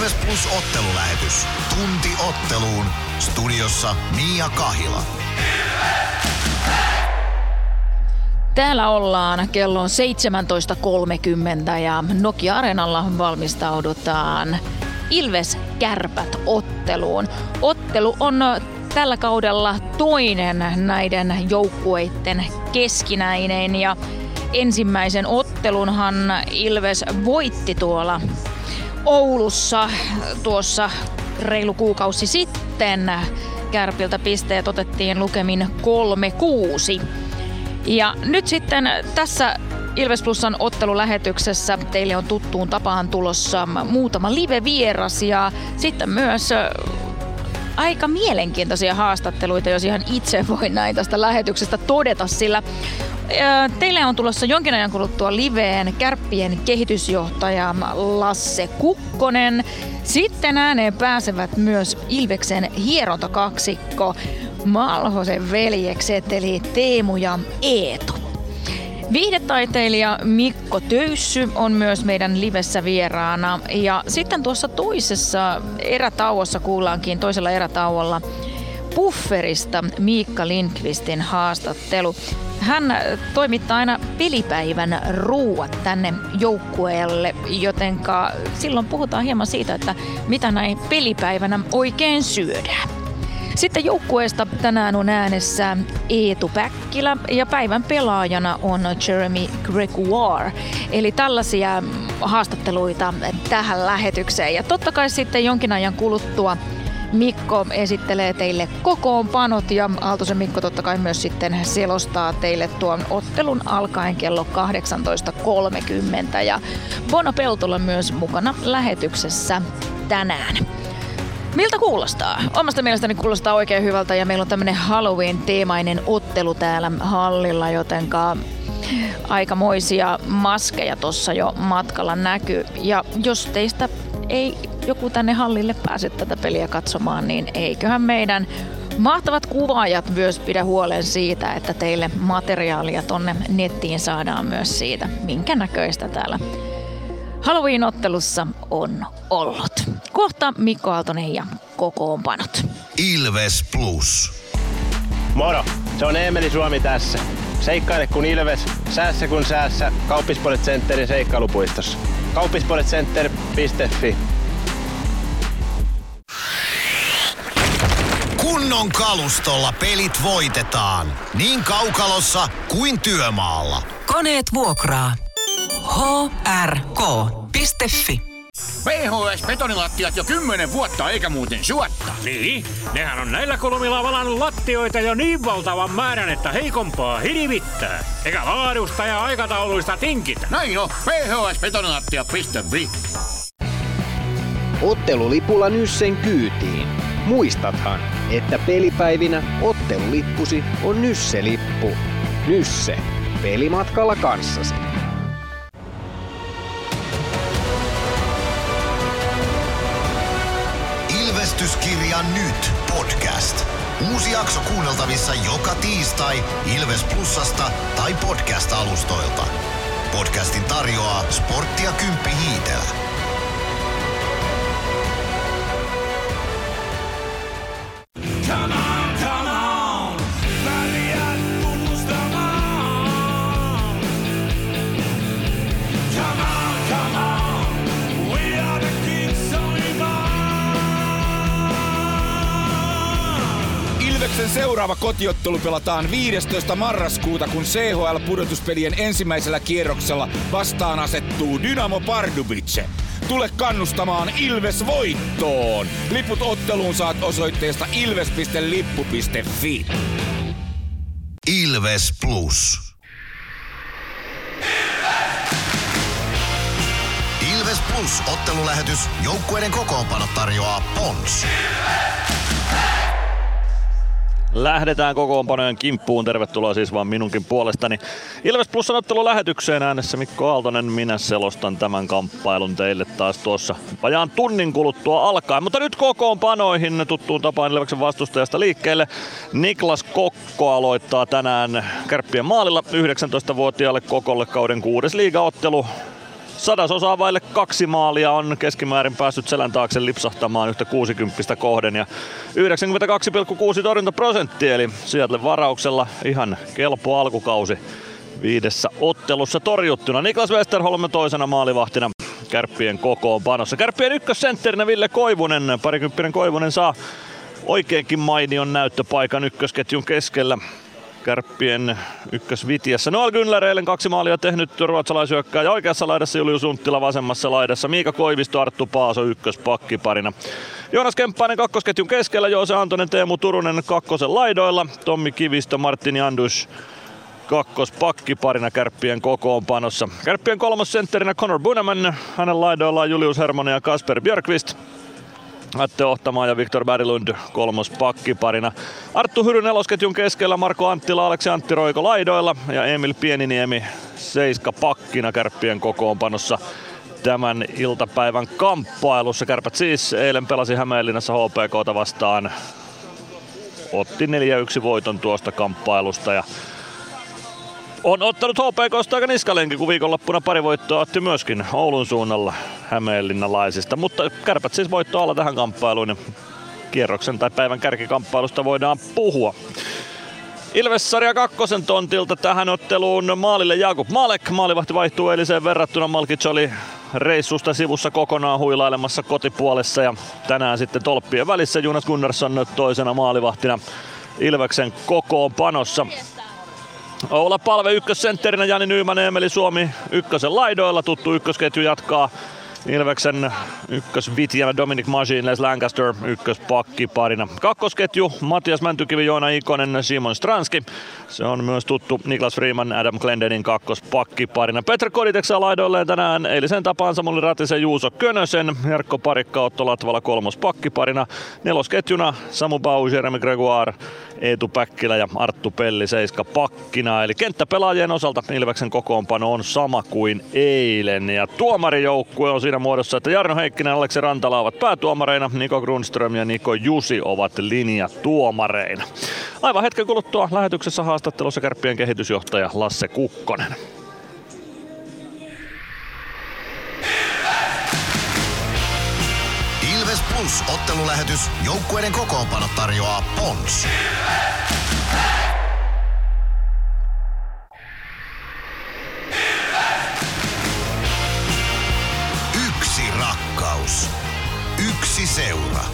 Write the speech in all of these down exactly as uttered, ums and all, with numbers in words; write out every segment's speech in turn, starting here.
Ilves Plus -ottelulähetys. Tunti otteluun. Studiossa Mia Kahila. Täällä ollaan, kello on seitsemäntoista kolmekymmentä ja Nokia-areenalla valmistaudutaan Ilves-Kärpät-otteluun. Ottelu on tällä kaudella toinen näiden joukkueiden keskinäinen ja ensimmäisen ottelunhan Ilves voitti tuolla Oulussa tuossa reilu kuukausi sitten. Kärpiltä pisteet otettiin lukemin kolme kuusi. Ja nyt sitten tässä Ilves Plusan ottelulähetyksessä teille on tuttuun tapaan tulossa muutama live-vieras ja sitten myös aika mielenkiintoisia haastatteluita, jos ihan itse voin näin tästä lähetyksestä todeta, sillä teille on tulossa jonkin ajan kuluttua liveen Kärppien kehitysjohtaja Lasse Kukkonen. Sitten ääneen pääsevät myös Ilveksen hierontakaksikko Malhosen veljekset eli Teemu ja Eetu. Viihdetaiteilija Mikko Töyssy on myös meidän livessä vieraana ja sitten tuossa toisessa erätauossa kuullaankin toisella erätauolla Pufferista Miikka Lindqvistin haastattelu. Hän toimittaa aina pelipäivän ruuat tänne joukkueelle, jotenka silloin puhutaan hieman siitä, että mitä näin pelipäivänä oikein syödään. Sitten joukkueesta tänään on äänessä Eetu Päkkilä ja päivän pelaajana on Jeremy Gregoire. Eli tällaisia haastatteluita tähän lähetykseen. Ja totta kai sitten jonkin ajan kuluttua Mikko esittelee teille kokoonpanot ja Aaltosen Mikko totta kai myös sitten selostaa teille tuon ottelun alkaen kello kahdeksantoista kolmekymmentä. Ja Bono Peltola myös mukana lähetyksessä tänään. Miltä kuulostaa? Omasta mielestäni kuulostaa oikein hyvältä ja meillä on tämmönen Halloween-teemainen ottelu täällä hallilla, jotenka aikamoisia maskeja tossa jo matkalla näkyy. Ja jos teistä ei joku tänne hallille pääse tätä peliä katsomaan, niin eiköhän meidän mahtavat kuvaajat myös pidä huolen siitä, että teille materiaalia tonne nettiin saadaan myös siitä, minkä näköistä täällä Halloween-ottelussa on ollut. Kohta Mikko Aaltonen ja kokoonpanot. Ilves Plus. Moro, se on Eemeli Suomi tässä. Seikkaile kun Ilves, säässä kun säässä. Kauppisports Centerin seikkailupuistossa. kauppisportscenter piste fi. Kunnon kalustolla pelit voitetaan. Niin kaukalossa kuin työmaalla. Koneet vuokraa. h r k piste fi. P H S-betonilattiat jo kymmenen vuotta eikä muuten suotta. Niin, nehän on näillä kolmilla valannut lattioita jo niin valtavan määrän, että heikompaa hirvittää. Eikä laadusta ja aikatauluista tinkitä. Näin on, P H S betonilattia piste fi. Ottelulipulla Nyssen kyytiin. Muistathan, että pelipäivinä ottelulippusi on Nysse-lippu. Nysse. Pelimatkalla kanssasi. Ilvestyskirja nyt podcast. Uusi jakso kuunneltavissa joka tiistai Ilves Plusasta tai podcast-alustoilta. Podcastin tarjoaa Sporttia Kymppi Hiitelä. Come on, come on, väliät tunnustamaan. Come on, come on, we are the kings of Ilveksen seuraava kotiottelu pelataan viidestoista marraskuuta, kun C H L-pudotuspelien ensimmäisellä kierroksella vastaan asettuu Dynamo Pardubice. Tule kannustamaan Ilves voittoon! Liput otteluun saat osoitteesta ilves piste lippu piste fi. Ilves Plus. Ilves! Ilves Plus -ottelulähetys. Joukkueiden kokoonpanot tarjoaa Pons. Lähdetään kokoonpanojen kimppuun. Tervetuloa siis vaan minunkin puolestani Ilves Plusan ottelulähetykseen. Äänessä Mikko Aaltonen. Minä selostan tämän kamppailun teille taas tuossa vajaan tunnin kuluttua alkaen. Mutta nyt kokoonpanoihin tuttuun tapaan Ilveksen vastustajasta liikkeelle. Niklas Kokko aloittaa tänään Kärppien maalilla. yhdeksäntoistavuotiaalle Kokolle kauden kuudes liigaottelu. sadasosaa vaille kaksi maalia on keskimäärin päässyt selän taakse lipsahtamaan yhtä kuusikymmentä kohden ja yhdeksänkymmentäkaksi pilkku kuusi torjuntaprosenttia, eli Seattle varauksella ihan kelpo alkukausi viidessä ottelussa torjuttuna. Niklas Westerholm toisena maalivahtina Kärppien kokoonpanossa. Kärppien ykkössentterinä Ville Koivunen, parikymppinen Koivunen saa oikeinkin mainion näyttöpaikan ykkösketjun keskellä. Kärppien ykkösvitiässä. Noel Günnler eilen kaksi maalia tehnyt ruotsalaisyökkääjä oikeassa laidassa, Julius Unttila vasemmassa laidassa, Miika Koivisto, Arttu Paaso ykköspakkiparina. Joonas Kemppainen kakkosketjun keskellä, Joose Antonen, Teemu Turunen kakkosen laidoilla, Tommi Kivistö, Martin Jandus kakkospakkiparina Kärppien kokoonpanossa. Kärppien kolmossentterinä Connor Buneman, hänen laidoillaan Julius Hermonen ja Kasper Björkqvist. Atte Ohtamaa ja Viktor Berglund kolmospakkiparina. Arttu Hyry nelosketjun keskellä, Marko Anttila, Aleksi Antti Roiko laidoilla ja Emil Pieniniemi seiska pakkina Kärppien kokoonpanossa tämän iltapäivän kamppailussa. Kärpät siis eilen pelasi Hämeenlinnassa H P K:ta vastaan. Otti neljä yksi voiton tuosta kamppailusta ja on ottanut H P K:sta aika niskalenki, kun viikonloppuna pari voittoa otti myöskin Oulun suunnalla hämeenlinnalaisista. Mutta Kärpät siis voitto alla tähän kamppailuun ja kierroksen tai päivän kärkikamppailusta voidaan puhua. Ilves-sarja kakkosen tontilta tähän otteluun maalille Jakub Malek. Maalivahti vaihtuu eiliseen verrattuna. Malkic oli reissusta sivussa kokonaan huilailemassa kotipuolessa ja tänään sitten tolppien välissä Jonas Gunnarsson toisena maalivahtina Ilveksen kokoonpanossa. Oula Palve ykkössentterinä, Jani Nyyman, Eemeli Suomi ykkösen laidoilla. Tuttu ykkösketju jatkaa Ilveksen ykkösvitjänä Dominic Masin, Les Lancaster ykköspakkiparina. Kakkosketju Matias Mäntykivi, Joona Ikonen, Simon Stranski. Se on myös tuttu Niklas Freeman, Adam Glendenin kakkospakkiparina. Petr Koditek saa laidoilleen tänään eilisen tapaan Samuli Ratisen, Juuso Könösen. Jarkko Parikka, Otto Latvala kolmospakkiparina. Nelosketjuna Samu Bau, Jeremy Gregoire, Eetu Päkkilä ja Arttu Pelli seiska pakkina. Eli kenttäpelaajien osalta Ilveksen kokoonpano on sama kuin eilen. Ja tuomarijoukkue on siinä muodossa, että Jarno Heikkinen ja Aleksi Rantala ovat päätuomareina, Niko Grundström ja Niko Jusi ovat linjatuomareina. Aivan hetken kuluttua lähetyksessä haastattelussa Kärppien kehitysjohtaja Lasse Kukkonen. Ilves Plus -ottelulähetys. Joukkueiden kokoonpano tarjoaa Pons. Yksi rakkaus. Yksi seura.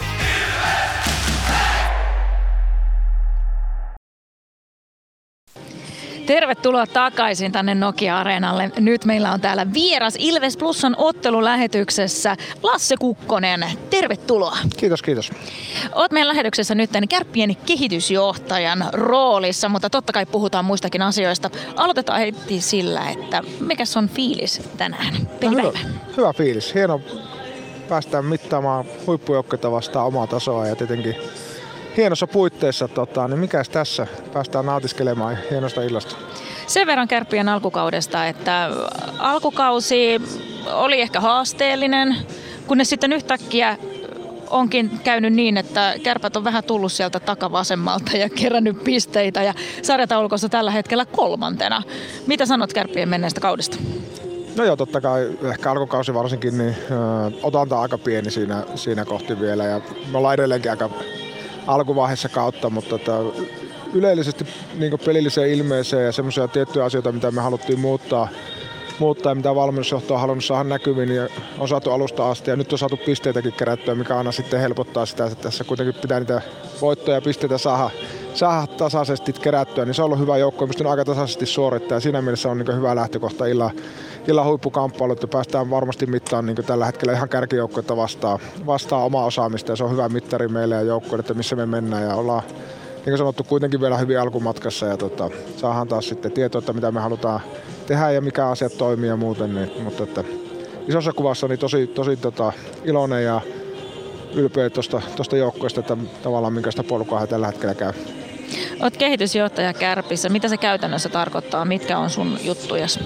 Tervetuloa takaisin tänne Nokia-areenalle. Nyt meillä on täällä vieras Ilves Plusan ottelulähetyksessä Lasse Kukkonen. Tervetuloa. Kiitos, kiitos. Oot meidän lähetyksessä nyt Kärppien kehitysjohtajan roolissa, mutta totta kai puhutaan muistakin asioista. Aloitetaan heti sillä, että mikäs on fiilis tänään? No, hyvä, hyvä fiilis. Hieno päästään mittaamaan huippujoukkoita vastaan omaa tasoa ja tietenkin hienossa puitteissa, tota, niin mikäs tässä? Päästään nautiskelemaan hienosta illasta. Sen verran Kärppien alkukaudesta, että alkukausi oli ehkä haasteellinen, kunnes sitten yhtäkkiä onkin käynyt niin, että Kärpät on vähän tullut sieltä takavasemmalta ja kerännyt pisteitä ja sarjataulukossa tällä hetkellä kolmantena. Mitä sanot Kärppien menneestä kaudesta? No joo, totta kai ehkä alkukausi varsinkin, niin ö, otanta aika pieni siinä, siinä kohti vielä ja me ollaan edelleenkin aika alkuvaiheessa kautta, mutta että yleisesti niin pelilliseen ilmeeseen ja semmoisia tiettyjä asioita, mitä me haluttiin muuttaa, muuttaa ja mitä valmennusjohto on halunnut saada näkyviin, niin on saatu alusta asti ja nyt on saatu pisteitäkin kerättyä, mikä aina sitten helpottaa sitä, että tässä kuitenkin pitää niitä voittoja ja pisteitä saada, saada tasaisesti kerättyä, niin se on ollut hyvä joukko ja pystynyt aika tasaisesti suorittamaan ja siinä mielessä on niin hyvä lähtökohta illan, illan huippukamppailu, että päästään varmasti mittaan niin tällä hetkellä ihan kärkijoukkoita vastaan, vastaan omaa osaamista ja se on hyvä mittari meille ja joukkoille, että missä me mennään ja ollaan niin kuin sanottu kuitenkin vielä hyvin alkumatkassa ja tota, saadaan taas sitten tietoa, että mitä me halutaan tehdä ja mikä asiat toimii ja muuten, niin, mutta että isossa kuvassa niin tosi, tosi tota, iloinen ja ylpeä tuosta joukkueesta, että tavallaan minkästä polkua he tällä hetkellä käy. Olet kehitysjohtaja Kärpissä. Mitä se käytännössä tarkoittaa? Mitkä on sun juttujasi?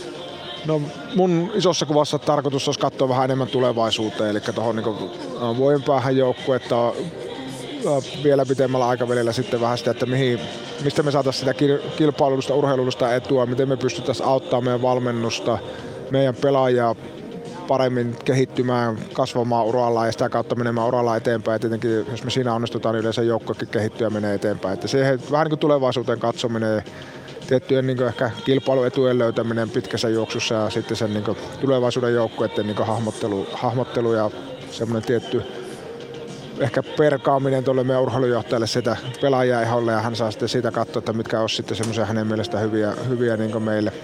No mun isossa kuvassa tarkoitus olisi katsoa vähän enemmän tulevaisuuteen, eli tuohon niin vuoden päähän joukkuetta vielä pitemmällä aikavälillä sitten vähän sitä, että mihin, mistä me saataisiin sitä kilpailullista, urheilullista etua, miten me pystyttäisiin auttamaan meidän valmennusta, meidän pelaajia paremmin kehittymään, kasvamaan uralla ja sitä kautta menemään uralla eteenpäin. Ja tietenkin, jos me siinä onnistutaan, niin yleensä joukkokin kehittyy ja menee eteenpäin. Että siihen vähän niin kuin tulevaisuuteen katsominen, tiettyjen niin kuin ehkä kilpailuetujen löytäminen pitkässä juoksussa ja sitten sen niin kuin tulevaisuuden joukkueiden niin kuin hahmottelu, hahmottelu ja semmoinen tietty ehkä perkaaminen tuolle meidän urheilujohtajalle sitä pelaajia iholle ja hän saa sitten siitä katsoa, että mitkä on sitten semmoisia hänen mielestä hyviä, hyviä niin kuin meille.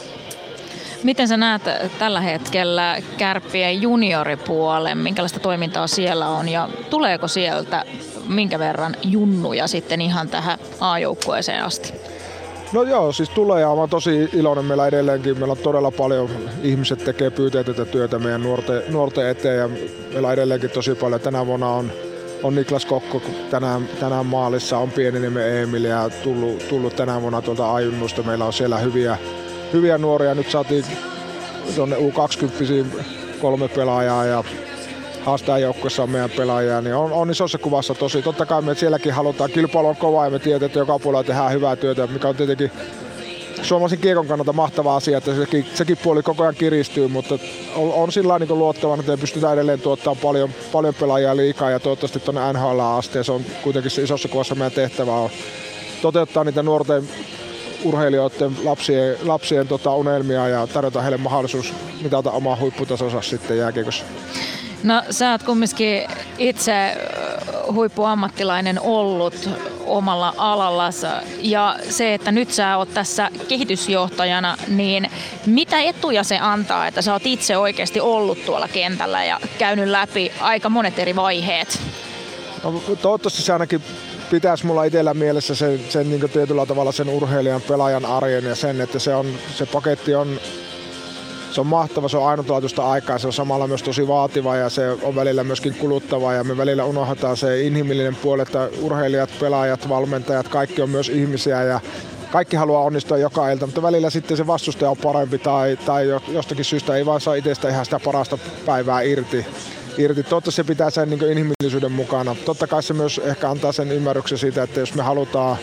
Miten sä näet tällä hetkellä Kärppien junioripuolen, minkälaista toimintaa siellä on ja tuleeko sieltä minkä verran junnuja sitten ihan tähän A-joukkueeseen asti? No joo, siis tulee ja olen tosi iloinen meillä edelleenkin. Meillä on todella paljon ihmiset tekee pyyteetöntä työtä meidän nuorten, nuorten eteen ja meillä on edelleenkin tosi paljon. Tänä vuonna on, on Niklas Kokko tänään, tänään maalissa, on Pieniniemen Emil ja tullut, tullut tänä vuonna tuolta ajunnusta. Meillä on siellä hyviä, hyviä nuoria. Nyt saatiin tuonne U kaksikymmentä kolme pelaajaa ja haastajajoukkueessa on meidän pelaajia, niin on, on isossa kuvassa tosi. Totta kai me sielläkin halutaan, kilpailu on kova ja me tiedetään, että joka puolella tehdään hyvää työtä, mikä on tietenkin suomalaisen kiekon kannalta mahtava asia, että sekin, sekin puoli koko ajan kiristyy, mutta on, on sillä tavalla niin luottavan, että me pystytään edelleen tuottamaan paljon, paljon pelaajia liikaa ja toivottavasti tuonne N H L asti ja se on kuitenkin se isossa kuvassa meidän tehtävä on toteuttaa niitä nuorten urheilijoiden, lapsien, lapsien tota, unelmia ja tarjota heille mahdollisuus mitata omaa huipputasonsa sitten jääkiekossa. No sä oot kumminkin itse huippuammattilainen ollut omalla alallasi ja se, että nyt sä oot tässä kehitysjohtajana, niin mitä etuja se antaa, että sä oot itse oikeasti ollut tuolla kentällä ja käynyt läpi aika monet eri vaiheet? No, toivottavasti se ainakin pitäisi mulla itsellä mielessä sen, sen niin kuin tietyllä tavalla sen urheilijan, pelaajan arjen ja sen, että se, on, se paketti on Se on mahtava, se on ainutlaatuista aikaa, se on samalla myös tosi vaativa ja se on välillä myöskin kuluttava ja me välillä unohdetaan se inhimillinen puoli, että urheilijat, pelaajat, valmentajat, kaikki on myös ihmisiä ja kaikki haluaa onnistua joka ilta, mutta välillä sitten se vastustaja on parempi tai, tai jostakin syystä ei vaan saa itsestä ihan sitä parasta päivää irti. irti. Toivottavasti se pitää sen niin inhimillisyyden mukana. Totta kai se myös ehkä antaa sen ymmärryksen siitä, että jos me halutaan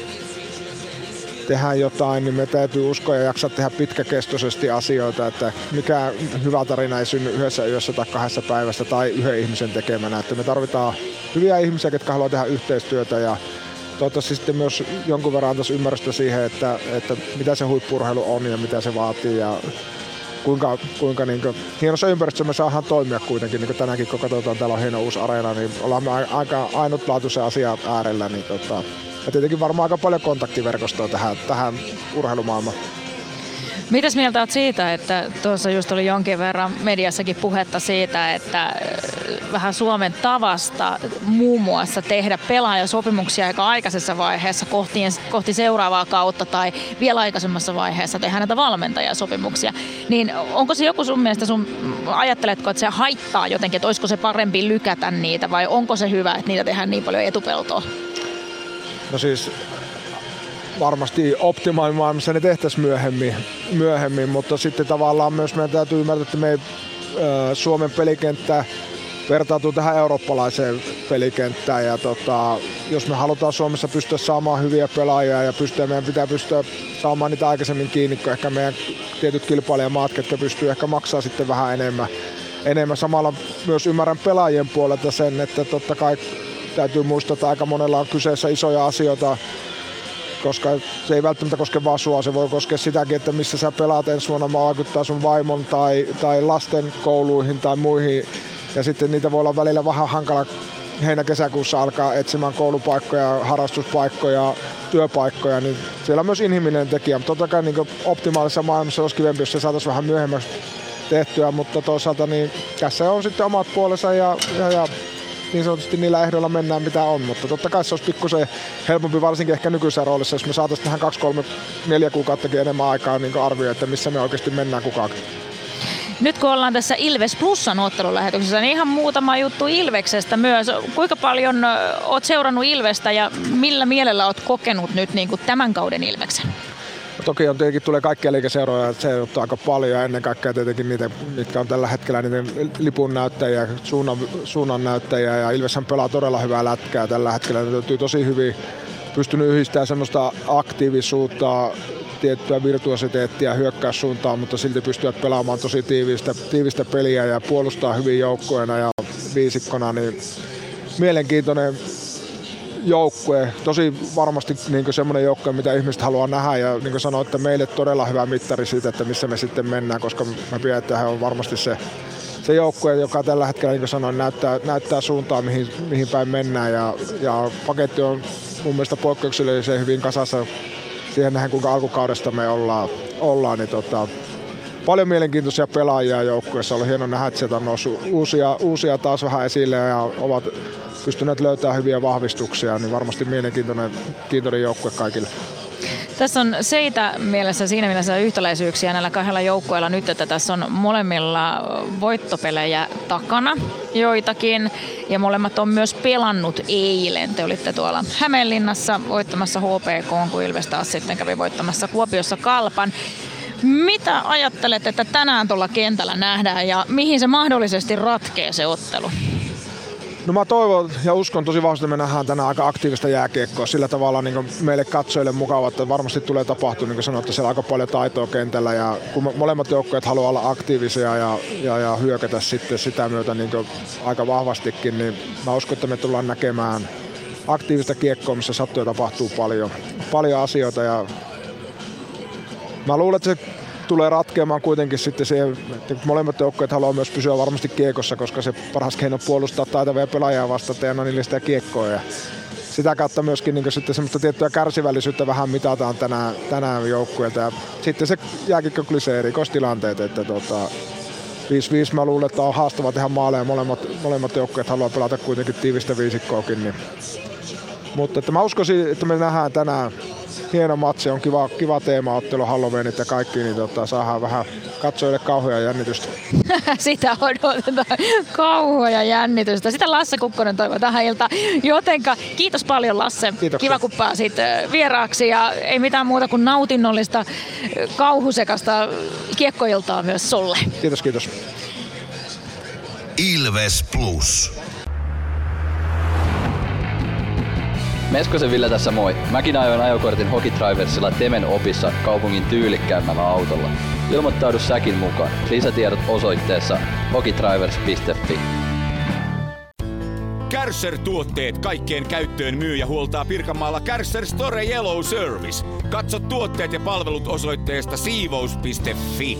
tehdä jotain, niin me täytyy uskoa ja jaksaa tehdä pitkäkestoisesti asioita, että mikä hyvä tarina ei synny yhdessä yössä tai kahdessa päivässä tai yhden ihmisen tekemänä. Että me tarvitaan hyviä ihmisiä, jotka haluaa tehdä yhteistyötä ja toivottavasti sitten myös jonkun verran antaisi ymmärrystä siihen, että, että mitä se huippu-urheilu on ja mitä se vaatii ja kuinka, kuinka niin kuin, hienossa ympäristössä me saadaan toimia kuitenkin. Niin kuin tänäänkin, kun katsotaan, täällä on hieno uusi areena, niin ollaan me aika ainutlaatuisen asian äärellä. Niin tota, ja tietenkin varmaan aika paljon kontaktiverkostoa tähän, tähän urheilumaailmaan. Mitäs mieltä olet siitä, että tuossa just oli jonkin verran mediassakin puhetta siitä, että vähän Suomen tavasta muun muassa tehdä pelaajasopimuksia aika aikaisessa vaiheessa kohti, kohti seuraavaa kautta tai vielä aikaisemmassa vaiheessa tehdä näitä valmentajasopimuksia. Niin onko se joku sun mielestä, sun, ajatteletko, että se haittaa jotenkin, että olisiko se parempi lykätä niitä vai onko se hyvä, että niitä tehdään niin paljon etupeltoa? No siis varmasti optimaalimaailmassa ne tehtäisiin myöhemmin, myöhemmin, mutta sitten tavallaan myös meidän täytyy ymmärtää, että me Suomen pelikenttä vertautuu tähän eurooppalaiseen pelikenttään ja tota, jos me halutaan Suomessa pystyä saamaan hyviä pelaajia ja pystyä, meidän pitää pystyä saamaan niitä aikaisemmin kiinni, kun ehkä meidän tietyt kilpailijamaat, jotka pystyy ehkä maksaa sitten vähän enemmän. enemmän. Samalla myös ymmärrän pelaajien puolelta sen, että totta kai täytyy muistaa, että aika monella on kyseessä isoja asioita, koska se ei välttämättä koske vaan sua, se voi koskea sitäkin, että missä sä pelaat ensi vuonna, vaikuttaa sun vaimon tai, tai lasten kouluihin tai muihin. Ja sitten niitä voi olla välillä vähän hankala heinä-kesäkuussa alkaa etsimään koulupaikkoja, harrastuspaikkoja, työpaikkoja, niin siellä on myös inhimillinen tekijä. Mutta totta kai niin optimaalisessa maailmassa olisi kivempi, jos se saataisiin vähän myöhemmäksi tehtyä, mutta toisaalta niin tässä on sitten omat puolensa ja, ja, ja niin sanotusti niillä ehdoilla mennään mitä on, mutta totta kai se olisi pikkusen helpompi varsinkin ehkä nykyisessä roolissa, jos me saataisiin tähän kaksi, kolme, neljä kuukauttakin enemmän aikaa niin arvioida, että missä me oikeasti mennään kukaan. Nyt kun ollaan tässä Ilves Plusan ottelulähetyksessä, niin ihan muutama juttu Ilveksestä myös. Kuinka paljon oot seurannut Ilvestä ja millä mielellä oot kokenut nyt niin kuin tämän kauden Ilveksen? No toki on tietenkin tulee kaikkia liikeseuroja, se ottaa aika paljon ja ennen kaikkea tietenkin niitä, mitkä on tällä hetkellä niiden lipun näyttäjiä, suunnan, suunnan näyttäjiä ja Ilveshän pelaa todella hyvää lätkää tällä hetkellä. Ne löytyy tosi hyvin pystynyt yhdistämään semmoista aktiivisuutta, tiettyä virtuositeettia hyökkäyssuuntaan, mutta silti pystyvät pelaamaan tosi tiivistä, tiivistä peliä ja puolustaa hyvin joukkueena ja viisikkona, niin mielenkiintoinen joukkue. Tosi varmasti niin semmoinen joukkue, mitä ihmiset haluaa nähdä ja niin kuin sanoin, että meille todella hyvä mittari siitä, että missä me sitten mennään, koska mä pidän, että he on varmasti se, se joukkue, joka tällä hetkellä, niin kuin sanoin, näyttää, näyttää suuntaan, mihin, mihin päin mennään ja, ja paketti on mun mielestä poikkeuksellisen hyvin kasassa siihen nähdään, kuinka alkukaudesta me ollaan, ollaan niin tota, paljon mielenkiintoisia pelaajia joukkueessa. Oli hieno nähdä, että sieltä on noussut uusia, uusia taas vähän esille ja ovat pystyneet löytämään hyviä vahvistuksia, niin varmasti mielenkiintoinen kiintoinen joukkue kaikille. Tässä on seitä mielessä siinä mielessä yhtäläisyyksiä näillä kahdella joukkueella nyt, että tässä on molemmilla voittopelejä takana joitakin ja molemmat on myös pelannut eilen. Te olitte tuolla Hämeenlinnassa voittamassa H P K, kun Ilves taas sitten kävi voittamassa Kuopiossa Kalpan. Mitä ajattelet, että tänään tuolla kentällä nähdään ja mihin se mahdollisesti ratkee se ottelu? No mä toivon ja uskon tosi vahvasti, että me nähdään tänään aika aktiivista jääkiekkoa. Sillä tavalla niin meille katsojille mukava, että varmasti tulee tapahtua, niin kuin sanoin, että siellä on aika paljon taitoa kentällä. Ja kun molemmat joukkueet haluaa olla aktiivisia ja, ja, ja hyökätä sitten sitä myötä niin aika vahvastikin, niin mä uskon, että me tullaan näkemään aktiivista kiekkoa, missä sattuu ja tapahtuu paljon, paljon asioita. Ja mä luulen, että se tulee ratkeamaan kuitenkin sitten siihen, että molemmat joukkueet haluaa myös pysyä varmasti kiekossa, koska se paras keino puolustaa taitavia pelaajia vastaan ja anna niille sitä kiekkoa. Ja sitä kautta myöskin niin sitten semmoista tiettyä kärsivällisyyttä vähän mitataan tänään, tänään joukkueelta. Ja sitten se jääkiekko klisee erikoistilanteet, että tota, viisi viisi mä luulen, että on haastava tehdä maaleja. Molemmat, molemmat joukkueet haluaa pelata kuitenkin tiivistä viisikkoakin. Niin. Mutta että mä uskoisin, että me nähdään tänään hieno matsi, on kiva, kiva teemaottelu, Halloweenit ja kaikki, niin tota, saadaan vähän katsojille kauhua ja jännitystä. Sitä odotetaan, kauhua ja jännitystä. Sitä Lasse Kukkonen toivoo tähän iltaan. Jotenka kiitos paljon Lasse. Kiitoksia. Kiva kun pääsit vieraaksi ja ei mitään muuta kuin nautinnollista kauhusekasta kiekkoiltaa myös sulle. Kiitos, kiitos. Ilves Plus. Meskosen Ville tässä moi. Mäkin ajoin ajokortin Hokitriversilla Temen opissa kaupungin tyylikkäämmällä autolla. Ilmoittaudu säkin mukaan. Lisätiedot osoitteessa hokitrivers piste fi. Kärcher-tuotteet kaikkeen käyttöön myy ja huoltaa Pirkanmaalla Kärcher Store Yellow Service. Katso tuotteet ja palvelut osoitteesta siivous piste fi.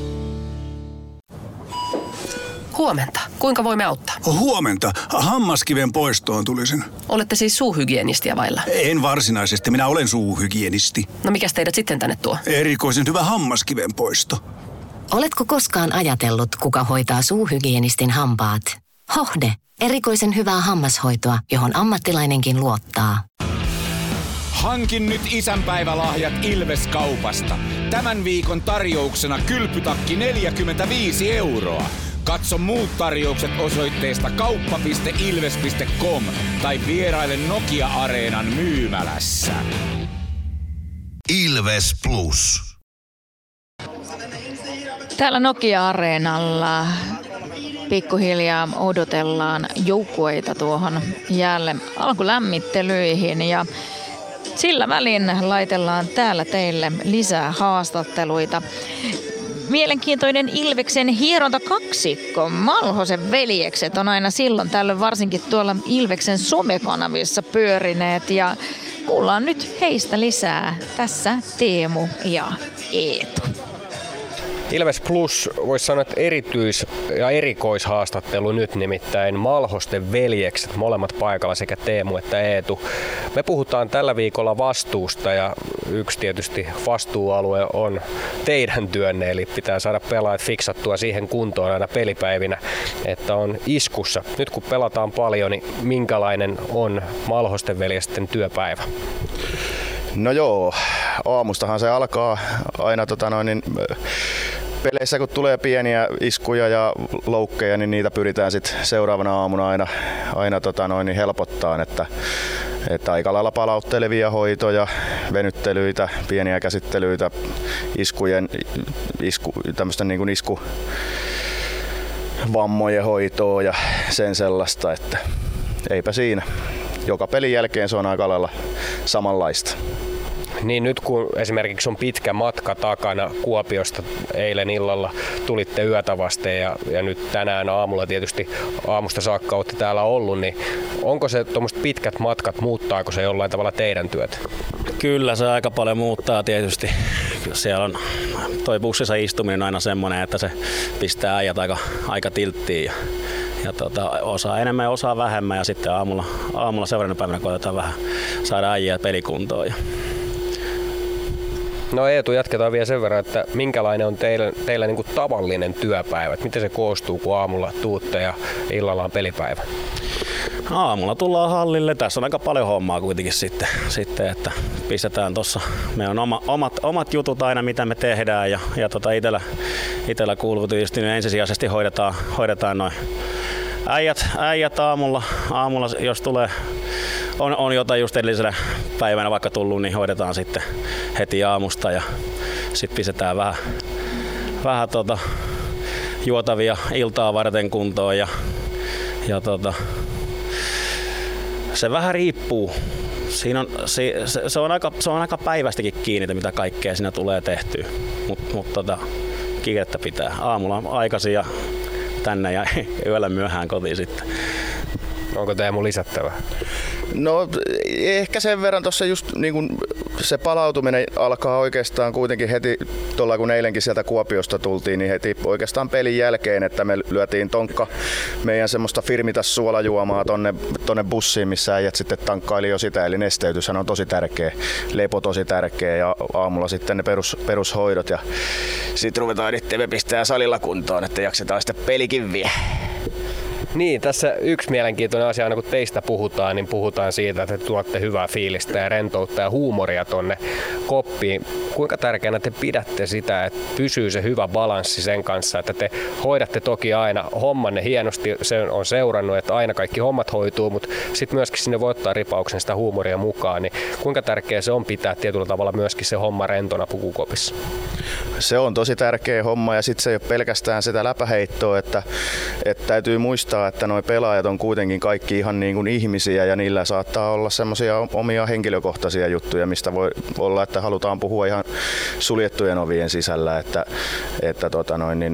Huomenta. Kuinka voimme auttaa? Huomenta. Hammaskiven poistoon tulisin. Olette siis suuhygienistiä vailla? En varsinaisesti. Minä olen suuhygienisti. No mikäs teidät sitten tänne tuo? Erikoisen hyvä hammaskiven poisto. Oletko koskaan ajatellut, kuka hoitaa suuhygienistin hampaat? Hohde. Erikoisen hyvää hammashoitoa, johon ammattilainenkin luottaa. Hankin nyt isänpäivälahjat Ilves-kaupasta. Tämän viikon tarjouksena kylpytakki neljäkymmentäviisi euroa. Katso muut tarjoukset osoitteesta kauppa piste ilves piste com tai vieraile Nokia-areenan myymälässä. Ilves Plus. Täällä Nokia-areenalla pikkuhiljaa odotellaan joukkueita tuohon jäälle alkulämmittelyihin ja sillä välin laitellaan täällä teille lisää haastatteluita. Mielenkiintoinen Ilveksen hierontakaksikko, Malhosen veljekset on aina silloin tällöin varsinkin tuolla Ilveksen somekanavissa pyörineet ja kuullaan nyt heistä lisää. Tässä Teemu ja Eetu. Ilves Plus voisi sanoa, että erityis- ja erikoishaastattelu nyt nimittäin Malhosten veljekset, molemmat paikalla sekä Teemu että Eetu. Me puhutaan tällä viikolla vastuusta ja yksi tietysti vastuualue on teidän työnne, eli pitää saada pelaajat fiksattua siihen kuntoon aina pelipäivinä, että on iskussa. Nyt kun pelataan paljon, niin minkälainen on Malhosten veljesten työpäivä? No joo, aamustahan se alkaa aina tota noin, niin, peleissä kun tulee pieniä iskuja ja loukkeja, niin niitä pyritään sit seuraavana aamuna aina, aina tota noin, niin helpottaan, että, että aika lailla palauttelevia hoitoja, venyttelyitä, pieniä käsittelyitä, iskujen, isku, tämmöistä niin kuin iskuvammojen hoitoa ja sen sellaista, että eipä siinä. Joka pelin jälkeen se on aika lailla samanlaista. Niin nyt kun esimerkiksi on pitkä matka takana Kuopiosta, eilen illalla tulitte yötä vasten ja, ja nyt tänään aamulla tietysti aamusta saakka olette täällä ollut, niin onko se tuommoiset pitkät matkat, muuttaako se jollain tavalla teidän työtä? Kyllä se aika paljon muuttaa tietysti. Siellä on toi bussissa istuminen aina semmoinen, että se pistää äijät aika, aika tilttiin ja, ja tota, osaa enemmän ja osaa vähemmän ja sitten aamulla, aamulla seuraavana päivänä koetetaan vähän saada äijää pelikuntoon. Ja... No Eetu, jatketaan vielä sen verran, että minkälainen on teillä, teillä niin kuin tavallinen työpäivä? Miten se koostuu, kun aamulla tuutte ja illalla on pelipäivä? Aamulla tullaan hallille. Tässä on aika paljon hommaa kuitenkin sitten, sitten että pistetään tuossa. Meillä on oma, omat, omat jutut aina, mitä me tehdään ja, ja tota itellä, itellä kuuluu tietysti niin ensisijaisesti hoidetaan, hoidetaan noin äijät, äijät aamulla, aamulla, jos tulee on, on jotain just edellisenä päivänä vaikka tullut, niin hoidetaan sitten heti aamusta ja sitten pistetään vähän, vähän tota, juotavia iltaa varten kuntoon ja, ja tota, se vähän riippuu. Siinä on, se, se, on aika, se on aika päivästäkin kiinni, mitä kaikkea siinä tulee tehtyä, mutta mut tota, kiirettä pitää. Aamulla aikaisin ja tänne ja yöllä myöhään kotiin sitten. Onko Teemu lisättävä? No ehkä sen verran tuossa just niin kun se palautuminen alkaa oikeastaan kuitenkin heti, tuolla kun eilenkin sieltä Kuopiosta tultiin, niin heti oikeastaan pelin jälkeen, että me lyötiin tonkka meidän semmoista firmitas suolajuomaa tonne, tonne bussiin, missä äijät sitten tankkaili jo sitä, eli nesteytyshän on tosi tärkeä, lepo tosi tärkeä ja aamulla sitten ne perus, perushoidot ja sitten ruvetaan itse pistää salilla kuntoon, että jaksetaan sitten pelikin vie. Niin, tässä yksi mielenkiintoinen asia, aina kun teistä puhutaan, niin puhutaan siitä, että te tuotte hyvää fiilistä ja rentoutta ja huumoria tonne koppiin. Kuinka tärkeänä te pidätte sitä, että pysyy se hyvä balanssi sen kanssa, että te hoidatte toki aina hommanne hienosti, se on seurannut, että aina kaikki hommat hoituu, mutta sitten myöskin sinne voi ottaa ripauksen sitä huumoria mukaan, niin kuinka tärkeää se on pitää tietyllä tavalla myöskin se homma rentona pukukopissa? Se on tosi tärkeä homma ja sitten se ei ole pelkästään sitä läpäheittoa, että, että täytyy muistaa, että nuo pelaajat on kuitenkin kaikki ihan niin kuin ihmisiä ja niillä saattaa olla semmoisia omia henkilökohtaisia juttuja, mistä voi olla, että halutaan puhua ihan suljettujen ovien sisällä, että, että tota noin, niin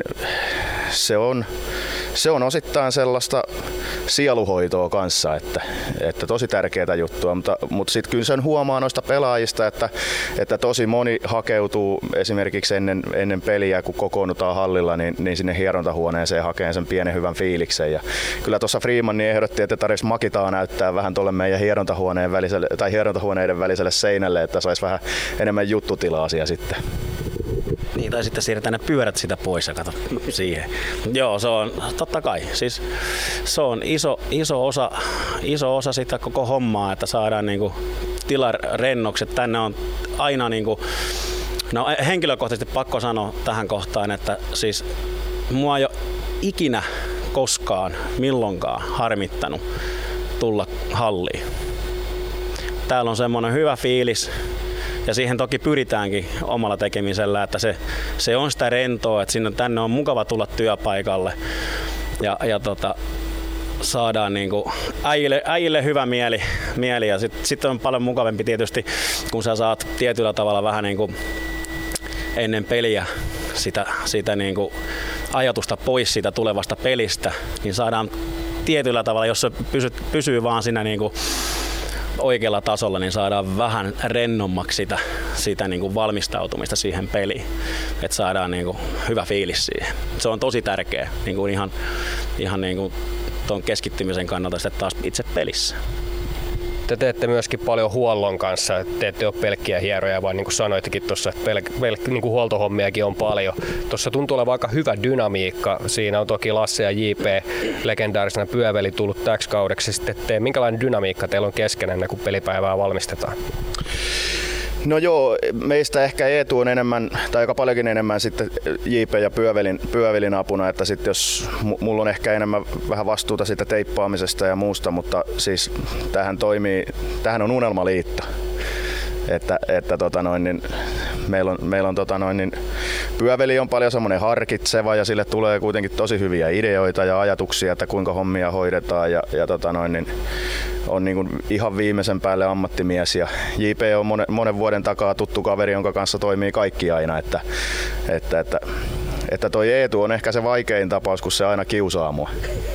se on Se on osittain sellaista sieluhoitoa kanssa, että, että tosi tärkeää juttua, mutta, mutta sitten kyllä sen huomaa noista pelaajista, että, että tosi moni hakeutuu esimerkiksi ennen, ennen peliä, kun kokoonnutaan hallilla, niin, niin sinne hierontahuoneeseen hakeen sen pienen hyvän fiiliksen. Ja kyllä tuossa Freeman niin ehdotti, että tarvitsisi makitaa näyttää vähän tuolle meidän hierontahuoneen väliselle, tai hierontahuoneiden väliselle seinälle, että saisi vähän enemmän juttutilaa siellä sitten. Niin, tai sitten siirretään ne pyörät sitä pois ja kato siihen. Joo, se on totta kai. Siis se on iso, iso, osa, iso osa sitä koko hommaa, että saadaan niinku tilarennokset. Tänne on aina niinku, no henkilökohtaisesti pakko sanoa tähän kohtaan, että siis mua ei ole ikinä koskaan milloinkaan harmittanut tulla halliin. Täällä on semmoinen hyvä fiilis. Ja siihen toki pyritäänkin omalla tekemisellä, että se, se on sitä rentoa, että sinne, tänne on mukava tulla työpaikalle ja, ja tota, saadaan niinku äijille, äijille hyvä mieli, mieli. Ja sitten sit on paljon mukavampi tietysti, kun sä saat tietyllä tavalla vähän niinku ennen peliä sitä, sitä niinku ajatusta pois siitä tulevasta pelistä, niin saadaan tietyllä tavalla, jos se pysyy, pysyy vaan siinä niinku oikealla tasolla, niin saadaan vähän rennommaksi sitä, sitä niin kuin valmistautumista siihen peliin. Että saadaan niin kuin hyvä fiilis siihen. Se on tosi tärkeä niin kuin ihan, ihan niin kuin tuon keskittymisen kannalta sitten taas itse pelissä. Te teette myöskin paljon huollon kanssa, te ette ole pelkkiä hieroja, vaan niin kuin sanoittekin tuossa, että pel- pel- niin kuin huoltohommiakin on paljon. Tuossa tuntuu olevan aika hyvä dynamiikka. Siinä on toki Lasse ja J P legendaarisena pyöveli tullut täksi kaudeksi. Sitten te, minkälainen dynamiikka teillä on keskenään, kun pelipäivää valmistetaan? No joo, meistä ehkä Eetu on enemmän, tai aika paljonkin enemmän sitten J P ja Pyövelin, Pyövelin apuna, että sitten jos mulla on ehkä enemmän vähän vastuuta siitä teippaamisesta ja muusta, mutta siis tämähän toimii, tämähän on unelmaliitto. Että, että tota noin, niin meillä on, meillä on tota noin, niin Pyöveli on paljon semmoinen harkitseva ja sille tulee kuitenkin tosi hyviä ideoita ja ajatuksia, että kuinka hommia hoidetaan ja, ja tota noin, niin on niin kuin ihan viimeisen päälle ammattimies ja J P on monen, monen vuoden takaa tuttu kaveri, jonka kanssa toimii kaikki aina, että, että, että, että toi Eetu on ehkä se vaikein tapaus, kun se aina kiusaa mua.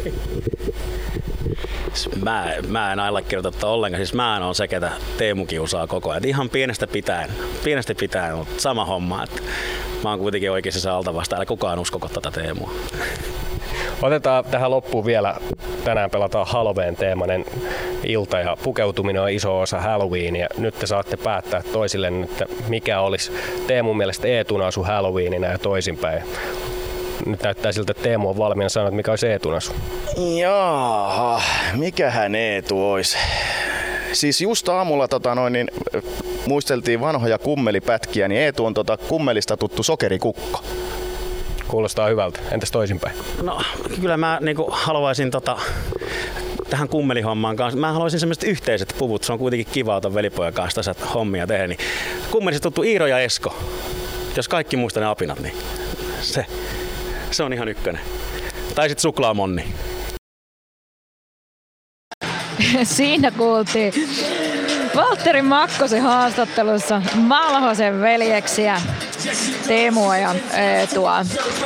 Mä, mä en allekirjoita tätä ollenkaan, siis mä en ole se, ketä Teemu kiusaa koko ajan. Ihan pienestä pitäen, pienestä pitäen, mutta sama homma, että mä oon kuitenkin oikeassa se alta vasta, älä kukaan uskoko tätä Teemua. Otetaan tähän loppuun vielä, tänään pelataan Halloween-teemainen ilta ja pukeutuminen on iso osa Halloweenia. Nyt te saatte päättää toisillenne, että mikä olisi Teemun mielestä Eetun asu Halloweenina ja toisinpäin. Nyt näyttää siltä, että Teemu on valmiina sanoa, että mikä olisi Eetun asu. Jaaha, mikähän Eetu olisi? Siis just aamulla tota noin, niin, muisteltiin vanhoja kummelipätkiä, niin Eetu on tota kummelista tuttu sokerikukko. Kuulostaa hyvältä. Entäs toisinpäin? No kyllä mä niinku haluaisin tota, tähän kummelihommaan kanssa. Mä haluaisin semmoiset yhteiset puvut. Se on kuitenkin kiva ottaa velipojan kanssa tässä hommia tehdä. Niin kummelista tuttu Iiro ja Esko. Jos kaikki muistaa ne apinat, niin se, se on ihan ykkönen. Tai sit suklaamonni. Siinä kuultiin Valtteri Makkosen haastattelussa Malhosen veljeksiä Teemua ja Eetua.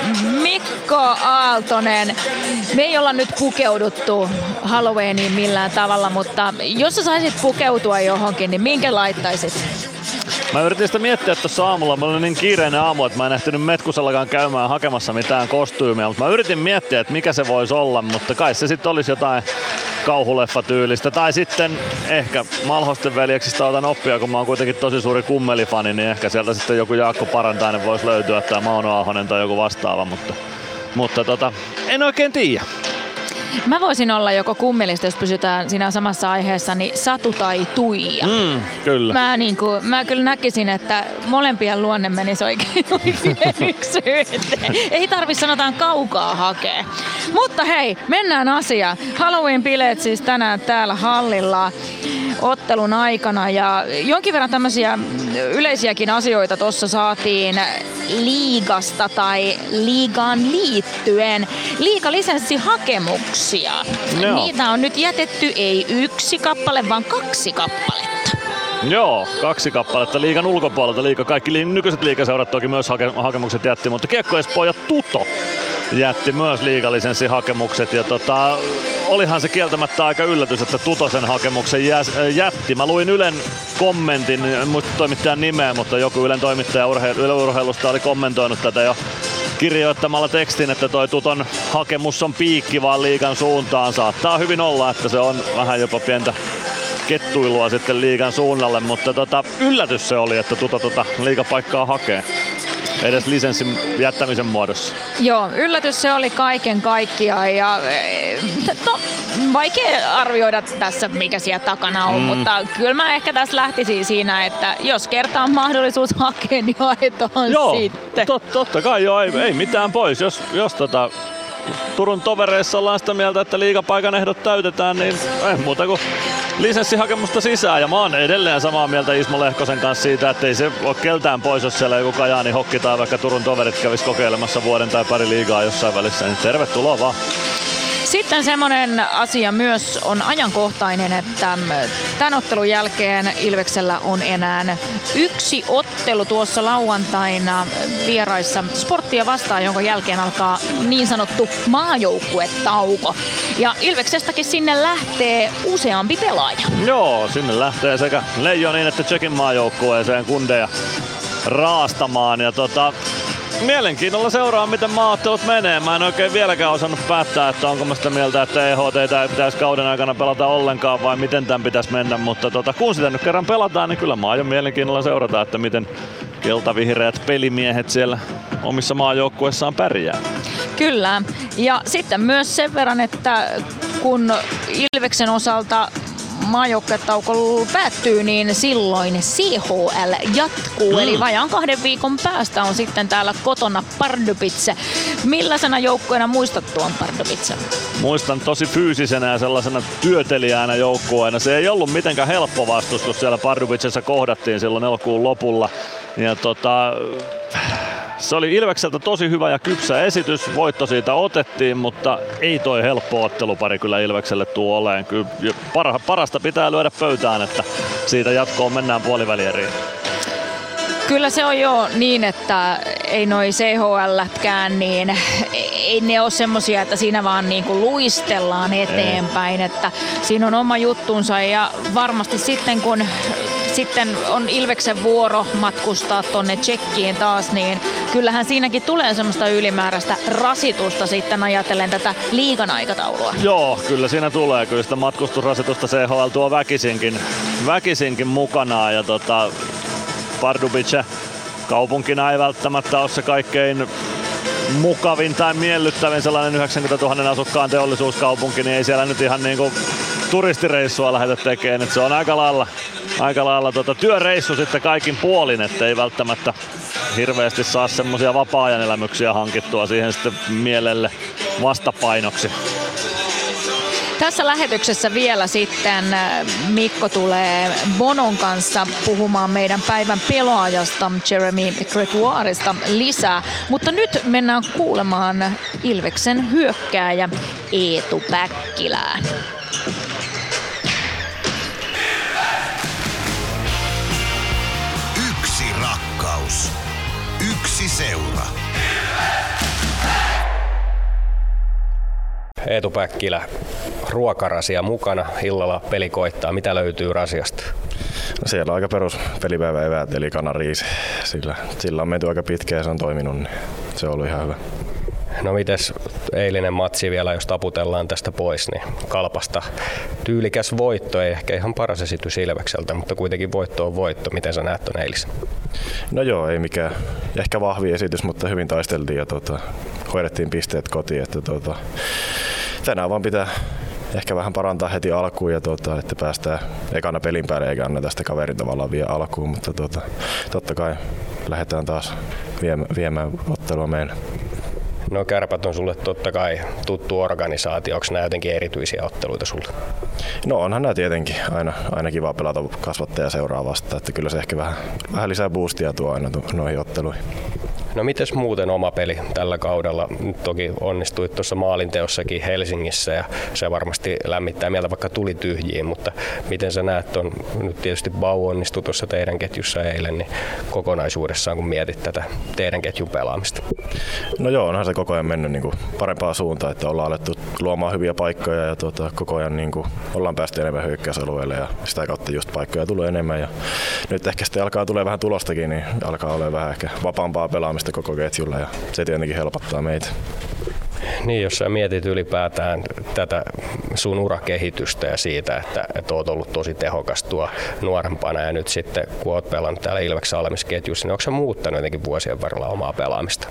Mikko Aaltonen, me ei olla nyt pukeuduttu Halloweeniin millään tavalla, mutta jos sä saisit pukeutua johonkin, niin minkä laittaisit? Mä yritin sitä miettiä tuossa aamulla. Mulla oli niin kiireinen aamu, että mä en ehtinyt Metkusellakaan käymään hakemassa mitään kostyymia. Mutta mä yritin miettiä, että mikä se voisi olla, mutta kai se sitten olisi jotain kauhuleffa-tyylistä. Tai sitten ehkä Malhosten veljeksistä otan oppia, kun mä oon kuitenkin tosi suuri kummelifani, niin ehkä sieltä sitten joku Jaakko Parantainen voisi löytyä tai Mauno Ahonen tai joku vastaava. Mutta, mutta tota, en oikein tiedä. Mä voisin olla joko kummelista, jos pysytään siinä samassa aiheessa, niin Satu tai Tuija. Mm, kyllä. Mä, niin kuin, mä kyllä näkisin, että molempien luonne menisi oikein, oikein yksi yhteen. Ei tarvi sanotaan kaukaa hakea. Mutta hei, mennään asiaan. Halloween-bileet siis tänään täällä hallilla ottelun aikana ja jonkin verran tämmöisiä yleisiäkin asioita tuossa saatiin liigasta tai liigaan liittyen. Liigalisenssihakemuksia. Joo. Niitä on nyt jätetty ei yksi kappale, vaan kaksi kappaletta. Joo, kaksi kappaletta liigan ulkopuolelta. Liiga, kaikki li- nykyiset liigaseurat toki myös hake- hakemukset jätti, mutta Kiekko Espoo ja Tuto jätti myös liigalisenssihakemukset. Ja tota, olihan se kieltämättä aika yllätys, että Tuto sen hakemuksen jä- jätti. Mä luin Ylen kommentin, en muista toimittajan nimeä, mutta joku Ylen toimittaja urhe- Yle Urheilusta oli kommentoinut tätä jo kirjoittamalla tekstin, että toi Tuton hakemus on piikki vaan liigan suuntaan. Saattaa hyvin olla, että se on vähän jopa pientä kettuilua sitten liigan suunnalle, mutta tota, yllätys se oli, että Tuto tota liigapaikkaa hakee. Edes lisenssin jättämisen muodossa. Joo, yllätys se oli kaiken kaikkiaan ja no, vaikea arvioida tässä mikä siellä takana on, mm. mutta kyllä mä ehkä tässä lähtisin siinä, että jos kerta on mahdollisuus hakea, niin haetaan joo, sitten. Tot, totta kai joo, ei, ei mitään pois. Jos, jos tota Turun tovereissa ollaan sitä mieltä, että liigapaikan ehdot täytetään, niin ei muuta kuin lisenssihakemusta sisään. Ja mä oon edelleen samaa mieltä Ismo Lehkosen kanssa siitä, että ei se ole keltään pois, jos siellä joku Kajaani Hokki tai vaikka Turun toverit kävis kokeilemassa vuoden tai pari liigaa jossain välissä, niin tervetuloa vaan. Sitten semmoinen asia myös on ajankohtainen, että tämän ottelun jälkeen Ilveksellä on enää yksi ottelu tuossa lauantaina vieraissa Sporttia vastaan, jonka jälkeen alkaa niin sanottu maajoukkuetauko. Ja Ilveksestäkin sinne lähtee useampi pelaaja. Joo, sinne lähtee sekä Leijonin että Tsekin maajoukkueeseen kundeja raastamaan. Ja tota, mielenkiinnolla seuraa, miten maaottelut menee. Mä en oikein vieläkään osannut päättää, että onko mä sitä mieltä, että E H T:tä ei pitäisi kauden aikana pelata ollenkaan vai miten tämän pitäisi mennä. Mutta tota, kun sitä nyt kerran pelataan, niin kyllä mä aion mielenkiinnolla seurata, että miten keltavihreät pelimiehet siellä omissa maajoukkueissaan pärjää. Kyllä. Ja sitten myös sen verran, että kun Ilveksen osalta maajoukkuetauko päättyy, niin silloin C H L jatkuu. Mm. Eli vajaan kahden viikon päästä on sitten täällä kotona Pardubice. Millaisena joukkueena muistat tuon Pardubicen? Muistan tosi fyysisenä ja sellaisena työtelijänä joukkueena. Se ei ollut mitenkään helppo vastustus siellä Pardubicessa kohdattiin silloin elokuun lopulla. Ja tota, Se oli Ilvekseltä tosi hyvä ja kypsä esitys. Voitto siitä otettiin, mutta ei toi helppo ottelupari kyllä Ilvekselle tuo oleen. Kyllä parasta pitää lyödä pöytään, että siitä jatkoon mennään puolivälieriin. Kyllä se on jo niin, että ei noi C H L-kään, niin ei ne ole semmosia, että siinä vaan niinku luistellaan eteenpäin, ei. Että siinä on oma juttunsa ja varmasti sitten kun sitten on Ilveksen vuoro matkustaa tonne Tšekkiin taas, niin kyllähän siinäkin tulee semmoista ylimääräistä rasitusta sitten ajatellen tätä liigan aikataulua. Joo, kyllä siinä tulee. Kyllä sitä matkustusrasitusta C H L tuo väkisinkin, väkisinkin mukanaan ja tota, Pardubice kaupunkina ei välttämättä ole se kaikkein mukavin tai miellyttävin sellainen yhdeksänkymmentätuhatta asukkaan teollisuuskaupunki, niin ei siellä nyt ihan niinku turistireissua lähdetä tekemään. Et se on aika lailla, aika lailla tota työreissu sitten kaikin puolin, ettei välttämättä hirveästi saa semmosia vapaa-ajan elämyksiä hankittua siihen sitten mielelle vastapainoksi. Tässä lähetyksessä vielä sitten Mikko tulee Bonon kanssa puhumaan meidän päivän pelaajasta Jeremy Gregoiresta lisää. Mutta nyt mennään kuulemaan Ilveksen hyökkääjä Eetu Päkkilää. Yksi rakkaus. Yksi seura. Eetu Päkkilä, ruokarasia mukana, illalla peli koittaa. Mitä löytyy rasiasta? No siellä on aika perus pelipäivä eväät, eli kanariisi. Sillä, sillä on menty aika pitkään ja se on toiminut, niin se on ollut ihan hyvä. No mites eilinen matsi vielä, jos taputellaan tästä pois, niin Kalpasta tyylikäs voitto, ei ehkä ihan paras esitys Ilvekseltä, mutta kuitenkin voitto on voitto. Miten sä näet ton eilisen? No joo, ei mikään ehkä vahvi esitys, mutta hyvin taisteltiin ja tota, hoidettiin pisteet kotiin. Että tota, tänään vaan pitää ehkä vähän parantaa heti alkuun ja tota, että päästään ekana pelin päälle eikä anneta sitä kaverin tavallaan vielä alkuun, mutta tota, totta kai lähdetään taas viemään, viemään ottelua meidän. No Kärpät on sulle totta kai tuttu organisaatio. Onko nämä jotenkin erityisiä otteluita sulle? No onhan nämä tietenkin aina, aina kiva pelata kasvattaja seuraa vastaan, että kyllä se ehkä vähän, vähän lisää boostia tuo aina noihin otteluihin. No mites muuten oma peli tällä kaudella? Nyt toki onnistuit tuossa maalinteossakin Helsingissä ja se varmasti lämmittää mieltä, vaikka tuli tyhjiin, mutta miten sä näet on, nyt tietysti Bau onnistui tuossa teidän ketjussa eilen, niin kokonaisuudessaan kun mietit tätä teidän ketjun pelaamista? No joo, onhan se koko ajan mennyt niin kuin parempaan suuntaan, että ollaan alettu luomaan hyviä paikkoja ja tuota, koko ajan niin kuin ollaan päästy enemmän hyökkäysalueelle ja sitä kautta just paikkoja tulee enemmän ja nyt ehkä sitten alkaa tulee vähän tulostakin, niin alkaa olla vähän ehkä vapaampaa pelaamista koko ketjulla ja se tietenkin helpottaa meitä. Niin, jos sä mietit ylipäätään tätä sun urakehitystä ja siitä, että, että oot ollut tosi tehokas tuo nuorempana ja nyt sitten kun oot pelannut täällä Ilveksen alemisketjussa, niin onko sä muuttanut jotenkin vuosien varrella omaa pelaamista?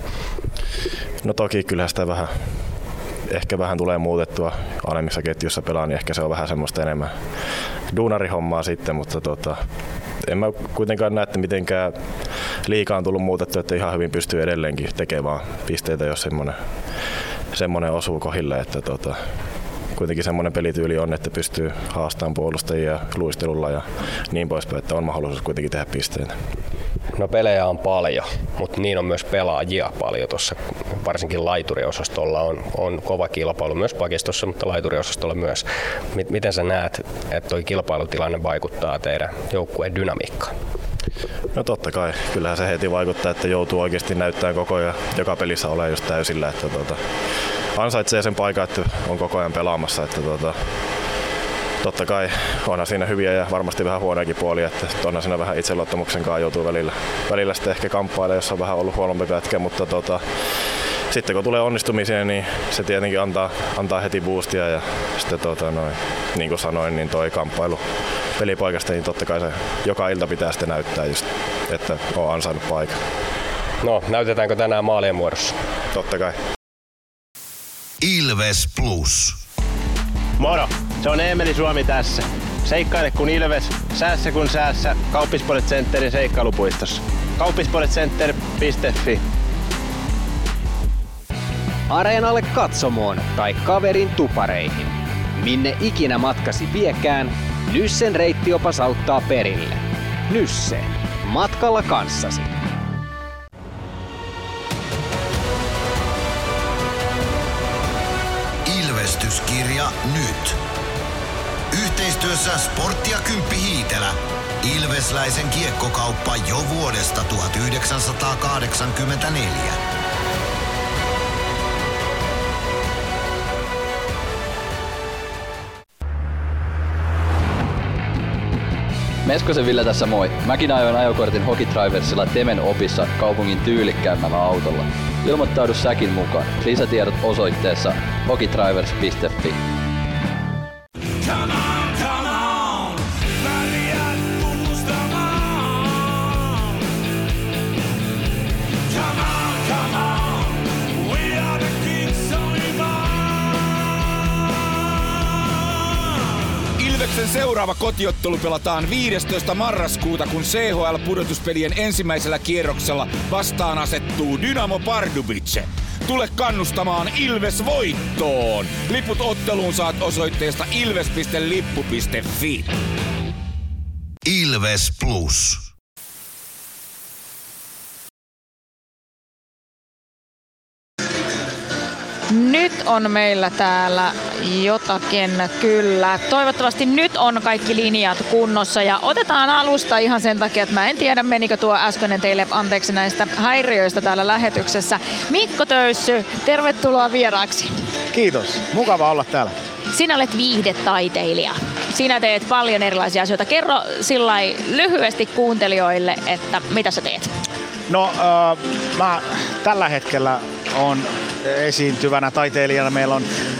No toki kyllähän sitä vähän, ehkä vähän tulee muutettua alemmissa ketjussa pelaan, niin ehkä se on vähän semmoista enemmän duunarihommaa sitten, mutta tota, en mä kuitenkaan näe, että mitenkään liikaa on tullut muutettu, että ihan hyvin pystyy edelleenkin tekemään pisteitä, jos semmoinen, semmoinen osuu kohille, että tota, kuitenkin semmoinen pelityyli on, että pystyy haastamaan puolustajia luistelulla ja niin poispäin, että on mahdollisuus kuitenkin tehdä pisteitä. No pelejä on paljon, mutta niin on myös pelaajia paljon tuossa, varsinkin laituriosastolla on, on kova kilpailu myös pakistossa, mutta laituriosastolla myös. Miten sä näet, että tuo kilpailutilanne vaikuttaa teidän joukkueen dynamiikkaan? No totta kai, kyllähän se heti vaikuttaa, että joutuu oikeasti näyttämään koko ajan joka pelissä olemaan just täysillä, että tuota, ansaitsee sen paikan, että on koko ajan pelaamassa, että tuota, totta kai onhan siinä hyviä ja varmasti vähän huonoakin puolia, että onhan siinä vähän itseluottamuksen kanssa joutuu välillä, välillä sitten ehkä kamppailemaan, jos on vähän ollut huonompi pätkä, mutta tota, sitten kun tulee onnistumisia, niin se tietenkin antaa, antaa heti boostia ja sitten tota, noin, niin kuin sanoin, niin toi kamppailu pelipaikasta, niin totta kai se joka ilta pitää sitten näyttää just, että on ansainnut paikan. No, näytetäänkö tänään maalien muodossa? Totta kai. Ilves Plus. Moro, se on Eemeli Suomi tässä. Seikkaile kun Ilves, säässä kun säässä. Kauppisports Centerin seikkailupuistossa. kauppisports center piste fi. Areenalle, katsomoon tai kaverin tupareihin. Minne ikinä matkasi viekään, Nyssen reittiopas auttaa perille. Nysse. Matkalla kanssasi. Lähetyskirja nyt. Yhteistyössä Sportti ja Kymppi Hiitelä. Ilvesläisen kiekkokauppa jo vuodesta tuhatyhdeksänsataakahdeksankymmentäneljä. Meskosen Ville tässä moi. Mäkin ajoin ajokortin Hokitriversilla Temen opissa kaupungin tyylikkäämmällä autolla. Ilmoittaudu säkin mukaan. Lisätiedot osoitteessa hokitrivers piste fi. Ilveksen seuraava kotiottelu pelataan viidestoista marraskuuta, kun C H L-pudotuspelien ensimmäisellä kierroksella vastaan asettuu Dynamo Pardubice. Tule kannustamaan Ilves voittoon! Liput otteluun saat osoitteesta ilves piste lippu piste fi. Ilves Plus. Nyt on meillä täällä jotakin kyllä. Toivottavasti nyt on kaikki linjat kunnossa ja otetaan alusta ihan sen takia, että mä en tiedä menikö tuo äskeinen teille anteeksi näistä häiriöistä täällä lähetyksessä. Mikko Töyssy, tervetuloa vieraaksi. Kiitos, mukava olla täällä. Sinä olet viihdetaiteilija. Sinä teet paljon erilaisia asioita. Kerro sillai lyhyesti kuuntelijoille, että mitä sä teet? No äh, mä tällä hetkellä on esiintyvänä taiteilijana. Meillä on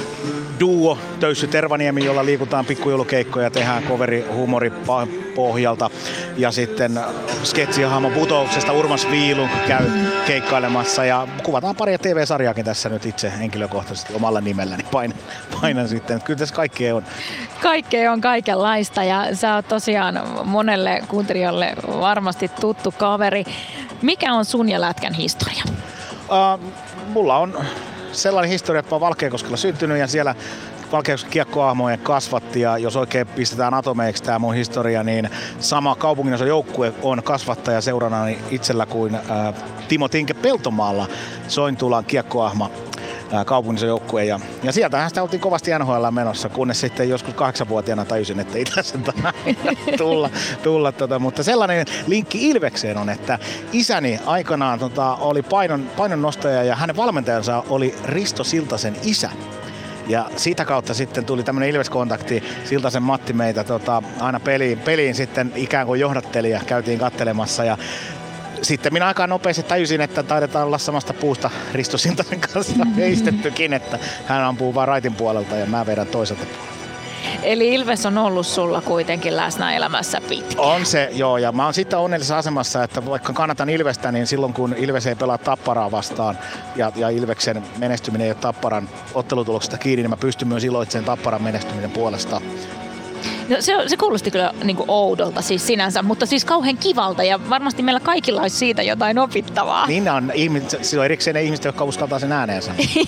duo Töyssy Tervaniemi, jolla liikutaan pikkujoulukeikkoja, tehdään coveri huumoripohjalta. Ja sitten sketsihahmo Putouksesta Urmas Viilu käy keikkailemassa ja kuvataan paria T V-sarjaakin tässä nyt itse henkilökohtaisesti omalla nimelläni. Painan, painan sitten. Kyllä tässä kaikkea on. Kaikkea on kaikenlaista ja sä oot tosiaan monelle kuuntelijalle varmasti tuttu kaveri. Mikä on sun ja lätkän historia? Uh, mulla on sellainen historia, että mä oon Valkeakoskella syntynyt ja siellä Valkeakosken kiekkoahmojen kasvatti ja jos oikein pistetään atomeiksi tää mun historia, niin sama kaupunginosa joukkue on kasvattaja seurana itsellä kuin ää, Timo Tinke Peltomaalla Sointulan kiekkoahma kaupunginosa joukkue ja, ja sieltähän sitä oltiin kovasti N H L menossa, kunnes sitten joskus kahdeksanvuotiaana tajusin, että ei tässä tulla, tulla tota, mutta sellainen linkki Ilvekseen on, että isäni aikanaan tota, oli painon, painonnostaja ja hänen valmentajansa oli Risto Siltasen isä. Ja siitä kautta sitten tuli tämmöinen Ilves-kontakti. Siltasen Matti meitä tota, aina peliin, peliin sitten ikään kuin johdatteli ja käytiin kattelemassa. Ja sitten minä aika nopeasti tajusin, että taidetaan olla samasta puusta Risto Siltasen kanssa veistettykin, että hän ampuu vaan raitin puolelta ja mä vedän toiselta puolelta. Eli Ilves on ollut sulla kuitenkin läsnä elämässä pitkään. On se, joo. Ja mä oon sitten onnellisessa asemassa, että vaikka kannatan Ilvestä, niin silloin kun Ilves ei pelaa Tapparaa vastaan ja, ja Ilveksen menestyminen ei ole Tapparan ottelutuloksesta kiinni, niin mä pystyn myös iloitsemaan Tapparan menestyminen puolesta. No, se, se kuulosti kyllä niin kuin oudolta siis sinänsä, mutta siis kauhean kivalta ja varmasti meillä kaikilla olisi siitä jotain opittavaa. Niin on, ihmiset, silloin erikseen ne ihmiset, jotka uskaltaa sen ääneensä.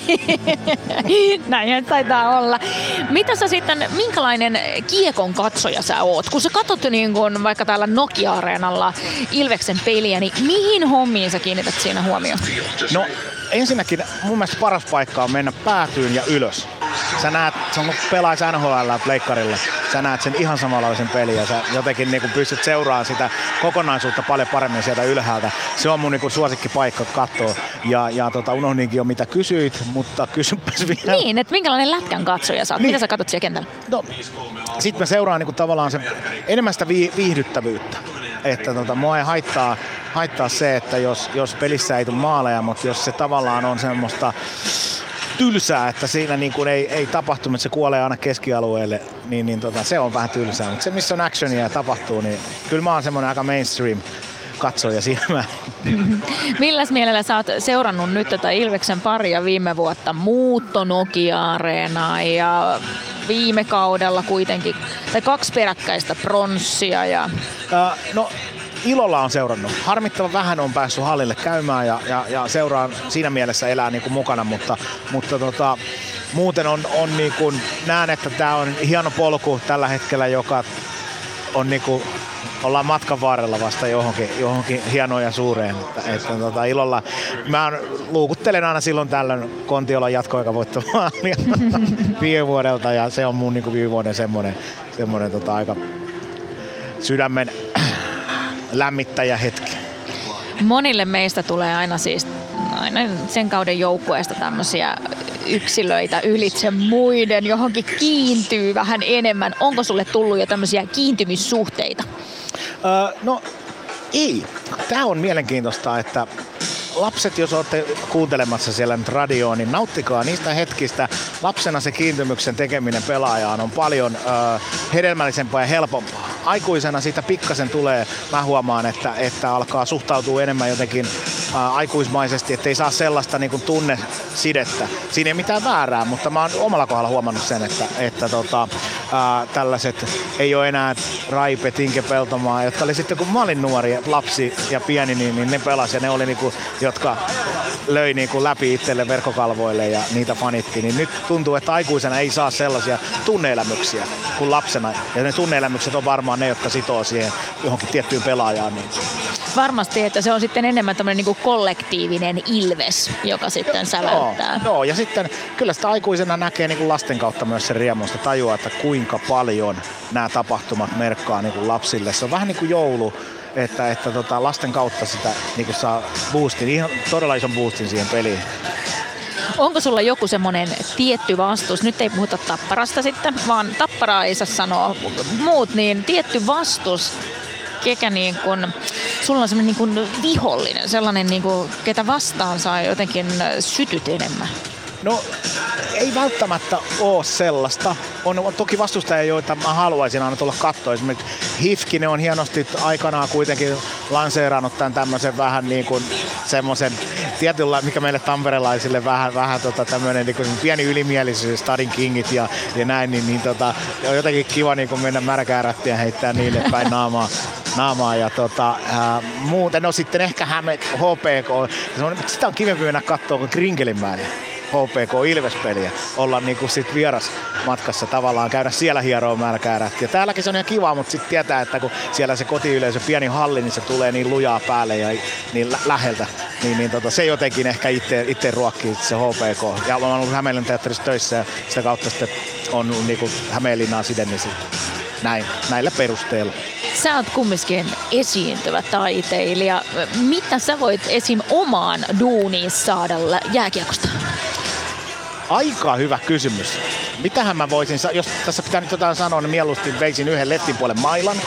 Näinhän taitaa olla. Mitä sä sitten, minkälainen kiekon katsoja sä oot? Kun sä katsot niin kuin vaikka täällä Nokia-areenalla Ilveksen peliä, niin mihin hommiin sä kiinnität siinä huomioon? No ensinnäkin mun mielestä paras paikka on mennä päätyyn ja ylös. Sä näet, se on kun pelaisi N H L pleikkarilla, sä näet sen ihan samanlaisen pelin ja sä jotenkin niin pystyt seuraamaan sitä kokonaisuutta paljon paremmin sieltä ylhäältä. Se on mun niin suosikkipaikka katsoa ja, ja tota, unohdinkin jo mitä kysyit, mutta kysypäs vielä. Niin, että minkälainen lätkän katsoja sä oot? Niin. Mitä sä katsot siellä kentällä? No, sit mä seuraan niin tavallaan sen, enemmän sitä viihdyttävyyttä. Että tota, mua ei haittaa, haittaa se, että jos, jos pelissä ei tule maaleja, mutta jos se tavallaan on semmoista tylsää, että siinä niin kuin ei, ei tapahtu, että se kuolee aina keskialueelle, niin, niin tota, se on vähän tylsää. Mutta se, missä on actionia ja tapahtuu, niin kyllä mä oon semmoinen aika mainstream katsoja siinä. Milläs mielellä sä oot seurannut nyt tätä Ilveksen paria viime vuotta? Muutto Nokia-areenaa ja viime kaudella kuitenkin, tai kaksi peräkkäistä pronssia. Ja... Uh, no, ilolla on seurannut. Harmittavan vähän on päässyt hallille käymään ja, ja, ja seuraan siinä mielessä elää niin kuin mukana, mutta, mutta tota, muuten on, on niin kuin, näen, että tämä on hieno polku tällä hetkellä, joka on niin kuin, ollaan matkan varrella vasta johonkin, johonkin hienoon ja suureen. Että, että, tota, ilolla mä luukuttelen aina silloin tällöin Kontiolan jatkoaikavoittomaalia viime vuodelta ja se on mun niin kuin viime vuoden semmoinen, semmoinen tota, aika sydämen lämmittäjä hetki. Monille meistä tulee aina siis aina sen kauden joukkueesta tämmöisiä yksilöitä ylitse muiden, johonkin kiintyy vähän enemmän. Onko sulle tullut jo tämmöisiä kiintymissuhteita? Öö, no ei. Tämä on mielenkiintoista, että lapset, jos olette kuuntelemassa siellä nyt radioon, niin nauttikaa niistä hetkistä. Lapsena se kiintymyksen tekeminen pelaajaan on paljon ö, hedelmällisempää ja helpompaa. Aikuisena siitä pikkasen tulee, mä huomaan, että, että alkaa suhtautua enemmän jotenkin ä, aikuismaisesti, ettei saa sellaista niin kuin tunnesidettä. Siinä ei mitään väärää, mutta mä oon omalla kohdalla huomannut sen, että, että tota, ä, tällaiset ei ole enää Raipe, Tinke Peltomaa, jotka oli sitten kun mä olin nuori lapsi ja pieni, niin, niin ne pelasi ja ne oli niinku, jotka löi niinku läpi itselle verkkokalvoille ja niitä fanitti. Niin nyt tuntuu, että aikuisena ei saa sellaisia tunneelämyksiä kuin lapsena. Ja ne tunneelämykset on varmaan ne, jotka sitoo siihen johonkin tiettyyn pelaajaan. Niin. Varmasti, että se on sitten enemmän tämmöinen niinku kollektiivinen ilves, joka sitten säväyttää. Joo, joo, ja sitten kyllä sitä aikuisena näkee niinku lasten kautta myös sen riemusta, tajuaa, että kuinka paljon nämä tapahtumat merkkaa niinku lapsille. Se on vähän niin kuin joulu, että, että tota, lasten kautta sitä niinku saa boostin, ihan todella ison boostin siihen peliin. Onko sulla joku semmoinen tietty vastus, nyt ei puhuta Tapparasta sitten, vaan Tapparaa ei saa sanoa muut, niin tietty vastus, kekä niin kun, sulla on semmoinen niin kun vihollinen, sellainen niin kun, ketä vastaan saa jotenkin sytyt enemmän? No ei välttämättä ole sellaista. On, on toki vastustajia, joita mä haluaisin aina tulla katsoa. Esimerkiksi Hifkinen on hienosti aikanaan kuitenkin lanseerannut tämän tämmöisen vähän niin kuin semmoisen tietyllä, mikä meille tamperelaisille vähän, vähän tota tämmöinen niin kuin pieni ylimielisyys, Stadin Kingit ja, ja näin, niin, niin tota, on jotenkin kiva niin kuin mennä märkää rättiä heittää niille päin naamaa. naamaa ja tota, ää, muuten, no sitten ehkä Häme, H P K, sitä on kivempi mennä katsoa kuin Krinkelinmäelle. H P K Ilves-peliä, olla niinku sit vieras matkassa tavallaan, käydä siellä hieroon märkää rättiä. Täälläkin se on ihan kiva, mutta sitten tietää, että kun siellä se kotiyleisö, pieni halli, niin se tulee niin lujaa päälle ja niin lä- läheltä, niin, niin tota, se jotenkin ehkä itse, itse ruokkii se H P K. Ja mä oon ollut Hämeenlinnan teatterissa töissä ja sitä kautta sitten on niinku Hämeenlinnaa sidennut näin, näillä perusteilla. Sä oot kumminkin esiintyvä taiteilija. Mitä sä voit esim. Omaan duuniin saada jääkiekosta? Aika hyvä kysymys. Mitähän mä voisin, jos tässä pitää nyt jotain sanoa, niin mieluusti veisin yhden leftin puolen mailan.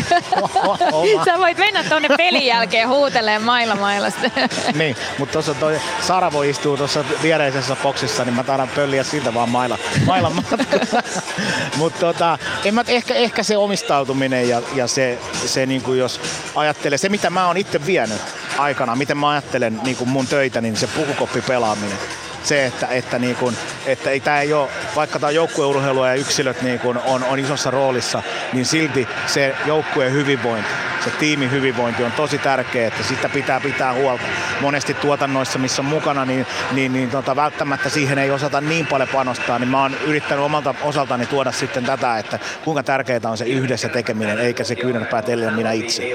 Sä voit mennä tuonne pelin jälkeen huutelemaan maila mailasta. Niin, mutta tuossa toi Saravo istuu tuossa viereisessä boksissa, niin mä taidan pölliä siltä vaan maila, mailan matkalla. Mutta tota, ehkä, ehkä se omistautuminen ja, ja se, se niinku jos ajattelee, se mitä mä oon itse vienyt aikana, miten mä ajattelen niinku mun töitä, niin se pukukoppipelaaminen. Se, että, että, niin kun, että ei, tää ei ole, vaikka tämä joukkueurheilua ja yksilöt niin kun on, on isossa roolissa, niin silti se joukkueen hyvinvointi, se tiimin hyvinvointi on tosi tärkeä, että sitä pitää pitää huolta. Monesti tuotannoissa, missä on mukana, niin, niin, niin tota, välttämättä siihen ei osata niin paljon panostaa, niin mä oon yrittänyt omalta osaltani tuoda sitten tätä, että kuinka tärkeää on se yhdessä tekeminen, eikä se kyynärpäät elää minä itse.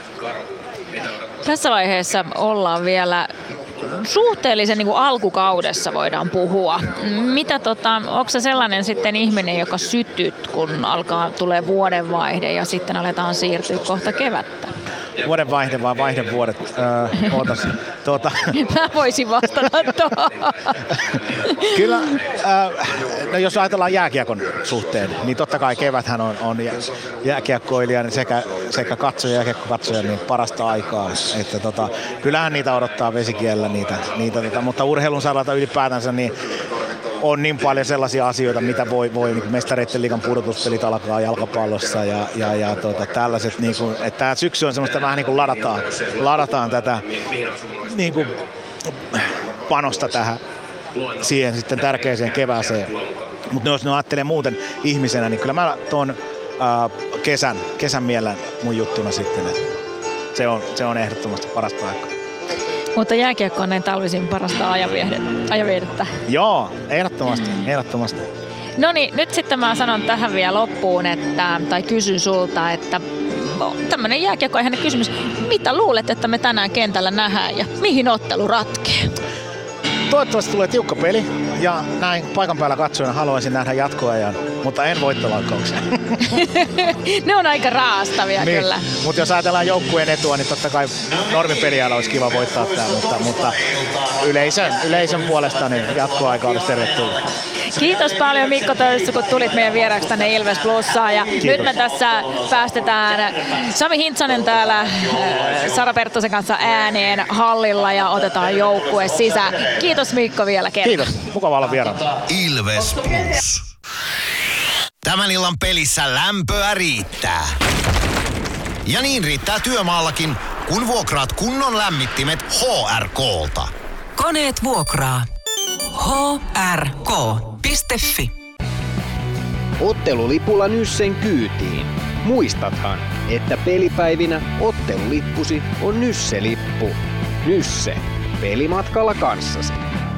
Tässä vaiheessa ollaan vielä suhteellisen niin kuin alkukaudessa voidaan puhua. Mitä tota, onko se sellainen sitten ihminen, joka sytyt, kun alkaa tulee vuodenvaihde ja sitten aletaan siirtyä kohta kevättä? Vuodenvaihde vai vaihdevuodet? Öö, ootas. Tuota. Mä voisin vastata tuohon. Kyllä, äh, no jos ajatellaan jääkiekon suhteen, niin totta kai keväthän on, on jääkiekkoilijan sekä, sekä katsoja ja jääkiekkokatsoja niin parasta aikaa. Että tota, kyllähän niitä odottaa vesikielellä, niitä, niitä, tota, mutta urheilun saralta ylipäätänsä niin on niin paljon sellaisia asioita, mitä voi, voi niin mestareiden liigan pudotuspelit alkaa jalkapallossa ja, ja, ja tota, tällaiset, niin kuin, että tämä syksy on semmoista vähän niin kuin ladataan, ladataan tätä niin kuin panosta tähän siihen sitten tärkeäseen kevääseen. Mutta jos ne ajattelee muuten ihmisenä, niin kyllä mä tuon äh, kesän, kesän mielen mun juttuna sitten, että se on, se on ehdottomasti parasta aikaa. Mutta jääkiekko on näin talvisin parasta ajanvietettä. Joo, ehdottomasti, ehdottomasti. No niin, nyt sitten mä sanon tähän vielä loppuun, että, tai kysyn sulta, että tämmönen jääkiekkoaiheinen kysymys. Mitä luulet, että me tänään kentällä nähdään ja mihin ottelu ratkee? Toivottavasti tulee tiukka peli ja näin paikan päällä katsojana haluaisin nähdä jatkoajan, mutta en voittolaukkauksia. Ne on aika raastavia niin, kyllä. Mutta jos ajatellaan joukkueen etua, niin totta kai normin peliajalla olisi kiva voittaa tämä, mutta, mutta yleisön, yleisön puolesta niin jatkoaika olisi tervetullut. Kiitos paljon Mikko Töyssy, kun tulit meidän vieraaksi tänne Ilves Plussaan. Ja nyt me tässä päästetään Sami Hintsanen täällä Sara Perttosen kanssa ääneen hallilla ja otetaan joukkue sisään. Kiitos Mikko vielä kerran. Kiitos, mukava olla vieraana. Ilves Plus. Tämän illan pelissä lämpöä riittää. Ja niin riittää työmaallakin, kun vuokraat kunnon lämmittimet H R K:lta. Koneet vuokraa. H R K piste F I. Ottelulipulla Nyssen kyytiin. Muistathan, että pelipäivinä ottelulippusi on Nysse-lippu. Nysse. Pelimatkalla kanssasi.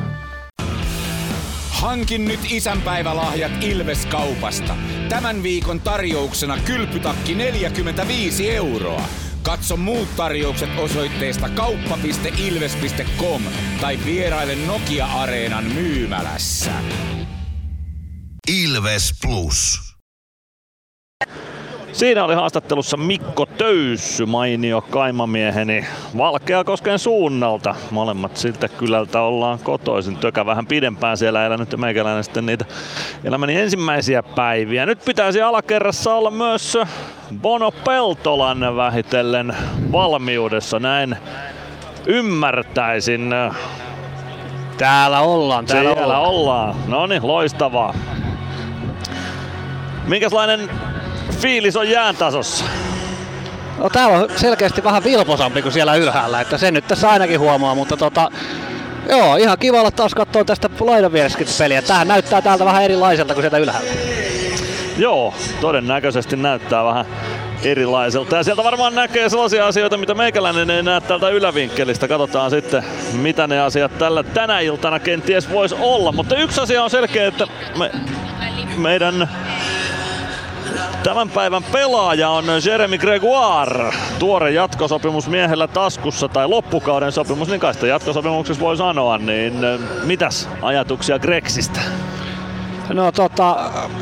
Hankin nyt isänpäivälahjat Ilves-kaupasta. Tämän viikon tarjouksena kylpytakki neljäkymmentäviisi euroa. Katso muut tarjoukset osoitteesta kauppa piste ilves piste com tai vieraile Nokia-areenan myymälässä. Ilves Plus. Siinä oli haastattelussa Mikko Töyssy, mainio kaimamieheni Valkeakosken suunnalta. Molemmat siltä kylältä ollaan kotoisin. Tökä vähän pidempään siellä elänyt ja meikäläinen sitten niitä elämäni ensimmäisiä päiviä. Nyt pitäisi alakerrassa olla myös Bono Peltolan vähitellen valmiudessa. Näin ymmärtäisin. Täällä ollaan, täällä Siellä ollaan. ollaan. No niin, loistavaa. Minkälainen fiilis on jään tasossa? No täällä on selkeästi vähän vilposampi kuin siellä ylhäällä, että se nyt tässä ainakin huomaa, mutta tota, joo, ihan kiva olla taas katsoa tästä laidan vieressäkin peliä. Tämähän näyttää täältä vähän erilaiselta kuin sieltä ylhäällä. Joo, todennäköisesti näyttää vähän erilaiselta. Ja sieltä varmaan näkee sellaisia asioita, mitä meikäläinen ei näe täältä ylävinkkelistä. Katsotaan sitten, mitä ne asiat tällä tänä iltana kenties voisi olla. Mutta yksi asia on selkeä, että me, meidän tämän päivän pelaaja on Jeremy Gregoire. Tuore jatkosopimus miehellä taskussa tai loppukauden sopimus, niin kai sitä jatkosopimuksessa voi sanoa. Niin mitäs ajatuksia Gregsistä? No tota,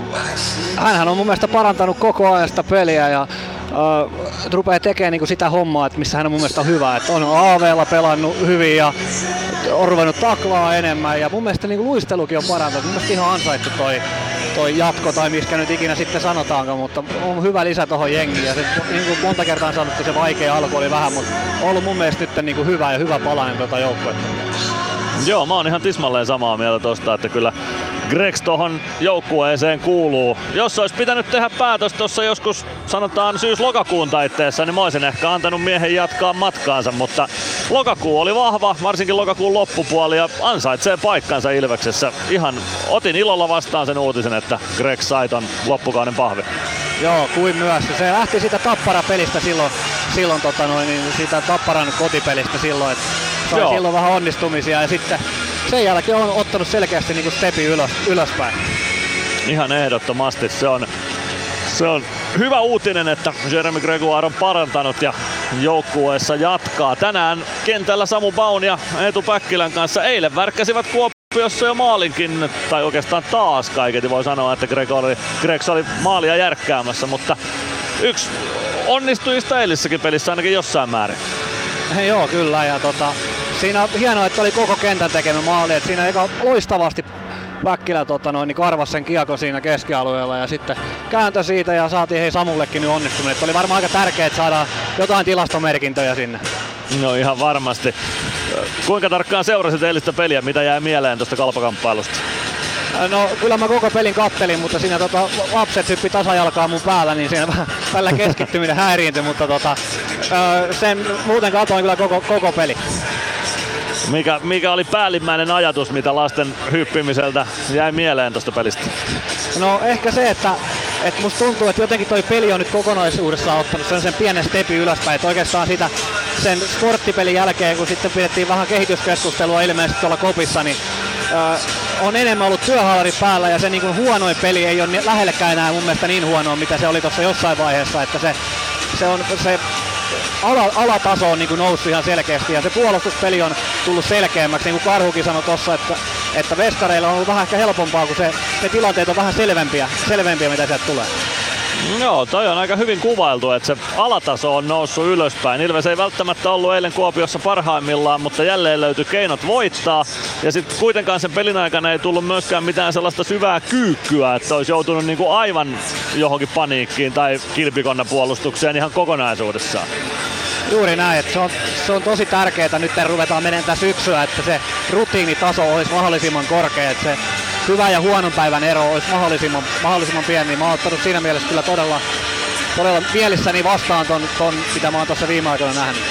hänhän on mun mielestä parantanut koko ajan sitä peliä ja äh, rupeaa tekemään niinku sitä hommaa, että missä hän on mun mielestä hyvä. Et on A V:lla pelannut hyvin ja on ruvennut taklaa enemmän ja mun mielestä niinku luistelukin on parantanut. Mun mielestä ihan ansaittu toi, toi jatko tai miskä nyt ikinä sitten sanotaanko, mutta on hyvä lisä tohon jengiin. Ja se, niin kuin monta kertaa on sanottu, se vaikea alku oli vähän, mutta on ollut mun mielestä nyt niinku hyvä ja hyvä palainen tota joukkuetta. Joo, mä oon ihan tismalleen samaa mieltä tosta, että kyllä Gregs tohon joukkueeseen kuuluu. Jos olisi pitänyt tehdä päätös tuossa joskus sanotaan syys-lokakuun taitteessa, niin mä olisin ehkä antanut miehen jatkaa matkaansa, mutta lokakuu oli vahva, varsinkin lokakuun loppupuoli ja ansaitsee paikkansa Ilveksessä. Ihan otin ilolla vastaan sen uutisen, että Greg sai ton loppukauden pahvi. Joo, kuin myös. Se lähti siitä Tappara-pelistä silloin, silloin tota noin, niin siitä Tapparan kotipelistä silloin, että sai Joo. silloin vähän onnistumisia ja sitten sen jälkeen on ottanut selkeästi niin kuin stepi ylös, ylöspäin. Ihan ehdottomasti. Se on, se on hyvä uutinen, että Jeremy Gregoire on parantanut ja joukkueessa jatkaa. Tänään kentällä Samu Baun ja Eetu Päkkilän kanssa eilen värkkäsivät Kuopiossa jo maalinkin, tai oikeastaan taas kaiketi voi sanoa, että Greg oli, Greg oli maalia järkkäämässä, mutta yksi onnistujista eilissäkin pelissä ainakin jossain määrin. He, joo, kyllä. Ja tota, siinä on hienoa, että oli koko kentän tekemä maali. Et siinä eka loistavasti Päkkilä tota, noin, niin karvasi sen kiekko siinä keskialueella ja sitten kääntö siitä ja saatiin hei Samullekin nyt onnistuminen. Et oli varmaan aika tärkeää, että saadaan jotain tilastomerkintöjä sinne. No ihan varmasti. Kuinka tarkkaan seurasit eilistä peliä? Mitä jäi mieleen tuosta kalpakamppailusta? No kyllä mä koko pelin kattelin, mutta siinä tota, lapset hyppi tasajalkaa mun päällä, niin siinä välillä keskittyminen häiriintyi, mutta tota, sen muuten katsoin kyllä koko, koko peli. Mikä, mikä oli päällimmäinen ajatus, mitä lasten hyppimiseltä jäi mieleen tuosta pelistä? No ehkä se, että et musta tuntuu, että jotenkin toi peli on nyt kokonaisuudessaan ottanut sen, sen pienen stepin ylöspäin. Et oikeastaan sitä sen sporttipelin jälkeen, kun sitten pidettiin vähän kehityskeskustelua ilmeisesti tuolla kopissa, niin ö, on enemmän ollut työhaalari päällä ja se niin kuin huonoin peli ei ole lähellekään enää mun mielestä niin huonoa, mitä se oli tuossa jossain vaiheessa. Että se se on se ala, alataso on niin kuin noussut ihan selkeästi ja se puolustuspeli on tullut selkeämmäksi, niin kuin Karhukin sanoi tossa, että, että veskareilla on ollut vähän ehkä helpompaa, kun se, ne tilanteet on vähän selvempiä, selvempiä mitä sieltä tulee. Joo, toi on aika hyvin kuvailtu, että se alataso on noussut ylöspäin. Ilves ei välttämättä ollut eilen Kuopiossa parhaimmillaan, mutta jälleen löytyi keinot voittaa. Ja sitten kuitenkaan sen pelin aikana ei tullut myöskään mitään sellaista syvää kyykkyä, että olisi joutunut niinku aivan johonkin paniikkiin tai kilpikonna puolustukseen ihan kokonaisuudessaan. Juuri näin, että se on, se on tosi tärkeää nyt ruvetaan menemään tässä syksyä, että se rutiinitaso olisi mahdollisimman korkea, että se hyvä ja huonon päivän ero olisi mahdollisimman, mahdollisimman pieni. Mä oon ottanut siinä mielessä kyllä todella, todella mielessäni vastaan ton, ton, mitä mä oon tuossa viime aikoina nähnyt.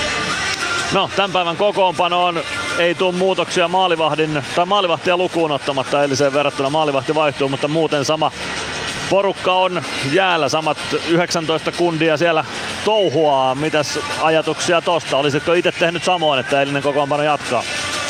No, tämän päivän kokoonpanoon ei tule muutoksia maalivahdin, tai maalivahtia lukuun ottamatta eiliseen verrattuna. Maalivahti vaihtuu, mutta muuten sama porukka on jäällä, samat yhdeksäntoista kundia siellä touhuaa. Mitäs ajatuksia tosta? Olisitko itse tehnyt samoin, että eilinen kokoonpano jatkaa?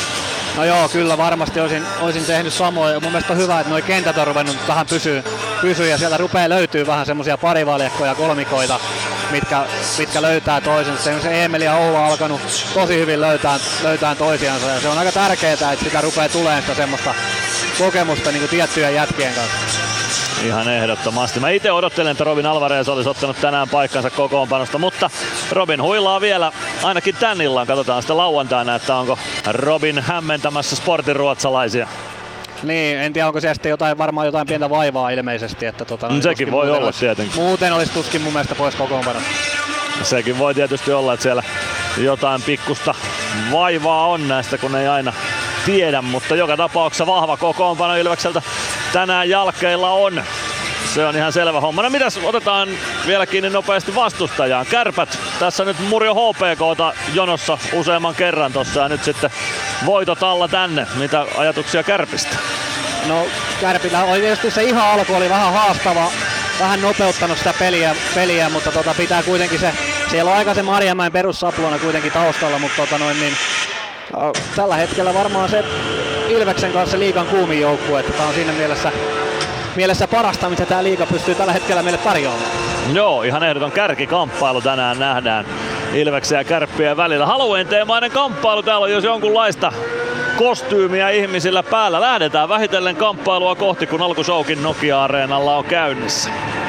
No joo, kyllä varmasti olisin, olisin tehnyt samoin. Mun mielestä on hyvä, että nuo kentät on ruvennut vähän pysyä, pysyä ja sieltä rupeaa löytyy vähän semmosia parivaljakkoja, kolmikoita, mitkä, mitkä löytää toisensa. Se Eemeli ja Oula on alkanut tosi hyvin löytää, löytää toisiansa ja se on aika tärkeää, että sitä rupeaa tulemaan sitä semmoista kokemusta niin kuin tiettyjen jätkien kanssa. Ihan ehdottomasti. Mä itse odottelen, että Robin Alvarez olisi ottanut tänään paikkansa kokoonpanosta, mutta Robin huilaa vielä ainakin tän illan. Katsotaan sitten lauantaina, että onko Robin hämmentämässä Sportin ruotsalaisia. Niin, en tiedä onko siellä sitten jotain, varmaan jotain pientä vaivaa ilmeisesti. Että tota, no, sekin voi olla olisi, tietenkin. Muuten olisi tuskin mun mielestä pois kokoonpanosta. Sekin voi tietysti olla, että siellä jotain pikkusta vaivaa on näistä, kun ei aina tiedä, mutta joka tapauksessa vahva kokoonpano Ilvekseltä tänään jalkeilla on. Se on ihan selvä homma. No mitäs, otetaan vielä kiinni nopeasti vastustajaan. Kärpät tässä nyt Murjo H P K:ta jonossa useamman kerran tossa ja nyt sitten voitot alla tänne. Mitä ajatuksia Kärpistä? No Kärpillä oli tietysti se ihan alku oli vähän haastava, vähän nopeuttanut sitä peliä, peliä mutta tota pitää kuitenkin se, siellä on aika se Marjamäen perussaplona kuitenkin taustalla, mutta tota noin niin tällä hetkellä varmaan se Ilveksen kanssa liigan kuumin joukkue, että tää on siinä mielessä, mielessä parasta, mitä tää liiga pystyy tällä hetkellä meille tarjoamaan. Joo, ihan ehdoton kärkikamppailu tänään nähdään Ilveksen ja Kärppien välillä. Halloween-teemainen kamppailu, täällä on jos jonkunlaista kostyymiä ihmisillä päällä. Lähdetään vähitellen kamppailua kohti, kun alkushowkin Nokia-areenalla on käynnissä.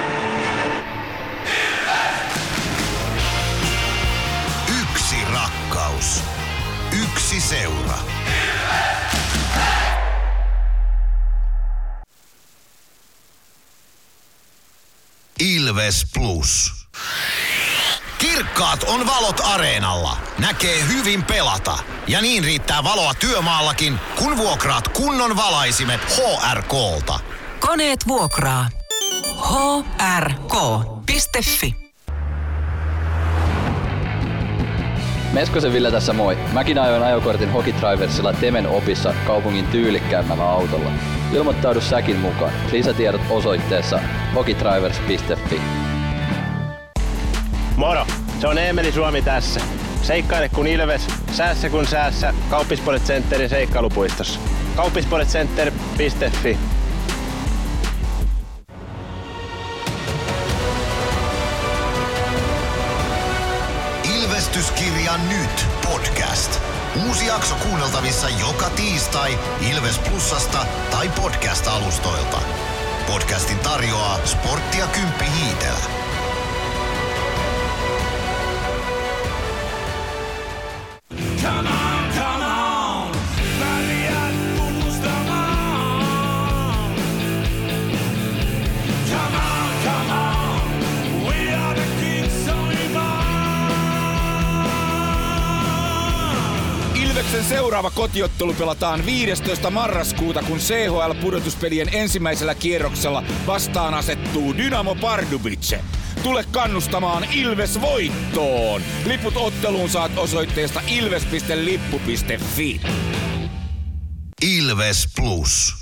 Yksi rakkaus. Yksi seura. Ilves Plus. Kirkkaat on valot areenalla. Näkee hyvin pelata. Ja niin riittää valoa työmaallakin, kun vuokraat kunnon valaisimet H R K:lta. Koneet vuokraa. H R K piste F I. Meskosen Ville tässä moi. Mäkin ajoin ajokortin Hokitriversilla Temen opissa kaupungin tyylikkäämmällä autolla. Ilmoittaudu säkin mukaan. Lisätiedot osoitteessa hokitrivers piste F I. Moro! Se on Eemeli Suomi tässä. Seikkaile kun Ilves, säässä kun säässä. Kauppisports Centerin seikkailupuistossa. kauppisports center piste F I. Ilvestyskirja nyt podcast. Uusi jakso kuunneltavissa joka tiistai Ilves Plusasta tai podcast-alustoilta. Podcastin tarjoaa Sporttia Kymppi Hiitelä. Come on, come on, väliät tunnustamaan. Come on, come on, we are the kings of Ilveksen seuraava kotiottelu pelataan viidestoista marraskuuta, kun C H L-pudotuspelien ensimmäisellä kierroksella vastaan asettuu Dynamo Pardubice. Tule kannustamaan Ilves voittoon! Liput otteluun saat osoitteesta ilves piste lippu piste F I. Ilves Plus.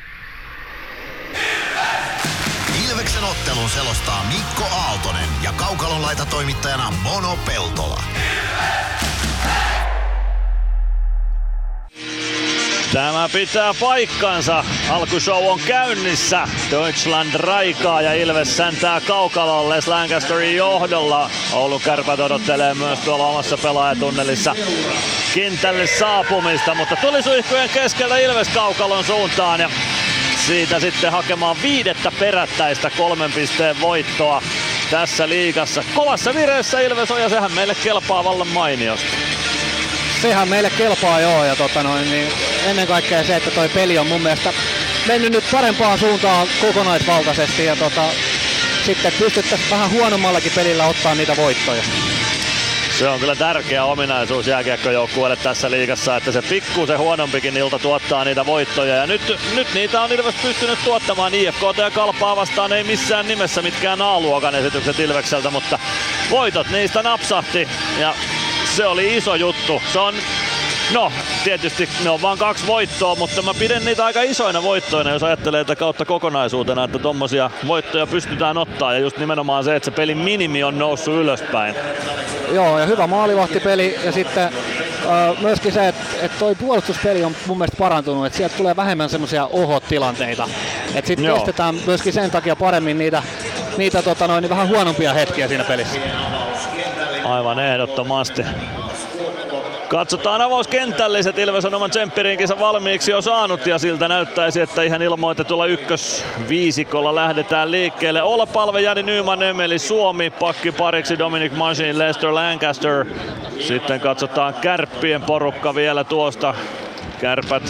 Ilveksen ottelun selostaa Mikko Aaltonen ja Kaukalon laitatoimittajana Mono Peltola. Tämä pitää paikkansa. Alkushow on käynnissä. Deutschland raikaa ja Ilves säntää kaukaloon Les Lancasterin johdolla. Oulun Kärpät odottelee myös tuolla omassa pelaajatunnelissa kentälle saapumista, mutta tulisuihkujen keskeltä Ilves kaukalon suuntaan ja siitä sitten hakemaan viidettä perättäistä kolmen pisteen voittoa tässä liigassa. Kovassa vireessä Ilves on ja sehän meille kelpaa vallan mainiosti. Sehän meille kelpaa joo ja tota noin, niin ennen kaikkea se, että toi peli on mun mielestä mennyt nyt parempaan suuntaan kokonaisvaltaisesti ja tota, sitten pystyttäisiin vähän huonommallakin pelillä ottaa niitä voittoja. Se on kyllä tärkeä ominaisuus jääkiekkojoukkueelle tässä liigassa, että se pikkuisen huonompikin ilta tuottaa niitä voittoja. Ja nyt, nyt niitä on Ilves pystynyt tuottamaan. I F K:ta ja Kalpaa vastaan ei missään nimessä mitkään A-luokan esitykset Ilvekseltä, mutta voitot niistä napsahti ja se oli iso juttu. Se on, no tietysti ne on vain kaksi voittoa, mutta mä pidän niitä aika isoina voittoina, jos ajattelee tätä kautta kokonaisuutena, että tommosia voittoja pystytään ottaa ja just nimenomaan se, että se pelin minimi on noussut ylöspäin. Joo, ja hyvä maalivahtipeli ja sitten äh, myöskin se, että et toi puolustuspeli on mun mielestä parantunut, että sieltä tulee vähemmän semmosia ohot-tilanteita. Että sitten kestetään myöskin sen takia paremmin niitä, niitä tota noin, niin vähän huonompia hetkiä siinä pelissä. Aivan ehdottomasti. Katsotaan avauskentälliset. Ilves on oman tsemppiriinkinsä valmiiksi jo saanut ja siltä näyttäisi, että ihan ilmoitetulla ykkösviisikolla lähdetään liikkeelle. Olpalve, Jani Nyman, Emeli Suomi, pakki pariksi Dominic Masin, Lester Lancaster. Sitten katsotaan Kärppien porukka vielä tuosta. Kärpät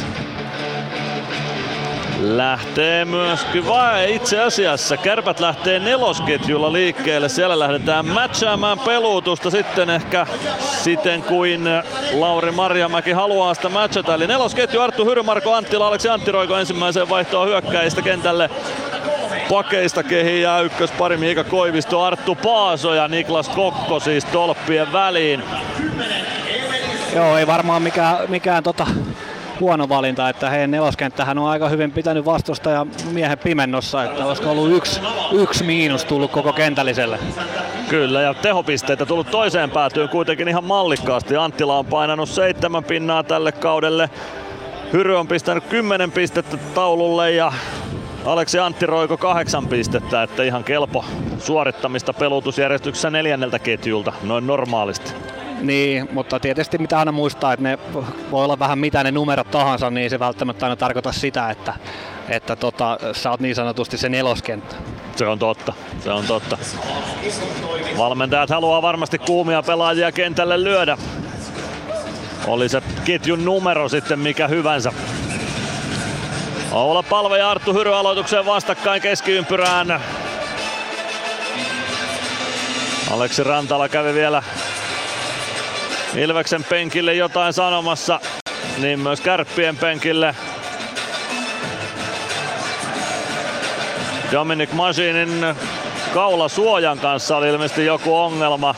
lähtee myöskin, vai itse asiassa Kärpät lähtee nelosketjulla liikkeelle. Siellä lähdetään matchaamaan peluutusta sitten ehkä siten kuin Lauri Marjamäki haluaa sitä matchata. Eli nelosketju Arttu Hyry, Marko Anttila, Aleksi Anttiroiko ensimmäiseen vaihtoon hyökkäistä kentälle. Pakeista kehiää ykköspari Miika Koivisto, Arttu Paaso ja Niklas Kokko siis tolppien väliin. Joo, ei varmaan mikään, mikään tota huono valinta, että heidän neloskenttähän on aika hyvin pitänyt vastusta ja miehen pimennossa, että olisiko ollut yksi, yksi miinus tullut koko kentälliselle. Kyllä, ja tehopisteitä tullut toiseen päätyyn kuitenkin ihan mallikkaasti. Anttila on painanut seitsemän pinnaa tälle kaudelle. Hyry on pistänyt kymmenen pistettä taululle ja Aleksi Anttiroiko kahdeksan pistettä, että ihan kelpo suorittamista peluutusjärjestyksessä neljänneltä ketjulta, noin normaalisti. Niin, mutta tietysti mitä aina muistaa, että ne voi olla vähän mitä ne numerot tahansa, niin se välttämättä aina tarkoita sitä, että, että tota, sä oot niin sanotusti se neloskenttä. Se on totta, se on totta. Valmentajat haluaa varmasti kuumia pelaajia kentälle lyödä. Oli se ketjun numero sitten mikä hyvänsä. Olpalve ja Arttu Hyry aloitukseen vastakkain keskiympyrään. Aleksi Rantala kävi vielä Ilveksen penkille jotain sanomassa, niin myös Kärppien penkille. Dominic Masinin kaulasuojan kanssa oli ilmeisesti joku ongelma.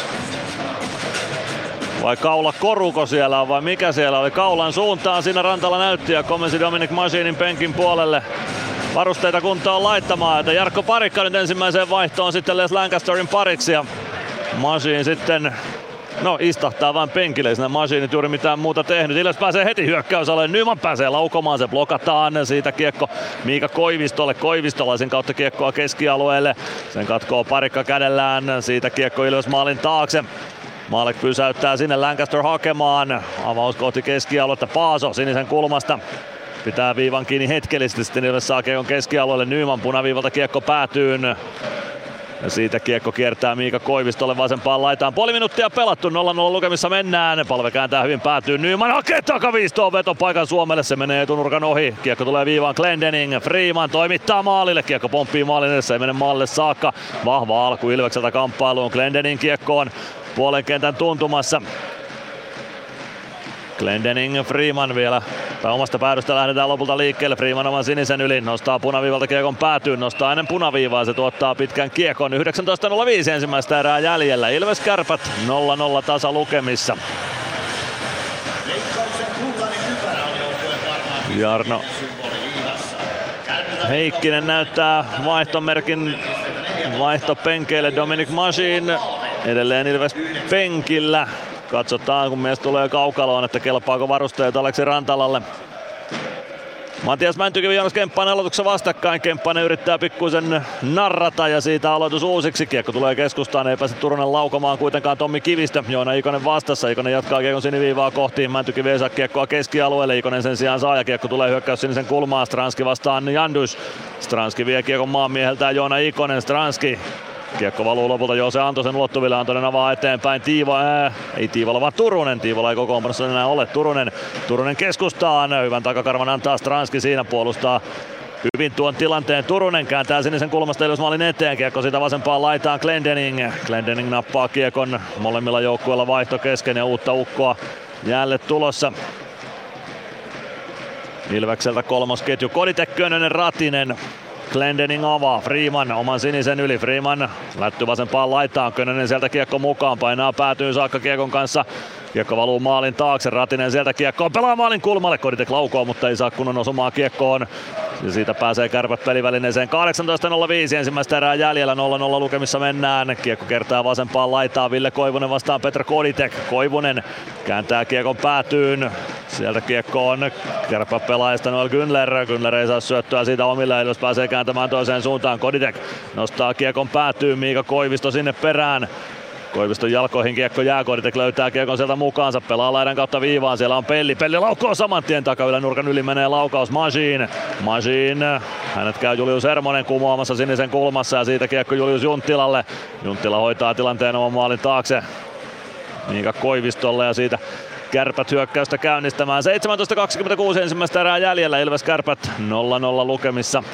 Vai kaulakoruko siellä on vai mikä siellä oli? Kaulan suuntaan siinä Rantala näytti ja komensi Dominic Masinin penkin puolelle varusteita kuntoon laittamaan. Että Jarkko Parikka nyt ensimmäiseen vaihtoon sitten Les Lancasterin pariksi ja Masin sitten no istahtaa vain penkille, ei siinä Masinit juuri mitään muuta tehnyt. Ilves pääsee heti hyökkäysalueen, Nyman pääsee laukomaan, se blokataan. Siitä kiekko Miika Koivistolle, Koivistolaisen kautta kiekkoa keskialueelle. Sen katkoo Parikka kädellään, siitä kiekko Ilves maalin taakse. Maalek pysäyttää sinne Lancaster hakemaan. Avaus kohti keskialuetta, Paaso sinisen kulmasta. Pitää viivan kiinni hetkellisesti, sitten Ilves saa kiekon keskialueelle. Nyman punaviivalta kiekko päätyyn. Ja siitä kiekko kiertää Miika Koivistolle vasempaan laitaan. Puoli minuuttia pelattu, nolla nolla lukemissa mennään. Palve kääntää hyvin päätyyn. Nyman hakee takaviistoon vetopaikan Suomelle. Se menee etunurkan ohi. Kiekko tulee viivaan Glendening. Freeman toimittaa maalille. Kiekko pomppii maalin edessä. Ei mene maalille saakka. Vahva alku Ilvekseltä kamppailuun. Glendening kiekkoon puolen kentän tuntumassa. Glendening, Freeman vielä. Tai omasta päädystä lähdetään lopulta liikkeelle. Freeman oman sinisen yli. Nostaa punaviivalta kiekon päätyyn. Nostaa ennen punaviivaa. Se tuottaa pitkän kiekon. yhdeksäntoista nolla viisi ensimmäistä erää jäljellä. Ilves Kärpät nolla nolla tasa lukemissa. Jarno Heikkinen näyttää vaihtomerkin vaihtopenkeille. Dominic Masin edelleen Ilves penkillä. Katsotaan kun mies tulee kaukaloon, että kelpaako varusteet Aleksi Rantalalle. Matias Mäntykivi ja Joonas Kemppainen aloituksessa vastakkain. Kemppainen yrittää pikkuisen narrata ja siitä aloitus uusiksi. Kiekko tulee keskustaan, ei pääse Turunen laukomaan kuitenkaan Tommi Kivistö. Joona Ikonen vastassa, Ikonen jatkaa kiekon siniviivaa kohti. Mäntykivi ei saa kiekkoa keskialueelle, Ikonen sen sijaan saa ja kiekko tulee hyökkäys sinisen kulmaan. Stranski vastaan Jandus. Stranski vie kiekon maanmieheltään Joona Ikonen. Stranski. Kiekko valuu lopulta Joose Antosen ulottuville, Antonen avaa eteenpäin, Tiivo, ää, ei Tiivola vaan Turunen, Tiivola ei kokoonpanossa enää ole, Turunen, Turunen keskustaan, hyvän takakarvan antaa Stranski siinä puolustaa hyvin tuon tilanteen, Turunen kääntää sinisen kulmasta Ilves-maalin eteen, kiekko siitä vasempaan laitaan Glendening, Glendening nappaa kiekon, molemmilla joukkueilla vaihto kesken ja uutta ukkoa jälleen tulossa. Ilvekseltä kolmosketju, Koditek, Könönen, Ratinen. Glendening avaa, Freeman oman sinisen yli, Freeman lätty vasempaan laitaan, Könönen sieltä kiekko mukaan, painaa päätyyn saakka kiekon kanssa. Kiekko valuu maalin taakse, Ratinen sieltä kiekkoon, pelaa maalin kulmalle, Koditek laukoo, mutta ei saa kunnon osumaa kiekkoon. Ja siitä pääsee Kärpät pelivälineeseen. kahdeksantoista nolla viisi ensimmäistä erää jäljellä, nolla nolla lukemissa mennään. Kiekko kertaa vasempaan laitaan, Ville Koivunen vastaan Petr Koditek. Koivunen kääntää kiekon päätyyn. Sieltä kiekko on Kärpä-pelaajista Noel Günler. Günler ei saa syöttöä siitä omille, Ilves pääsee kääntämään toiseen suuntaan. Koditek nostaa kiekon päätyyn, Miika Koivisto sinne perään. Koiviston jalkoihin kiekko jää, Koditek löytää kiekon sieltä mukaansa, pelaa laidan kautta viivaan, siellä on Pelli, Pelli laukoo saman tien takavilla, nurkan yli menee laukaus, Majin, Majin, hänet käy Julius Hermonen kumoamassa sinisen kulmassa ja siitä kiekko Julius Junttilalle, Junttila hoitaa tilanteen oman maalin taakse Miika Koivistolle ja siitä Kärpät hyökkäystä käynnistämään, seitsemäntoista kaksikymmentäkuusi ensimmäistä erää jäljellä, Ilves Kärpät nolla nolla lukemissa.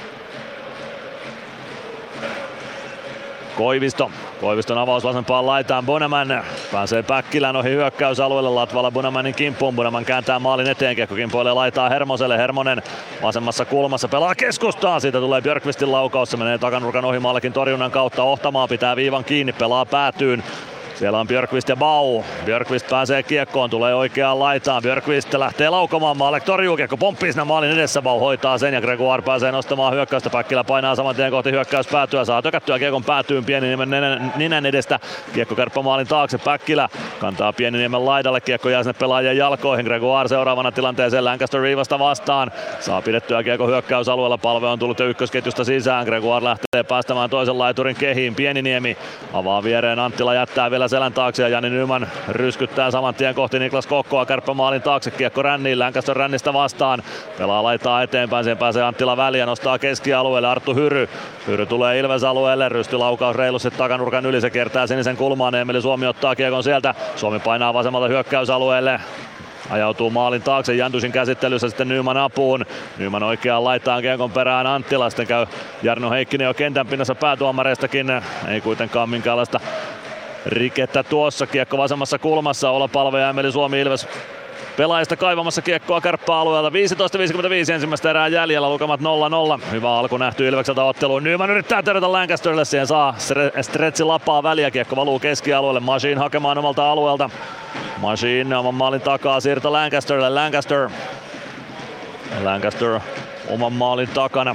Koivisto. Koiviston avaus vasempaan laitaan, Boneman pääsee Päkkilän ohi hyökkäysalueelle, Latvala Bonemanin kimppuun, Boneman kääntää maalin eteen, kiekko kimpoilee laitaa Hermoselle, Hermonen vasemmassa kulmassa pelaa keskustaan, siitä tulee Björkvistin laukaus, se menee takanurkan ohi maalikin torjunnan kautta, Ohtamaa pitää viivan kiinni, pelaa päätyyn. Siellä on Björkvist ja Bau. Björkvist pääsee kiekkoon, tulee oikeaan laitaan. Björkvist lähtee laukomaan, Maalek torjuu, kiekko pomppii siinä maalin edessä. Bau hoitaa sen ja Gregoire pääsee nostamaan hyökkäystä. Päkkilä painaa saman tien kohti hyökkäyspäätyä. Saa tökättyä kiekon päätyyn Pieniniemen ninän edestä. Kiekko kärppä maalin taakse. Päkkilä kantaa Pieniniemen laidalle. Kiekko jää sinne pelaajien jalkoihin. Gregoire seuraavana tilanteeseen Lancaster viivasta vastaan. Saa pidettyä kiekko hyökkäysalueella. Palve on tullut jo ykkösketjusta sisään. Gregoire lähtee päästämään toisen laiturin kehiin. Pieniniemi avaa viereen. Anttila jättää vielä selän taakse ja Jani Nyman ryskyttää saman tien kohti Niklas Kokkoa, Kärppä maalin taakse, kiekko ränniin, Lancaster rännistä vastaan, pelaa laittaa eteenpäin, siihen pääsee Anttila väliä, nostaa keskialueelle, Arttu Hyry, Hyry tulee Ilves-alueelle, rystylaukaus reilusti takanurkan yli, se kiertää sinisen kulmaan, Emeli Suomi ottaa kiekon sieltä, Suomi painaa vasemmalta hyökkäysalueelle. Ajautuu maalin taakse, Jantusin käsittelyssä sitten Nyman apuun. Nyman oikeaan laittaa kiekon perään Anttila, sitten käy Jarno Heikkinen jo kentän pinnassa päätuomareistakin, ei kuitenkaan minkäänlaista rikettä tuossa, kiekko vasemmassa kulmassa, Ola Palve ja Emeli Suomi Ilves pelaajista kaivamassa kiekkoa Kärppä-alueelta. viisitoista viisikymmentäviisi ensimmäistä erää jäljellä, lukemat nolla nolla. Hyvä alku nähty Ilvekseltä otteluun. Nyman yrittää törjätä Lancasterille, siihen saa Stretsi lapaa väliä, kiekko valuu keskialueelle. Machine hakemaan omalta alueelta. Machine oman maalin takaa, siirto Lancasterille. Lancaster. Lancaster oman maalin takana.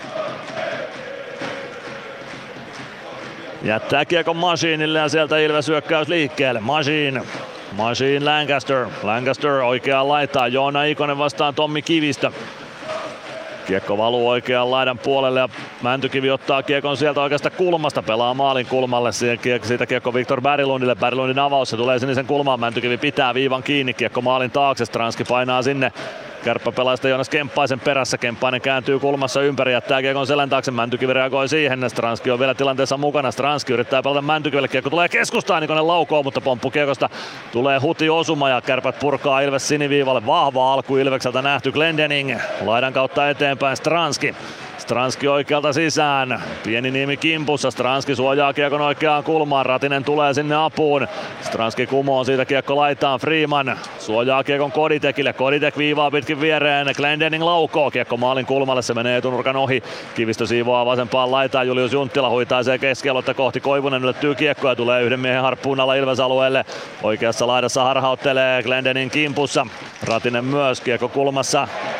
Jättää kiekon Machinelle ja sieltä Ilves hyökkäys liikkeelle. Machine. Machine Lancaster. Lancaster oikeaan laitaan. Joona Ikonen vastaan Tommi Kivistö. Kiekko valuu oikean laidan puolelle ja Mäntykivi ottaa kiekon sieltä oikeasta kulmasta. Pelaa maalin kulmalle. Siitä kiekko Viktor Berglundille. Berglundin avaus. Se tulee sinisen kulmaan. Mäntykivi pitää viivan kiinni. Kiekko maalin taakse. Stranski painaa sinne. Kärppäpelaajista Joonas Kemppaisen perässä. Kemppainen kääntyy kulmassa ympäri, jättää kiekon selän taakse. Mäntykivi reagoi siihen. Stranski on vielä tilanteessa mukana. Stranski yrittää pelata Mäntykivelle. Kiekko tulee keskustaan. Nikonen laukoo, mutta pomppukiekosta tulee huti osuma ja Kärpät purkaa Ilves siniviivalle. Vahva alku Ilvekseltä nähty. Glendening laidan kautta eteenpäin. Stranski. Stranski oikealta sisään. Pieniniemi kimpussa. Stranski suojaa kiekon oikeaan kulmaan. Ratinen tulee sinne apuun. Stranski kumoo siitä kiekko laitaan. Freeman suojaa kiekon Koditekille. Koditek viivaa pitkin viereen. Glendening laukoo. Kiekko maalin kulmalle. Se menee etunurkan ohi. Kivistö siivoaa vasempaan laitaan. Julius Junttila huitaisee keskialuetta kohti. Koivunen yllättyy kiekkoa ja tulee yhden miehen harppuun alla Ilves-alueelle. Oikeassa laidassa harhauttelee Glendening kimpussa. Ratinen myös. Kiekko kulmassa.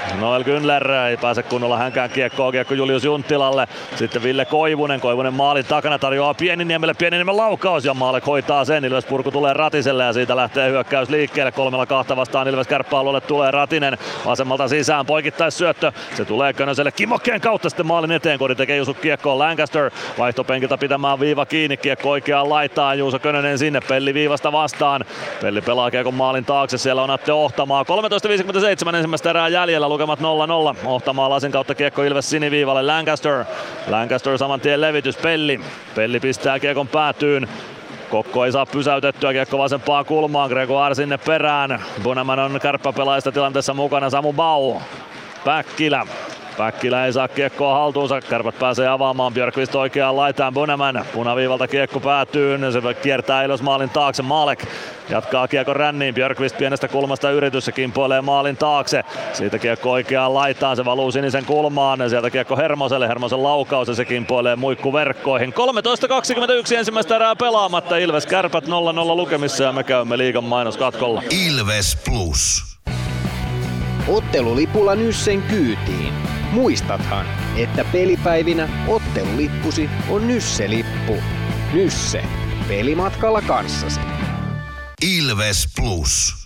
Noel Günler ei pääse kunnolla hänkään kiekkoon. Kiekko Julius Junttilalle. Sitten Ville Koivunen. Koivunen maalin takana tarjoaa Pieniniemelle. Pieniniemen laukaus ja Maalek hoitaa sen. Ilves purku tulee Ratiselle ja siitä lähtee hyökkäys liikkeelle. Kolmella kahta vastaan Ilves kärppäalueelle tulee Ratinen. Vasemmalta sisään poikittais syöttö. Se tulee Könöselle Kimokkeen kautta sitten maalin eteen. Kodi tekee Juuso kiekkoon. Lancaster vaihtopenkiltä pitämään viiva kiinni. Kiekko oikeaan laitaan. Juuso Könönen sinne. Pelli viivasta vastaan. Pelli pelaa kiekon maalin taakse. Siellä on Atte Ohtamaa. kolmetoista viisikymmentäseitsemän ensimmäistä erää jäljellä. Lukemat nolla nolla. Ohtamaa lasin kautta kiekko Ilves siniviivalle. Lancaster. Lancaster saman tien levitys. Pelli. Pelli pistää kiekon päätyyn. Kokko ei saa pysäytettyä, kiekko vasempaan kulmaan, Gregoire sinne perään. Bunaman on kärppäpelaajista tilanteessa mukana, Samu Bau. Päkkilä. Päkkilä ei saa kiekkoa haltuunsa, Kärpät pääsee avaamaan, Björkvist oikeaan laitaan, Bunaman. Punaviivalta kiekko päätyy, se kiertää Ilves maalin taakse, Maalek jatkaa kiekon ränniin, Björkvist pienestä kulmasta yritys, se kimpoilee maalin taakse. Siitä kiekko oikeaan laitaan, se valuu sinisen kulmaan, sieltä kiekko Hermoselle, Hermosen laukaus ja se kimpoilee muikkuverkkoihin. kolmetoista kaksikymmentäyksi ensimmäistä erää pelaamatta, Ilves Kärpät nolla nolla lukemissa ja me käymme liigan mainoskatkolla. Ilves Plus. Ottelulipulla Nyssen kyytiin. Muistathan, että pelipäivinä ottelulippusi on Nysse-lippu. Nysse. Pelimatkalla kanssasi. Ilves Plus.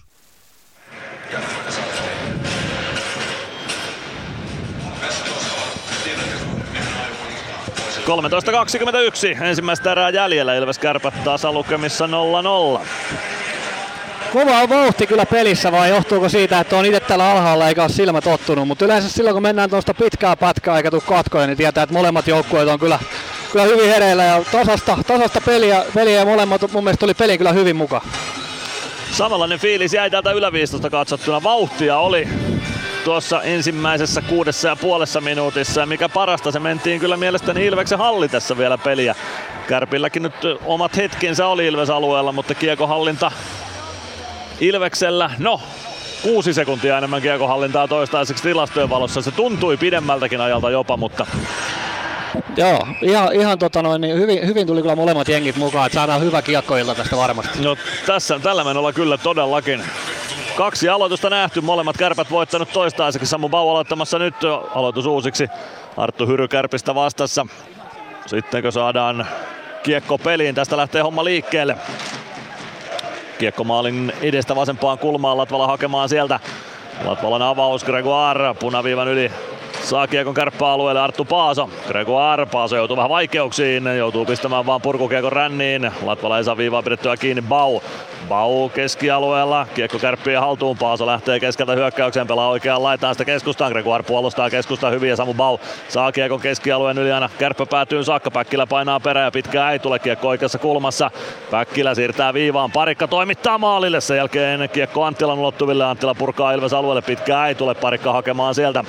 kolmetoista kaksikymmentäyksi ensimmäistä erää jäljellä, Ilves Kärpät tasalukemissa nolla nolla. Kova on vauhti kyllä pelissä, vai johtuuko siitä, että on itse täällä alhaalla eikä ole silmät tottunut, mutta yleensä silloin kun mennään tuosta pitkää pätkää eikä tule katkoja, niin tietää, että molemmat joukkueet on kyllä, kyllä hyvin hereillä ja tasasta, tasasta peliä, peliä ja molemmat mun mielestä oli peli kyllä hyvin mukaan. Samanlainen fiilis jäi täältä yläviistosta katsottuna, vauhtia oli tuossa ensimmäisessä kuudessa ja puolessa minuutissa ja mikä parasta, se mentiin kyllä mielestäni Ilveksen hallitessa vielä peliä. Kärpilläkin nyt omat hetkensä oli Ilves alueella, mutta kiekohallinta Ilveksellä, no kuusi sekuntia enemmän kiekohallintaa toistaiseksi tilastojen valossa. Se tuntui pidemmältäkin ajalta jopa, mutta... Joo, ihan, ihan tota noin, niin hyvin, hyvin tuli kyllä molemmat jengit mukaan, että saadaan hyvä kiekkoilta tästä varmasti. No tässä tällä menolla kyllä todellakin. Kaksi aloitusta nähty, molemmat Kärpät voittanut toistaiseksi. Samu Bau aloittamassa nyt aloitus uusiksi. Arttu Hyry Kärpistä vastassa. Sittenkö saadaan kiekko peliin, tästä lähtee homma liikkeelle. Kiekko maalin edestä vasempaan kulmaan, Latvala hakemaan sieltä. Latvalan avaus, Gregoire punaviivan yli. Saa kiekon kärppäalueelle Arttu Paaso. Gregoire, Paaso joutuu vähän vaikeuksiin, joutuu pistämään vaan purkukiekon ränniin. Latvala ei saa viivaa pidettyä kiinni, Bau. Bau keskialueella, kiekko kärppien haltuun, Paaso lähtee keskeltä hyökkäykseen, pelaa oikeaan laitaan sitä keskustaan. Gregoire puolustaa keskustaa hyvin ja Samu Bau saa kiekon keskialueen yli aina kärppä päätyyn saakka. Päkkilä painaa perään ja pitkään ei tule, kiekko oikeassa kulmassa. Päkkilä siirtää viivaan, Parikka toimittaa maalille, sen jälkeen kiekko Anttilan ulottuville. Anttila purkaa Ilves alueelle, pitkään ei tule, Parikka hakemaan sieltä.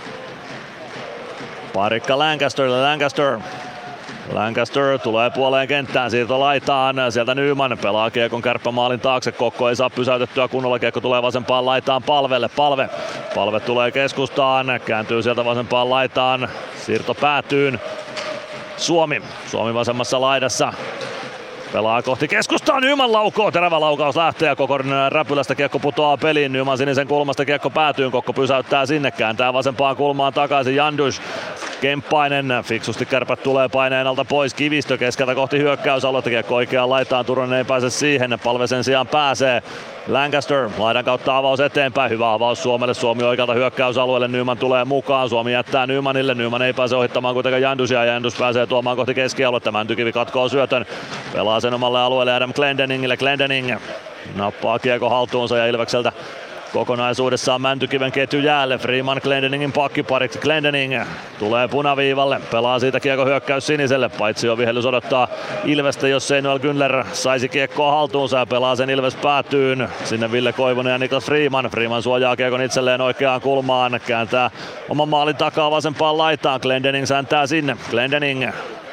Parikka Lancasterille, Lancaster. Lancaster tulee puoleen kenttään, siirto laitaan, sieltä Nyman pelaa kiekon kärppämaalin taakse, Kokko ei saa pysäytettyä kunnolla, kiekko tulee vasempaan laitaan Palvelle, Palve. Palve tulee keskustaan, kääntyy sieltä vasempaan laitaan, siirto päätyyn. Suomi, Suomi vasemmassa laidassa. Pelaa kohti keskustaa, Nyman laukoo, terävä laukaus lähtee ja Kokorinen räpylästä kiekko putoaa peliin. Nyman sinisen kulmasta kiekko päätyy, Kokko pysäyttää sinne, kääntää vasempaan kulmaan takaisin Jandus. Kemppainen, fiksusti Kärpät tulee paineen alta pois, Kivistö keskeltä kohti hyökkäysaluetta, kiekko oikeaan laitaan, Turunen ei pääse siihen, Palve sen sijaan pääsee. Lancaster, laidan kautta avaus eteenpäin, hyvä avaus Suomelle, Suomi oikealta hyökkäysalueelle, Nyman tulee mukaan, Suomi jättää Nymanille, Nyman ei pääse ohittamaan kuitenkaan Jandusia, Jandus pääsee tuomaan kohti keskialuetta, Mäntykivi katkoo syötön, pelaa sen omalle alueelle Adam Glendeningille, Glendening nappaa kiekko haltuunsa ja Ilvekseltä kokonaisuudessaan Mäntykiven ketju jäälle, Freeman Glendeningin pakkipariksi, Glendening tulee punaviivalle, pelaa siitä kiekko hyökkäys siniselle, paitsi jo vihellys odottaa Ilvestä, jos ei Noel Günler saisi kiekkoa haltuunsa ja pelaa sen Ilves päätyyn, sinne Ville Koivunen ja Niklas Freeman, Freeman suojaa kiekon itselleen oikeaan kulmaan, kääntää oman maalin takaa vasempaan laitaan, Glendening säntää sinne, Glendening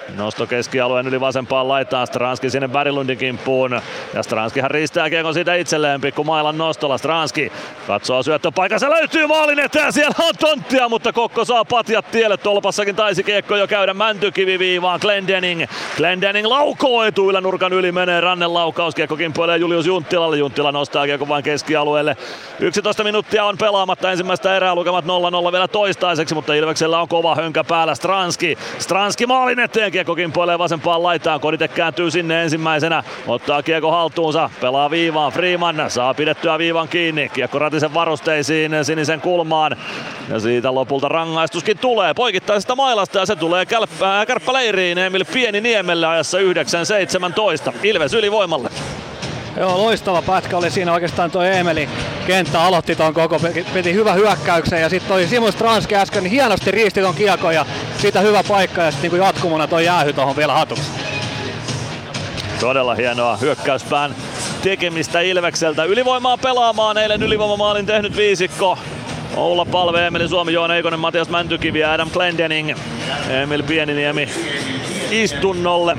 Nosto keskialueen yli vasempaan laitaan. Stranski sinne Berglundin kimppuun. Ja Stranskihan riistää kiekon siitä itselleen. Pikku mailan nostolla. Stranski katsoo syöttöpaikan. Se löytyy maalin eteen. Siellä on tonttia, mutta Kokko saa patjat tielle. Tolpassakin taisi kiekko jo käydä Mäntykivi-viivaan. Glendening. Glendening laukoo etuilla nurkan yli. Menee rannen laukaus. Kiekko kimppuilee Julius Junttilalle. Junttila nostaa kiekko vain keskialueelle. yksitoista minuuttia on pelaamatta ensimmäistä erää. Lukemat nolla nolla vielä toistaiseksi, mutta Ilveksellä on kova hönkä päällä. Stranski. Stranski maalin eteen. Kiekko kimpoilee vasempaan laitaan. Koditek kääntyy sinne ensimmäisenä. Ottaa kiekko haltuunsa. Pelaa viivaan. Freeman saa pidettyä viivan kiinni. Kiekko Ratisen varusteisiin sinisen kulmaan. Ja siitä lopulta rangaistuskin tulee poikittaisesta mailasta ja se tulee kärppä, kärppäleiriin Emil Pieniniemelle ajassa yhdeksän seitsemäntoista. Ilves ylivoimalle. Joo, loistava pätkä oli siinä oikeastaan toi Emeli. Kenttä aloitti ton koko, piti hyvä hyökkäyksen ja sitten toi Simon Stranski äsken hienosti riisti ton kiekon ja siitä hyvä paikka ja sitten niinku jatkumona toi jäähy tohon vielä hatuksi. Todella hienoa hyökkäyspään tekemistä Ilvekseltä. Ylivoimaa pelaamaan eilen ylivoimamaalin tehnyt viisikko. Oula Palve, Emeli Suomi, Joona Eikonen, Matias Mäntykivi ja Adam Glendening. Emil Pieniniemi istunnolle.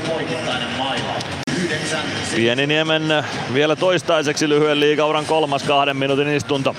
Pieniniemen vielä toistaiseksi lyhyen liigauran kolmas kahden minuutin istunto.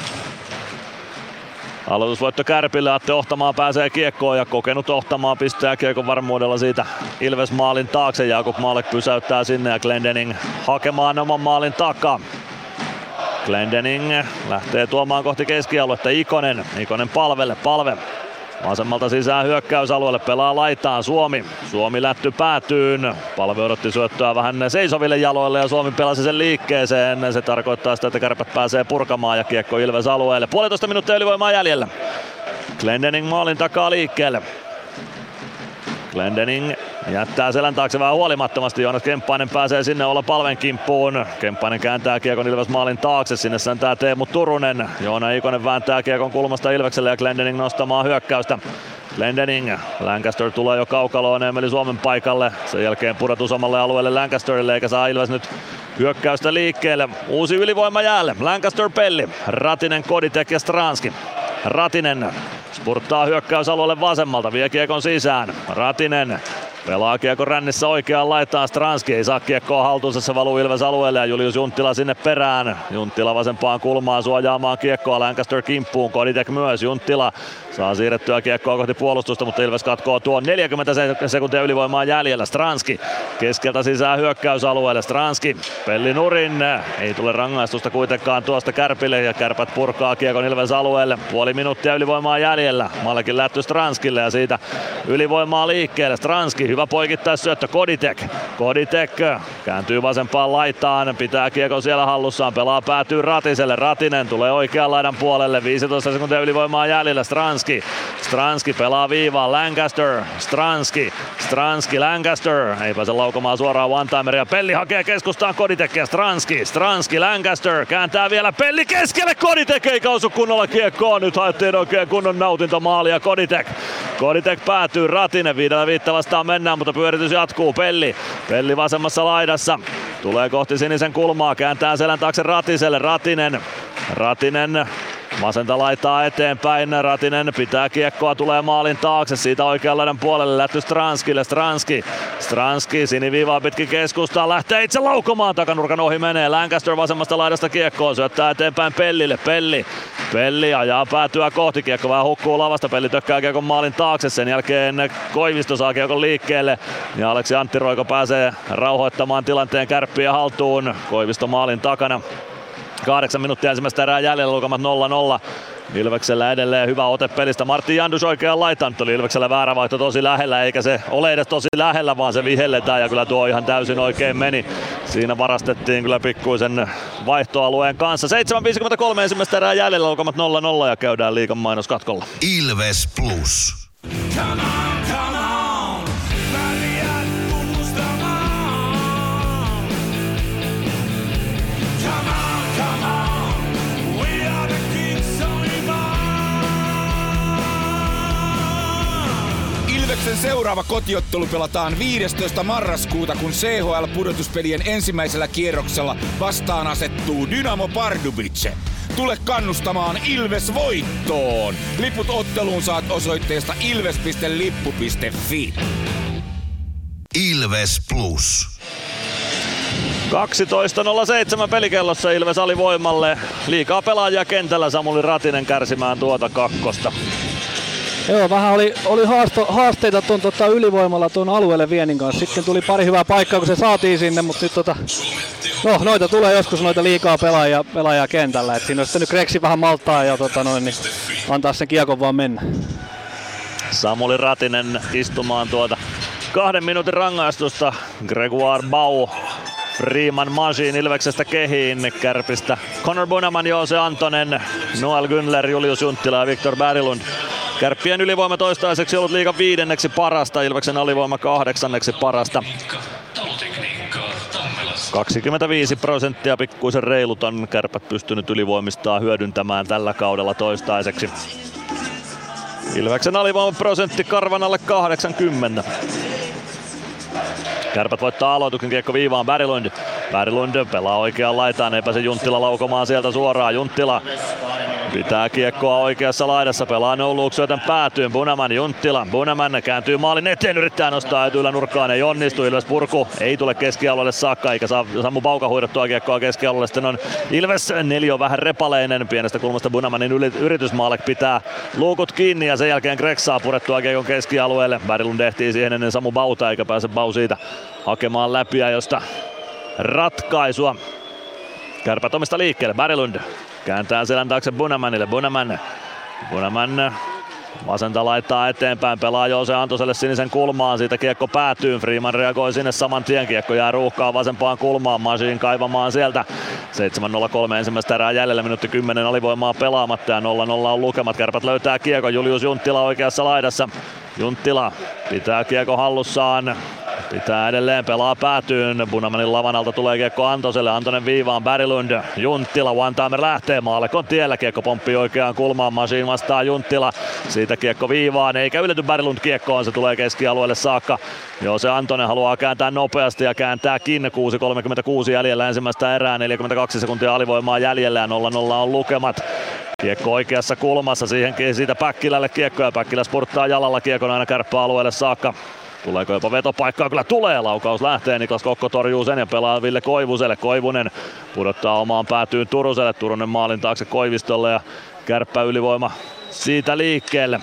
Aloitusvoitto Kärpille, Atte Ohtamaa pääsee kiekkoon ja kokenut Ohtamaa pistää kiekon varmuudella siitä Ilves maalin taakse. Jakub Malek pysäyttää sinne ja Glendening hakemaan oman maalin takaa. Glendening lähtee tuomaan kohti keskialuetta Ikonen. Ikonen Palvelle, Palve. Vasemmalta sisään hyökkäysalueelle, pelaa laitaan Suomi. Suomi lätty päätyyn. Palve odotti syöttöä vähän seisoville jaloille ja Suomi pelasi sen liikkeeseen. Se tarkoittaa sitä, että Kärpät pääsee purkamaan ja kiekko Ilves alueelle. Puolitoista minuuttia ylivoimaa jäljellä. Glendening maalin takaa liikkeelle. Glendening jättää selän taakse vähän huolimattomasti. Joonas Kemppainen pääsee sinne olla Palven kimppuun. Kemppainen kääntää kiekon Ilves maalin taakse. Sinne säntää Teemu Turunen. Joona Ikonen vääntää kiekon kulmasta Ilvekselle ja Glendening nostamaan hyökkäystä. Glendening. Lancaster tulee jo kaukaloon Emeli Suomen paikalle. Sen jälkeen pudotus omalle alueelle Lancasterille eikä saa Ilves nyt hyökkäystä liikkeelle. Uusi ylivoima jäälle. Lancaster, Pelli, Ratinen, Koditek ja Stranski. Ratinen spurttaa hyökkäysalueelle vasemmalta, vie kiekon sisään. Ratinen pelaa kiekon rännissä oikeaan laitaan. Stranski ei saa kiekkoa haltuunsa, se valuu Ilves alueelle ja Julius Junttila sinne perään. Junttila vasempaan kulmaan suojaamaan kiekkoa Lancaster kimppuun. Koditek myös. Junttila saa siirrettyä kiekkoa kohti puolustusta, mutta Ilves katkoo tuon. neljäkymmentä sekuntia ylivoimaa jäljellä. Stranski keskeltä sisään hyökkäysalueelle. Stranski Pelli nurin. Ei tule rangaistusta kuitenkaan tuosta Kärpille ja Kärpät purkaa kiekon Ilves alueelle. Puoli minuuttia ylivoimaa jäljellä. Mallekin lähtö Stranskille ja siitä ylivoimaa liikkeelle. Stranski hyvä poikittaisyöttö Koditek. Koditek kääntyy vasempaan laitaan, pitää kiekon siellä hallussaan, pelaa päätyy Ratiselle. Ratinen tulee oikean laidan puolelle, viisitoista sekuntia ylivoimaa jäljellä. Stranski. Stranski pelaa viivaan, Lancaster. Stranski. Stranski, Lancaster. Ei pääse laukomaan suoraan one-timeria. Pelli hakee keskustaan Koditekkiä. Stranski. Stranski, Lancaster. Kääntää vielä Pelli keskelle. Koditek ei kausu kunnolla kiekkoon. Nyt haettiin oikein kunnon nautintomaalia Koditek. Koditek päätyy, Ratinen viidellä viittä vastaan mennään, mutta pyöritys jatkuu. Pelli. Pelli vasemmassa laidassa. Tulee kohti sinisen kulmaa, kääntää selän taakse Ratiselle. Ratinen. Ratinen. Vasenta laitaa eteenpäin, Ratinen pitää kiekkoa, tulee maalin taakse, siitä oikean laidan puolelle lähty Stranskille, Stranski, Stranski siniviivaa pitkin keskustaan, lähtee itse laukomaan, takanurkan ohi menee, Lancaster vasemmasta laidasta kiekkoon, syöttää eteenpäin Pellille, Pelli, Pelli ajaa päätyä kohti, kiekko vähän hukkuu lavasta, Pelli tökkää kiekon maalin taakse, sen jälkeen Koivisto saa kiekon liikkeelle ja Aleksi Anttiroiko pääsee rauhoittamaan tilanteen Kärppiä haltuun, Koivisto maalin takana. Kahdeksan minuuttia ensimmäistä erää jäljellä, lukemat nolla nolla. Ilveksellä edelleen hyvä ote pelistä. Martin Jandus oikeaan laitaan. Nyt oli Ilveksellä väärä vaihto tosi lähellä, eikä se ole edes tosi lähellä, vaan se vihelletään ja kyllä tuo ihan täysin oikein meni. Siinä varastettiin kyllä pikkuisen vaihtoalueen kanssa. seitsemän viisikymmentäkolme ensimmäistä erää jäljellä, lukemat nolla nolla ja käydään liigan mainoskatkolla. Ilves Plus. Come on, come on. Väliät tunnustamaan. Come on, come on. We are the kings of Ilveksen seuraava kotiottelu pelataan viidestoista marraskuuta, kun C H L-pudotuspelien ensimmäisellä kierroksella vastaan asettuu Dynamo Pardubice. Tule kannustamaan Ilves voittoon! Liput otteluun saat osoitteesta ilves piste lippu piste fi. Ilves Plus. kaksitoista nolla seitsemän pelikellossa Ilves alivoimalle. Liikaa pelaajia kentällä, Samuli Ratinen kärsimään tuota kakkosta. Joo, vähän oli, oli haasto, haasteita tuon tota, ylivoimalla tuon alueelle viennin kanssa. Sitten tuli pari hyvää paikkaa, kun se saatiin sinne, mutta nyt tota, no, noita tulee joskus noita liikaa pelaajia, pelaajia kentällä. Et siinä olisi nyt Greksi vähän malttaa ja tota, noin, niin antaa sen kiekon vaan mennä. Samuli Ratinen istumaan tuota kahden minuutin rangaistusta. Gregoire Bau, Freeman Machine Ilveksestä Kehiin, Kärpistä Connor Bunaman, Joose Antonen, Noel Gündler, Julius Junttila ja Viktor Berglund. Kärppien ylivoima toistaiseksi ollut liigan viidenneksi parasta, Ilveksen alivoima kahdeksanneksi parasta. kaksikymmentäviisi prosenttia, pikkuisen reilut on Kärpät pystynyt ylivoimistaan hyödyntämään tällä kaudella toistaiseksi. Ilveksen alivoimaprosentti karvan alle kahdeksankymmentä. Kärpät voittaa aloituksen, kiekko viivaan, Berglund. Berglund pelaa oikeaan laitaan, ei pääse Junttila laukomaan sieltä suoraan. Junttila pitää kiekkoa oikeassa laidassa, pelaa no syötön päätyyn. Bunaman, Junttila. Bunaman kääntyy maalin eteen, yrittää nostaa etyillä nurkkaan, ei onnistu. Ilves purku ei tule keskialueelle saakka, eikä saa Sammu Bauka huidottua kiekkoa keskialueelle. Sitten on Ilves neljä vähän repaleinen. Pienestä kulmasta Bunamanin yritysmaalek pitää luukut kiinni ja sen jälkeen Greg saa purettua kiekon keskialueelle. Berglund ehtii siihen ennen Samu Bauta, eikä pääse Bau siitä hakemaan läpiä, josta ratkaisua. Kärpät omista liikkeelle, Berglund kääntää selän taakse Bunamanille. Bunaman, Bunaman vasenta laittaa eteenpäin, pelaa Joose Antoselle sinisen kulmaan, siitä kiekko päätyy. Freeman reagoi sinne saman tien, kiekko jää ruuhkaan vasempaan kulmaan, Machine kaivamaan sieltä. seitsemän nolla kolme ensimmäistä erää jäljellä, minuutti kymmenen alivoimaa pelaamatta ja nolla nolla on lukemat. Kärpät löytää kiekon, Julius Junttila oikeassa laidassa. Junttila pitää kiekko hallussaan. Pitää edelleen, pelaa päätyyn. Bunamanin lavan alta tulee kiekko Antoselle. Antonen viivaan, Berglund. Junttila, one-timer lähtee Maalekon tiellä. Kiekko pomppii oikeaan kulmaan. Machine vastaa Junttila. Siitä kiekko viivaan. Eikä ylety Berglund kiekkoon. Se tulee keskialueelle saakka. Joo, se Antonen haluaa kääntää nopeasti ja kääntääkin. kuusi kolmekymmentäkuusi jäljellä ensimmäistä erää. neljäkymmentäkaksi sekuntia alivoimaa jäljellä ja nolla nolla on lukemat. Kiekko oikeassa kulmassa. Siihenkin siitä Päkkilälle kiekko ja Päkkilä spurttaa jalalla kiekon aina kärppäalueelle saakka. Tuleeko jopa vetopaikkaa? Kyllä tulee. Laukaus lähtee. Niklas Kokko torjuu sen ja pelaa Ville Koivuselle. Koivunen pudottaa omaan päätyyn Turuselle. Turunen maalin taakse Koivistolle ja Kärppä ylivoima siitä liikkeelle.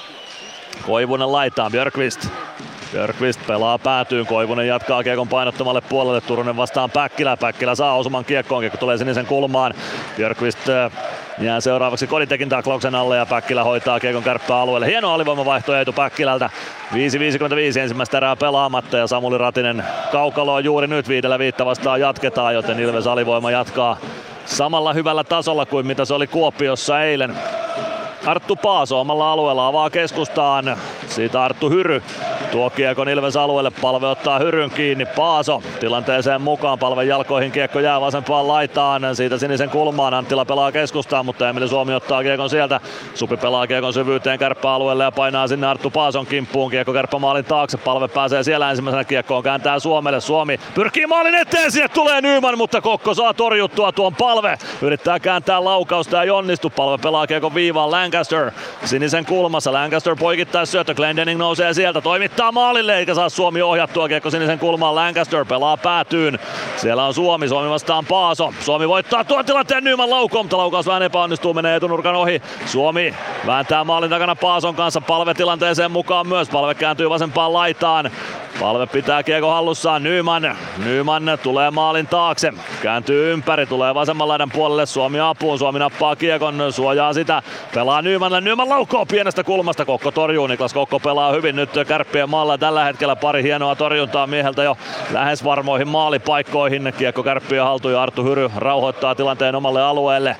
Koivunen laitaan. Björkvist. Björkvist pelaa päätyyn. Koivunen jatkaa kiekon painottomalle puolelle. Turunen vastaan Päkkilä. Päkkilä saa osuman kiekkoon. Kiekko tulee sinisen kulmaan. Björkvist jää seuraavaksi Koditekin taklauksen alle ja Päkkilä hoitaa kiekon Kärppä-alueelle. Hieno alivoimavaihto Eetu Päkkilältä. viisi viisikymmentäviisi ensimmäistä erää pelaamatta ja Samuli Ratinen kaukaloon juuri nyt. Viidellä viittä vastaan jatketaan, joten Ilves alivoima jatkaa samalla hyvällä tasolla kuin mitä se oli Kuopiossa eilen. Arttu Paaso omalla alueella avaa keskustaan. Siitä Arttu Hyry tuo kiekon Ilves alueelle. Palve ottaa Hyryn kiinni. Paaso tilanteeseen mukaan. Palven jalkoihin kiekko jää vasempaan laitaan. Siitä sinisen kulmaan. Anttila pelaa keskustaan, mutta Emeli Suomi ottaa kiekon sieltä. Supi pelaa kiekon syvyyteen Kärppäalueelle ja painaa sinne Arttu Paason kimppuun. Kiekko Kärppämaalin taakse. Palve pääsee siellä ensimmäisenä kiekkoon. Kääntää Suomelle. Suomi pyrkii maalin eteen. Sinne tulee Nyman, mutta Kokko saa torjuttua tuon Palve. Yrittää kääntää laukausta ja ei onnistu. Palve pelaa kiekon viivaan. Lancaster sinisen kulmassa. Lancaster poikittais syöttö. Glendening nousee sieltä. Toimittaa maalille eikä saa Suomi ohjattua kiekko sinisen kulmaan. Lancaster pelaa päätyyn. Siellä on Suomi. Suomi vastaan Paaso. Suomi voittaa tuon tilanteen Nyman laukoon, mutta laukaus vähän epäonnistuu. Menee etunurkan ohi. Suomi vääntää maalin takana Paason kanssa. Palve tilanteeseen mukaan myös. Palve kääntyy vasempaan laitaan. Palve pitää kiekko hallussaan. Nyman. Nyman tulee maalin taakse. Kääntyy ympäri. Tulee vasemman laidan puolelle. Suomi apuun. Suomi nappaa kiekon. Suojaa sitä. Pelaa Nymanille. Nyman laukoo pienestä kulmasta. Kokko torjuu. Niklas Kokko pelaa hyvin nyt Kärppien maalla. Tällä hetkellä pari hienoa torjuntaa mieheltä jo lähes varmoihin maalipaikkoihin. Kiekko Kärppien haltuun ja Arttu Hyry rauhoittaa tilanteen omalle alueelle.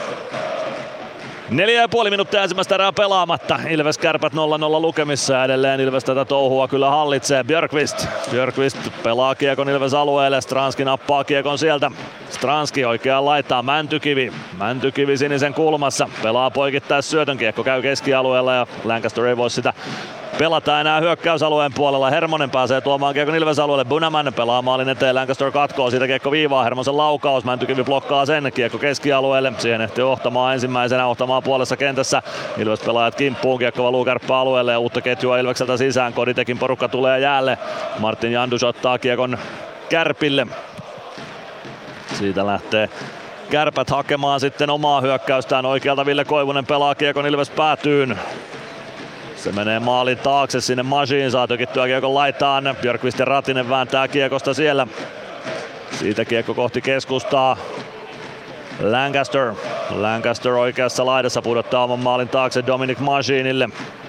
Neljä ja puoli minuuttia ensimmäistä erää pelaamatta. Ilves Kärpät nolla nolla lukemissa ja edelleen Ilves tätä touhua kyllä hallitsee. Björkvist. Björkvist pelaa kiekon Ilves alueelle. Stranski nappaa kiekon sieltä. Stranski oikeaan laittaa Mäntykivi. Mäntykivi sinisen kulmassa. Pelaa poikittais syötön. Kiekko käy keskialueella ja Lancaster ei voi sitä pelata enää hyökkäysalueen puolella. Hermonen pääsee tuomaan kiekon Ilves-alueelle. Bunaman pelaa maalin eteen. Lancaster katkoo siitä kiekko viivaa. Hermosen laukaus. Mäntykivi blokkaa sen. Kiekko keskialueelle. Siihen ehtii ohtamaan ensimmäisenä. Ohtamaan puolessa kentässä. Ilves pelaajat kimppuun. Kiekko valuu kärppä-alueelle ja uutta ketjua Ilvekseltä sisään. Koditekin porukka tulee jäälle. Martin Jandus ottaa kiekon Kärpille. Siitä lähtee Kärpät hakemaan sitten omaa hyökkäystään. Oikealta Ville Koivunen pelaa kiekon Ilves päätyyn. Se menee maalin taakse sinne Masiin. Saa tökittyä kiekon laitaan. Björkqvist ja Ratinen vääntää kiekosta siellä. Siitä kiekko kohti keskustaa. Lancaster. Lancaster oikeassa laidassa pudottaa oman maalin taakse Dominic Masiinille.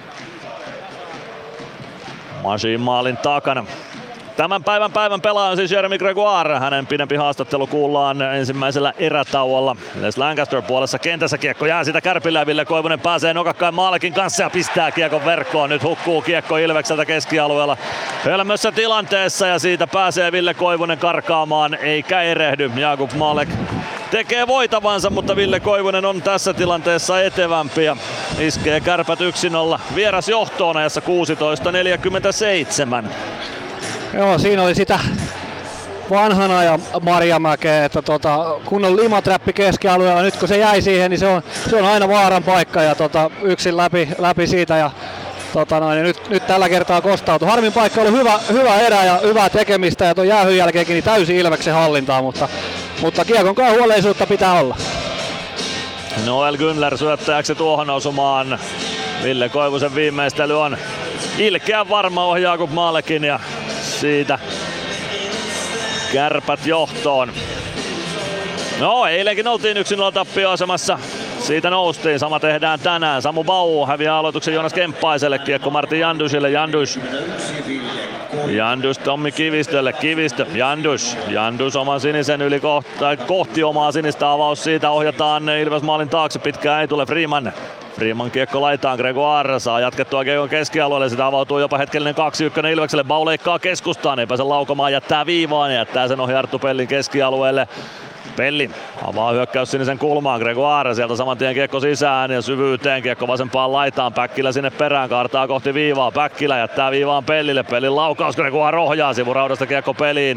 Masiin maalin takana. Tämän päivän päivän pelaaja on siis Jeremy Gregoire. Hänen pidempi haastattelu kuullaan ensimmäisellä erätauolla. Les Lancaster puolessa kentässä kiekko jää sitä Kärpille ja Ville Koivunen pääsee nokakkain Maalekin kanssa ja pistää kiekon verkkoon. Nyt hukkuu kiekko Ilvekseltä keskialueella hölmössä tilanteessa ja siitä pääsee Ville Koivunen karkaamaan eikä erehdy. Jakub Malek tekee voitavansa, mutta Ville Koivunen on tässä tilanteessa etevämpi ja iskee Kärpät yksi nolla vieras johtoon ajassa kuusitoista neljäkymmentäseitsemän. Joo, siinä oli sitä vanhana ja Marjamäkeä, että tota, kun on limaträppi keskialueella, nyt kun se jäi siihen, niin se on, se on aina vaaran paikka ja tota, yksin läpi, läpi siitä ja tota noin, nyt, nyt tällä kertaa kostautui. Harmin paikka oli hyvä, hyvä erä ja hyvää tekemistä ja tuon jäähyn jälkeenkin niin täysin Ilveksen hallintaa, mutta, mutta kiekonkaan huolellisuutta pitää olla. Noel Gündler syöttäjäksi tuohon osumaan. Ville Koivusen viimeistely on ilkeän varma, ohjaa Jakub Malekin ja siitä Kärpät johtoon. No eilenkin oltiin yksi nolla tappioasemassa. Siitä noustiin. Sama tehdään tänään. Samu Bau häviää aloituksen Joonas Kemppaiselle. Kiekko Martin Jandusille. Jandus. Jandus Tommi Kivistölle. Kivistö. Jandus. Jandus oman sinisen yli kohti, kohti omaa sinistä. Avaus siitä ohjataan Ilves maalin taakse. Pitkään ei tule Freeman. Freeman kiekko laitaan, Gregoire saa jatkettua kiekon keskialueelle, sitä avautuu jopa hetkellinen kaksi yksi Ilvekselle, Bau leikkaa keskustaan, ei pääse laukomaan, jättää viivaan ja jättää sen ohi Arttu Pellin keskialueelle. Pelli avaa hyökkäys sinisen kulmaan, Gregoire sieltä saman tien kiekko sisään ja syvyyteen, kiekko vasempaan laitaan, Päkkilä sinne perään, kaartaa kohti viivaa, Päkkilä jättää viivaan Pellille, Pellin laukaus, Gregoire ohjaa sivuraudasta kiekko peliin.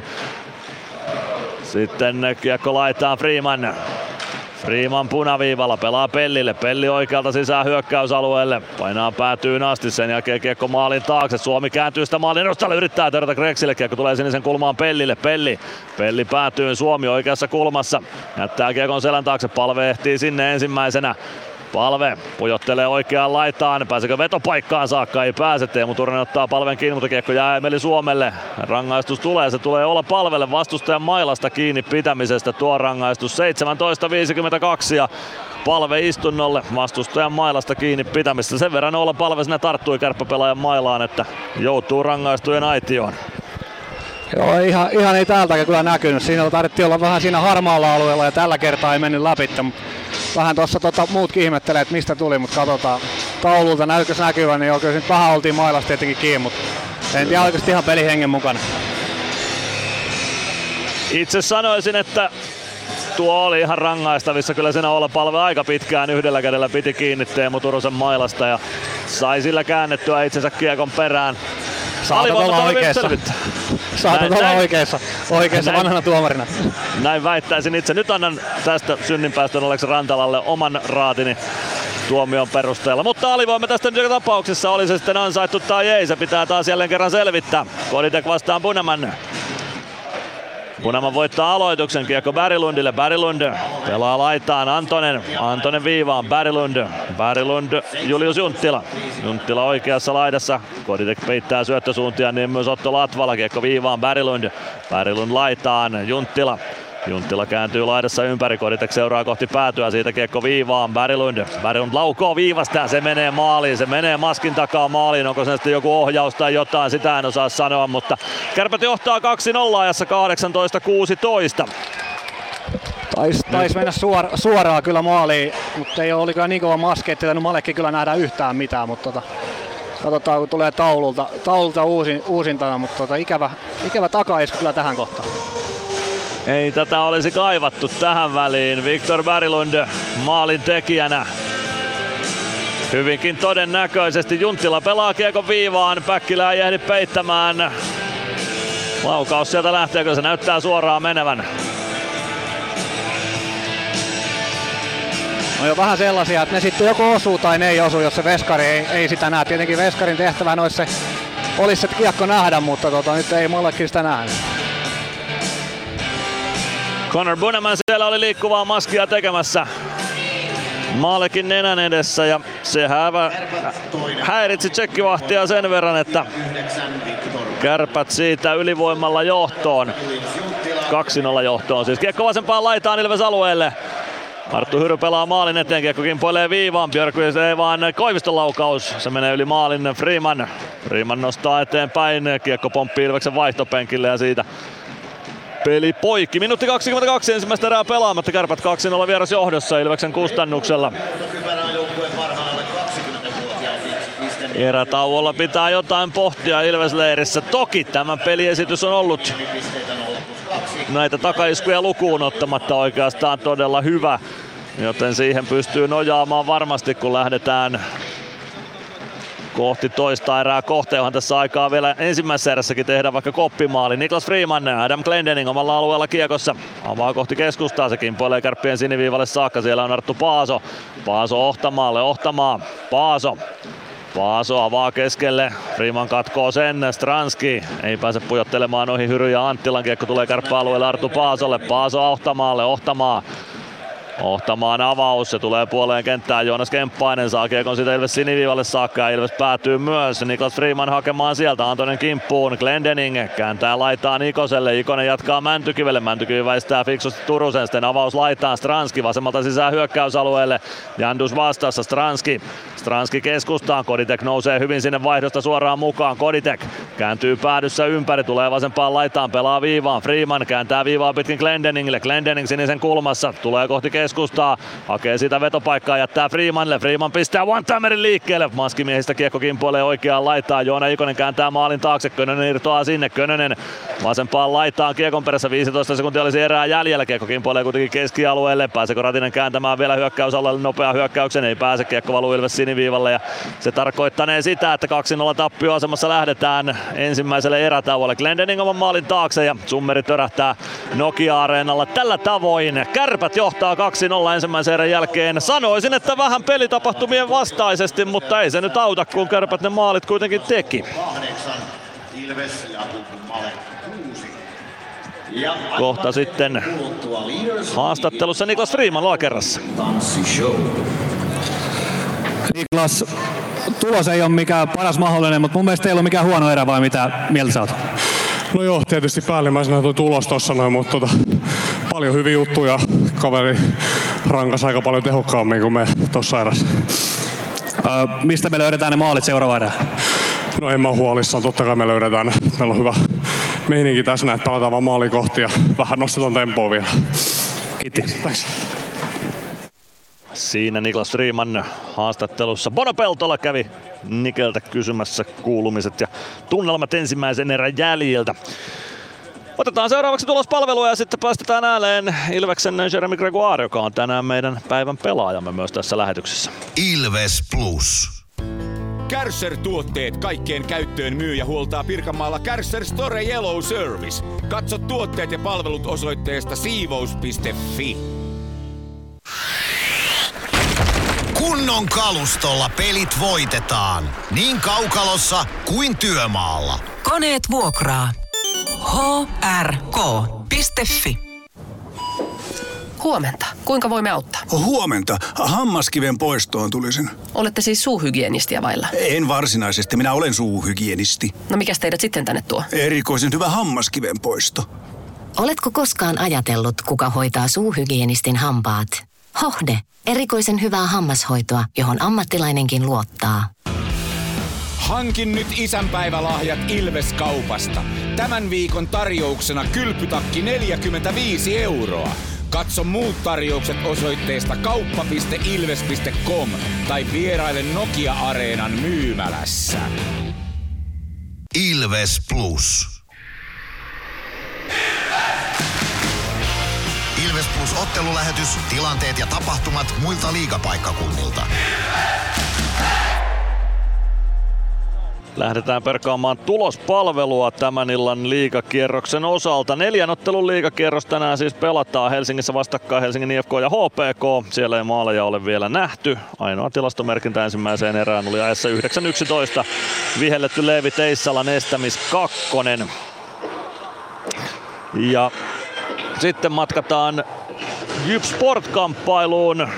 Sitten kiekko laitaan Freeman. Freeman punaviivalla pelaa Pellille. Pelli oikealta sisään hyökkäysalueelle. Painaa päätyyn asti. Sen jälkeen kiekko maalin taakse. Suomi kääntyy sitä maalin edustalle. Yrittää törmätä Greksille. Kiekko tulee sinisen kulmaan Pellille. Pelli. Pelli päätyy. Suomi oikeassa kulmassa. Jättää kiekon selän taakse. Palve ehtii sinne ensimmäisenä. Palve pujottelee oikeaan laitaan. Pääsekö vetopaikkaan saakka? Ei pääse. Teemu Turunen ottaa Palven kiinni, mutta kiekko jää Emeli Suomelle. Rangaistus tulee. Se tulee olla Palvelle vastustajan mailasta kiinni pitämisestä. Tuo rangaistus seitsemäntoista viisikymmentäkaksi ja Palve istunnolle vastustajan mailasta kiinni pitämistä. Sen verran olla Palve sinne tarttui kärppäpelaajan mailaan, että joutuu rangaistujen aitioon. Joo, ihan, ihan ei täältäkin kyllä näkynyt. Siinä tarvittiin olla vähän siinä harmaalla alueella ja tällä kertaa ei mennyt läpi. Vähän tuossa tota, muutkin ihmettelee, että mistä tuli, mutta katsotaan taululta näytös näkyvän, niin oikein nyt vähän oltiin mailasta tietenkin kiinni, mutta en tiedä oikeasti ihan pelihengen mukana. Itse sanoisin, että tuo oli ihan rangaistavissa. Kyllä siinä olla Palve aika pitkään yhdellä kädellä piti kiinni Teemu Turusen mailasta ja sai sillä käännettyä itsensä kiekon perään. Saatat olla oikeassa. Saatat olla oikeassa, oikeassa näin, vanhana tuomarina. Näin väittäisin itse. Nyt annan tästä synninpäästön Aleksi Rantalalle oman raatini tuomion perusteella. Mutta alivoima tästä nyt joka tapauksessa, oli se sitten ansaittu tai ei. Se pitää taas jälleen kerran selvittää. Koditek vastaan Bunaman. Bunaman voittaa aloituksen, kiekko Berglundille, Berglund pelaa laitaan, Antonen, Antonen viivaan, Berglund, Berglund, Julius Junttila, Junttila oikeassa laidassa, Koditek peittää syöttösuuntia, niin myös Otto Latvala, kiekko viivaan, Berglund, Berglund laitaan, Junttila, Junttila kääntyy laidassa ympäri, Koditek seuraa kohti päätyä, siitä kiekko viivaan, Berglund, Berglund laukoo viivasta ja se menee maaliin, se menee maskin takaa maaliin, onko se sitten joku ohjaus tai jotain, sitä en osaa sanoa, mutta Kärpät johtaa kaksi nolla ajassa kahdeksantoista kuusitoista. Taisi tais mennä suora, suoraan kyllä maaliin, mutta ei ole kyllä niin kova maski, ettei tainnut Malekki kyllä nähdä yhtään mitään, mutta tota, katsotaan kun tulee taululta, taululta uusin, uusintana, mutta tota, ikävä, ikävä takaisku kyllä tähän kohtaan. Ei tätä olisi kaivattu tähän väliin. Viktor Berglund maalin tekijänä. Hyvinkin todennäköisesti Junttila pelaa kiekon viivaan, Päkkilä ei ehdi peittämään. Laukaus sieltä lähtee, kun se näyttää suoraan menevän. No jo vähän sellaisia, että ne sitten joko osuu tai ne ei osu, jos se veskari ei, ei sitä näe. Tietenkin veskarin tehtävänä olisi se, olisi se kiekko nähdä, mutta tota, nyt ei mollekin sitä näe. Connor Buneman siellä oli liikkuvaa maskia tekemässä Maalekin nenän edessä ja se hävä, häiritsi tsekkivahtia sen verran, että Kärpät siitä ylivoimalla johtoon. kaksi nolla johtoon siis. Kiekko vasempaan laitaan Ilves alueelle. Arttu Hyry pelaa maalin eteen, kiekko kimpoilee viivaan. Björkqvist ei vaan Koiviston laukaus. Se menee yli maalin. Freeman. Freeman nostaa eteenpäin. Kiekko pomppii Ilveksen vaihtopenkille ja siitä peli poikki. Minuutti kaksikymmentäkaksi ensimmäistä erää pelaamatta. Kärpät kaksi nolla vierasjohdossa Ilveksen kustannuksella. Erätauolla pitää jotain pohtia Ilves-leirissä. Toki tämä peliesitys on ollut näitä takaiskuja lukuun ottamatta oikeastaan todella hyvä. Joten siihen pystyy nojaamaan varmasti, kun lähdetään kohti toista erää kohta, johon tässä aikaa vielä ensimmäisessä erässäkin tehdä vaikka koppimaali. Niklas Freeman, Adam Glendening omalla alueella kiekossa. Avaa kohti keskustaa, se kimpoilee Kärppien siniviivalle saakka. Siellä on Arttu Paaso. Paaso Ohtamaalle, Ohtamaa. Paaso. Paaso avaa keskelle, Freeman katkoo sen, Stranski ei pääse pujottelemaan ohi Hyry ja Anttilan, kiekko tulee Kärppä-alueelle Arttu Paasolle, Paaso Ohtamaalle, Ohtamaa. Ohtamaan avaus, se tulee puoleen kenttään, Joonas Kemppainen saa kiekon siitä Ilves siniviivalle saakka ja Ilves päätyy myös. Niklas Freeman hakemaan sieltä, Antonen kimppuun, Glendening kääntää laitaan Ikoselle, Ikonen jatkaa Mäntykivelle, Mäntykivi väistää fiksusti Turusen, sitten avaus laitaan, Stranski vasemmalta sisään hyökkäysalueelle, Jandus vastassa, Stranski. Stranski keskustaan, Koditek nousee hyvin sinne vaihdosta suoraan mukaan, Koditek kääntyy päädyssä ympäri, tulee vasempaan laitaan, pelaa viivaan, Freeman kääntää viivaa pitkin Glendeningille, Glendening sinisen kulmassa, tulee kohti keskustaa, hakee sitä vetopaikkaa, jättää Freemanille, Freeman pistää one-timerin liikkeelle, maskimiehistä kiekko kimpoilee oikeaan laitaan, Joona Ikonen kääntää maalin taakse, Könönen irtoaa sinne, Könönen vasempaan laitaan, kiekon perässä viisitoista sekuntia olisi erää jäljellä, kiekko kimpoilee kuitenkin keskialueelle, pääseekö Ratinen kääntämään vielä hyökkäysalueelle nopea hyökkäyksen, ei pääse, kiekko valuu Ilves siniviivalle ja se tarkoittanee sitä, että kaksi nolla tappioasemassa lähdetään ensimmäiselle erätauolle. Glendening oman maalin taakse ja Summeri törähtää Nokia-areenalla tällä tavoin. Kärpät johtaa kaksi nolla ensimmäisen erän jälkeen. Sanoisin, että vähän pelitapahtumien vastaisesti, mutta ei se nyt auta, kun Kärpät ne maalit kuitenkin teki. Kohta sitten haastattelussa Niklas Freeman alakerrassa. Niklas, tulos ei ole mikään paras mahdollinen, mutta mun mielestä ei ole mikään huono erä, vai mitä mieltä sä oot? No joo, tietysti päällimmäisenä tuo tulos tossa noin, mutta tota, paljon hyviä juttuja. Kaveri rankas aika paljon tehokkaammin kuin me tossa erässä. Öö, mistä me löydetään ne maalit seuraava erä? No en mä huolissaan, totta kai me löydetään. Meillä on hyvä meininki tässä näin, pelataan vaan maali kohti ja vähän nostetaan tempoa vielä. Kiitti. Thanks. Siinä Niklas Freeman haastattelussa. Bono Peltola kävi Nikeltä kysymässä kuulumiset ja tunnelmat ensimmäisen erän jäljiltä. Otetaan seuraavaksi tulospalvelua ja sitten päästetään ääneen Ilveksen Jeremy Gregoire, joka on tänään meidän päivän pelaajamme myös tässä lähetyksessä. Ilves Plus. Kärcher-tuotteet kaikkeen käyttöön myy ja huoltaa Pirkanmaalla Kärcher Store Yellow Service. Katso tuotteet ja palvelut osoitteesta siivous piste fi. Kunnon kalustolla pelit voitetaan. Niin kaukalossa kuin työmaalla. Koneet vuokraa. h r k piste fi. Huomenta. Kuinka voimme auttaa? Huomenta. Hammaskiven poistoon tulisin. Olette siis suuhygienistiä vailla? En varsinaisesti. Minä olen suuhygienisti. No mikäs teidät sitten tänne tuo? Erikoisen hyvä hammaskiven poisto. Oletko koskaan ajatellut, kuka hoitaa suuhygienistin hampaat? Hohde. Erikoisen hyvää hammashoitoa, johon ammattilainenkin luottaa. Hankin nyt isänpäivälahjat Ilves-kaupasta. Tämän viikon tarjouksena kylpytakki neljäkymmentäviisi euroa. Katso muut tarjoukset osoitteesta kauppa piste ilves piste com tai vieraile Nokia-areenan myymälässä. Ilves Plus. Ilves Plus -ottelulähetys, tilanteet ja tapahtumat muilta liigapaikkakunnilta. Lähdetään perkaamaan tulospalvelua tämän illan liigakierroksen osalta. Neljän ottelun liigakierros tänään siis pelataan. Helsingissä vastakkain Helsingin I F K ja H P K. Siellä ei maaleja ole vielä nähty. Ainoa tilastomerkintä ensimmäiseen erään oli ajassa yhdeksän yksitoista. Vihelletty Leevi Teissalan estämis kakkonen. Ja sitten matkataan J Y P Sport-kamppailuun.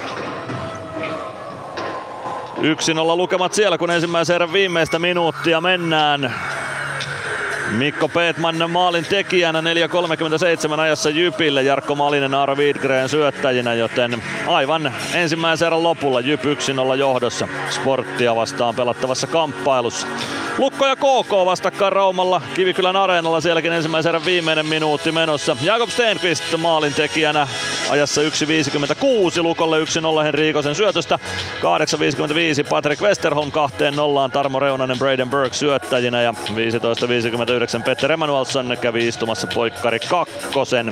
yksi nolla lukemat siellä, kun ensimmäisen erän viimeistä minuuttia mennään. Mikko Peetman maalin tekijänä neljä kolmekymmentäseitsemän ajassa Jypille, Jarkko Malinen, Aaro Widgren syöttäjinä, joten aivan ensimmäisen erän lopulla Jyp yksi nolla johdossa Sporttia vastaan pelattavassa kamppailussa. Lukko ja K K vastakkain Raumalla Kivikylän areenalla, sielläkin ensimmäisen erän viimeinen minuutti menossa. Jakob Stenqvist maalin tekijänä ajassa yksi viisikymmentäkuusi, Lukolle yksi nolla Henriikosen syötöstä. kahdeksan viisikymmentäviisi Patrick Westerholm kahteen nollaan, Tarmo Reunanen, Braden Burke syöttäjinä ja viisitoista viisikymmentäyhdeksän Petter Emanuelsson kävi istumassa poikkari kakkosen.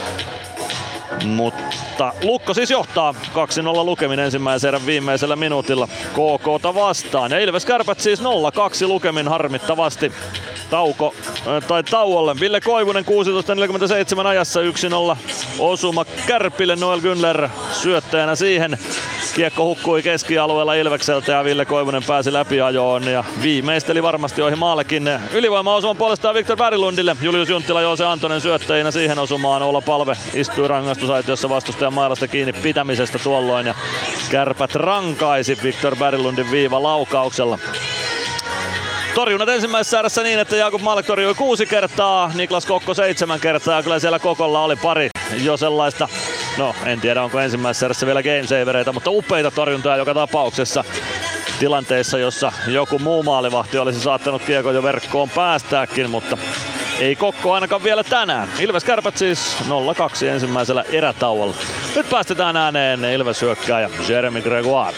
Mutta Lukko siis johtaa kaksi nolla lukemin ensimmäisen erän viimeisellä minuutilla K K:ta vastaan. Ja Ilves Kärpät siis nolla kaksi lukemin harmittavasti tauko, äh, tai tauolle. Ville Koivunen kuusitoista neljäkymmentäseitsemän ajassa yksi nolla osuma Kärpille, Noel Günler syöttäjänä siihen. Kiekko hukkui keskialueella Ilvekseltä ja Ville Koivunen pääsi läpiajoon ja viimeisteli varmasti ohi maallekin. Ylivoima-osuman puolestaan Viktor Berglundille, Julius Junttila, Joose Antonen syöttäjinä siihen osumaan. Oula Palve istui rangaistusaitiossa vastustajan mailasta kiinni pitämisestä tuolloin ja Kärpät rankaisi Viktor Berglundin viivalaukauksella. Torjunnat ensimmäisessä erässä niin, että Jakub Malek torjui kuusi kertaa, Niklas Kokko seitsemän kertaa ja kyllä siellä Kokolla oli pari jo sellaista, no en tiedä onko ensimmäisessä erässä vielä gamesavereita, mutta upeita torjuntoja joka tapauksessa tilanteissa, jossa joku muu maalivahti olisi saattanut kiekon jo verkkoon päästääkin, mutta ei Kokko ainakaan vielä tänään. Ilves Kärpät siis nolla kaksi ensimmäisellä erätauolla. Nyt päästetään ääneen Ilves hyökkääjä Jeremy Gregoire.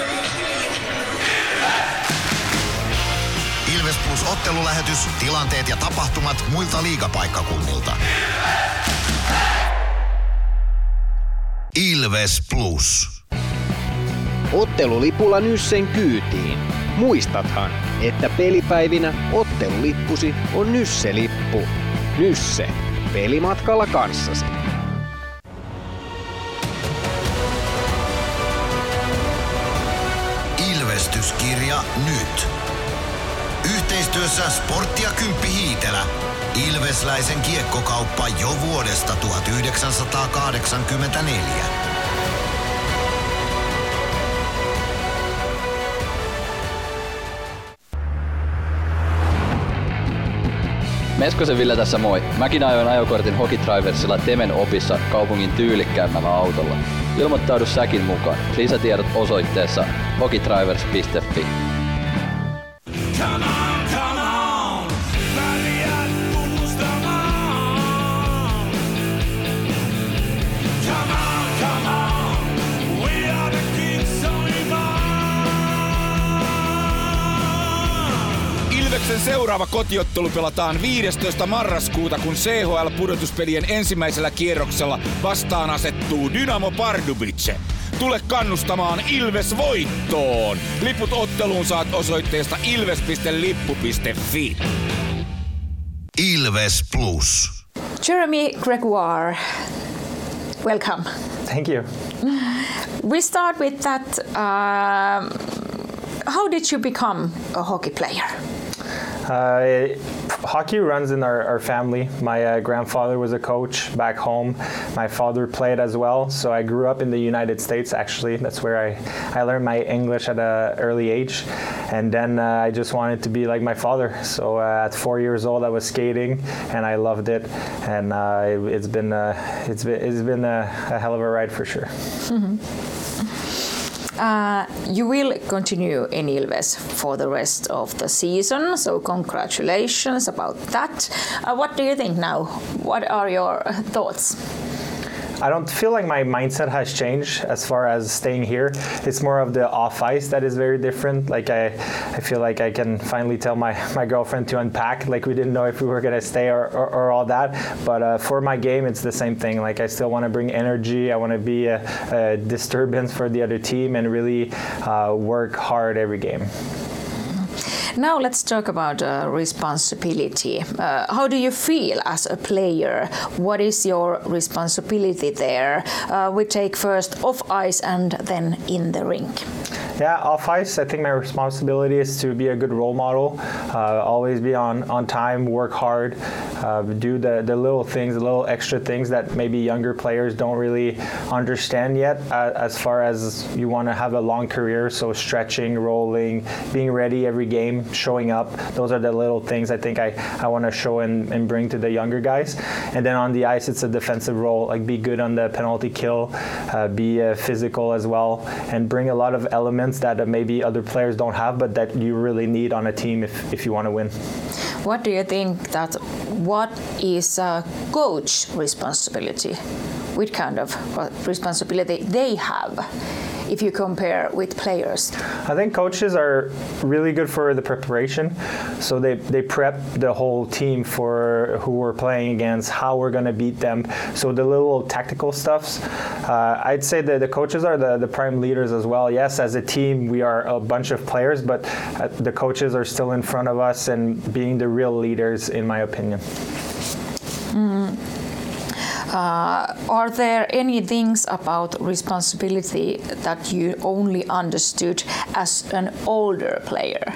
Ilves Plus -ottelulähetys, tilanteet ja tapahtumat muilta liigapaikkakunnilta. Ilves Plus. Ottelulipulla Nyssen kyytiin. Muistathan, että pelipäivinä ottelulippusi on Nysse-lippu. Nysse. Pelimatkalla kanssasi. Ilvestyskirja nyt. Yhteistyössä Sporttia Kymppi Hiitelä. Ilvesläisen kiekkokauppa jo vuodesta tuhatyhdeksänsataakahdeksankymmentäneljä. Meskosen Ville tässä moi. Mäkin ajoin ajokortin Hokitriversilla Temen opissa kaupungin tyylikkäämmällä autolla. Ilmoittaudu säkin mukaan. Lisätiedot osoitteessa hokitrivers piste fi. Come on, come on, väliät tunnustamaan. Come on, come on, we are the kings of Ilveksen seuraava kotiottelu pelataan viidestoista marraskuuta, kun C H L-pudotuspelien ensimmäisellä kierroksella vastaan asettuu Dynamo Pardubice. Tule kannustamaan Ilves voittoon! Liput otteluun saat osoitteesta ilves piste lippu piste fi. Ilves Plus. Jeremy Gregoire, welcome. Thank you. We start with that. Uh, how did you become a hockey player? Uh, hockey runs in our, our family. My uh, grandfather was a coach back home. My father played as well. So I grew up in the United States, actually. That's where I, I learned my English at an early age. And then uh, I just wanted to be like my father. So uh, at four years old, I was skating and I loved it. And uh, it, it's been, uh, it's been, it's been a, a hell of a ride for sure. Mm-hmm. Uh, you will continue in Ilves for the rest of the season, so congratulations about that. Uh, what do you think now? What are your thoughts? I don't feel like my mindset has changed as far as staying here. It's more of the off ice that is very different. Like I, I feel like I can finally tell my, my girlfriend to unpack. Like we didn't know if we were gonna stay or, or, or all that. But uh, for my game, it's the same thing. Like I still want to bring energy. I want to be a, a disturbance for the other team and really uh, work hard every game. Now let's talk about uh, responsibility. Uh, how do you feel as a player? What is your responsibility there? Uh, we take first off ice and then in the rink. Yeah, off ice, I think my responsibility is to be a good role model, uh, always be on, on time, work hard, uh, do the, the little things, the little extra things that maybe younger players don't really understand yet uh, as far as you want to have a long career. So stretching, rolling, being ready every game, showing up. Those are the little things I think I, I want to show and, and bring to the younger guys. And then on the ice, it's a defensive role, like be good on the penalty kill, uh, be uh, physical as well, and bring a lot of elements that uh, maybe other players don't have, but that you really need on a team if, if you want to win. What do you think that what is a coach responsibility? What kind of responsibility they have if you compare with players? I think coaches are really good for the preparation. So they, they prep the whole team for who we're playing against, how we're going to beat them. So the little tactical stuffs, uh, I'd say that the coaches are the, the prime leaders as well. Yes, as a team, we are a bunch of players, but uh, the coaches are still in front of us and being the real leaders, in my opinion. Mm. Uh, are there any things about responsibility that you only understood as an older player?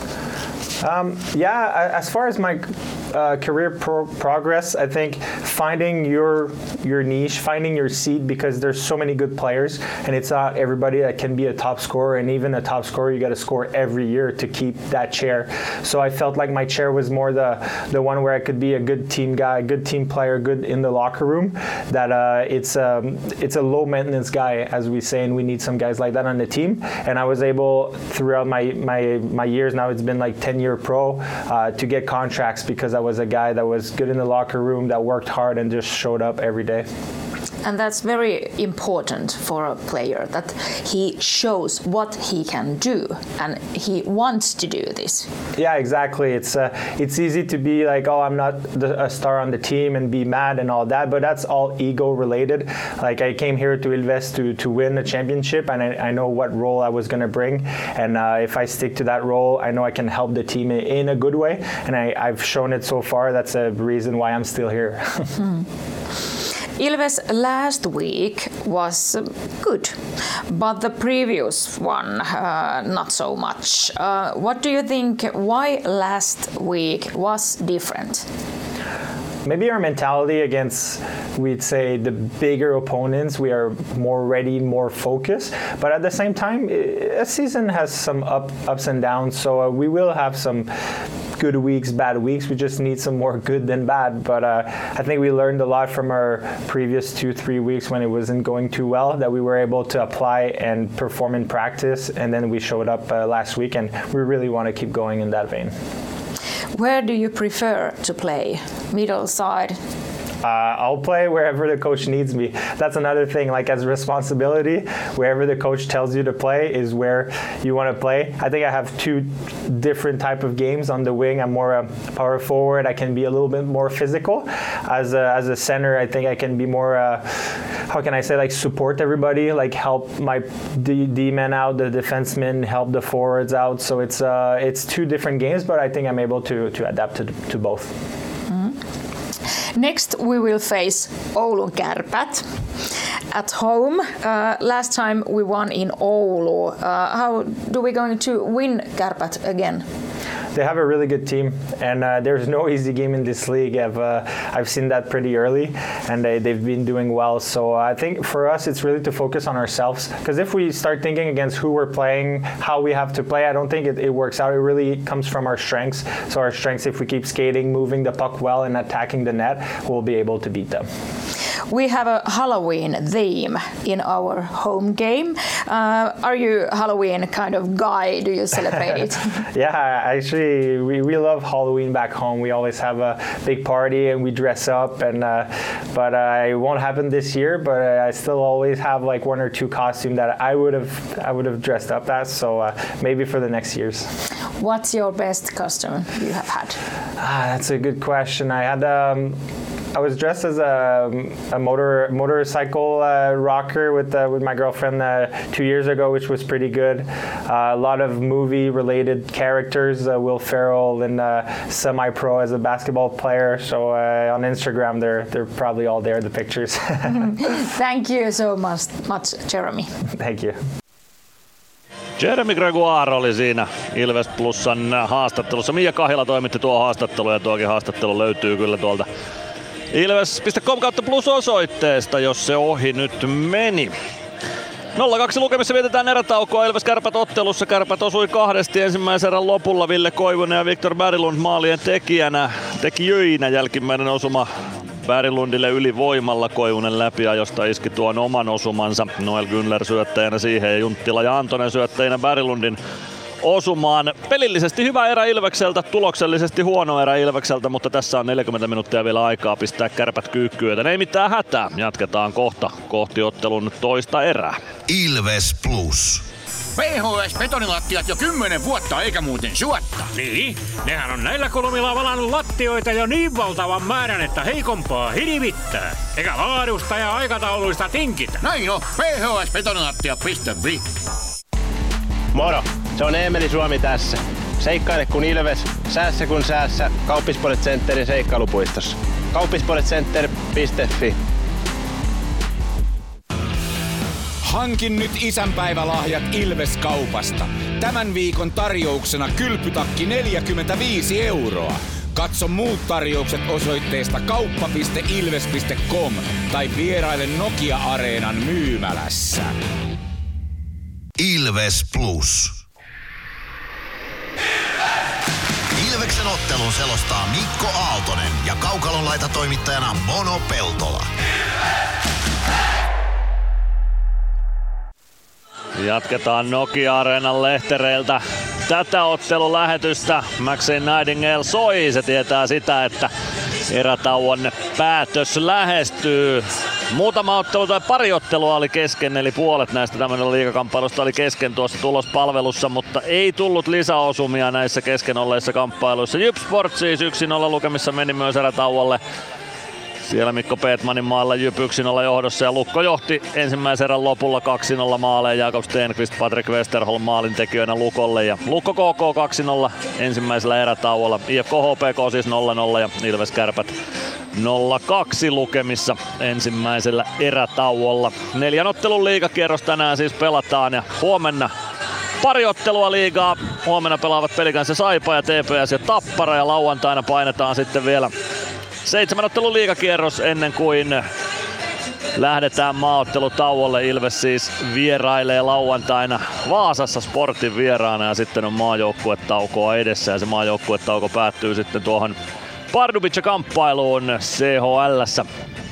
Um, yeah, as far as my uh, career pro- progress, I think finding your your niche, finding your seat, because there's so many good players, and it's not everybody that can be a top scorer, and even a top scorer, you got to score every year to keep that chair. So I felt like my chair was more the the one where I could be a good team guy, good team player, good in the locker room. That uh, it's um, it's a low maintenance guy, as we say, and we need some guys like that on the team. And I was able throughout my my my years now, it's been like ten years pro uh, to get contracts because I was a guy that was good in the locker room, that worked hard and just showed up every day. And that's very important for a player, that he shows what he can do and he wants to do this. Yeah, exactly. It's uh, it's easy to be like, oh, I'm not the, a star on the team and be mad and all that, but that's all ego related. Like I came here to Ilves to, to win a championship, and I, I know what role I was going to bring. And uh, if I stick to that role, I know I can help the team in, in a good way. And I, I've shown it so far. That's a reason why I'm still here. mm. Ilves last week was good, but the previous one uh, not so much. Uh, what do you think, why last week was different? Maybe our mentality against, we'd say, the bigger opponents, we are more ready, more focused. But at the same time, a season has some up, ups and downs, so uh, we will have some good weeks, bad weeks. We just need some more good than bad. But uh, I think we learned a lot from our previous two, three weeks when it wasn't going too well, that we were able to apply and perform in practice. And then we showed up uh, last week, and we really want to keep going in that vein. Where do you prefer to play? Middle side? Uh, I'll play wherever the coach needs me. That's another thing, like as a responsibility, wherever the coach tells you to play is where you want to play. I think I have two different type of games. On the wing, I'm more a power forward. I can be a little bit more physical. As a, as a center, I think I can be more, uh, how can I say, like support everybody, like help my D, D men out, the defensemen, help the forwards out. So it's uh, it's two different games, but I think I'm able to, to adapt to, to both. Next, we will face Oulun Kärpät at home. Uh, last time we won in Oulu. Uh, how do we going to win Kärpät again? They have a really good team, and uh, there's no easy game in this league. I've uh, I've seen that pretty early, and they, they've been doing well. So I think for us, it's really to focus on ourselves. Because if we start thinking against who we're playing, how we have to play, I don't think it, it works out. It really comes from our strengths. So our strengths, if we keep skating, moving the puck well, and attacking the net, we'll be able to beat them. we have a Halloween theme in our home game. Uh, are you Halloween kind of guy? Do you celebrate it? Yeah, actually, we, we love Halloween back home. We always have a big party and we dress up. And uh, but uh, it won't happen this year. But I still always have like one or two costumes that I would have I would have dressed up as. So uh, maybe for the next years. What's your best costume you have had? Ah, that's a good question. I had um, I was dressed as a, a motor motorcycle uh, rocker with uh, with my girlfriend uh, two years ago, which was pretty good. Uh, a lot of movie-related characters, uh, Will Ferrell and uh, semi-pro as a basketball player. So uh, on Instagram, they're they're probably all there, the pictures. Thank you so much, much Jeremy. Thank you. Jeremy Gregoire oli siinä Ilves Plusan haastattelussa. Mia Kahila toimitti tuo haastattelu ja tuokin haastattelu löytyy kyllä tuolta ilves piste com kautta plus osoitteesta, jos se ohi nyt meni. nolla kaksi lukemissa vietetään erätaukoa Ilves Kärpät ottelussa. Kärpät osui kahdesti ensimmäisen erän lopulla. Ville Koivunen ja Viktor Berglund maalien tekijänä, tekijöinä. Jälkimmäinen osuma Berglundille ylivoimalla, Koivunen läpiajosta iski tuon oman osumansa. Noel Günther syöttäjänä siihen ja Junttila ja Antonen syöttäjänä Berglundin osumaan. Pelillisesti hyvä erä Ilvekseltä, tuloksellisesti huono erä Ilvekseltä, mutta tässä on neljäkymmentä minuuttia vielä aikaa pistää Kärpät kyykkyyn, joten ei mitään hätää. Jatketaan kohta kohti ottelun toista erää. Ilves Plus. P H S-betonilattiat jo kymmenen vuotta eikä muuten suotta. Niin, nehän on näillä kolmilla valannut lattioita jo niin valtavan määrän, että heikompaa hirvittää. Eikä laadusta ja aikatauluista tinkitä. Näin on, p h s betonilattia piste f i. Moro, se on Eemeli Suomi tässä. Seikkaile kun Ilves, säässä kun säässä. Kauppisports Centerin seikkailupuistossa. kauppisports center piste f i. Hankin nyt isänpäivälahjat Ilves-kaupasta. Tämän viikon tarjouksena kylpytakki neljäkymmentäviisi euroa. Katso muut tarjoukset osoitteesta kauppa piste ilves piste com tai vieraile Nokia-areenan myymälässä. Ilves Plus. Ilves! Ilveksen ottelun selostaa Mikko Aaltonen ja Kaukalon laitatoimittajana Mono Peltola. Jatketaan Nokia-areenan lehtereiltä tätä ottelulähetystä. Maxine Nightingale soi, se tietää sitä, että erätauon päätös lähestyy. Muutama ottelu tai pari ottelua oli kesken, eli puolet näistä tämmöinen liigakamppailusta oli kesken tuossa tulospalvelussa, mutta ei tullut lisäosumia näissä kesken olleissa kamppailuissa. Jyp-Sport siis yksi nolla lukemissa meni myös erätauolle. Siellä Mikko Peetmanin maalla Jyp yksi nolla johdossa ja Lukko johti ensimmäisen erän lopulla kaksi nolla maaleen. Jakob Stenqvist, Patrick Westerholm maalintekijöinä Lukolle ja Lukko K K kaksi nolla ensimmäisellä erätauolla. I F K H P K siis nolla nolla ja Ilves Kärpät nolla kaksi lukemissa ensimmäisellä erätauolla. Neljän ottelun liigakierros tänään siis pelataan ja huomenna pari ottelua liigaa. Huomenna pelaavat Pelikanssa Saipa ja T P S ja Tappara ja lauantaina painetaan sitten vielä seitsemän ottelun liigakierros ennen kuin lähdetään maaottelutauolle. Ilves siis vierailee lauantaina Vaasassa Sportin vieraana ja sitten on maajoukkuetaukoa edessä ja se maajoukkuetauko päättyy sitten tuohon Pardubice-kamppailuun C H L:ssä.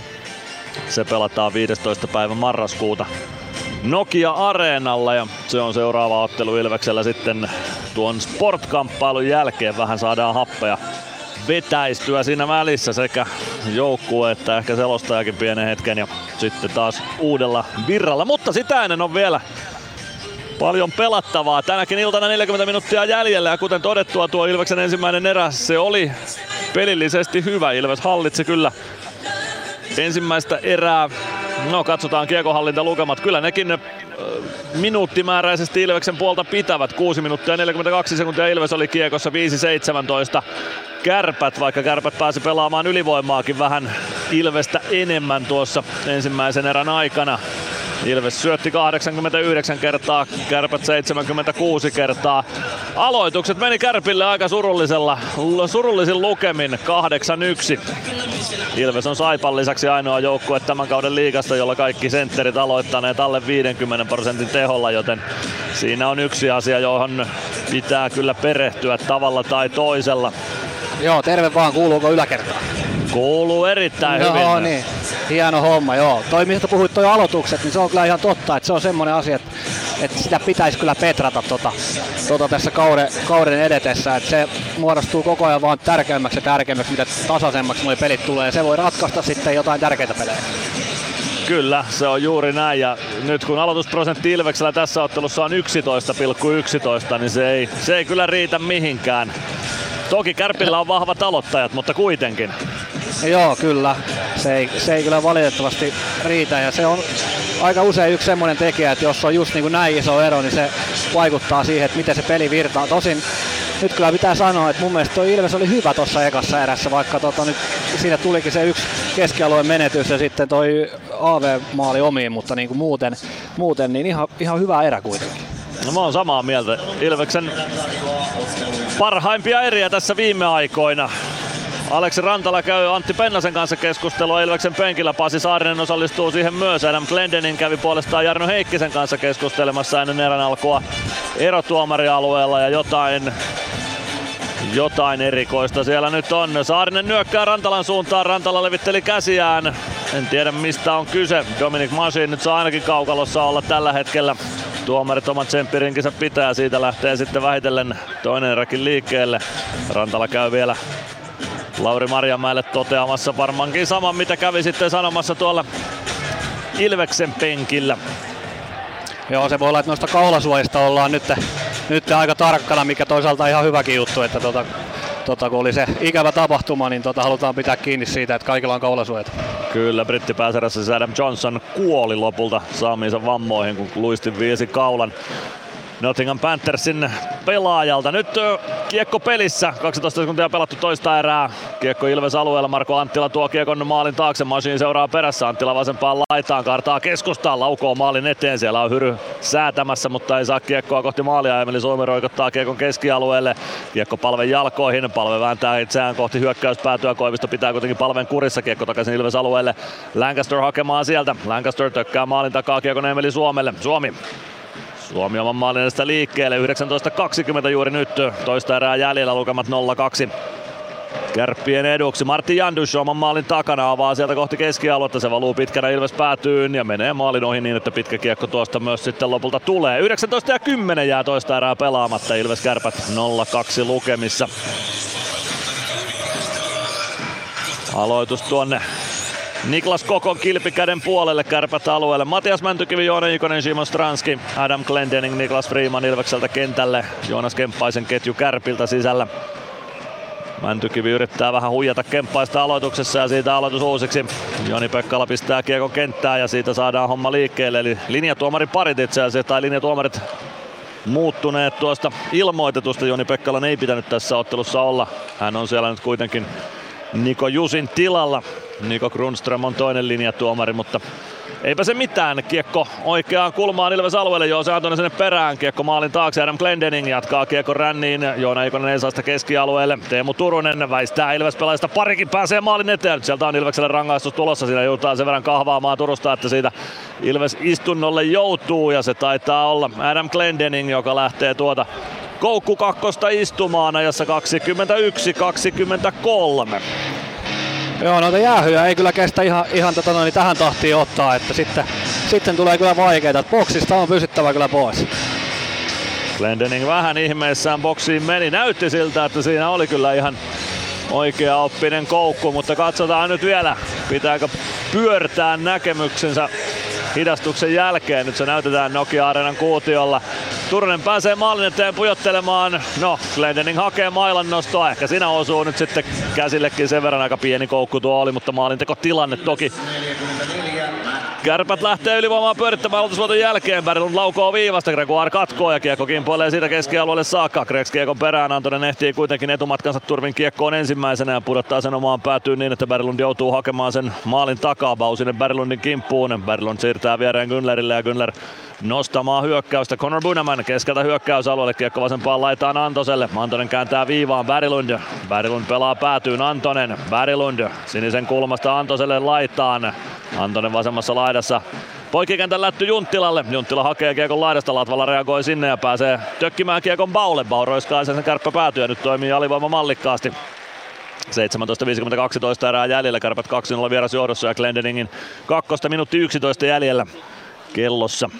Se pelataan viidestoista päivä marraskuuta Nokia-areenalla ja se on seuraava ottelu Ilveksellä sitten tuon Sport-kamppailun jälkeen. Vähän saadaan happea vetäistyä siinä välissä sekä joukkue että ehkä selostajakin pienen hetken ja sitten taas uudella virralla. Mutta sitä ennen on vielä paljon pelattavaa. Tänäkin iltana neljäkymmentä minuuttia jäljellä ja kuten todettua tuo Ilveksen ensimmäinen erä, se oli pelillisesti hyvä. Ilves hallitsi kyllä ensimmäistä erää. No katsotaan kiekohallinta lukemat. Kyllä nekin äh, minuuttimääräisesti Ilveksen puolta pitävät. kuusi minuuttia neljäkymmentäkaksi sekuntia Ilves oli kiekossa, viisi seitsemäntoista Kärpät, vaikka Kärpät pääsi pelaamaan ylivoimaakin vähän Ilvestä enemmän tuossa ensimmäisen erän aikana. Ilves syötti kahdeksankymmentäyhdeksän kertaa, Kärpät seitsemänkymmentäkuusi kertaa. Aloitukset meni Kärpille aika surullisella, surullisin lukemin kahdeksan yksi. Ilves on Saipan lisäksi ainoa joukkue tämän kauden liigasta, jolla kaikki sentterit aloittaneet alle viidenkymmenen prosentin teholla, joten siinä on yksi asia, johon pitää kyllä perehtyä tavalla tai toisella. Joo, terve vaan, kuuluuko yläkertaan? Kuuluu erittäin no, hyvin. No niin, hieno homma, joo. Toi mistä puhuit toi aloitukset, niin se on kyllä ihan totta, että se on semmoinen asia, että, että sitä pitäisi kyllä petrata tota, tota tässä kauden, kauden edetessä, että se muodostuu koko ajan vaan tärkeämmäksi ja tärkeämmäksi, mitä tasaisemmaksi nuo pelit tulee, ja se voi ratkaista sitten jotain tärkeitä pelejä. Kyllä, se on juuri näin, ja nyt kun aloitusprosentti Ilveksellä tässä ottelussa on yksitoista pilkku yksitoista, niin se ei, se ei kyllä riitä mihinkään. Toki Kärpillä on vahvat aloittajat, mutta kuitenkin. Joo, kyllä. Se ei, se ei kyllä valitettavasti riitä, ja se on aika usein yksi semmoinen tekijä, että jos on just niin kuin näin iso ero, niin se vaikuttaa siihen, että miten se peli virtaa. Tosin nyt kyllä pitää sanoa, että mun mielestä toi Ilves oli hyvä tuossa ekassa erässä, vaikka tota nyt siinä tulikin se yksi keskialueen menetys ja sitten toi A V-maali omiin, mutta niin kuin muuten, muuten niin ihan, ihan hyvä erä kuitenkin. No mä oon samaa mieltä. Ilveksen parhaimpia eriä tässä viime aikoina. Aleksi Rantala käy Antti Pennasen kanssa keskustelua Ilveksen penkillä. Pasi Saarinen osallistuu siihen myös. Adam Glendening kävi puolestaan Jarno Heikkisen kanssa keskustelemassa ennen erän alkua erotuomarialueella ja jotain, jotain erikoista siellä nyt on. Saarinen nyökkää Rantalan suuntaan. Rantala levitteli käsiään. En tiedä mistä on kyse. Dominic Masin nyt saa ainakin kaukalossa olla tällä hetkellä. Tuomarit oman tsemppirinkinsä pitää, siitä lähtee sitten vähitellen toinen eräkin liikkeelle. Rantala käy vielä Lauri Marjamäelle toteamassa varmaankin saman mitä kävi sitten sanomassa tuolla Ilveksen penkillä. Joo, se voi olla, että noista kaulasuojista ollaan nyt, nyt aika tarkkana, mikä toisaalta ihan hyväkin juttu, että tota, tota, kun oli se ikävä tapahtuma, niin tota, halutaan pitää kiinni siitä, että kaikilla on kaulasuojat. Kyllä, brittipääserässä siis Adam Johnson kuoli lopulta saamiinsa vammoihin, kun luistin viisi kaulan Nottingham Panthersin pelaajalta. Nyt kiekko pelissä, kaksitoista sekuntia pelattu toista erää. Kiekko Ilves alueella, Marko Anttila tuo kiekon maalin taakse, Machine seuraa perässä. Anttila vasempaan laitaan, kaartaa keskustaan, laukoo maalin eteen. Siellä on Hyry säätämässä, mutta ei saa kiekkoa kohti maalia. Emeli Suomi roikottaa kiekon keskialueelle. Kiekko Palven jalkoihin, Palve vääntää itseään kohti hyökkäyspäätyä. Koivisto pitää kuitenkin Palven kurissa, kiekko takaisin Ilves alueelle. Lancaster hakemaan sieltä. Lancaster tökkää maalin takaa kiekon Emeli Suomelle. Suomi. Suomi oman maalin edestä liikkeelle, yhdeksäntoista kaksikymmentä juuri nyt, toista erää jäljellä, lukemat nolla kaksi. Kärppien eduksi Martti Jandus oman maalin takana avaa sieltä kohti keskialuetta, se valuu pitkänä Ilves päätyyn ja menee maalin ohi niin, että pitkä kiekko tuosta myös sitten lopulta tulee. yhdeksäntoista kymmenen jää toista erää pelaamatta, Ilves Kärpät nolla kaksi lukemissa. Aloitus tuonne Niklas Kokon kilpikäden puolelle, Kärpät alueelle. Matias Mäntykivi, Joona Ikonen, Simon Stranski, Adam Glendening, Niklas Freeman Ilvekseltä kentälle. Joonas Kemppaisen ketju Kärpiltä sisällä. Mäntykivi yrittää vähän huijata Kemppaista aloituksessa ja siitä aloitus uusiksi. Joni Pekkala pistää kiekon kenttään ja siitä saadaan homma liikkeelle. Eli linjatuomari parit itse asiassa, tai linjatuomarit muuttuneet tuosta ilmoitetusta. Joni Pekkalan ei pitänyt tässä ottelussa olla. Hän on siellä nyt kuitenkin Niko Jusin tilalla. Niko Grundström on toinen linjatuomari, mutta eipä se mitään. Kiekko oikeaan kulmaan Ilves alueelle. Joose Antonen sinne perään. Kiekko maalin taakse. Adam Glendening jatkaa kiekko ränniin. Joona Ikonen ei saa sitä keskialueelle. Teemu Turunen väistää Ilves pelaajista. Parikin pääsee maalin eteen. Sieltä on Ilvekselle rangaistus tulossa. Siinä joudutaan sen verran kahvaamaan Turusta, että siitä Ilves istunnolle joutuu. Ja se taitaa olla Adam Glendening, joka lähtee tuota koukku kakkosta istumaan ajassa kaksikymmentäyksi kaksikymmentäkolme. Joo, noita jäähyjä ei kyllä kestä ihan, ihan tota noin, tähän tahtiin ottaa, että sitten, sitten tulee kyllä vaikeita. Boksista on pysyttävä kyllä pois. Glendening vähän ihmeessään boksiin meni. Näytti siltä, että siinä oli kyllä ihan oikea oppinen koukku, mutta katsotaan nyt vielä, pitääkö pyörtää näkemyksensä hidastuksen jälkeen. Nyt se näytetään Nokia-areenan kuutiolla. Turunen pääsee maalin eteen pujottelemaan. No, Glendening hakee mailan nostoa. Ehkä siinä osuu nyt sitten käsillekin, sen verran aika pieni koukku tuo oli, mutta maalintekotilanne toki. Kärpät lähtee ylivoimaan pyörittämään aloitusvuoton jälkeen. Berglund laukoo viivasta, Gregoire katkoo ja kiekko kimpoilee siitä keskialueelle saakka. Gregs kiekon perään, Antonen ehtii kuitenkin etumatkansa turvin kiekkoon ensimmäisenä ja pudottaa sen omaan päätyyn niin, että Berglund joutuu hakemaan sen maalin takaa. Bau sinne Berglundin kimppuun. Berglund siirtää viereen Günlerille ja Günler nostamaan hyökkäystä. Connor Bunaman keskeltä hyökkäysalueelle, kiekko vasempaan laitaan Antoselle. Antonen kääntää viivaan Berglund. Berglund pelaa päätyyn Antonen. Berglund sinisen kulmasta Antoselle laitaan. Antonen vasemmassa laidassa. Poikikentän lätty Junttilalle. Junttila hakee kiekon laidasta, Latvala reagoi sinne ja pääsee tökkimään kiekon Baulle. Bau roiskaa sen kärppä päätyy ja nyt toimii alivoima mallikkaasti. seitsemäntoista viisikymmentäkaksi erää jäljellä, Kärpät kaksi nolla vierasjohdossa ja Glendeningin kakkosta minuutti yksitoista jäljellä kellossa.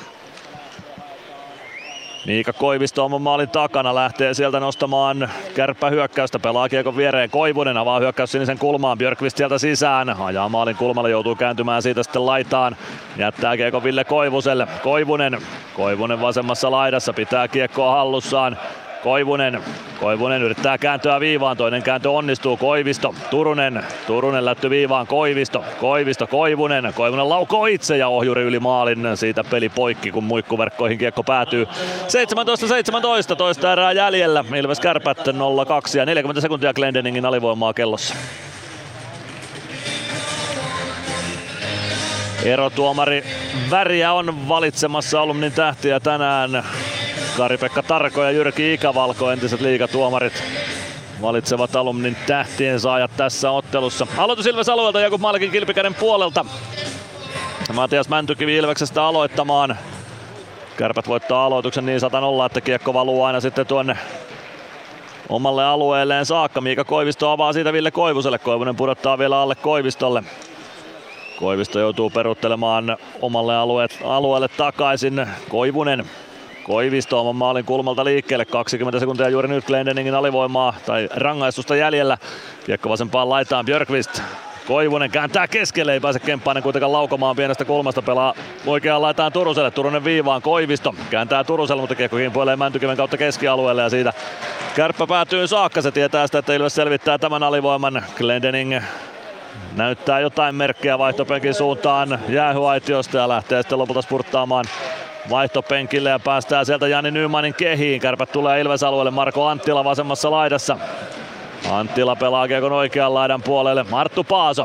Miika Koivisto oman maalin takana lähtee sieltä nostamaan kärppähyökkäystä, pelaa kiekon viereen. Koivunen avaa hyökkäys sinisen kulmaan, Björkqvist sieltä sisään, ajaa maalin kulmalle, joutuu kääntymään siitä sitten laitaan, jättää kiekon Ville Koivuselle. Koivunen, Koivunen vasemmassa laidassa, pitää kiekkoa hallussaan. Koivunen, Koivunen yrittää kääntyä viivaan, toinen kääntö onnistuu, Koivisto, Turunen, Turunen lätty viivaan, Koivisto, Koivisto, Koivunen, Koivunen laukoo itse ja ohjuri yli maalin, siitä peli poikki kun muikkuverkkoihin kiekko päätyy. seitsemäntoista seitsemäntoista, toista erää jäljellä, Ilves Kärpät nolla kaksi ja neljäkymmentä sekuntia Glendeningin alivoimaa kellossa. Erotuomari väriä on valitsemassa Alumnin tähtiä tänään. Kari-Pekka Tarko ja Jyrki Ikävalko, entiset liigatuomarit, valitsevat Alumnin tähtien saajat tässä ottelussa. Aloitus Ilves alueelta Jakub Malkin Kilpikäden puolelta. Matias Mäntykivi Ilveksestä aloittamaan. Kärpät voittaa aloituksen niin sata nolla, että kiekko valuu aina sitten tuonne omalle alueelleen saakka. Miika Koivisto avaa siitä Ville Koivuselle. Koivunen pudottaa vielä alle Koivistolle. Koivisto joutuu peruuttelemaan omalle alueelle takaisin. Koivunen. Koivisto oman maalin kulmalta liikkeelle, kaksikymmentä sekuntia juuri nyt Glendeningin alivoimaa tai rangaistusta jäljellä. Kiekko vasempaan laitaan Björkqvist. Koivunen kääntää keskelle, ei pääse Kemppainen kuitenkaan laukomaan pienestä kulmasta, pelaa oikeaan laitaan Turuselle, Turunen viivaan, Koivisto kääntää Turuselle, mutta kiekko kimpoilee Mäntykiven kautta keskialueelle ja siitä Kärppä päätyy saakka. Se tietää sitä, että Ilves selvittää tämän alivoiman. Glendening näyttää jotain merkkejä vaihtopenkin suuntaan jäähyaitiosta ja lähtee sitten lopulta spurttaamaan vaihtopenkille ja päästään sieltä Jani Nymanin kehiin. Kärpät tulee Ilves-alueelle, Marko Anttila vasemmassa laidassa. Anttila pelaa kiekon oikean laidan puolelle, Marttu Paaso.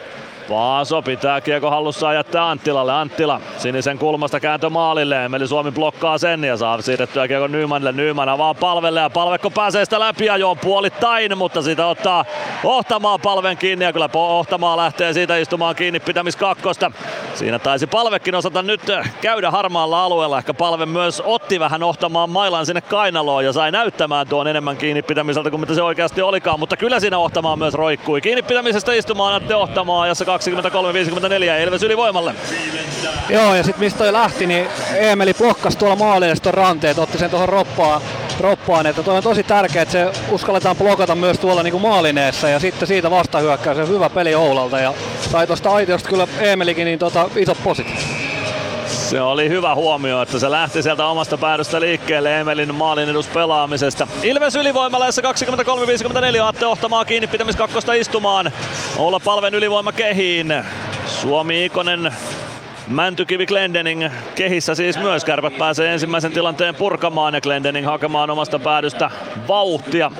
Paaso pitää kiekko hallussaan, jättää Anttilalle. Anttila sinisen kulmasta kääntö maalille. Emeli Suomi blokkaa sen ja saa siirrettyä kiekon Nymanille. Nyman avaa palvelle ja Palvekko pääsee sitä läpi ja joo puolittain, mutta siitä ottaa Ohtamaa Palven kiinni ja kyllä Ohtamaa lähtee siitä istumaan kiinni pitämiskakkosta. Siinä taisi Palvekin osata nyt käydä harmaalla alueella. Ehkä Palve myös otti vähän Ohtamaan mailan sinne kainaloon ja sai näyttämään tuon enemmän kiinni pitämiseltä kuin mitä se oikeasti olikaan, mutta kyllä siinä Ohtamaa myös roikkui. Kiinni pitämisestä istumaan Atte Ohtamaa ja se kaksikymmentäkolme viisikymmentäneljä Ilves ylivoimalle. Joo, ja sitten mistä toi lähti, niin Eemeli blokkasi tuolla maalille ton ranteet, otti sen tuohon roppaan, roppaan, että toi on tosi tärkeää, että se uskalletaan blokata myös tuolla niinku maalineessa ja sitten siitä vastahyökkäys, se hyvä peli Oulalta ja sai tosta aitiosta kyllä Eemelikin niin tota, isot posit. Se oli hyvä huomio, että se lähti sieltä omasta päädystä liikkeelle Emelin maalin edus pelaamisesta. Ilves ylivoimalla kaksikymmentäkolme viisikymmentäneljä Atte Ohtamaa kiinni pitämiskakkosta istumaan. Oula Palven ylivoima kehiin. Suomi Ikonen, Mäntykivi, Glendening kehissä siis myös. Kärpät pääsee ensimmäisen tilanteen purkamaan ja Glendening hakemaan omasta päädystä vauhtia.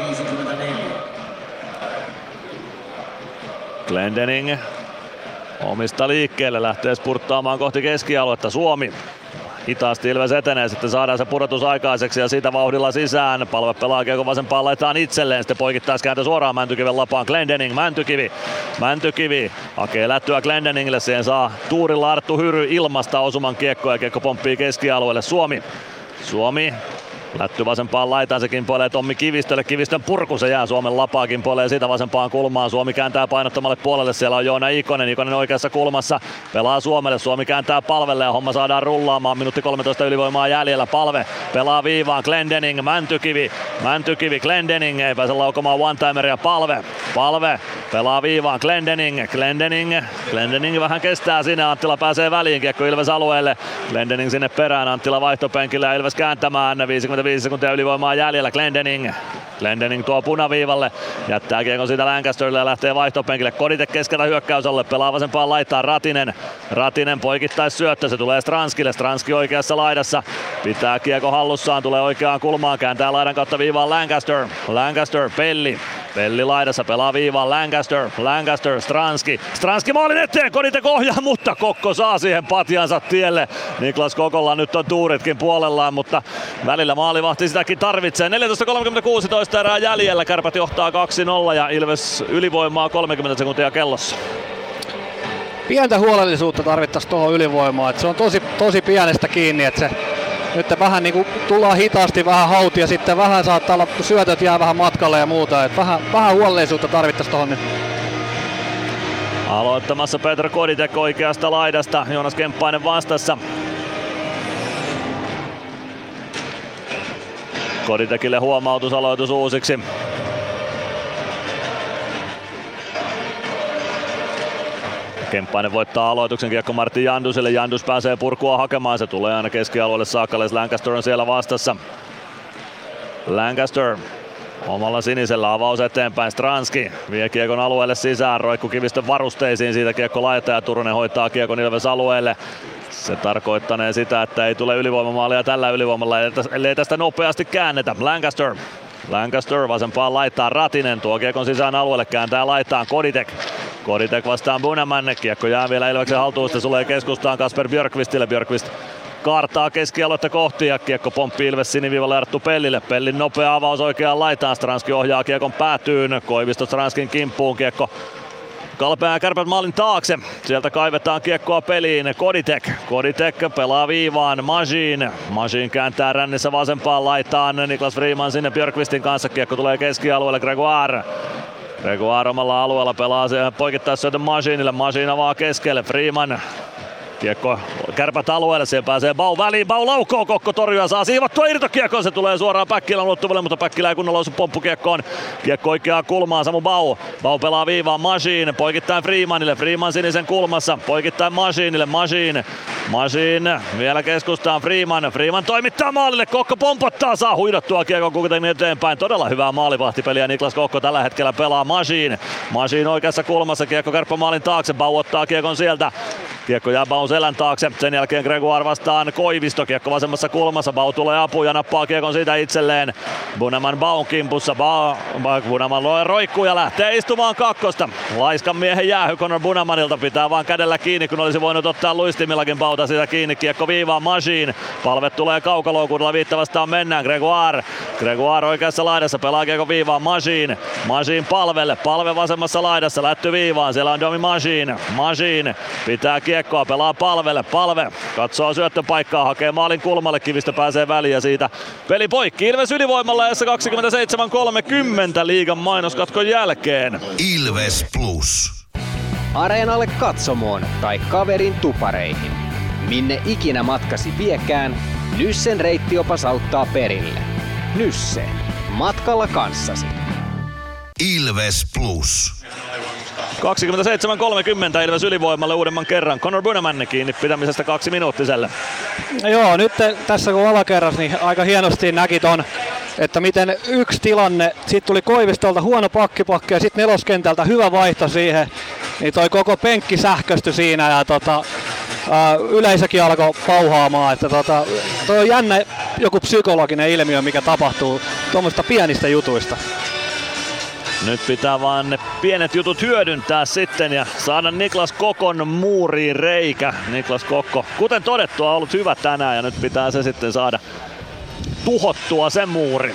Glendening omista liikkeelle lähtee spurttaamaan kohti keskialuetta. Suomi hitaasti Ilves etenee, sitten saadaan se pudotus aikaiseksi ja siitä vauhdilla sisään. Palve pelaa kiekon vasempaan laitaan itselleen, sitten poikittaiskääntö suoraan Mäntykiven lapaan. Glendening, Mäntykivi, Mäntykivi hakee lättyä Glendeningille, siihen saa tuurilla Arttu Hyry ilmasta osuman kiekko ja kiekko pomppii keskialueelle. Suomi, Suomi. Lätty vasempaan laitaan, se kimpoilee Tommi Kivistölle, Kivistön purku, se jää Suomen lapaa, kimpoilee siitä vasempaan kulmaan. Suomi kääntää painottomalle puolelle, siellä on Joona Ikonen, Ikonen oikeassa kulmassa, pelaa Suomelle, Suomi kääntää Palvelle ja homma saadaan rullaamaan, minuutti kolmetoista ylivoimaa jäljellä. Palve pelaa viivaan, Glendening, Mäntykivi, Mäntykivi, Glendening, ei pääse laukomaan one-timeria, Palve, Palve pelaa viivaan, Glendening, Glendening, Glendening vähän kestää sinne, Anttila pääsee väliin, kiekko Ilves alueelle, Glendening sinne perään, Anttila vaihtopenkille ja Ilves kääntämään, viisikymmentäviisi sekuntia ylivoimaa jäljellä. Glendening. Glendening tuo punaviivalle, jättää kiekon siitä Lancasterille ja lähtee vaihtopenkille. Kodite keskellä hyökkäysalle, pelaa vasempaan laittaa Ratinen. Ratinen poikittais syöttö, se tulee Stranskille. Stranski oikeassa laidassa, pitää kiekko hallussaan, tulee oikeaan kulmaan, kääntää laidan kautta viivaan Lancaster. Lancaster, Pelli. Pelli laidassa, pelaa viivaan Lancaster, Lancaster, Stranski. Stranski maalin eteen, Kodite kohjaa, mutta Kokko saa siihen patjansa tielle. Niklas Kokolla nyt on tuuritkin puolellaan, mutta välillä maalivahti sitäkin tarvitsee. neljätoista kolmekymmentäkuusi erää jäljellä, Kärpät johtaa kaksi nolla ja Ilves ylivoimaa kolmekymmentä sekuntia kellossa. Pientä huolellisuutta tarvittaisiin tuohon ylivoimaan, että se on tosi, tosi pienestä kiinni, että se nyt vähän niinku tullaan hitaasti, vähän hautia, sitten vähän saattaa olla, syötöt jää vähän matkalle ja muuta. Et vähän, vähän huolellisuutta tarvittaisiin tohon nyt. Aloittamassa Petr Koditek oikeasta laidasta, Joonas Kemppainen vastassa. Koditekille huomautus, aloitus uusiksi. Kemppainen voittaa aloituksen, kiekko Martin Jandusille. Jandus pääsee purkua hakemaan, se tulee aina keskialueelle saakka. Les Lancaster on siellä vastassa. Lancaster omalla sinisellä, avaus eteenpäin, Stranski vie kiekon alueelle sisään, Roikku Kivistön varusteisiin, siitä kiekko laittaa ja Turunen hoitaa kiekon Ilves alueelle. Se tarkoittanee sitä, että ei tule ylivoimamaalia tällä ylivoimalla, ellei tästä nopeasti käännetä. Lancaster. Lancaster vasempaan laittaa, Ratinen tuo kiekon sisään alueelle, kääntää laittaan Koditek. Koditek vastaan Bunaman, kiekko jää vielä Ilveksen haltuun, se tulee keskustaan Kasper Björkvistille. Björkvist kaartaa keskialuetta kohti ja kiekko pomppii Ilves siniviivalle Arttu Pellille. Pellin nopea avaus oikeaan laitaan, Stranski ohjaa kiekon päätyyn, Koivisto Stranskin kimppuun, kiekko kalpeaa Kärpät maalin taakse. Sieltä kaivetaan kiekkoa peliin. Koditek. Koditek pelaa viivaan. Majin. Majin kääntää rännissä vasempaan laitaan. Niklas Freeman sinne Björkvistin kanssa. Kiekko tulee keskialueelle. Gregoire. Gregoire omalla alueella pelaa se poikittaisyötön Majinille. Majin avaa keskelle. Freeman. Kiekko Kärpät alueelle, siihen pääsee Bau väliin, Bau laukoo, Kokko torjua, saa siivottua irtokiekkoon, se tulee suoraan Päkkilän ulottuville, mutta Päkkilä ei kunnolla osu pomppukiekkoon. Kiekko oikeaan kulmaan, Samu Bau. Bau pelaa viivaan Majin, poikittain Freemanille, Freeman sinisen kulmassa, poikittain Majinille, Majin. Majin vielä keskustaan Freeman, Freeman toimittaa maalille, Kokko pompottaa, saa huidottua kiekon kuitenkin eteenpäin. Todella hyvää maalivahtipeliä Niklas Kokko tällä hetkellä pelaa. Majin, Majin oikeassa kulmassa, kiekko Kärppämaalin taakse, Bau ottaa kiekon sieltä. Kiekko jää Baun selän taakse, sen jälkeen Gregoire vastaan Koivisto, kiekko vasemmassa kulmassa, Bau tulee apuun ja nappaa kiekon siitä itselleen. Bunaman Baun kimpussa, Bau, Bunaman roikkuu ja lähtee istumaan kakkosta. Laiskan miehen jäähy Connor Bunamanilta, pitää vaan kädellä kiinni, kun olisi voinut ottaa luistimillakin Bauta sitä kiinni. Kiekko viivaan Majin, palve tulee kaukaloukuudella, viitta vastaan mennään, Gregoire. Gregoire oikeassa laidassa, pelaa kiekko viivaan Majin. Majin palvelle, palve vasemmassa laidassa, lätty viivaan, siellä on Domi Majin. Majin pitää kiekkoa, pelaa palvelle, palve katsoo syöttöpaikkaa, hakee maalin kulmalle, Kivistö pääsee väliin ja siitä peli poikki. Ilves ylivoimalla ajassa kaksikymmentäseitsemän kolmekymmentä liigan mainoskatkon jälkeen. Ilves Plus. Areenalle, katsomoon tai kaverin tupareihin. Minne ikinä matkasi viekään, Nyssen reittiopas auttaa perille. Nysse. Matkalla kanssasi. Ilves Plus. kaksikymmentäseitsemän kolmekymmentä Ilves ylivoimalle uudemman kerran. Connor Bunaman kiinni pitämisestä kaksi minuuttiselle. Joo, nyt tässä kun alakerras, niin aika hienosti näki ton, että miten yksi tilanne, sit tuli Koivistolta huono pakkipakki ja sitten neloskentältä hyvä vaihto siihen, niin toi koko penkki sähköstyi siinä ja tota, ää, yleisökin alkoi pauhaamaan, että tota, toi on jännä joku psykologinen ilmiö, mikä tapahtuu tuommoista pienistä jutuista. Nyt pitää vaan ne pienet jutut hyödyntää sitten ja saada Niklas Kokon muuriin reikä. Niklas Kokko, kuten todettua, on ollut hyvä tänään ja nyt pitää se sitten saada tuhottua se muuri.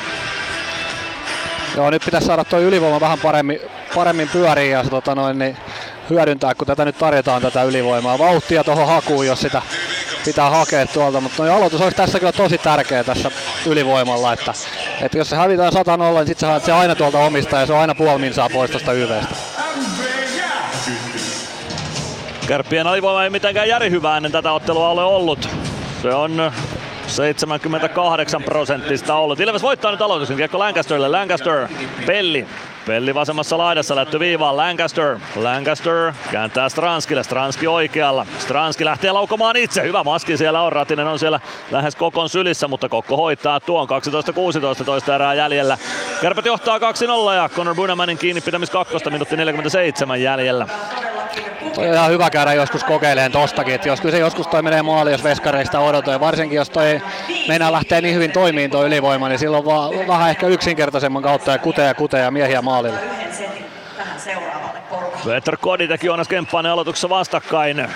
Joo, nyt pitäisi saada tuo ylivoima vähän paremmin, paremmin pyöriin ja tota noin, niin hyödyntää, kun tätä nyt tarjotaan tätä ylivoimaa. Vauhtia tuohon hakuun, jos sitä pitää hakea tuolta, mutta no aloitus olisi tässä kyllä tosi tärkeä tässä ylivoimalla, että, että jos se hävitään sata nolla, niin sitten se aina tuolta omista ja se on aina puoli minsaa pois tuosta Y V:stä. Kärppien alivoima ei mitenkään järihyvää ennen tätä ottelua ole ollut. Se on seitsemänkymmentäkahdeksan prosenttista ollut. Ilves voittaa nyt aloituksen. Kiekko Lancasterille. Lancaster. Pelli. Pelli vasemmassa laidassa, lähtö viivaan, Lancaster. Lancaster kääntää Stranskille, Stranski oikealla. Stranski lähtee laukomaan itse, hyvä maski siellä on, Ratinen on siellä lähes Kokon sylissä, mutta Kokko hoitaa tuon, kaksitoista kuusitoista toista erää jäljellä. Kärpät johtaa kaksi nolla ja Connor Bunamanin kiinni pitämis kakkosta, minuutti neljäkymmentäseitsemän jäljellä. Toi on ihan hyvä käydä joskus kokeileen tostakin, että jos kyllä se joskus toi menee maali, jos veskareista odotoin, varsinkin jos toi meinaa lähtee niin hyvin toimiin toi ylivoima, niin silloin vaan vähän ehkä yksinkertaisemman kautta ja kuteja kuteja ja miehiä maalille. Petr Koditek, Joonas Kemppainen aloituksessa vastakkain.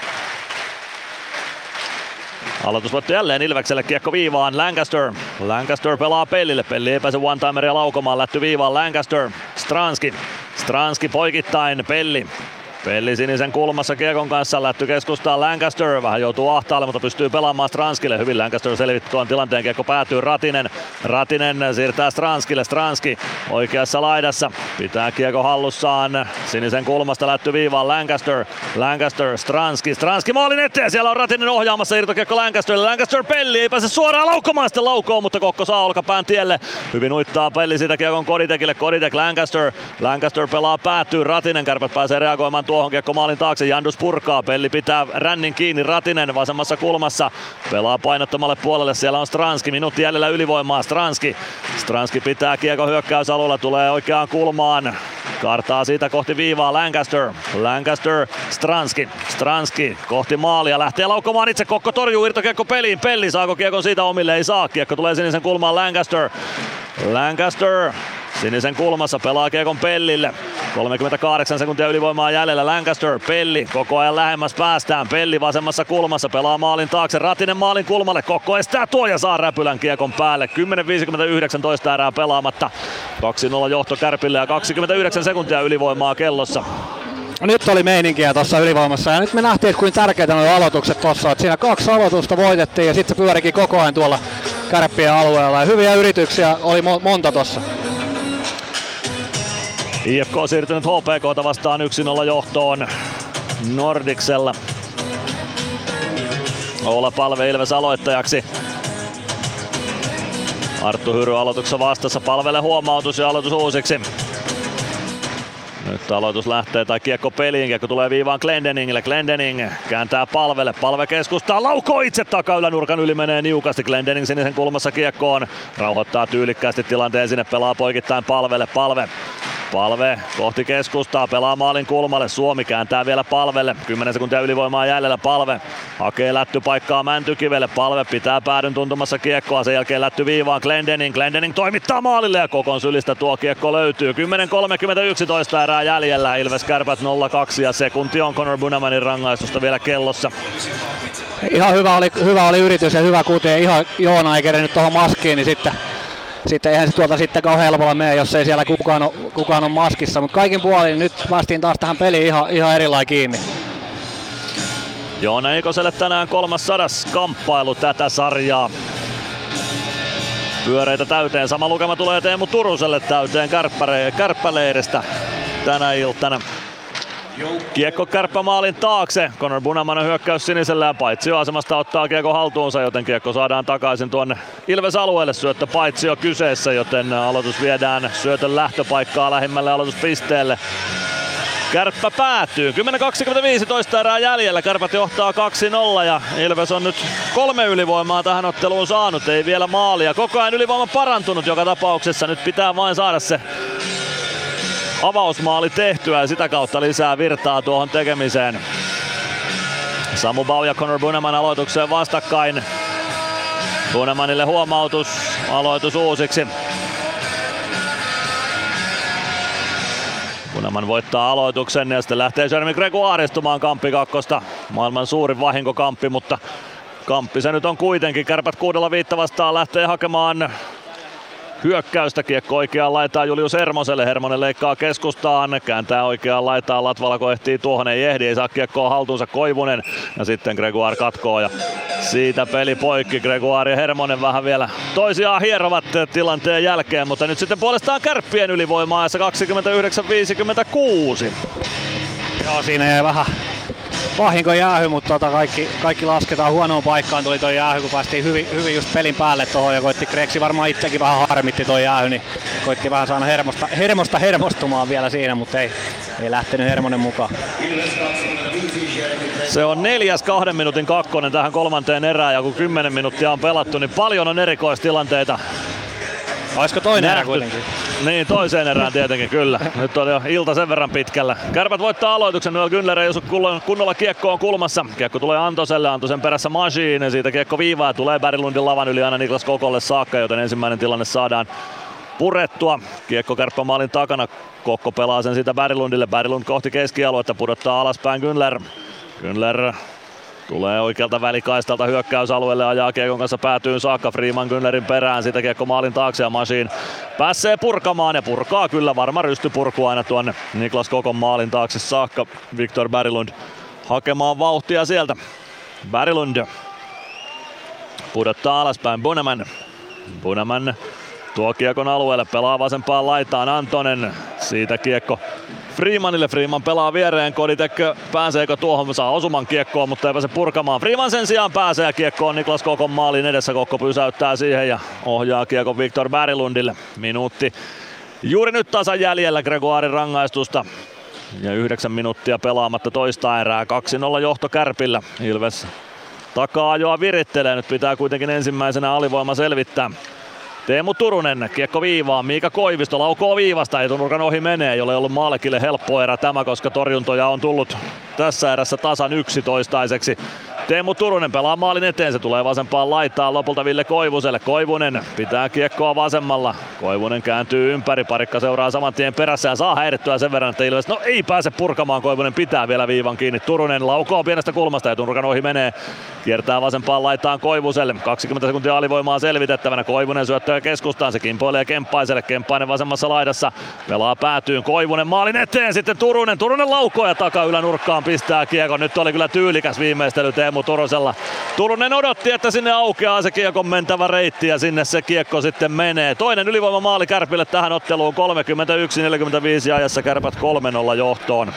Aloitusvoitto jälleen Ilvekselle, kiekko viivaan, Lancaster. Lancaster pelaa Pellille, Pelli ei pääse one-timeria laukomaan, lätty viivaan, Lancaster. Stranski. Stranski poikittain, Pelli. Pelli sinisen kulmassa kiekon kanssa, lätty keskustaan Lancaster, vähän joutuu ahtaalle, mutta pystyy pelaamaan Stranskille. Hyvin Lancaster selvitti tuon tilanteen, kiekko päätyy Ratinen. Ratinen siirtää Stranskille, Stranski oikeassa laidassa, pitää kiekko hallussaan, sinisen kulmasta lätty viivaan Lancaster, Lancaster, Stranski, Stranski maalin eteen, siellä on Ratinen ohjaamassa, irtokiekko Lancasterille, Lancaster Pelli ei pääse suoraan laukkomaan, sitten laukoo, mutta Kokko saa olkapään tielle. Hyvin uittaa Pelli siitä kiekon Koditekille, Koditek Lancaster, Lancaster pelaa päätyy, Ratinen, Kärpät pääsee reagoimaan tuohon kiekko maalin taakse, Jandus purkaa, Pelli pitää rännin kiinni, Ratinen vasemmassa kulmassa, pelaa painottomalle puolelle, siellä on Stranski, minuutti jäljellä ylivoimaa, Stranski, Stranski pitää kiekko hyökkäysalueella, tulee oikeaan kulmaan, kartaa siitä kohti viivaa Lancaster, Lancaster, Stranski, Stranski kohti maalia, lähtee laukkomaan itse, Kokko torjuu irtokiekko peliin, Pelli saako kiekon siitä omille, ei saa, kiekko tulee sinisen kulmaan Lancaster, Lancaster, sinisen kulmassa pelaa kiekon Pellille. kolmekymmentäkahdeksan sekuntia ylivoimaa jäljellä. Lancaster, Pelli koko ajan lähemmäs päästään. Pelli vasemmassa kulmassa pelaa maalin taakse. Ratinen maalin kulmalle. Kokko estää tuo ja saa räpylän kiekon päälle. kymmenen viisikymmentäyhdeksän erää pelaamatta. kaksi nolla johto Kärpille ja kaksikymmentäyhdeksän sekuntia ylivoimaa kellossa. Nyt oli meininkiä tuossa ylivoimassa ja nyt me nähtiin, kuinka tärkeitä nuo aloitukset tuossa. Siinä kaksi aloitusta voitettiin ja sitten se pyörikin koko ajan tuolla Kärppien alueella. Ja hyviä yrityksiä oli mo- monta tuossa. I F K on siirtynyt H P K:ta vastaan yksi nolla johtoon Nordicsella. Oula Palve Ilves aloittajaksi. Arttu Hyry aloituksessa vastassa, Palvelle huomautus ja aloitus uusiksi. Nyt aloitus lähtee tai kiekko peliin, kiekko tulee viivaan Glendeningille, Glendening kääntää Palvelle, Palve keskustaa, laukoo itse takaylänurkan yli, menee niukasti, Glendening sinisen kulmassa kiekkoon, rauhoittaa tyylikkäästi tilanteen sinne, pelaa poikittain Palvelle, Palve. Palve kohti keskustaa, pelaa maalin kulmalle, Suomi kääntää vielä Palvelle, kymmenen sekuntia ylivoimaa jäljellä, Palve hakee lättypaikkaa Mäntykivelle, Palve pitää päädyn tuntumassa kiekkoa, sen jälkeen lätty viivaan Glendening, Glendening toimittaa maalille ja Kokon sylistä tuo kiekko löytyy, kymmenen kolmekymmentäyksi erää jäljellä, Ilves Kärpät nolla kaksi ja sekunti on Connor Bunamanin rangaistusta vielä kellossa. Ihan hyvä oli, hyvä oli yritys ja hyvä kuuteen, ihan Joona ei kerennyt tuohon maskiin, niin sitten Sitten eihän se tuolta sitten kauhean helpolla mene, jos ei siellä kukaan ole, kukaan on maskissa, mutta kaikin puolin nyt päästiin taas tähän peliin ihan, ihan erilainen kiinni. Joona Ikoselle tänään kolmassadas kamppailu tätä sarjaa. Pyöreitä täyteen, sama lukema tulee Teemu Turuselle täyteen Kärppäleirestä tänä iltana. Kiekko Kärppämaalin taakse, Connor Bunamanen hyökkäys sinisellä ja Paitsio-asemasta ottaa kiekko haltuunsa, joten kiekko saadaan takaisin tuonne Ilves-alueelle, syöttö Paitsio kyseessä, joten aloitus viedään syötön lähtöpaikkaa lähimmälle aloituspisteelle. Kärppä päätyy, kymmenen kaksikymmentäviisi erää jäljellä, Kärpät johtaa kaksi nolla ja Ilves on nyt kolme ylivoimaa tähän otteluun saanut, ei vielä maalia, koko ajan ylivoima parantunut joka tapauksessa, nyt pitää vain saada se avausmaali tehtyä ja sitä kautta lisää virtaa tuohon tekemiseen. Samu Bau ja Connor Bunaman aloitukseen vastakkain. Bunamanille huomautus, aloitus uusiksi. Bunaman voittaa aloituksen ja sitten lähtee Jeremy Gregoire istumaan Kamppi kakkosta. Maailman suurin vahinkokamppi, mutta Kamppi se nyt on kuitenkin. Kärpät kuudella viitta vastaan lähtee hakemaan hyökkäystä, kiekko oikeaan laitaan Julius Hermoselle, Hermonen leikkaa keskustaan, kääntää oikeaan laitaan, Latvalako ehtii tuohon, ei ehdi, ei saa kiekkoa haltuunsa Koivunen ja sitten Gregoire katkoo ja siitä peli poikki. Gregoire ja Hermonen vähän vielä toisiaan hierovat tilanteen jälkeen, mutta nyt sitten puolestaan Kärppien ylivoimaa ja kaksikymmentäyhdeksän viisikymmentäkuusi. Joo, siinä jäi vähän vahinko jäähy, mutta tota kaikki, kaikki lasketaan huonoon paikkaan, tuli toi jäähy, kun päästiin hyvin, hyvin just pelin päälle tuohon ja koitti Kreksi varmaan itsekin vähän harmitti toi jäähy, niin koitti vähän saada hermosta, hermosta hermostumaan vielä siinä, mutta ei, ei lähtenyt Hermonen mukaan. Se on neljäs kahden minuutin kakkonen tähän kolmanteen erään ja kun kymmenen minuuttia on pelattu, niin paljon on erikoistilanteita. Olisiko toinen erä kuitenkin? Niin, toiseen erään tietenkin, kyllä. Nyt on jo ilta sen verran pitkällä. Kärpät voittaa aloituksen, Noel Günther ei osu kunnolla kiekkoon kulmassa. Kiekko tulee Antoselle, Antosen perässä Machine, siitä kiekko viivaa ja tulee Berglundin lavan yli aina Niklas Kokolle saakka, joten ensimmäinen tilanne saadaan purettua. Kiekko Kärppämaalin takana, Kokko pelaa sen siitä Berglundille, Berglund kohti keskialuetta, pudottaa alaspäin Günther. Günther tulee oikealta välikaistalta hyökkäysalueelle, ajaa kiekon kanssa päätyyn saakka, Freeman Güntlerin perään, siitä kiekko maalin taakse ja Machine pääsee purkamaan ja purkaa kyllä varma rystypurku aina tuonne Niklas Kokon maalin taakse saakka. Viktor Berglund hakemaan vauhtia sieltä. Berglund pudottaa alaspäin Buneman. Buneman tuo kiekon alueelle, pelaa vasempaan laitaan Antonen. Siitä kiekko Freemanille. Freeman pelaa viereen. Koditek pääseekö tuohon? Saa osuman kiekkoon, mutta ei pääse purkamaan. Freeman sen sijaan pääsee kiekkoon Niklas Kokon maalin edessä. Kokko pysäyttää siihen ja ohjaa kiekon Viktor Berglundille. Minuutti juuri nyt tasan jäljellä Gregoirin rangaistusta. Ja yhdeksän minuuttia pelaamatta toista erää. kaksi nolla johto Kärpillä. Ilves taka-ajoa virittelee. Nyt pitää kuitenkin ensimmäisenä alivoima selvittää. Teemu Turunen, kiekko viivaan, Miika Koivisto laukoo viivasta, etunurkan ohi menee, ei ole ollut Maalekille helppo erä tämä, koska torjuntoja on tullut tässä erässä tasan yksi toistaiseksi. Teemu Turunen pelaa maalin eteen, se tulee vasempaan laitaan lopulta Ville Koivuselle. Koivunen pitää kiekkoa vasemmalla, Koivunen kääntyy ympäri, Parikka seuraa saman tien perässä ja saa häirittyä sen verran, että Ilves no ei pääse purkamaan, Koivunen pitää vielä viivan kiinni. Turunen laukoo pienestä kulmasta, etunurkan ohi menee, kiertää vasempaan laitaan Koivuselle, kaksikymmentä sekuntia alivoimaa selvitettävänä, Koivunen syöttää keskustaan, se kimpoilee Kemppaiselle, Kemppainen vasemmassa laidassa, pelaa päätyyn, Koivunen maalin eteen, sitten Turunen, Turunen laukoo ja takaylänurkkaan pistää kiekon, nyt oli kyllä tyylikäs viimeistely Teemu Turusella. Turunen odotti, että sinne aukeaa se kiekon mentävä reitti ja sinne se kiekko sitten menee. Toinen ylivoimamaali Kärpille tähän otteluun, kolmekymmentäyksi neljäkymmentäviisi ajassa Kärpät kolme nolla johtoon.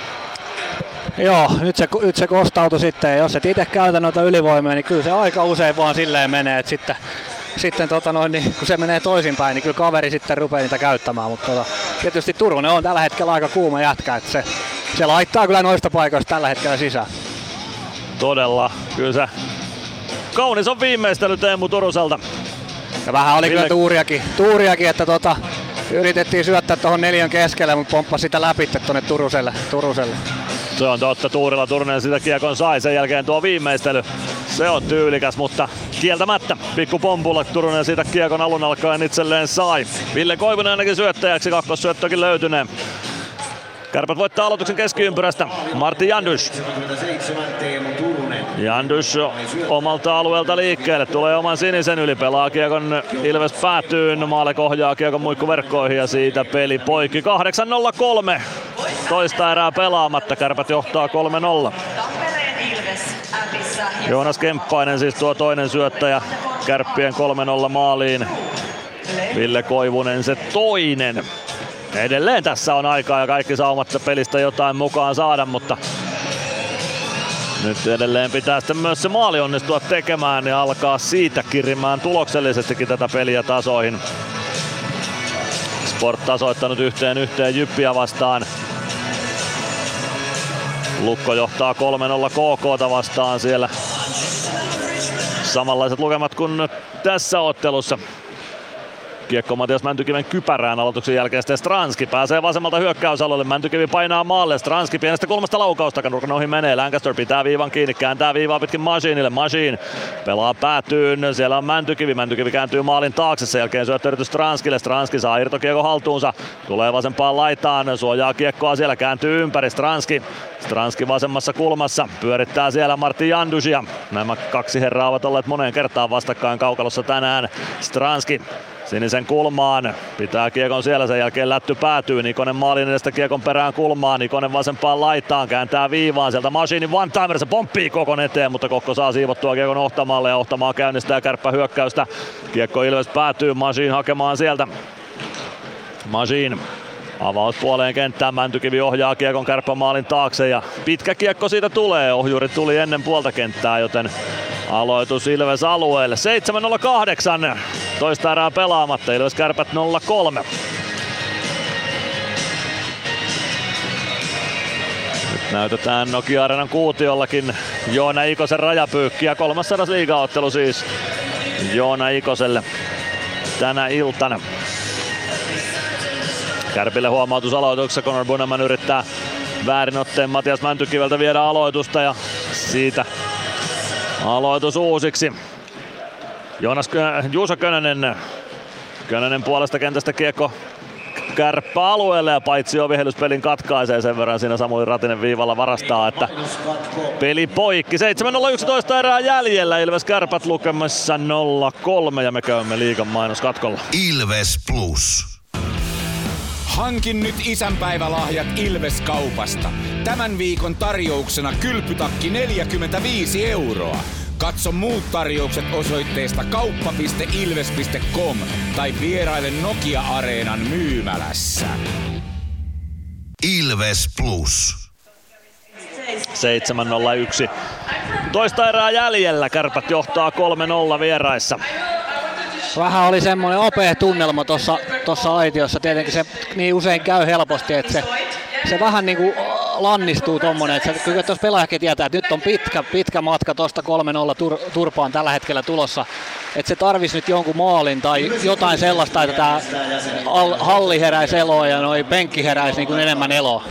Joo, nyt se, nyt se kostautui sitten ja jos et itse käytä noita ylivoimia, niin kyllä se aika usein vaan silleen menee, että sitten, sitten tota noin, niin kun se menee toisinpäin, niin kyllä kaveri sitten rupeaa niitä käyttämään, mutta tota, tietysti Turunen on tällä hetkellä aika kuuma jätkä, että se, se laittaa kyllä noista paikoista tällä hetkellä sisään. Todella, kyllä se kaunis on viimeistely Teemu Turuselta. Ja vähän oli Ville... kyllä tuuriakin, tuuriakin että tota, yritettiin syöttää tuohon neljän keskelle, mutta pomppasi sitä läpi tuonne Turuselle, Turuselle. Se on totta, Tuurilla Turunen sitä kiekon sai, sen jälkeen tuo viimeistely. Se on tyylikäs, mutta kieltämättä pikku pompulla Turunen siitä kiekon alun alkaen itselleen sai. Ville Koivunen ainakin syöttäjäksi, kakkossyöttökin löytyneen. Kärpät voittaa aloituksen keskiympyrästä. Martin Jandus. Jandus omalta alueelta liikkeelle. Tulee oman sinisen yli. Pelaa kiekon Ilves päätyyn. Maalek ohjaa kiekon muikkuverkkoihin ja siitä peli poikki. kahdeksan nolla kolme. Toista erää pelaamatta. Kärpät johtaa kolme nolla. Joonas Kemppainen siis tuo toinen syöttäjä Kärppien kolme nolla maaliin. Ville Koivunen se toinen. Edelleen tässä on aikaa ja kaikki saumatta pelistä jotain mukaan saada, mutta nyt edelleen pitää sitten myös se maali onnistua tekemään ja alkaa siitä kirimään tuloksellisestikin tätä peliä tasoihin. Sport tasoittanut yhteen yhteen Jyppiä vastaan. Lukko johtaa kolme nolla K K:ta vastaan siellä. Samanlaiset lukemat kuin tässä ottelussa. Kiekko Matias Mäntykiven kypärään aloituksen jälkeen, sitten Stranski pääsee vasemmalta hyökkäysalueelle, Mäntykivi painaa maalle, Stranski pienestä kulmasta laukausta, takanurkan ohi menee, Lancaster pitää viivan kiinni, kääntää viivaa pitkin Machineille, Machine pelaa päätyyn, siellä on Mäntykivi, Mäntykivi kääntyy maalin taakse, sen jälkeen syöttöyritys Stranskille, Stranski saa irtokiekko haltuunsa, tulee vasempaan laitaan, suojaa kiekkoa siellä, kääntyy ympäri, Stranski, Stranski vasemmassa kulmassa, pyörittää siellä Martin Jandusia, nämä kaksi herraa ovat olleet moneen kertaan vastakkain kaukalossa tänään, Stranski sinisen kulmaan, pitää kiekon siellä, sen jälkeen lätty päätyy, Nikonen maalin edestä kiekon perään kulmaan, Nikonen vasempaan laitaan, kääntää viivaan, sieltä Machinin one-timer, se pomppii Kokon eteen, mutta Kokko saa siivottua kiekon Ohtamalle ja Ohtamaa käynnistää Kärppä hyökkäystä, kiekko Ilves päätyy, Machine hakemaan sieltä, Machine avaus puoleen kenttään, Mäntykivi ohjaa kiekon Kärppämaalin taakse ja pitkä kiekko siitä tulee, ohjuri tuli ennen puolta kenttää, joten aloitus Ilves alueelle. seitsemän nolla kahdeksan. Toista erää pelaamatta. Ilves Kärpät nolla kolme. Nyt näytetään Nokia-areenan kuutiollakin Joona Ikosen rajapyykkiä. kolmassadas liigaottelu siis Joona Ikoselle tänä iltana. Kärpille huomautus aloituksessa. Conor Buneman yrittää väärinotteen Matias Mäntykiveltä viedä aloitusta ja siitä aloitus uusiksi. Joonas Kö- Juuso Könönen. Könönen puolesta kentästä kiekko Kärppä alueelle ja paitsi jo vihellyspelin katkaisee sen verran siinä Samuli Ratinen viivalla varastaa, että peli poikki. seitsemän nolla yksitoista erää jäljellä, Ilves Kärpät lukemassa nolla kolme ja me käymme liigan mainoskatkolla. Ilves Plus. Hankin nyt isänpäivälahjat Ilves-kaupasta. Tämän viikon tarjouksena kylpytakki neljäkymmentäviisi euroa. Katso muut tarjoukset osoitteesta kauppa piste ilves piste com tai vieraile Nokia-areenan myymälässä. Ilves Plus. seitsemän nolla yksi. Toista erää jäljellä. Kärpät johtaa kolme nolla vieraissa. Vähän oli semmoinen opea tunnelma tuossa tossa aitiossa. Tietenkin se niin usein käy helposti, että se, se vähän niinku lannistuu tommonen. Että kyllä tuossa pelaajakin tietää, että nyt on pitkä, pitkä matka tuosta kolme nolla tur, turpaan tällä hetkellä tulossa. Että se tarvisi nyt jonkun maalin tai jotain sellaista, että tää halli heräisi eloa ja noi penkki heräisi niin kuin enemmän eloa.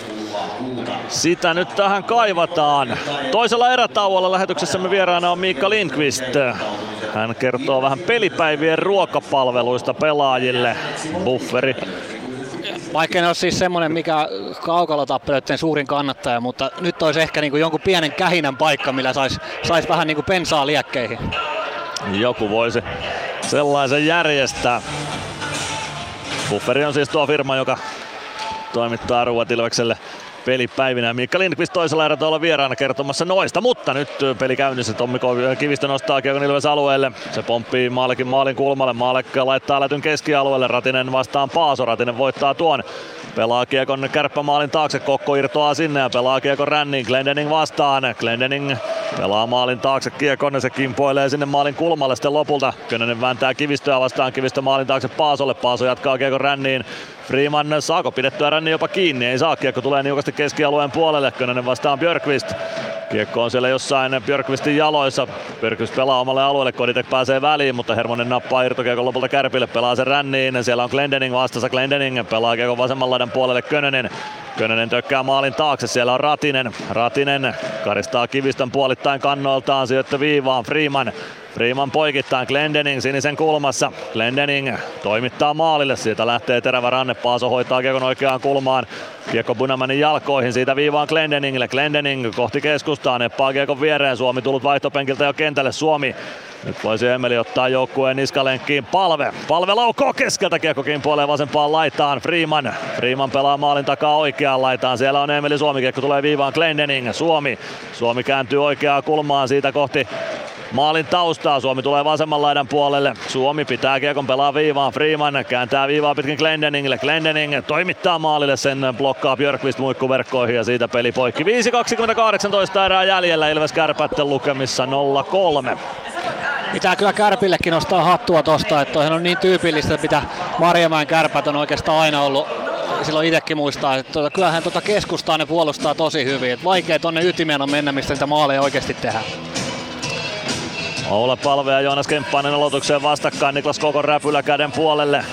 Sitä nyt tähän kaivataan. Toisella erätauolla lähetyksessämme vieraana on Miikka Lindqvist. Hän kertoo vähän pelipäivien ruokapalveluista pelaajille. Bufferi. Vaikka en ole siis semmonen mikä kaukalotappeluiden suurin kannattaja, mutta nyt olisi ehkä niinku jonkun pienen kähinän paikka, millä sais, sais vähän niinku pensaa liekkeihin. Joku voisi sellaisen järjestää. Bufferi on siis tuo firma, joka toimittaa ruuat Ilvekselle pelipäivinä. Miikka Lindqvist toisella erätä olla vieraana kertomassa noista, mutta nyt peli käynnissä. Tommi Kivistö nostaa kiekon Ilves alueelle. Se pomppii Maalekin maalin kulmalle. Maalek laittaa lätyn keskialueelle. Ratinen vastaan Paaso. Ratinen voittaa tuon. Pelaa kiekon kärppämaalin taakse. Kokko irtoaa sinne ja pelaa kiekon ränniin. Glendening vastaan. Glendening pelaa maalin taakse kiekon. Se kimpoilee sinne maalin kulmalle sitten lopulta. Könönen vääntää Kivistöä vastaan. Kivistö maalin taakse Paasolle. Paaso jatkaa kiekon ränniin. Freeman saako pidettyä ränni jopa kiinni? Ei saa. Kiekko tulee niukasti keskialueen puolelle. Könönen vastaan Björkqvist. Kiekko on siellä jossain Björkqvistin jaloissa. Björkqvist pelaa omalle alueelle. Koditek pääsee väliin, mutta Hermonen nappaa irtokiekon lopulta Kärpille. Pelaa sen ränniin. Siellä on Glendening vastassa. Glendening pelaa kiekon vasemman laidan puolelle Könönen. Könönen tökkää maalin taakse. Siellä on Ratinen. Ratinen karistaa Kivistön puolittain kannoiltaan. Syöttö viivaan. Freeman. Freeman poikittain. Glendening sinisen kulmassa. Glendening toimittaa maalille. Siitä lähtee terävä ranne. Paaso hoitaa kiekon oikeaan kulmaan. Kiekko Bunamanin jalkoihin. Siitä viivaan Glendeningille. Glendening kohti keskustaa. Neppaa kiekon viereen. Suomi tullut vaihtopenkiltä jo kentälle. Suomi. Nyt voisi Emeli ottaa joukkueen niskalenkkiin. Palve. Palve laukoo keskeltä. Kiekko kimpoilee vasempaan laitaan. Freeman. Freeman pelaa maalin takaa oikeaan laitaan. Siellä on Emeli Suomi. Kiekko tulee viivaan Glendening. Suomi. Suomi kääntyy oikeaan kulmaan siitä kohti maalin taustaa. Suomi tulee vasemman laidan puolelle. Suomi pitää kiekon, pelaa viivaan. Freeman kääntää viivaa pitkin Glendeningille. Glendening toimittaa maalille, sen blokkaa Björkqvist muikkuverkkoihin ja siitä peli poikki. viisi kaksikymmentäkahdeksan erää jäljellä. Ilves Kärpät lukemissa nolla kolme. Pitää kyllä Kärpillekin nostaa hattua tosta, että toihan on niin tyypillistä, että mitä Marjamäen Kärpät on oikeastaan aina ollut. Silloin itsekin muistaa, että tuota, kyllähän tuota keskustaa ne puolustaa tosi hyvin. Että vaikea tonne ytimeen on mennä, mistä niitä maaleja oikeasti tehdään. Oula Palve ja Joonas Kemppainen aloitukseen vastakkain. Niklas Kokon räpylä käden puolelle.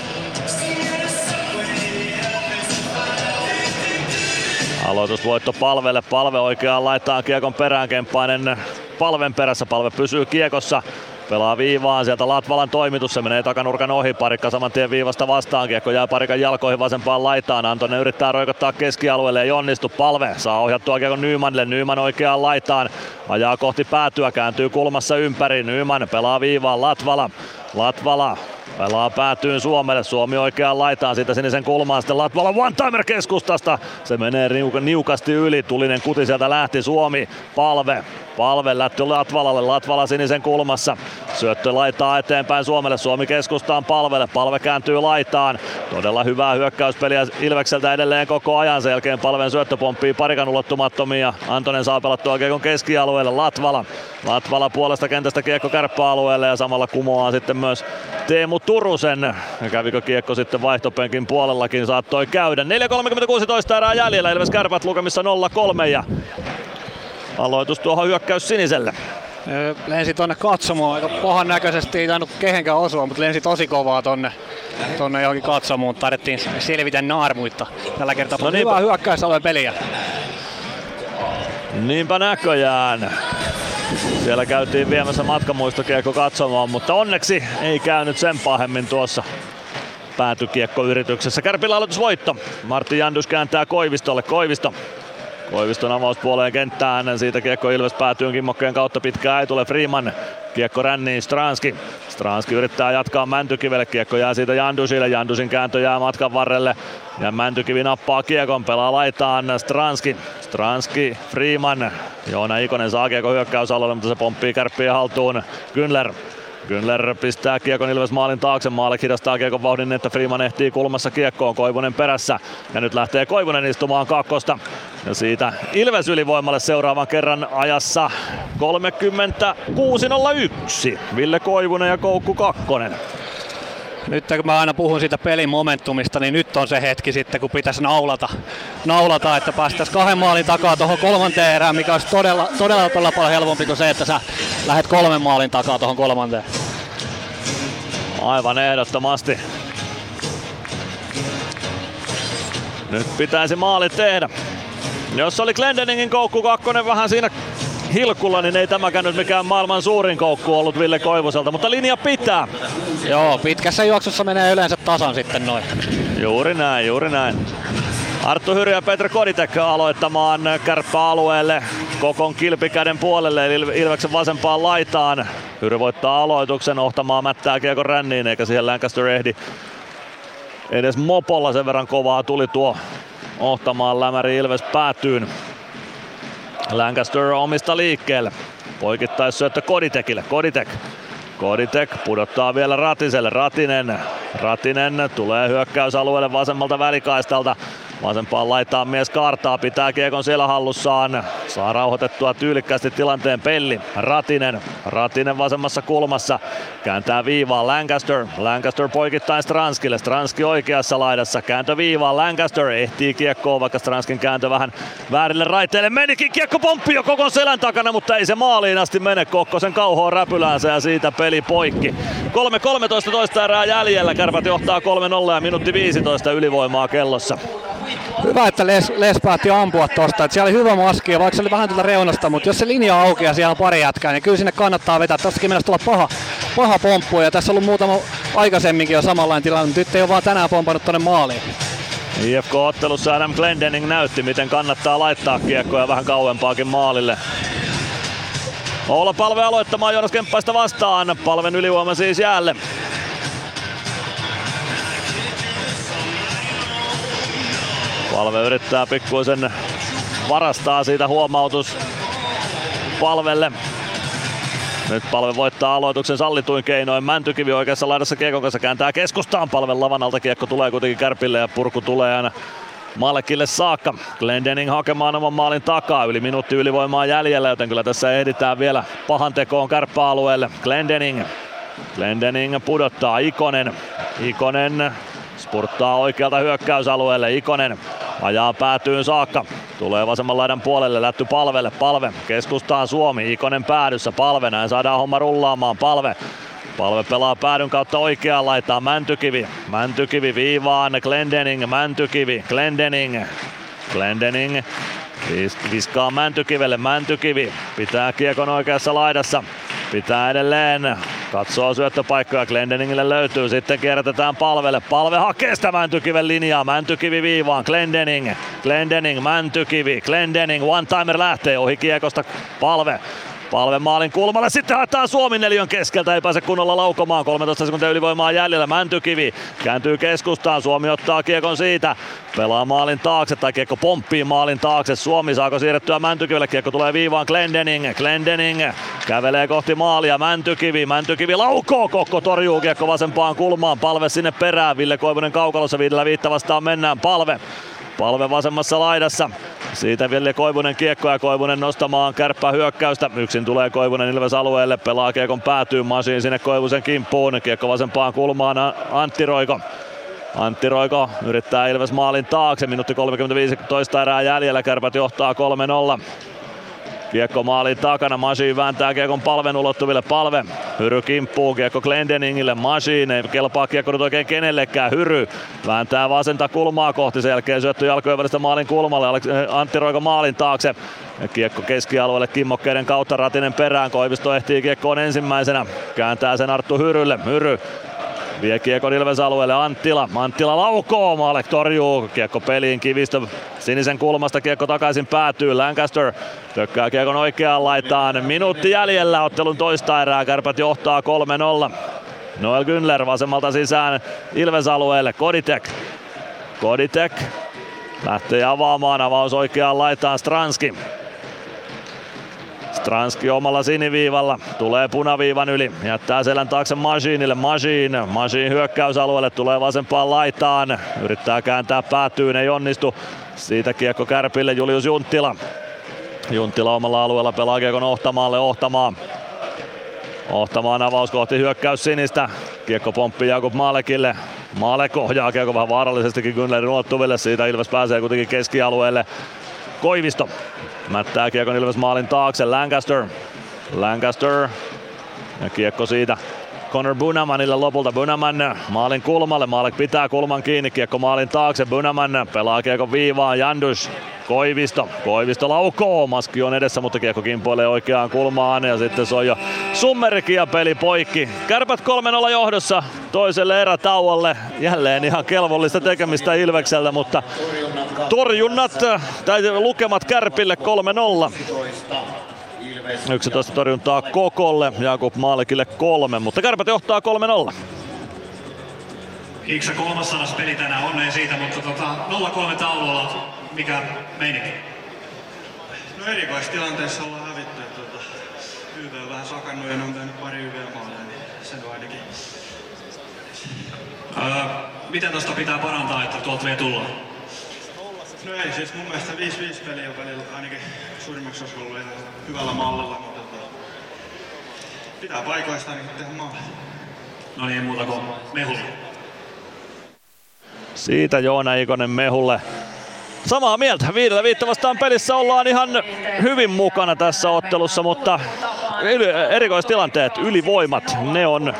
Aloitusvoitto Palvelle. Palve oikeaan laittaa kiekon perään. Kemppainen Palven perässä. Palve pysyy kiekossa. Pelaa viivaan, sieltä Latvalan toimitus, se menee takanurkan ohi, Parikka saman tien viivasta vastaan, kiekko jää Parikan jalkoihin vasempaan laitaan, Antonen yrittää roikottaa keskialueelle, ei onnistu, Palve saa ohjattua kiekon Nymanille, Nyman oikeaan laitaan, ajaa kohti päätyä, kääntyy kulmassa ympäri, Nyman pelaa viivaan, Latvala, Latvala pelaa päätyyn Suomelle, Suomi oikeaan laitaan, siitä sinisen kulmaan, sitten Latvala one-timer keskustasta, se menee niukasti yli, Tulinen kuti sieltä lähti, Suomi, Palve, Palve lätty Latvalalle, Latvala sinisen kulmassa, syöttö laittaa eteenpäin Suomelle, Suomi keskustaan Palvelle, Palve kääntyy laitaan, todella hyvää hyökkäyspeliä Ilvekseltä edelleen koko ajan, sen jälkeen Palven syöttö pomppii Parikan ulottumattomiin ja Antonen saa pelattua kiekon keskialueelle, Latvala, Latvala puolesta kentästä kiekko kärppäalueelle ja samalla kumoaa sitten myös Teemu Turusen, kävikö kiekko sitten vaihtopenkin puolellakin, saattoi käydä, neljä kolmekymmentäkuusi erää jäljellä, Ilves Kärpät lukemissa nolla kolme ja aloitus tuohon hyökkäys siniselle. Lensi tonne katsomoon, aika pahan näköisesti, ei tainnut kehenkään osua, mutta lensi tosi kovaa tonne, tonne johonkin katsomoon. Taidettiin selvitä naarmuitta tällä kertaa. No hyvää hyökkäysalueen peliä. Niinpä näköjään. Siellä käytiin viemässä matkamuistokiekko katsomaan, mutta onneksi ei käynyt sen pahemmin tuossa päätykiekkoyrityksessä. Kärpillä aloitusvoitto. Martti Jandus kääntää Koivistolle. Koivisto. Koiviston avauspuoleen kenttään, siitä kiekko Ilves päätyy kimmokkeen kautta, pitkään ei tule Freeman. Kiekko ränniin Stranski. Stranski yrittää jatkaa Mäntykivelle, kiekko jää siitä Jandusille, Jandusin kääntö jää matkan varrelle. Ja Mäntykivi nappaa kiekon, pelaa laitaan Stranski. Stranski, Freeman. Joona Ikonen saa kiekko hyökkäysalalle, mutta se pomppii Kärppien haltuun. Günler. Günler pistää kiekon Ilves maalin taakse, Maalek hidastaa kiekon vauhdin, että Freeman ehtii kulmassa kiekkoon, Koivunen perässä. Ja nyt lähtee Koivunen istumaan kakkosta. Ja siitä Ilves ylivoimalle seuraavan kerran ajassa kolmekymmentäkuusi nolla yksi. Ville Koivunen ja Koukku Kakkonen. Nyt kun mä aina puhun siitä pelin momentumista, niin nyt on se hetki sitten, kun pitäisi naulata, naulata että päästäisiin kahden maalin takaa tuohon kolmanteen erään, mikä olisi todella, todella, todella paljon helpompi kuin se, että sä lähdet kolmen maalin takaa tuohon kolmanteen. Aivan ehdottomasti. Nyt pitäisi maali tehdä. Jos oli Glendeningin Koukku Kakkonen vähän siinä hilkulla, niin ei tämäkään nyt mikään maailman suurin koukku ollut Ville Koivuselta, mutta linja pitää. Joo, pitkässä juoksussa menee yleensä tasan sitten noin. Juuri näin, juuri näin. Arttu Hyry ja Petr Koditek aloittamaan kärppäalueelle Kokon kilpikäden puolelle Ilveksen vasempaan laitaan. Hyry voittaa aloituksen, Ohtamaa mättää kiekon ränniin eikä siihen Lancaster ehdi edes mopolla, sen verran kovaa tuli tuo Ohtamaan lämäri Ilves päätyyn. Lancaster omista liikkeelle. Poikittaissyöttö Koditekille. Koditek. Koditek pudottaa vielä Ratiselle. Ratinen. Ratinen tulee hyökkäysalueelle vasemmalta välikaistalta. Vasempaan laitaan mies kaartaa, pitää kiekon siellä hallussaan. Saa rauhoitettua tyylikkäästi tilanteen Pelli. Ratinen. Ratinen vasemmassa kulmassa. Kääntää viivaan Lancaster. Lancaster poikittain Stranskille. Stranski oikeassa laidassa. Kääntö viivaan. Lancaster ehtii kiekkoon, vaikka Stranskin kääntö vähän väärille raiteille. Menikin kiekko pomppi jo Kokon selän takana, mutta ei se maaliin asti mene. Kokkosen kauhoon räpyläänsä ja siitä peli poikki. kolme kolmetoista toista erää jäljellä. Kärpät johtaa kolme nolla ja minuutti viisitoista ylivoimaa kellossa. Hyvä, että Les, Les päätti ampua tosta. Että siellä oli hyvä maski ja vaikka se oli vähän tätä reunasta, mutta jos se linja on auki ja siellä on pari jätkää, niin kyllä sinne kannattaa vetää. Tässäkin mennessä tulla paha, paha pomppu ja tässä on ollut muutama aikaisemminkin jo samanlainen tilanne, mutta nyt ei ole vaan tänään pompannut tonne maaliin. I F K-ottelussa Adam Glendening näytti, miten kannattaa laittaa kiekkoja vähän kauempaakin maalille. Oula Palve aloittamaan Joonas Kemppaista vastaan. Palven ylivoima siis jäälle. Palve yrittää pikkuisen varastaa siitä huomautus Palvelle. Nyt Palve voittaa aloituksen sallituin keinoin. Mäntykivi oikeassa laidassa kiekon kanssa kääntää keskustaan. Palven lavan alta kiekko tulee kuitenkin Kärpille ja purku tulee aina Malekille saakka. Glendening hakemaan oman maalin takaa. Yli minuutti ylivoimaa jäljellä, joten kyllä tässä ehditään vielä pahan tekoon kärppäalueelle. Glendening. Glendening pudottaa Ikonen. Ikonen spurttaa oikealta hyökkäysalueelle. Ikonen ajaa päätyyn saakka. Tulee vasemman laidan puolelle, lätty Palvelle. Palve keskustaan Suomi. Ikonen päädyssä. Palve, näin saadaan homma rullaamaan. Palve. Palve pelaa päädyn kautta oikeaan laitaan. Mäntykivi. Mäntykivi viivaan. Glendening. Mäntykivi. Glendening. Glendening. Viskaa Mäntykivelle. Mäntykivi pitää kiekon oikeassa laidassa. Pitää edelleen. Katsoo syöttöpaikkoja. Glendeningille löytyy. Sitten kierrätetään Palvelle. Palve hakee sitä Mäntykiven linjaa. Mäntykivi viivaan. Glendening. Glendening. Mäntykivi. Glendening. One-timer lähtee ohi kiekosta. Palve. Palve maalin kulmalle. Sitten haetaan Suomi neliön keskeltä. Ei pääse kunnolla laukomaan. kolmetoista sekuntia ylivoimaa jäljellä. Mäntykivi kääntyy keskustaan. Suomi ottaa kiekon siitä. Pelaa maalin taakse tai kiekko pomppii maalin taakse. Suomi saako siirrettyä Mäntykivelle. Kiekko tulee viivaan Glendening. Glendening kävelee kohti maalia. Mäntykivi. Mäntykivi laukoo. Kokko torjuu kiekko vasempaan kulmaan. Palve sinne perään. Ville Koivunen kaukalossa. Viidellä viittä vastaan mennään. Palve. Palve vasemmassa laidassa. Siitä Ville Koivunen kiekko ja Koivunen nostamaan Kärppää hyökkäystä. Yksin tulee Koivunen Ilves alueelle. Pelaa kiekon päätyyn. Masiin sinne Koivusen kimppuun. Kiekko vasempaan kulmaan Antti Roiko. Antti Roiko yrittää Ilves maalin taakse. Minuutti kolmekymmentäviisi toista erää jäljellä. Kärpät johtaa kolme nolla. Kiekko maalin takana, Masiin vääntää kiekon Palven ulottuville. Palve, Hyry kimppuu, kiekko Glendeningille. Masiin, ei kelpaa kiekko nyt oikein kenellekään. Hyry vääntää vasenta kulmaa kohti, sen jälkeen syöttö jalkojen välistä maalin kulmalle. Antti Roiko maalin taakse. Kiekko keskialueelle kimmokkeiden kautta, Ratinen perään. Koivisto ehtii kiekkoon ensimmäisenä. Kääntää sen Arttu Hyrylle. Hyry Vie kiekon Ilves alueelle Anttila. Anttila laukoo, Maalek torjuu. Kiekko peliin, Kivistö sinisen kulmasta, kiekko takaisin päätyy. Lancaster tökkää kiekon oikeaan laitaan. Minuutti jäljellä ottelun toista erää. Kärpät johtaa kolme nolla. Noel Gündler vasemmalta sisään Ilves alueelle. Koditek. Koditek lähtee avaamaan. Avaus oikeaan laitaan Stranski. Stranski omalla siniviivalla, tulee punaviivan yli, jättää selän taakse Masinille, Masin, Masin hyökkäysalueelle, tulee vasempaan laitaan, yrittää kääntää päätyyn, ei onnistu. Siitä kiekko Kärpille, Julius Junttila. Junttila omalla alueella pelaa kiekon Ohtamaalle, Ohtamaa. Ohtamaan avaus kohti hyökkäys sinistä, kiekko pomppii Jakub Maalekille. Maalek ohjaa kiekko vähän vaarallisestikin Gündlerin ulottuville, siitä Ilves pääsee kuitenkin keskialueelle. Koivisto mättää kiekon Ilves maalin taakse, Lancaster. Lancaster ja kiekko siitä Connor Bunamanille lopulta. Bunaman maalin kulmalle, Maalek pitää kulman kiinni, kiekko maalin taakse. Bunaman pelaa kiekon viivaan, Jandus. Koivisto, Koivisto laukoo, maski on edessä, mutta kiekko kimpoilee oikeaan kulmaan ja sitten se on jo summerki ja peli poikki. Kärpät kolme nolla johdossa toiselle erätauolle. Jälleen ihan kelvollista tekemistä Ilvekseltä, mutta torjunnat tai lukemat Kärpille kolme nolla. yksitoista torjuntaa Kokolle, Jakub Maalekille kolme, mutta Kärpät johtaa kolme nolla. Hiiksa kolmassadas peli tänään, onneen siitä, mutta tota, nolla kolme taululla, mikä meininki? No erikoistilanteessa ollaan hävitty, että tota, Yltä on vähän sakannut ja ne on tehnyt pari hyviä maaleja, niin sen on ainakin. Öö, mitä tosta pitää parantaa, että tuolta vielä tullaan? No ei, siis mun mielestä viisi viisi peliä on välillä ainakin suurimmaksi osalla ollut ihan hyvällä mallilla, mutta tota, pitää paikoista niin tehdä maaleja. No niin, ei muuta kuin Mehulle. Siitä Joona Ikonen Mehulle. Samaa mieltä, viidellä viittä vastaan pelissä ollaan ihan hyvin mukana tässä ottelussa, mutta erikoistilanteet, ylivoimat, ne on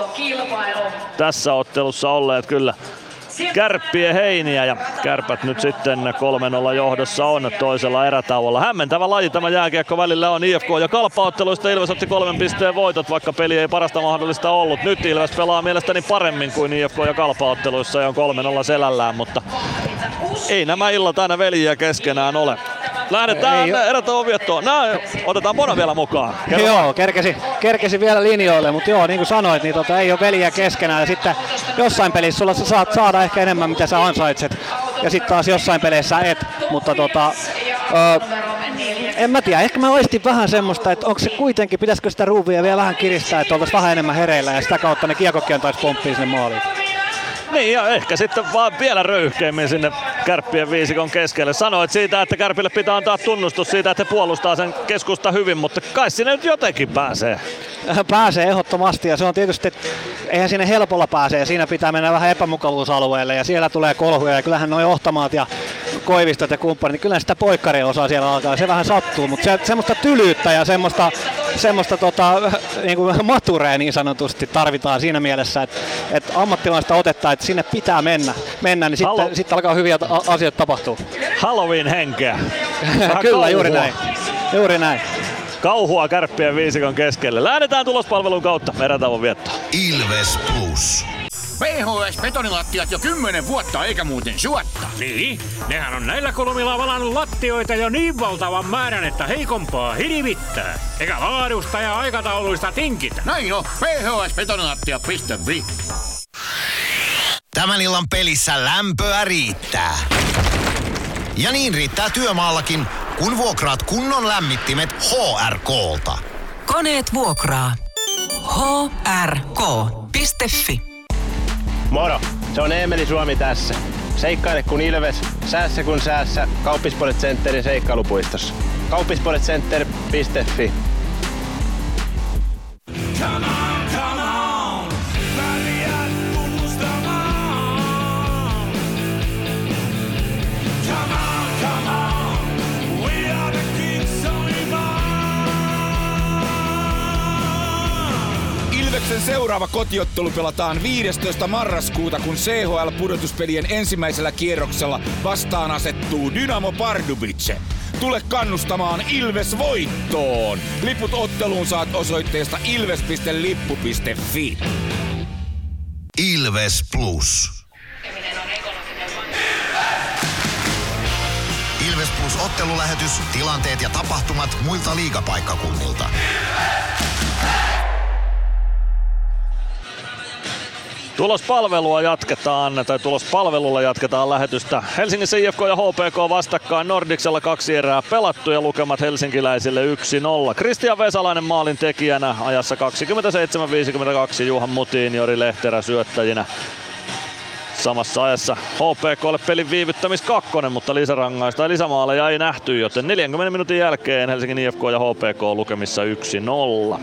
tässä ottelussa olleet kyllä Kärppien heiniä ja Kärpät nyt sitten kolme nolla johdossa on toisella erätauolla. Hämmentävä laji tämä jääkiekko välillä on I F K ja Kalpa-otteluista. Ilves otti kolmen pisteen voitot, vaikka peli ei parasta mahdollista ollut. Nyt Ilves pelaa mielestäni paremmin kuin I F K ja Kalpa-otteluissa ja on kolme nolla selällään, mutta ei nämä illat aina veljiä keskenään ole. Lähdetään erätauon viettoon. Nää, otetaan Bono vielä mukaan. Kerro. Joo, kerkesi, kerkesi vielä linjoille, mutta joo, niin kuin sanoit, niin tota, ei ole veliä keskenään. Ja sitten jossain pelissä sulla sä saat saada ehkä enemmän, mitä sä ansaitset. Ja sitten taas jossain peleissä et. Mutta tota, ö, en mä tiedä, ehkä mä oistin vähän semmoista, että onko se kuitenkin, pitäisikö sitä ruuvia vielä vähän kiristää, että oltaisiin vähän enemmän hereillä ja sitä kautta ne kiekokki antaisi pomppia sinne maaliin. Niin ja ehkä sitten vaan vielä röyhkeimmin sinne Kärppien viisikon keskelle. Sanoit siitä, että Kärpille pitää antaa tunnustus siitä, että he puolustaa sen keskusta hyvin, mutta kai sinne nyt jotenkin pääsee. Pääsee ehdottomasti ja se on tietysti, että eihän sinne helpolla pääse ja siinä pitää mennä vähän epämukavuusalueelle ja siellä tulee kolhuja ja kyllähän noi Ohtamaat ja Koivistot ja kumppanit, niin kyllä sitä poikkaria osaa siellä alkaa, se vähän sattuu, mutta se, semmoista tylyyttä ja semmoista, semmoista tota, niin kuin maturea niin sanotusti tarvitaan siinä mielessä, että, että ammattilaista otetta, että sinne pitää mennä, mennä niin sitten, sitten alkaa hyviä asioita tapahtua. Halloween henkeä. Kyllä, juuri näin. Juuri näin. Kauhua Kärppien viisikon keskelle. Lähdetään tulospalvelun kautta erätauon viettoon. Ilves Plus. P H S-betonilattiat jo kymmenen vuotta eikä muuten suotta. Niin, nehän on näillä kolmilla valannut lattioita jo niin valtavan määrän, että heikompaa hirvittää. Eikä laadusta ja aikatauluista tinkitä. Näin on, p h s betonilattia piste f i. Tämän illan pelissä lämpöä riittää. Ja niin riittää työmaallakin, kun vuokraat kunnon lämmittimet H R K:lta. Koneet vuokraa. H R K piste f i. Moro, se on Eemeli Suomi tässä. Seikkaile kun Ilves, säässä kun säässä. Kauppispoilet Centerin seikkailupuistossa. kauppispoilet center piste f i. Come on, come on, väliät tunnustamaan. Come on, come on, we are the kings of Ilveksen seuraava kotiottelu pelataan viidestoista marraskuuta, kun C H L-pudotuspelien ensimmäisellä kierroksella vastaan asettuu Dynamo Pardubice. Tule kannustamaan Ilves voittoon! Liput otteluun saat osoitteesta ilves piste lippu piste f i. Ilves Plus. Ilves Plus -ottelulähetys, tilanteet ja tapahtumat muilta liigapaikkakunnilta. Tulospalvelua jatketaan, tai tulospalvelulla jatketaan lähetystä. Helsingissä I F K ja H P K vastakkain Nordicsella kaksi erää pelattu ja lukemat helsinkiläisille yksi nolla. Kristian Vesalainen maalin tekijänä ajassa kaksikymmentäseitsemän viisikymmentäkaksi, Juhan Mutin, Jori Lehterä syöttäjinä. Samassa ajassa H P K:lle pelin viivyttämis kakkonen, mutta lisärangaista ja lisämaaleja ei nähty, joten neljänkymmenen minuutin jälkeen Helsingin I F K ja H P K lukemissa yksi nolla.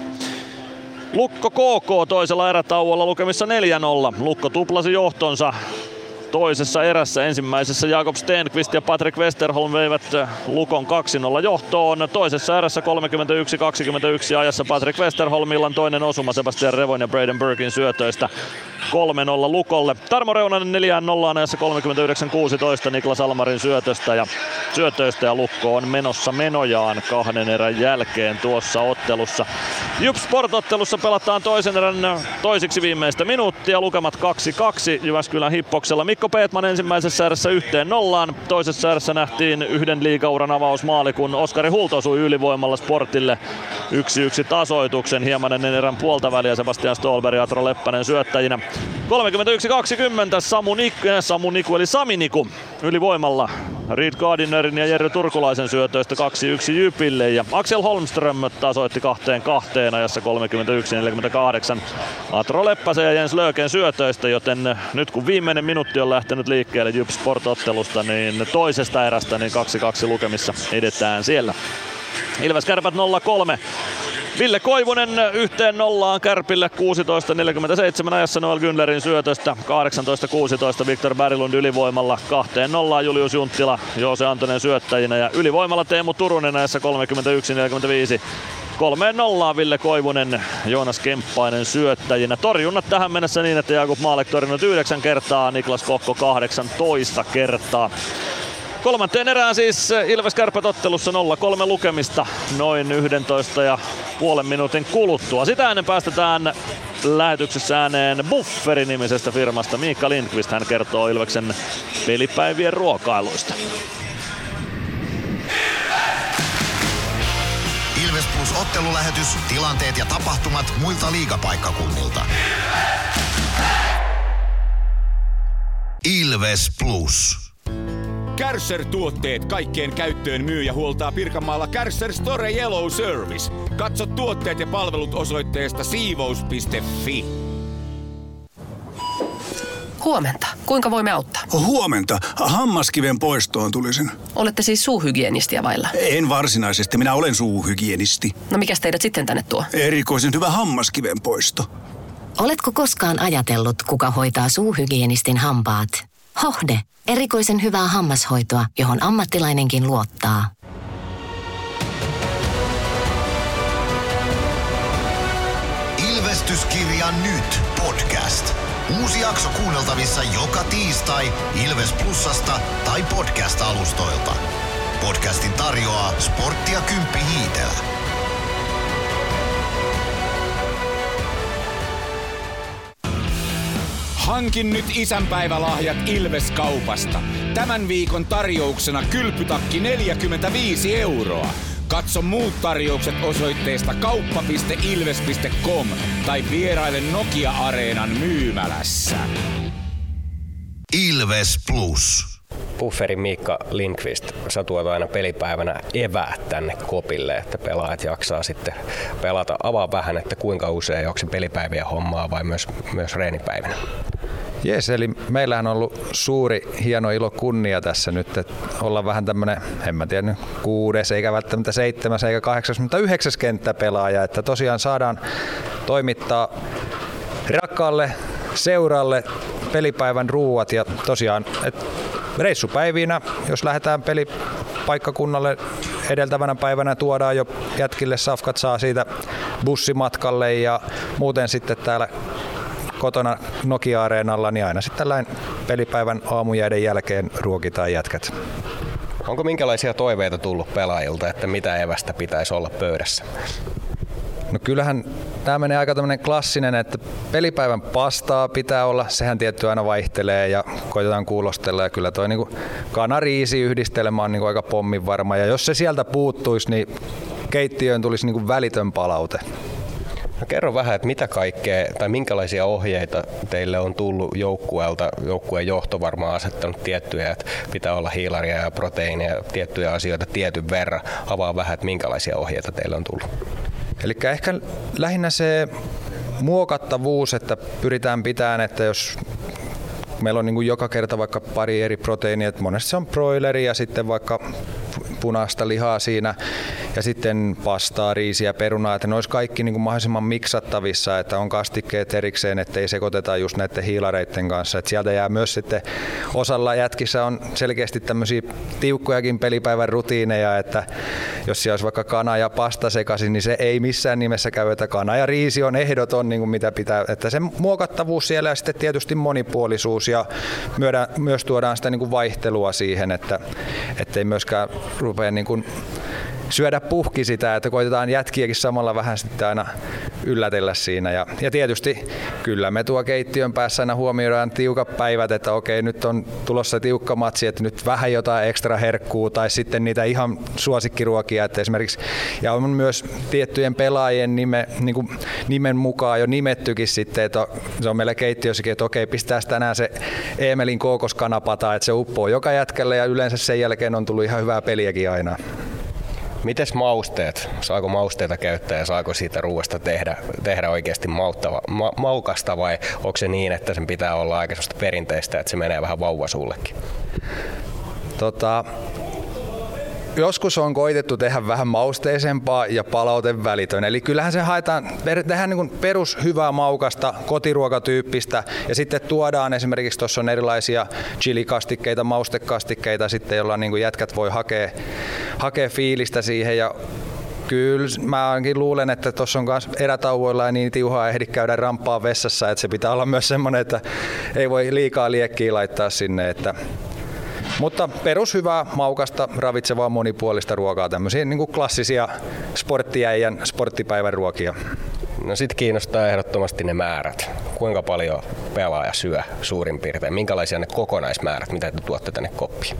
Lukko K K toisella erätauolla lukemissa neljä nolla. Lukko tuplasi johtonsa toisessa erässä. Ensimmäisessä Jakob Stenqvist ja Patrick Westerholm veivät Lukon kaksi nolla johtoon. Toisessa erässä kolmekymmentäyksi kaksikymmentäyksi ajassa Patrick Westerholmilla on toinen osuma Sebastian Revon ja Braden Burkin syötöistä kolme nolla Lukolle. Tarmo Reunanen neljä nolla ajassa kolmekymmentäyhdeksän kuusitoista Niklas Almarin syötöstä ja syötöistä ja Lukko on menossa menojaan kahden erän jälkeen tuossa ottelussa. Jup Sport-ottelussa pelataan toisen erän toisiksi viimeistä minuuttia. Lukemat kaksi kaksi Jyväskylän Hippoksella. Mikko Peetman ensimmäisessä erässä yhteen nollaan. Toisessa erässä nähtiin yhden liigauran avausmaali, kun Oskari Hult osui ylivoimalla Sportille yksi yksi tasoituksen hieman ennen erän puolta väliä. Sebastian Stolberg ja Atro Leppänen syöttäjinä. kolmekymmentäyksi kaksikymmentä Samu Niku, Samu Niku eli Sami Niku ylivoimalla Reed Gardinerin ja Jerry Turkulaisen syötöistä kaksi yksi Jypille ja Axel Holmström tasoitti kahteen kahteen ajassa kolmekymmentäyksi neljäkymmentäkahdeksan Atro Leppäsen ja Jens Löken syötöistä, joten nyt kun viimeinen minuutti on lähtenyt liikkeelle Jup Sport-ottelusta, niin toisesta erästä niin kaksi kaksi lukemissa edetään siellä. Ilves Kärpät nolla kolme. Ville Koivunen yhteen nollaan Kärpille kuusitoista neljäkymmentäseitsemän ajassa Noel Günlerin syötöstä. kahdeksantoista kuusitoista Viktor Berglund ylivoimalla kahteen nollaan Julius Junttila, Joose Antonen syöttäjinä ja ylivoimalla Teemu Turunen ajassa kolmekymmentäyksi neljäkymmentäviisi. kolmeen nollaan Ville Koivunen, Joonas Kemppainen syöttäjinä. Torjunnat tähän mennessä niin, että Jakub Maalek torjunut yhdeksän kertaa, Niklas Kokko kahdeksantoista kertaa. Kolmanteen erään siis Ilves Kärpät ottelussa nolla kolme lukemista noin yksitoista ja puolen minuutin kuluttua. Sitä ennen päästetään lähetyksessä ääneen Bufferi-nimisestä firmasta Miikka Lindqvist. Hän kertoo Ilveksen pelipäivien ruokailuista. Ilves Plus -ottelulähetys, tilanteet ja tapahtumat muilta liigapaikkakunnilta. Ilves Plus. Kärcher-tuotteet kaikkeen käyttöön myy ja huoltaa Pirkanmaalla Kärcher Store Yellow Service. Katso tuotteet ja palvelut osoitteesta siivous piste fi. Huomenta. Kuinka voimme auttaa? Huomenta. Hammaskiven poistoon tulisin. Olette siis suuhygienistiä vailla? En varsinaisesti. Minä olen suuhygienisti. No mikäs teidät sitten tänne tuo? Erikoisen hyvä hammaskiven poisto. Oletko koskaan ajatellut, kuka hoitaa suuhygienistin hampaat? Hohde. Erikoisen hyvää hammashoitoa, johon ammattilainenkin luottaa. Ilvestyskirja nyt podcast. Uusi jakso kuunneltavissa joka tiistai Ilves Plusasta tai podcast-alustoilta. Podcastin tarjoaa Sporttia Kymppi Hiitelä. Hankin nyt isänpäivälahjat Ilves-kaupasta. Tämän viikon tarjouksena kylpytakki neljäkymmentäviisi euroa. Katso muut tarjoukset osoitteesta kauppa piste ilves piste com tai vieraile Nokia-areenan myymälässä. Ilves Plus. Bufferin Miikka Lindqvist, sä tuot aina pelipäivänä eväät tänne kopille, että pelaajat jaksaa sitten pelata. Avaa vähän, että kuinka usein, onko se pelipäivien hommaa vai myös, myös reenipäivinä? Jes, eli meillähän on ollut suuri, hieno ilo, kunnia tässä nyt, että ollaan vähän tämmönen, en mä tiedä, kuudes eikä välttämättä seitsemäs eikä kahdeksas, mutta yhdeksäs kenttäpelaaja, että tosiaan saadaan toimittaa rakkaalle seuralle pelipäivän ruuat ja tosiaan, että reissupäivinä, jos lähdetään pelipaikkakunnalle edeltävänä päivänä, tuodaan jo jätkille safkat, saa siitä bussimatkalle ja muuten sitten täällä kotona Nokia-areenalla, niin aina sitten tällainen pelipäivän aamujäiden jälkeen ruokitaan jätkät. Onko minkälaisia toiveita tullut pelaajilta, että mitä evästä pitäisi olla pöydässä? No kyllähän tämä menee aika tämmöinen klassinen, että pelipäivän pastaa pitää olla, sehän tietty aina vaihtelee ja koitetaan kuulostella ja kyllä toi niinku kana-riisi-yhdistelmä on niinku aika pommin varma ja jos se sieltä puuttuisi, niin keittiöön tulisi niinku välitön palaute. No kerro vähän, että mitä kaikkea tai minkälaisia ohjeita teille on tullut joukkueelta. Joukkueen johto varmaan asettanut tiettyjä, että pitää olla hiilaria ja proteiineja, tiettyjä asioita tietyn verran. Avaa vähän, että minkälaisia ohjeita teille on tullut. Eli ehkä lähinnä se muokattavuus, että pyritään pitämään, että jos meillä on niin kuin joka kerta vaikka pari eri proteiinia, että monesti se on broileri ja sitten vaikka punaista lihaa siinä ja sitten pastaa, riisiä, perunaa, että ne olisi kaikki niin kuin mahdollisimman miksattavissa, että on kastikkeet erikseen, ettei sekoiteta just näiden hiilareiden kanssa. Että sieltä jää myös sitten osalla jätkissä on selkeästi tämmöisiä tiukkojakin pelipäivän rutiineja, että jos siellä olisi vaikka kana ja pasta sekaisin, niin se ei missään nimessä käy, että kana ja riisi on ehdoton, niin kuin mitä pitää, että se muokattavuus siellä ja sitten tietysti monipuolisuus ja myös tuodaan sitä niin kuin vaihtelua siihen, että ettei myöskään rupea niin kuin syödä puhki sitä, että koitetaan jätkiäkin samalla vähän sitten aina yllätellä siinä. Ja, ja tietysti kyllä me tuo keittiön päässä aina huomioidaan tiukat päivät, että okei nyt on tulossa tiukka matsi, että nyt vähän jotain ekstra herkkuu tai sitten niitä ihan suosikkiruokia, että esimerkiksi ja on myös tiettyjen pelaajien nime, niin kuin nimen mukaan jo nimettykin sitten, että se on meillä keittiössäkin, että okei pistää tänään se Eemelin kookoskanapata, että se uppoo joka jätkälle ja yleensä sen jälkeen on tullut ihan hyvää peliäkin aina. Mites mausteet? Saako mausteita käyttää ja saako siitä ruoasta tehdä, tehdä oikeasti mauttava, ma, maukasta vai onko se niin, että sen pitää olla aika perinteistä, että se menee vähän vauvasuullekin? Tota, joskus on koitettu tehdä vähän mausteisempaa ja palaute välitön. Eli kyllähän se haetaan, tehdään niin kuin perus hyvää maukasta, kotiruokatyyppistä ja sitten tuodaan esimerkiksi tuossa on erilaisia chilikastikkeita, maustekastikkeita sitten, joilla niin kuin jätkät voi hakea, hakea fiilistä siihen ja kyllä mä ainakin luulen, että tuossa on myös erätauoilla ja niin tiuhaa ehdi käydä ramppaa vessassa, että se pitää olla myös semmoinen, että ei voi liikaa liekkiä laittaa sinne, että mutta perushyvää, maukasta, ravitsevaa, monipuolista ruokaa, tämmöisiä niin kuin klassisia sporttijäijän sporttipäivän ruokia. No sit kiinnostaa ehdottomasti ne määrät. Kuinka paljon pelaaja syö suurin piirtein? Minkälaisia ne kokonaismäärät, mitä te tuotte tänne koppiin?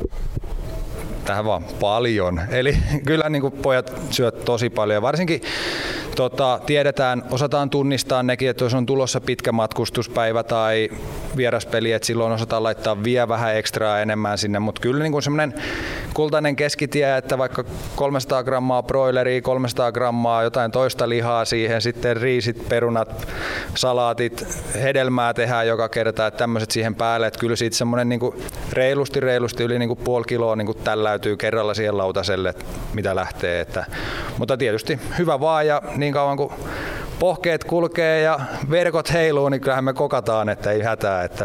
Tähän vaan paljon. Eli kyllä niin kuin pojat syöt tosi paljon. Varsinkin tota, tiedetään, osataan tunnistaa nekin, että jos on tulossa pitkä matkustuspäivä tai vieraspeli, että silloin osataan laittaa vielä vähän ekstraa enemmän sinne. Mutta kyllä niin kuin semmoinen kultainen keskitie, että vaikka kolmesataa grammaa broileria, kolmesataa grammaa jotain toista lihaa siihen, sitten riisit, perunat, salaatit, hedelmää tehdään joka kerta, että tämmöiset siihen päälle. Että kyllä siitä semmoinen niin kuin reilusti, reilusti yli niin kuin puoli kiloa niin kuin tälläytyy kerralla siihen lautaselle, mitä lähtee. Että, mutta tietysti hyvä vaan ja niin kauan kuin pohkeet kulkee ja verkot heiluu, niin kyllähän me kokataan, että ei hätää. Että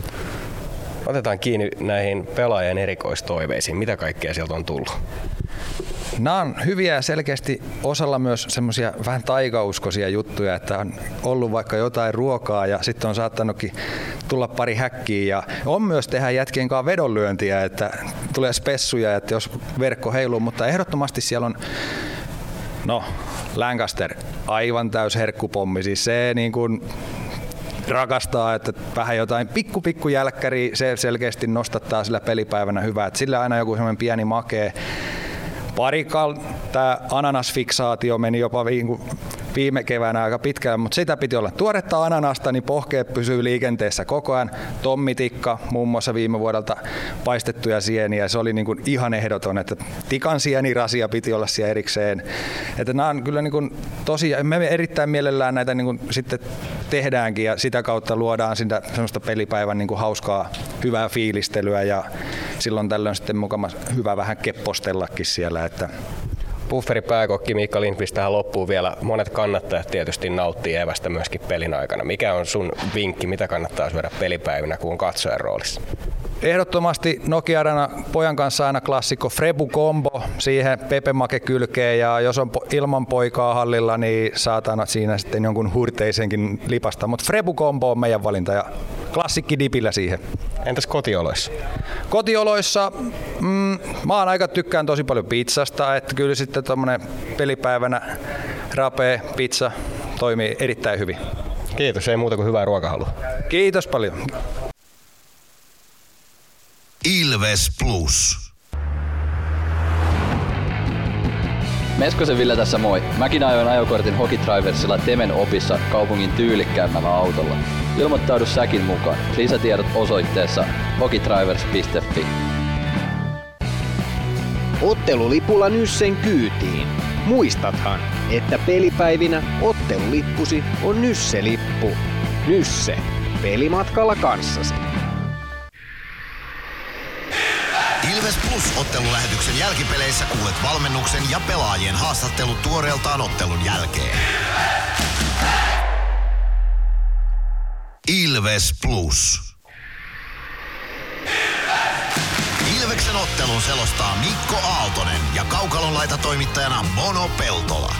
otetaan kiinni näihin pelaajien erikoistoiveisiin. Mitä kaikkea sieltä on tullut? Nämä on hyviä ja selkeästi osalla myös semmoisia vähän taikauskoisia juttuja, että on ollut vaikka jotain ruokaa ja sitten on saattanutkin tulla pari häkkiä ja on myös tehdä jätkien kanssa vedonlyöntiä, että tulee spessuja, että jos verkko heiluu, mutta ehdottomasti siellä on no Lancaster, aivan täys herkkupommi, siis se niin kuin rakastaa, että vähän jotain pikku pikku jälkkäriä, se selkeästi nostattaa sillä pelipäivänä hyvää, että sillä aina joku semmoinen pieni makee. Parikal, tämä ananasfiksaatio meni jopa viime keväänä aika pitkälle, mutta sitä piti olla tuoretta ananasta, niin pohkeet pysyy liikenteessä koko ajan. Tommitikka, muun muassa viime vuodelta paistettuja sieniä, se oli niin kuin ihan ehdoton, että tikan sienirasia piti olla siellä erikseen. Että nämä on kyllä niin kuin tosi, me erittäin mielellään näitä niin kuin sitten tehdäänkin ja sitä kautta luodaan sitä semmoista pelipäivän niin kuin hauskaa, hyvää fiilistelyä ja silloin tällöin sitten mukana hyvä vähän keppostellakin siellä. Että Bufferipääkokki Miikka Lindqvist tähän loppuun vielä. Monet kannattajat tietysti nauttii evästä myöskin pelin aikana. Mikä on sun vinkki, mitä kannattaa syödä pelipäivinä, kun on katsojan roolissa? Ehdottomasti Nokia-arena pojan kanssa aina klassikko Frebu Combo, siihen pepemake kylkeen ja jos on ilman poikaa hallilla, niin saatana siinä sitten jonkun hurteisenkin lipasta, mutta Frebu Combo on meidän valinta ja klassikki dipillä siihen. Entäs kotioloissa? Kotioloissa mm, mä oon aika tykkään tosi paljon pizzasta, että kyllä sitten tommonen pelipäivänä rapea pizza toimii erittäin hyvin. Kiitos, ei muuta kuin hyvää ruokahalua. Kiitos paljon. Ilves Plus. Meskosen Ville tässä moi. Mäkin ajoin ajokortin Hokitriversilla Temen opissa kaupungin tyylikkäämmällä autolla. Ilmoittaudu säkin mukaan. Lisätiedot osoitteessa hokitrivers piste fi. Ottelulipulla Nyssen kyytiin. Muistathan, että pelipäivinä ottelulippusi on Nysse-lippu. Nysse. Pelimatkalla kanssasi. Ilves Plus-ottelulähetyksen jälkipeleissä kuulet valmennuksen ja pelaajien haastattelut tuoreeltaan ottelun jälkeen. Ilves Plus. Ilveksen ottelun selostaa Mikko Aaltonen ja Kaukalon laitatoimittajana Mono Peltola.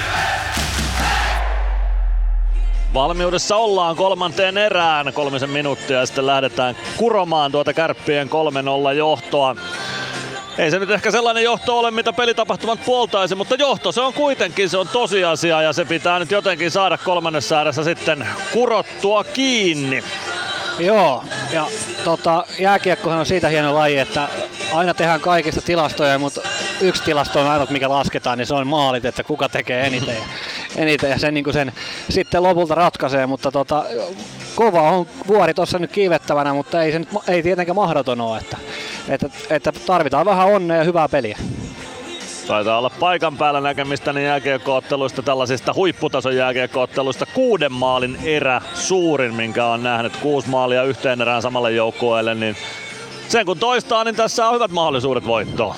Valmiudessa ollaan kolmanteen erään, kolmisen minuuttia ja sitten lähdetään kuromaan tuota Kärppien kolme nolla johtoa. Ei se nyt ehkä sellainen johto ole, mitä pelitapahtumat puoltaisi, mutta johto se on kuitenkin, se on tosiasia ja se pitää nyt jotenkin saada kolmannessa ääressä sitten kurottua kiinni. Joo, ja tota, jääkiekkohan on siitä hieno laji, että aina tehdään kaikista tilastoja, mutta yksi tilasto on ainut, mikä lasketaan, niin se on maalit, että kuka tekee eniten. eniten ja sen, niin sen sitten lopulta ratkaisee, mutta tota, kova on vuori tuossa nyt kiivettävänä, mutta ei se nyt ei tietenkään mahdoton ole, että, että, että tarvitaan vähän onnea ja hyvää peliä. Taitaa olla paikan päällä näkemistä niin jääkiekko-otteluista, tällaisista huipputason jääkiekko-otteluista kuuden maalin erä suurin, minkä on nähnyt. Kuusi maalia yhteen erään samalle joukkueelle, niin sen kun toistaa, niin tässä on hyvät mahdollisuudet voittoon.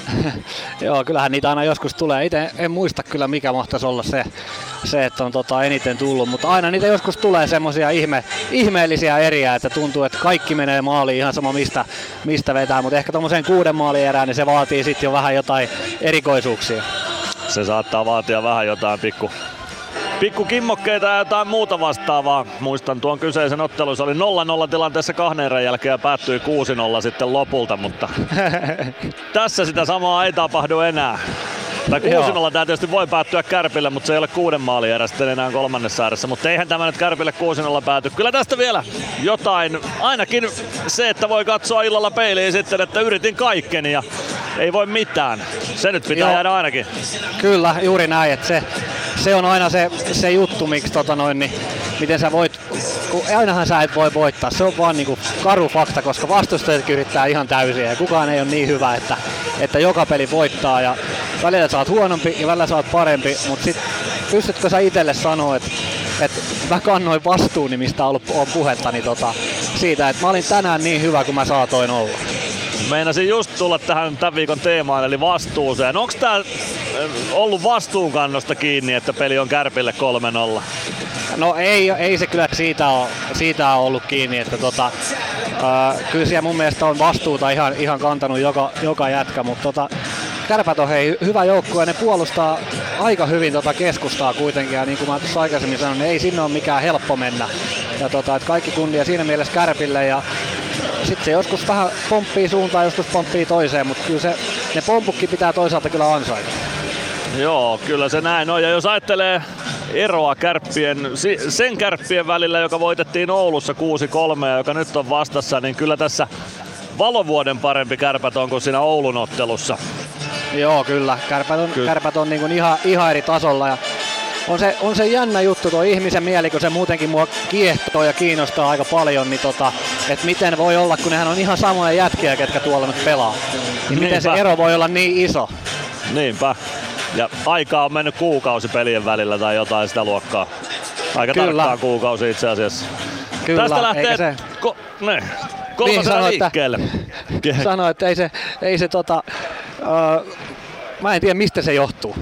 Joo, kyllähän niitä aina joskus tulee. Itse en muista kyllä mikä mahtaisi olla se, se että on tota eniten tullut, mutta aina niitä joskus tulee semmosia ihme, ihmeellisiä eriä, että tuntuu, että kaikki menee maaliin ihan sama mistä, mistä vetää, mutta ehkä tommoseen kuuden maalin erään, niin se vaatii sitten jo vähän jotain erikoisuuksia. Se saattaa vaatia vähän jotain pikku Pikku kimmokkeita ja jotain muuta vastaavaa. Muistan tuon kyseisen ottelun, se oli nolla nolla tilanteessa kahden erän jälkeen ja päättyi kuusi nolla sitten lopulta, mutta tässä sitä samaa ei tapahdu enää. Tai kuusi nolla tämä tietysti voi päättyä Kärpille, mutta se ei ole kuuden maalin erä sitten enää kolmannessa ääressä. Mutta eihän tämä nyt Kärpille kuusi nolla pääty. Kyllä tästä vielä jotain, ainakin se, että voi katsoa illalla peiliin sitten, että yritin kaikkeni ja ei voi mitään. Se nyt pitää Joo. jäädä ainakin. Kyllä, juuri näin. Että se, se on aina se, se juttu, miksi tota noin, niin, miten sä voit, kun ainahan sä et voi voittaa. Se on vaan niinku karu fakta, koska vastustajat yrittää ihan täysin ja kukaan ei ole niin hyvä, että, että joka peli voittaa. Ja välillä sä oot huonompi ja välillä sä oot parempi, mutta sit pystytkö sä itselle sanoa, että että mä kannoin vastuuni, mistä on ollut on puhetta, niin tota, siitä, että mä olin tänään niin hyvä kuin mä saatoin olla. Meinasin just tulla tähän tämän viikon teemaan, eli vastuuseen. Onko tää ollut vastuunkannosta kiinni, että peli on Kärpille kolme nolla? No ei, ei se kyllä siitä ole, siitä on ollut kiinni, että tota, äh, kyllä siellä mun mielestä on vastuuta ihan, ihan kantanut joka, joka jätkä, mutta tota, Kärpät on hei, hyvä joukkue ja ne puolustaa aika hyvin tota keskustaa kuitenkin ja niin kuin mä tuossa aikaisemmin sanoin, niin ei sinne ole mikään helppo mennä. Ja tota, että kaikki kunnia siinä mielessä Kärpille ja sitten se joskus vähän pomppii suuntaan, joskus pomppii toiseen, mutta kyllä se, ne pompukki pitää toisaalta kyllä ansaita. Joo, kyllä se näin on. Ja jos ajattelee eroa kärppien, sen Kärppien välillä, joka voitettiin Oulussa kuusi kolme ja joka nyt on vastassa, niin kyllä tässä valovuoden parempi Kärpät on kuin siinä Oulun ottelussa. Joo, kyllä. Kärpät on, Ky- Kärpät on niin ihan, ihan eri tasolla. Ja on, se, on se jännä juttu tuo ihmisen mieli, kun se muutenkin mua kiehtoo ja kiinnostaa aika paljon, niin tota, että miten voi olla, kun nehän on ihan samoja jätkiä, ketkä tuolla nyt pelaa. Niin miten se ero voi olla niin iso? Niinpä. Ja aikaa on mennyt kuukausi pelien välillä tai jotain sitä luokkaa. Aika Kyllä. tarkkaan kuukausi itse asiassa. Kyllä, tästä lähtee se... ko- ne, kolmasena niin, liikkeelle. Että, sano, että ei se, ei se tota, uh, mä en tiedä mistä se johtuu.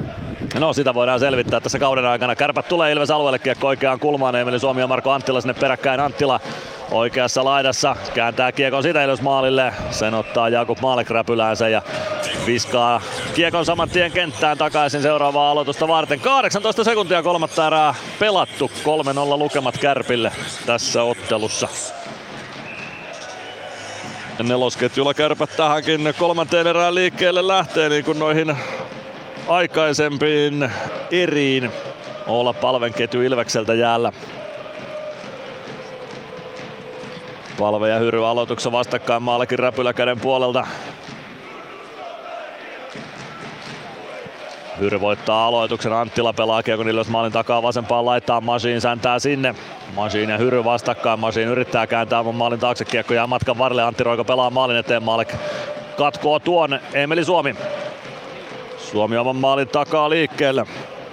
No sitä voidaan selvittää tässä kauden aikana. Kärpät tulee Ilves alueelle, kiekko oikeaan kulmaan. Emeli Suomi ja Marko Anttila sinne peräkkäin. Anttila oikeassa laidassa kääntää kiekon siitä Ilves maalille. Sen ottaa Jakub Maalek räpyläänsä ja viskaa kiekon saman tien kenttään takaisin seuraavaa aloitusta varten. kahdeksantoista sekuntia kolmatta erää pelattu. kolme nolla lukemat Kärpille tässä ottelussa. Nelosketjulla Kärpät tähänkin kolmanteen erään liikkeelle lähtee niin kuin noihin aikaisempiin eriin. olla Palven ketju Ilvekseltä jäällä. Palve ja Hyry aloituksessa vastakkain maalikin Räpyläkäden puolelta. Hyry voittaa aloituksen, Anttila pelaa kiekon Ilves maalin takaa vasempaan, laittaa Machine, säntää sinne. Machine ja Hyry vastakkain, Machine yrittää kääntää oman maalin taakse, kiekko jää matkan varrelle, Antti Roiko pelaa maalin eteen, Maalek katkoo tuon, Eemeli Suomi. Suomi oman maalin takaa liikkeelle.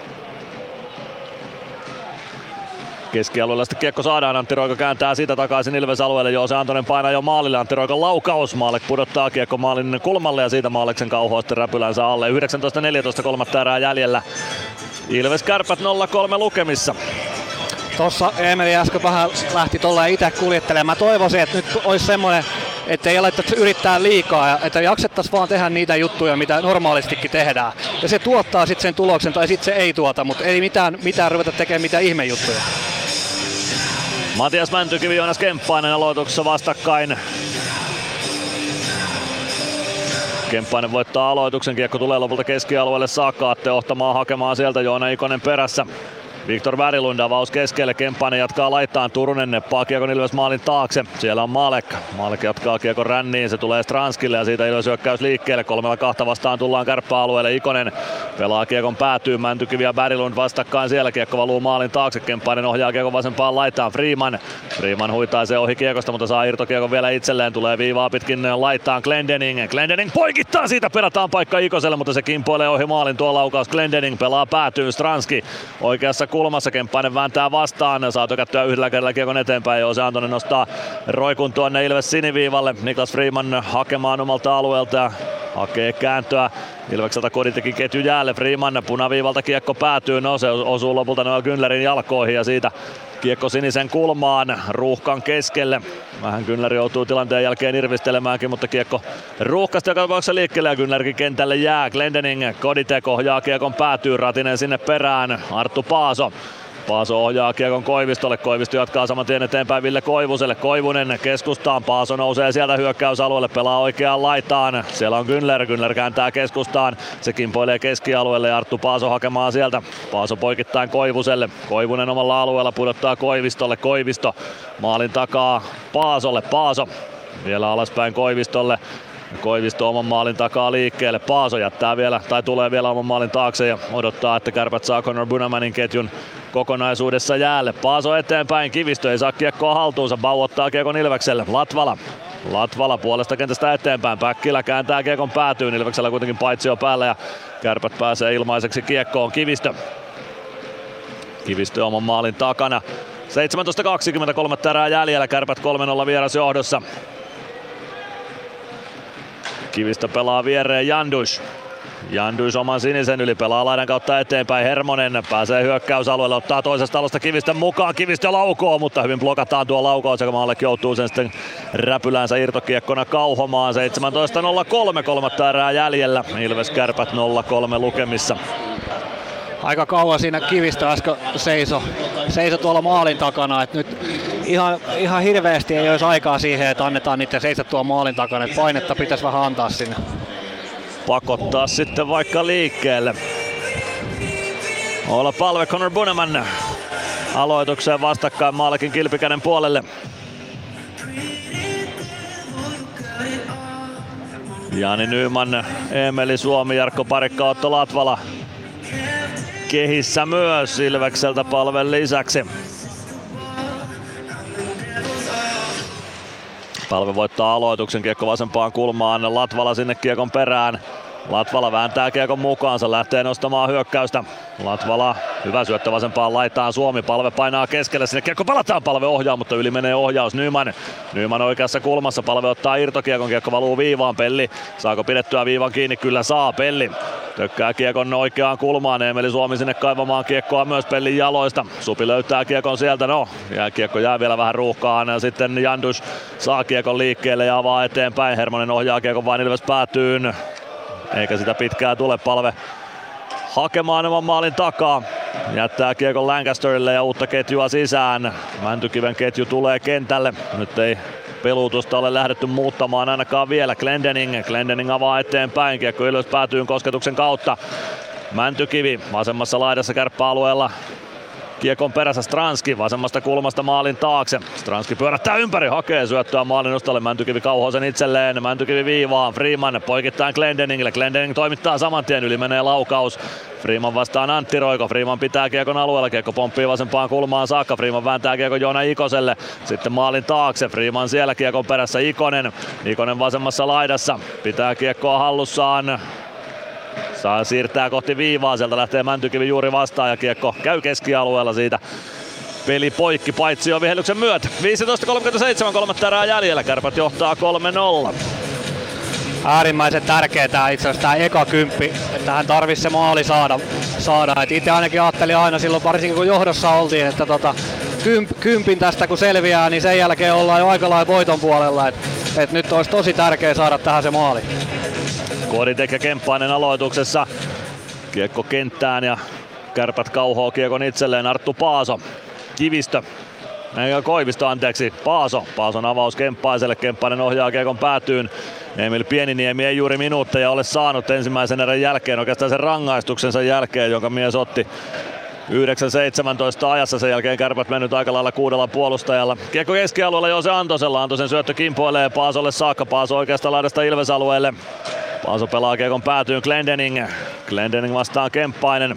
Keskialueella sitten kiekko saadaan, Antti Roiko kääntää siitä takaisin Ilves alueelle, Joose Antonen painaa jo maalille, Antti Roikon laukaus, Maalek pudottaa kiekko maalin kulmalle ja siitä Maaleksen kauhoa sitten Räpylänsä alle. yhdeksäntoista neljätoista kolmatta erää jäljellä. Ilves Kärpät nolla kolme lukemissa. Tossa Eemeli äsken vähän lähti tolleen itse kuljettelemaan. Mä toivoisin, että nyt olisi semmoinen, että ei alettaisi yrittää liikaa ja että jaksettaisiin vaan tehdä niitä juttuja, mitä normaalistikin tehdään. Ja se tuottaa sitten sen tuloksen tai sitten se ei tuota, mutta ei mitään, mitään ruveta tekemään mitään ihmejuttuja. Matias Mäntykivi, Joonas Kemppainen aloituksessa vastakkain. Kemppainen voittaa aloituksen, kiekko tulee lopulta keskialueelle saakka, Atte Ohtamaa hakemaan sieltä, Joona Ikonen perässä. Viktor Värilund avaus keskelle, Kemppainen jatkaa laittaan, Turunen neppaa kiekon Ilves maalin taakse. Siellä on Malek, Malek jatkaa kiekon ränniin, se tulee Stranskille ja siitä Ilves hyökkäys liikkeelle. Kolmella kahta vastaan tullaan kärppäalueelle, Ikonen pelaa kiekon päätyyn, Mäntykivi ja Värilund vastakkain siellä, kiekko valuu maalin taakse, Kemppainen ohjaa kiekon vasempaan laittaan, Freeman. Freeman huitaa se ohi kiekosta, mutta saa irtokiekon vielä itselleen, tulee viivaa pitkin laittaan Glendening. Glendening poikittaa, siitä perataan paikka Ikoselle, mutta se kimpoilee ohi maalin tuo laukaus. Glendening pelaa päätyyn, Stranski oikeassa kulmassa, Kemppainen vääntää vastaan, saa tökättyä yhdellä kerralla kiekon eteenpäin, Joose Antonen nostaa roikun tuonne Ilves siniviivalle, Niklas Freeman hakemaan omalta alueelta ja hakee kääntöä. Ilvekseltä Koditekin ketju jäälle, Freeman punaviivalta kiekko päätyy, no se osuu lopulta Noel Günlerin jalkoihin ja siitä kiekko sinisen kulmaan ruuhkan keskelle. Vähän Günler joutuu tilanteen jälkeen irvistelemäänkin, mutta kiekko ruuhkasta joka tapauksessa liikkeelle ja Günlerkin kentälle jää. Glendening, Kodite ohjaa kiekon päätyy, Ratinen sinne perään, Arttu Paaso. Paaso ohjaa kiekon Koivistolle, Koivisto jatkaa saman tien eteenpäin Ville Koivuselle, Koivunen keskustaan, Paaso nousee sieltä hyökkäysalueelle, pelaa oikeaan laitaan, siellä on Günler, Günler kääntää keskustaan, se kimpoilee keskialueelle ja Arttu Paaso hakemaan sieltä, Paaso poikittain Koivuselle, Koivunen omalla alueella pudottaa Koivistolle, Koivisto maalin takaa Paasolle, Paaso vielä alaspäin Koivistolle. Koivisto oman maalin takaa liikkeelle, Paaso jättää vielä, tai tulee vielä oman maalin taakse ja odottaa, että Kärpät saa Connor Bunamanin ketjun kokonaisuudessa jäälle. Paaso eteenpäin, Kivistö ei saa kiekkoa haltuunsa, Bau ottaa kiekon Ilvekselle, Latvala. Latvala puolesta kentästä eteenpäin, Päkkilä kääntää kiekon päätyyn, Ilveksellä kuitenkin paitsio päällä ja Kärpät pääsee ilmaiseksi kiekkoon, Kivistö. Kivistö oman maalin takana. seitsemäntoista kaksikymmentäkolme erää jäljellä, Kärpät kolme nolla vierasjohdossa. Kivistö pelaa viereen Jandus. Jandus oman sinisen yli, pelaa laidan kautta eteenpäin. Hermonen pääsee hyökkäysalueelle, ottaa toisesta alosta Kivistön mukaan. Kivistö laukoo, mutta hyvin blokataan tuo laukaus, joka Maalek joutuu sen sitten räpylänsä irtokiekkona kauhomaan. seitsemäntoista nolla kolme, kolmatta erää jäljellä. Ilves Kärpät nolla kolme lukemissa. Aika kauan siinä Kivistö äsken seiso, seiso tuolla maalin takana, että nyt ihan, ihan hirveästi ei olisi aikaa siihen, että annetaan niiden seistä tuolla maalin takana, että painetta pitäisi vähän antaa sinne. Pakottaa sitten vaikka liikkeelle. Olla palve Connor Bunaman aloitukseen vastakkain Maalekin Kilpikäden puolelle. Jani Nyman, Eemeli Suomi, Jarkko Parikka, Otto Latvala kehissä myös Ilvekseltä Palven lisäksi. Palve voittaa aloituksen, kiekko vasempaan kulmaan, Latvala sinne kiekon perään. Latvala vääntää kiekon mukaansa, lähtee nostamaan hyökkäystä. Latvala, hyvä syöttö vasempaan laitaan, Suomi, Palve painaa keskelle, sinne kiekko palataan, Palve ohjaa, mutta yli menee ohjaus. Nyman, Nyman oikeassa kulmassa, Palve ottaa irtokiekon, kiekko valuu viivaan, Pelli, saako pidettyä viivan kiinni? Kyllä saa, Pelli. Tökkää kiekon oikeaan kulmaan, Eemeli Suomi sinne kaivamaan kiekkoa myös Pellin jaloista. Supi löytää kiekon sieltä, no, ja kiekko jää vielä vähän ruuhkaan, ja sitten Jandus saa kiekon liikkeelle ja avaa eteenpäin. Hermonen ohjaa kiekon vain Ilves päätyyn. Eikä sitä pitkää tule, Palve hakemaan oman maalin takaa. Jättää kiekon Lancasterille ja uutta ketjua sisään. Mäntykiven ketju tulee kentälle. Nyt ei peluutusta ole lähdetty muuttamaan ainakaan vielä. Glendening, Glendening avaa eteenpäin. Kiekko Ilves päätyyn kosketuksen kautta. Mäntykivi vasemmassa laidassa kärppäalueella. Kiekon perässä Stranski vasemmasta kulmasta maalin taakse. Stranski pyörättää ympäri, hakee syöttöä maalin ostalle. Mäntykivi Kauhosen itselleen. Mäntykivi viivaan. Freeman poikittain Glendeningille. Glendening toimittaa saman tien. Yli menee laukaus. Freeman vastaan Antti Roiko. Freeman pitää kiekon alueella. Kiekko pomppii vasempaan kulmaan saakka. Freeman vääntää kiekon Joona Ikoselle. Sitten maalin taakse. Freeman siellä kiekon perässä Ikonen. Ikonen vasemmassa laidassa. Pitää kiekkoa hallussaan. Saa siirtää kohti viivaa. Sieltä lähtee Mäntykivi juuri vastaan ja kiekko käy keskialueella siitä. Peli poikki paitsi on vihellyksen myötä. viisitoista kolmekymmentäseitsemän, kolmatta erää jäljellä. Kärpät johtaa kolme nolla. Äärimmäisen tärkeä tää itse asiassa tää eka kymppi, että hän tarvisi se maali saada. saada. Et itse ainakin ajattelin aina silloin, varsinkin kun johdossa oltiin, että tota, kymp, kympin tästä kun selviää, niin sen jälkeen ollaan jo aika lailla voiton puolella. Et, et nyt olisi tosi tärkeä saada tähän se maali. Koditek ja Kemppainen aloituksessa. Kiekko kenttään ja Kärpät kauhoo kiekon itselleen. Arttu Paaso. Kivistö. Eikä Koivisto, anteeksi. Paaso. Paason avaus Kemppaiselle. Kemppainen ohjaa kiekon päätyyn. Emil Pieniniemi ei juuri minuutteja ole saanut ensimmäisen erän jälkeen. Oikeastaan sen rangaistuksensa jälkeen, jonka mies otti yhdeksän seitsemäntoista ajassa. Sen jälkeen Kärpät mennyt aika lailla kuudella puolustajalla. Kiekko keskialueella Joose Antosella. Antosen syöttö kimpoilee Paasolle saakka. Paaso oikeasta laidasta Ilves-alueelle. Paaso pelaa kiekon päätyyn Glendening. Glendening vastaan Kemppainen.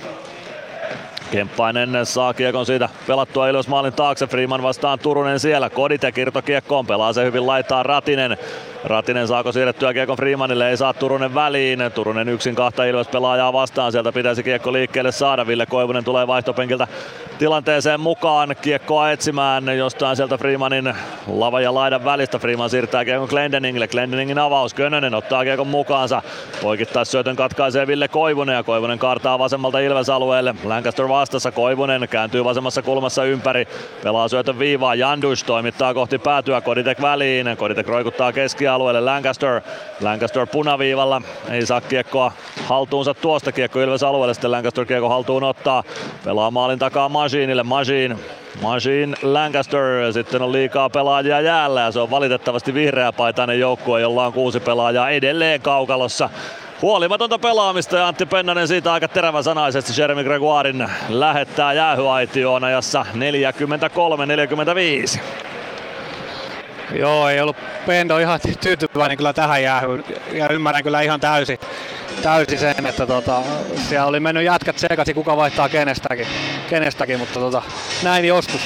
Kemppainen saa kiekon siitä pelattua Ilves maalin taakse. Freeman vastaan Turunen siellä. Koditek irtokiekkoon. Pelaa se hyvin laittaa Ratinen. Ratinen saako siirrettyä kiekon Freemanille? Ei saa Turunen väliin. Turunen yksin kahta Ilves pelaajaa vastaan. Sieltä pitäisi kiekko liikkeelle saada. Ville Koivunen tulee vaihtopenkiltä tilanteeseen mukaan. Kiekkoa etsimään jostain sieltä Freemanin lava ja laidan välistä. Freeman siirtää kiekon Glendeningille. Glendeningin avaus. Könönen ottaa kiekon mukaansa. Poikittais syötön katkaisee Ville Koivunen ja Koivunen kaartaa vasemmalta Ilves-alueelle. Lancaster vastassa. Koivunen kääntyy vasemmassa kulmassa ympäri. Pelaa syötön viivaa. Jandus toimittaa kohti päätyä. Koditek väliin. Koditek roikuttaa keskialueelle. Lancaster. Lancaster punaviivalla. Ei saa kiekkoa haltuunsa tuosta. Kiekko Ilves-alueelle. Sitten Lancaster kiekko haltuun ottaa. Pelaa maalin takaa Maginille. Magin. Magin Lancaster. Sitten on liikaa pelaajia jäällä ja se on valitettavasti vihreäpaitainen joukkue, jolla on kuusi pelaajaa edelleen kaukalossa. Huolimatonta pelaamista ja Antti Pennanen siitä aika teräväsanaisesti Jeremy Gregoirin lähettää jäähyaitioon ajassa neljäkymmentäkolme neljäkymmentäviisi. Joo, ei ollut Pendo ihan tyytyväinen kyllä tähän jäähyyn ja ymmärrän kyllä ihan täysin, täysin sen, että tota, siellä oli mennyt jätkät sekaisin, kuka vaihtaa kenestäkin, kenestäkin mutta tota, näin joskus.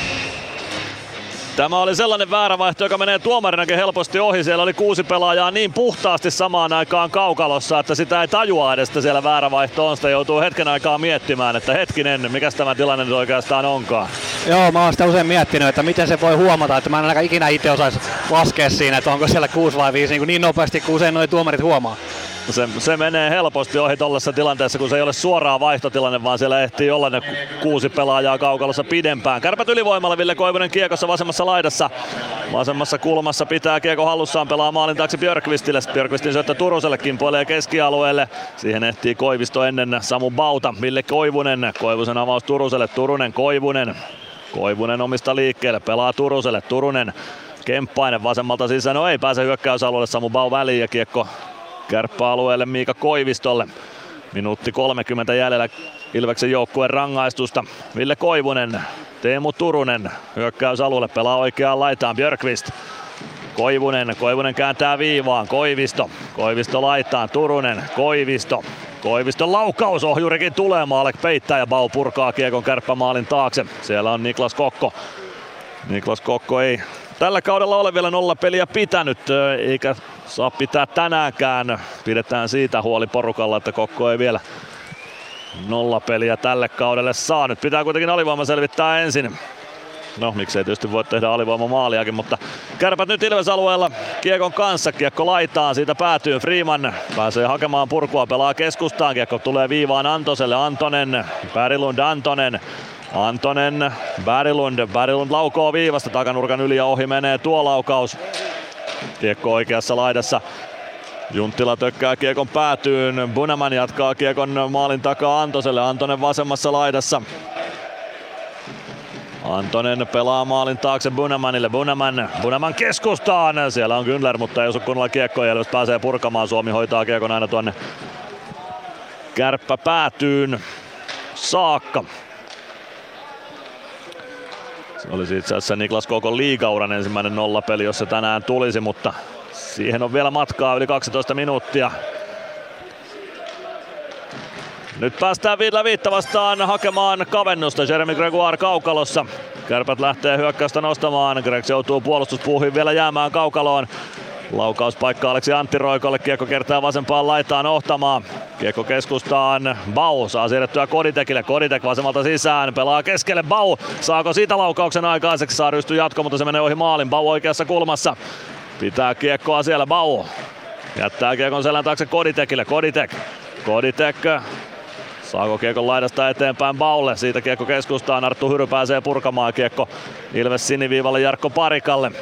Tämä oli sellainen väärä vaihto, joka menee tuomarinakin helposti ohi. Siellä oli kuusi pelaajaa niin puhtaasti samaan aikaan kaukalossa, että sitä ei tajua edes, että siellä väärä vaihto on. Sitä joutuu hetken aikaa miettimään, että hetkinen, mikä tämä tilanne nyt oikeastaan onkaan. Joo, mä oon sitä usein miettinyt, että miten se voi huomata, että mä en ainakaan ikinä itse osaisi laskea siinä, että onko siellä kuusi vai viisi niin, niin nopeasti kuin usein nuo tuomarit huomaa. Se, se menee helposti ohi tollaisessa tilanteessa, kun se ei ole suoraa vaihtotilanne, vaan siellä ehtii olla ne kuusi pelaajaa kaukalossa pidempään. Kärpät ylivoimalla, Ville Koivunen kiekossa vasemmassa laidassa. Vasemmassa kulmassa pitää kiekko hallussaan, pelaa maalin taakse Björkvistille. Björkvistin syöttö Turuselle, kimpoilee keskialueelle. Siihen ehtii Koivisto ennen Samu Bauta. Ville Koivunen, Koivusen avaus Turuselle, Turunen, Koivunen. Koivunen omista liikkeelle, pelaa Turuselle, Turunen. Kemppainen vasemmalta sisään, no ei pääse hyökkäysalueelle, Samu Bau väliin ja kiekko kärppäalueelle Miika Koivistolle. Minuutti kolmekymmentä jäljellä Ilveksen joukkueen rangaistusta. Ville Koivunen, Teemu Turunen hyökkäysalueelle, pelaa oikeaan laitaan Björkvist. Koivunen, Koivunen kääntää viivaan, Koivisto, Koivisto laitaan, Turunen, Koivisto. Koiviston laukaus, ohjurikin tulee, Maalek peittää ja Bau purkaa kiekon kärppämaalin taakse. Siellä on Niklas Kokko. Niklas Kokko ei tällä kaudella ole vielä nolla peliä pitänyt, eikä saa pitää tänäänkään. Pidetään siitä huoli porukalla, että Kokko ei vielä nolla peliä tälle kaudelle saa. Nyt pitää kuitenkin alivoima selvittää ensin. No miksei tietysti voi tehdä alivoima maaliakin, mutta Kärpät nyt Ilves-alueella kiekon kanssa. Kiekko laitaan, siitä päätyy Freeman. Pääsee hakemaan purkua, pelaa keskustaan. Kiekko tulee viivaan Antoselle, Antonen, Berglund, Antonen. Antonen, Berglund, Berglund laukoo viivasta, takanurkan yli ja ohi menee tuo laukaus. Kiekko oikeassa laidassa. Junttila tökkää kiekon päätyyn, Bunaman jatkaa kiekon maalin takaa Antoselle, Antonen vasemmassa laidassa. Antonen pelaa maalin taakse Bunamanille, Bunaman, Bunaman keskustaan, siellä on Gündler, mutta ei osu kunnolla kiekkoa, Ilves pääsee purkamaan, Suomi hoitaa kiekon aina tuonne kärppä päätyyn saakka. Se olisi itse asiassa Niklas Kokon liigauran ensimmäinen nollapeli, jos se tänään tulisi, mutta siihen on vielä matkaa yli kaksitoista minuuttia. Nyt päästään viidellä viittä vastaan hakemaan kavennusta Jeremy Gregoire kaukalossa. Kärpät lähtee hyökkäystä nostamaan. Greg joutuu puolustuspuuhin vielä jäämään kaukaloon. Laukauspaikka Aleksi Antti Roikolle. Kiekko kertaa vasempaan laitaan ohtamaan. Kiekko keskustaan. Bau saa siirrettyä Koditekille. Koditek vasemmalta sisään. Pelaa keskelle. Bau saako siitä laukauksen aikaiseksi? Saa rystyä jatko, mutta se menee ohi maalin. Bau oikeassa kulmassa. Pitää kiekkoa siellä. Bau jättää kiekon selän taakse Koditekille. Koditek. Koditek. Saako kiekon laidasta eteenpäin Baulle? Siitä kiekko keskustaan. Arttu Hyry pääsee purkamaan kiekko Ilves siniviivalle Jarkko Parikalle.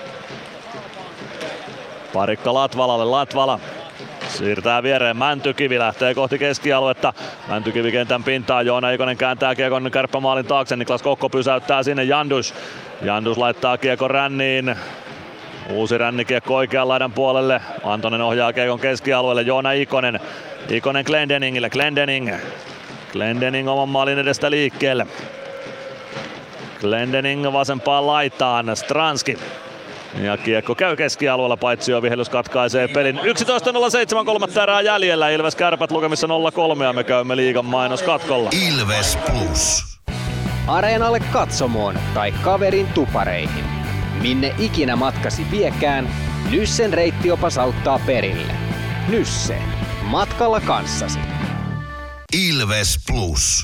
Parikka Latvalalle. Latvala siirtää viereen. Mäntykivi lähtee kohti keskialuetta. Mäntykivi kentän pintaan. Joona Ikonen kääntää kiekon kärppämaalin taakse. Niklas Kokko pysäyttää sinne. Jandus. Jandus laittaa kiekon ränniin. Uusi rännikiekko oikean laidan puolelle. Antonen ohjaa kiekon keskialueelle. Joona Ikonen. Ikonen Glendeningille. Glendening. Glendening oman maalin edestä liikkeelle. Glendening vasempaan laitaan. Stranski. Ja kiekko käy keskialueella, paitsi jo vihellys katkaisee pelin. yksitoista nolla seitsemän, kolmatta erää jäljellä. Ilves Kärpät lukemissa nolla kolme ja me käymme liigan mainoskatkolla. Ilves Plus. Areenalle, katsomoon tai kaverin tupareihin. Minne ikinä matkasi viekään, Nyssen reittiopas auttaa perille. Nysse. Matkalla kanssasi. Ilves Plus.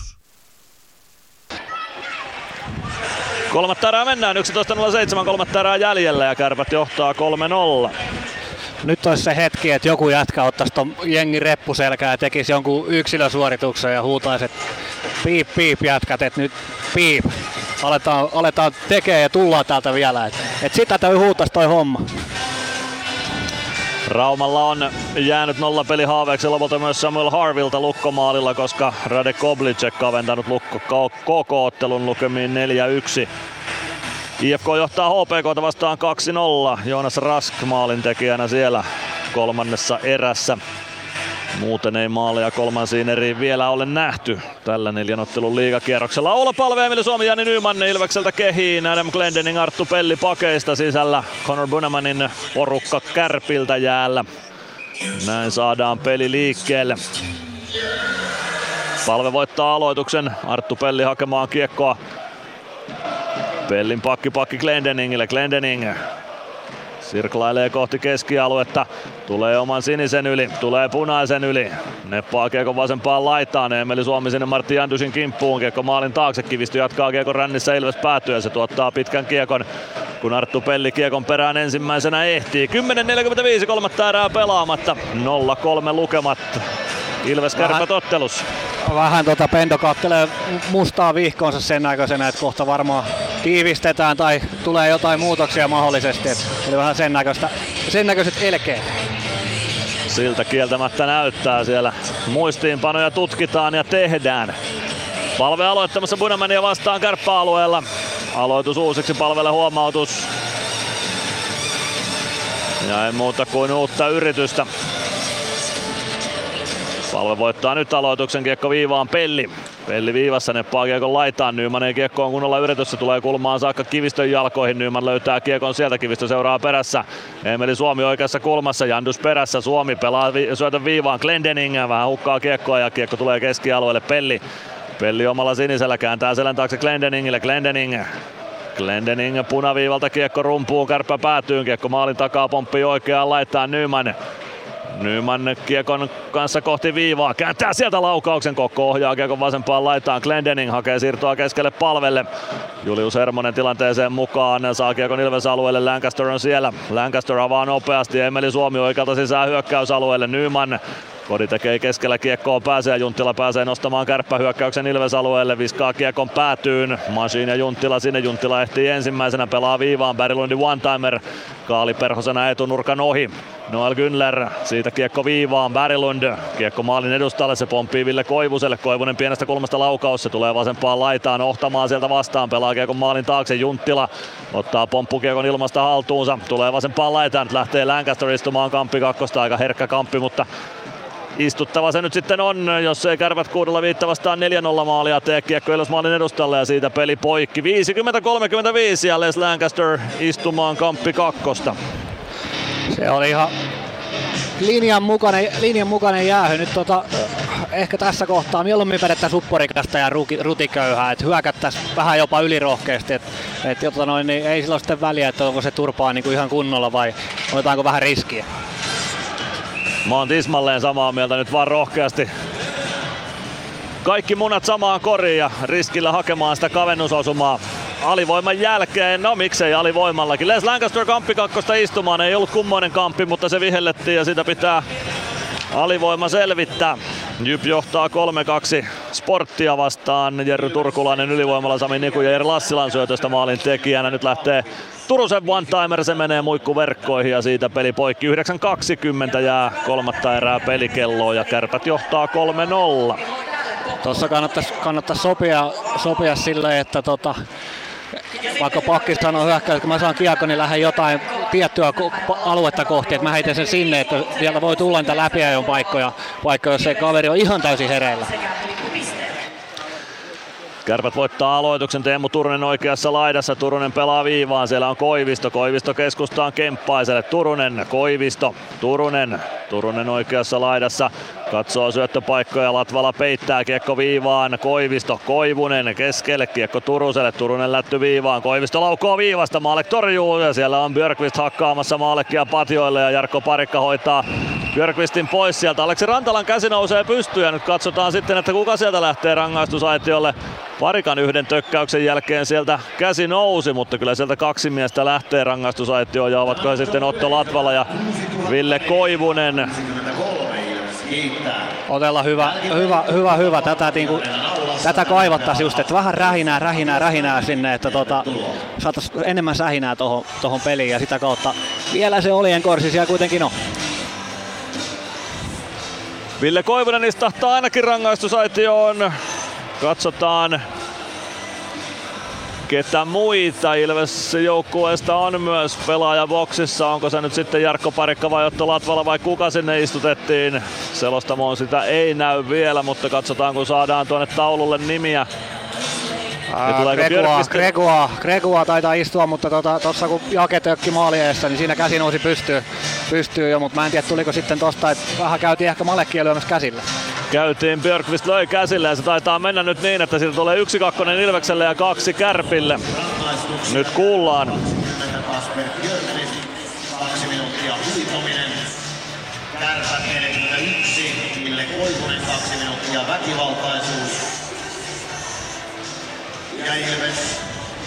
Kolmatta erää mennään, yksitoista nolla seitsemän, kolmatta erää jäljellä ja Kärpät johtaa kolme nolla. Nyt olisi se hetki, että joku jätkä ottaisi ton jengin reppuselkää ja tekisi jonkun yksilösuorituksen ja huutaisi, että piip piip jätkät, että nyt piip. Aletaan, aletaan tekee ja tullaan täältä vielä. Et, et sitä täytyy huutaisi toi homma. Raumalla on jäänyt nollapeli haaveeksi lopulta myös Samuel Harvilta lukkomaalilla, koska Radek Koblicek kaventanut lukko koko-ottelun lukemiin neljä yksi. I F K johtaa H P K:ta vastaan kaksi nolla. Joonas Rask maalintekijänä siellä kolmannessa erässä. Muuten ei maaleja kolmansiin eriin vielä ole nähty tällä neljän ottelun liigakierroksella. Oula Palve, Emeli Suomi, Jani Nyman Ilvekseltä kehiin. Adam Glendening, Arttu Pelli pakeista sisällä. Connor Bunemanin porukka Kärpiltä jäällä. Näin saadaan peli liikkeelle. Palve voittaa aloituksen. Arttu Pelli hakemaan kiekkoa. Pellin pakki pakki Glendeningille. Glendening sirklailee kohti keskialuetta. Tulee oman sinisen yli. Tulee punaisen yli. Neppaa kiekon vasempaan laitaan. Emeli Suomi sinne Martti Jandusin kimppuun. Kiekko maalin taakse. Kivistö jatkaa kiekon rännissä. Ilves päätyy ja se tuottaa pitkän kiekon, kun Arttu Pelli kiekon perään ensimmäisenä ehtii. kymmenen neljäkymmentäviisi, kolmatta erää pelaamatta. nolla kolme lukemat. Ilves Kärpät ottelussa. Vähän tota Pendo kattelee mustaa vihkoonsa sen näköisenä, että kohta varmaan tiivistetään tai tulee jotain muutoksia mahdollisesti. Et, eli vähän sen, näköistä, sen näköiset elkeet. Siltä kieltämättä näyttää, siellä muistiinpanoja tutkitaan ja tehdään. Palve aloittamassa Bunamania vastaan kärppäalueella. Aloitus uusiksi, Palvelle huomautus. Ja ei muuta kuin uutta yritystä. Palve voittaa nyt aloituksen, kiekko viivaan Pelli. Pelli viivassa, neppaa kiekon laitaan. Nyman ei kiekkoon kunnolla yritys, se tulee kulmaan saakka Kivistön jalkoihin. Nyman löytää kiekon sieltä, Kivistö seuraa perässä. Emeli Suomi oikeassa kulmassa, Jandus perässä. Suomi pelaa vi- syötön viivaan, Glendening vähän hukkaa kiekkoa ja kiekko tulee keskialueelle. Pelli. Pelli omalla sinisellä kääntää selän taakse Glendeningille. Glendening. Glendening punaviivalta kiekko rumpuun, Kärppä päätyy. Kiekko maalin takaa, pomppii oikeaan laittaa Nyman. Nyman kiekon kanssa kohti viivaa, kääntää sieltä laukauksen, Kokko ohjaa kiekon vasempaan laitaan, Glendening hakee siirtoa keskelle Palvelle. Julius Hermonen tilanteeseen mukaan, saa kiekon Ilves alueelle, Lancaster on siellä. Lancaster avaa nopeasti, Emeli Suomi oikealta sisään hyökkäysalueelle, Nyman. Kodi tekee keskellä kiekkoon, pääsee ja Junttila pääsee nostamaan kärppähyökkäyksen Ilves alueelle, viskaa kiekon päätyyn. Machine ja Junttila sinne, Junttila ehtii ensimmäisenä, pelaa viivaan, Berglundi one-timer. Kaali Perhosena etunurkan ohi. Noel Günler, siitä kiekko viivaan, Berglund. Kiekko maalin edustalle, se pomppii Ville Koivuselle. Koivunen pienestä kulmasta laukaus, se tulee vasempaan laitaan, ohtamaan sieltä vastaan. Pelaa kiekon maalin taakse, Junttila ottaa pomppukiekon ilmasta haltuunsa. Tulee vasempaan laitaan, nyt lähtee Lancaster istumaan kamppi kakkosta, aika herkkä kamppi, mutta istuttava se nyt sitten on, jos ei Kärpät kuudella viittä vastaan neljä nolla maalia tee kiekko Ilves maalin edustalle ja siitä peli poikki. viisikymmentä kolmekymmentäviisi ja Les Lancaster istumaan Kamppi kakkosta. Se oli ihan linjan mukainen, linjan mukainen jäähy. Nyt tota, ehkä tässä kohtaa mieluummin vedettäisiin upporikasta ja rutiköyhää, että hyökättäisiin vähän jopa ylirohkeasti. Et, et, tota noin, niin ei sillä sitten väliä, että onko se turpaa niin kuin ihan kunnolla vai otetaanko vähän riskiä. Mä oon tismalleen samaa mieltä, nyt vaan rohkeasti kaikki munat samaan koriin ja riskillä hakemaan sitä kavennusosumaa. Alivoiman jälkeen, no miksei alivoimallakin. Les Lancaster Kamppi kakkosta istumaan, ei ollut kummoinen kamppi, mutta se vihellettiin ja sitä pitää alivoima selvittää. Jyp johtaa kolme kaksi Sporttia vastaan. Jerry Turkulainen ylivoimalla, Sami Niku ja Jere Lassilan syötöstä maalin tekijänä. Nyt lähtee Turusen one-timer, se menee muikkuverkkoihin ja siitä peli poikki. yhdeksän kaksikymmentä jää kolmatta erää pelikelloa ja Kärpät johtaa kolme nolla. Tuossa kannattaisi, kannattaisi sopia, sopia silleen, että tota, vaikka pakki sanoo hyökkäys, että kun mä saan kiekon, niin lähden jotain tiettyä aluetta kohti, että mä heitän sen sinne, että sieltä voi tulla niitä läpiajon paikkoja, paikkoja, jos ei kaveri ole ihan täysin hereillä. Kärpät voittaa aloituksen, Teemu Turunen oikeassa laidassa, Turunen pelaa viivaan, siellä on Koivisto, Koivisto keskustaan Kemppaiselle, Turunen, Koivisto, Turunen, Turunen oikeassa laidassa, katsoo syöttöpaikkoja, Latvala peittää, kiekko viivaan, Koivisto, Koivunen keskelle, kiekko Turuselle, Turunen lätty viivaan, Koivisto laukoo viivasta, Maalek torjuu ja siellä on Björkqvist hakkaamassa Maalekia patjoille ja Jarkko Parikka hoitaa Björkqvistin pois sieltä. Aleksi Rantalan käsi nousee pystyyn ja nyt katsotaan sitten, että kuka sieltä lähtee rangaistusaitiolle. Parikan yhden tökkäyksen jälkeen sieltä käsi nousi, mutta kyllä sieltä kaksi miestä lähtee rangaistusaitioon ja ovatko he sitten Otto Latvala ja Ville Koivunen. Otella hyvä, hyvä, hyvä, hyvä. Tätä, niinku, tätä kaivattaisiin just, että vähän rähinää, rähinää, rähinää sinne, että tota, saataisiin enemmän sähinää tohon, tohon peliin ja sitä kautta vielä se oljenkorsi siellä kuitenkin on. Ville Koivunen istahtaa ainakin rangaistusaitioon. Katsotaan ketä muita Ilves joukkueesta on myös pelaaja boksissa. Onko se nyt sitten Jarkko Parikka vai Otto Latvala vai kuka sinne istutettiin? Selostamoon sitä ei näy vielä, mutta katsotaan kun saadaan tuonne taululle nimiä. Gregua, Gregua, Gregua taitaa istua, mutta tuossa tota, kun Jake tökki maali eessä, niin siinä käsi nousi pystyy, pystyy jo, mutta mä en tiedä tuliko sitten tosta, että vähän käytiin ehkä Malekkia lyömässä käsillä. Käytiin, Björkqvist löi käsille ja se taitaa mennä nyt niin, että siitä tulee yksi kakkonen Ilvekselle ja kaksi Kärpille. Nyt kuullaan. Kaksi minuuttia huitominen. Kärpät neljäkymmentäyksi, Ville Koivunen kaksi minuuttia väkivaltaisuus. Ja Ilves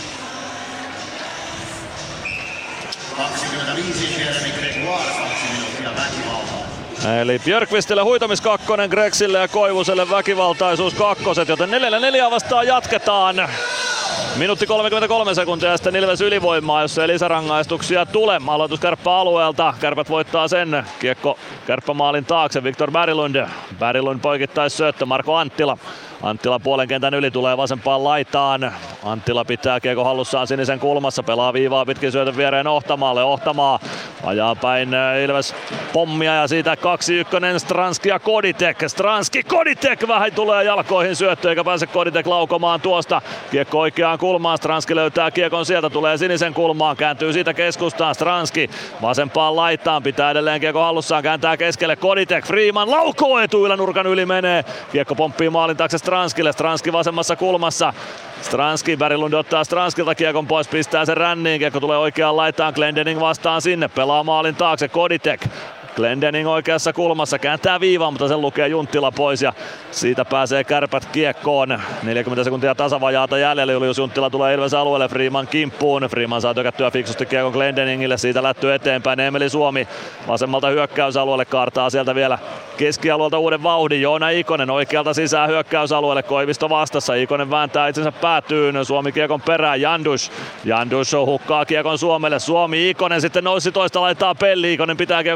kaksikymmentäviisi, Jeremy Gregoire kaksi minuuttia väkivaltaisuus. Eli Björkqvistille huitomiskakkonen, Gregsille ja Koivuselle väkivaltaisuus kakkoset, joten neljällä neljää vastaan jatketaan. Minuutti kolmekymmentäkolme sekuntia ja sitten Ilves ylivoimaa, jos ei lisärangaistuksia tule. Aloitus Kärppä-alueelta. Kärpät voittaa sen. Kiekko Kärppämaalin taakse. Viktor Berglund. Berglund poikittais syöttö. Marko Anttila. Anttila puolen kentän yli tulee vasempaan laitaan. Anttila pitää kiekko hallussaan sinisen kulmassa. Pelaa viivaa pitkin syötön viereen Ohtamaalle. Ohtamaa ajaa päin Ilves pommia ja siitä kaksi ykkönen Stranski ja Koditek. Stranski, Koditek vähän tulee jalkoihin syöttö eikä pääse Koditek laukomaan tuosta. Kiekko oikeaan kulmaan. Stranski löytää kiekon sieltä. Tulee sinisen kulmaan. Kääntyy siitä keskustaan. Stranski vasempaan laitaan. Pitää edelleen kiekko hallussaan. Kääntää keskelle Koditek. Freeman laukoo etuylänurkan yli menee. Kiekko pomppii maalin taakse Stranskille. Stranski vasemmassa kulmassa. Stranski, Berglund ottaa Stranskilta kiekon pois, pistää sen ränniin. Kiekko tulee oikeaan laitaan, Glendening vastaan sinne. Pelaa maalin taakse, Koditek. Glendening oikeassa kulmassa, kääntää viivaa, mutta sen lukee Junttila pois ja siitä pääsee Kärpät kiekkoon. neljäkymmentä sekuntia tasavajaata jäljellä, Julius Junttila tulee Ilves alueelle Freeman kimppuun. Freeman saa tökättyä fiksusti kiekon Glendeningille, siitä lätty eteenpäin Emeli Suomi vasemmalta hyökkäysalueelle, kaartaa sieltä vielä keskialueelta uuden vauhdin. Joona Ikonen oikealta sisään hyökkäysalueelle, Koivisto vastassa, Ikonen vääntää itsensä päätyyn, Suomi kiekon perään, Jandus. Jandus hukkaa kiekon Suomelle, Suomi Ikonen sitten nousi toista laittaa pelli, Ikonen pitää kiekon itsellään,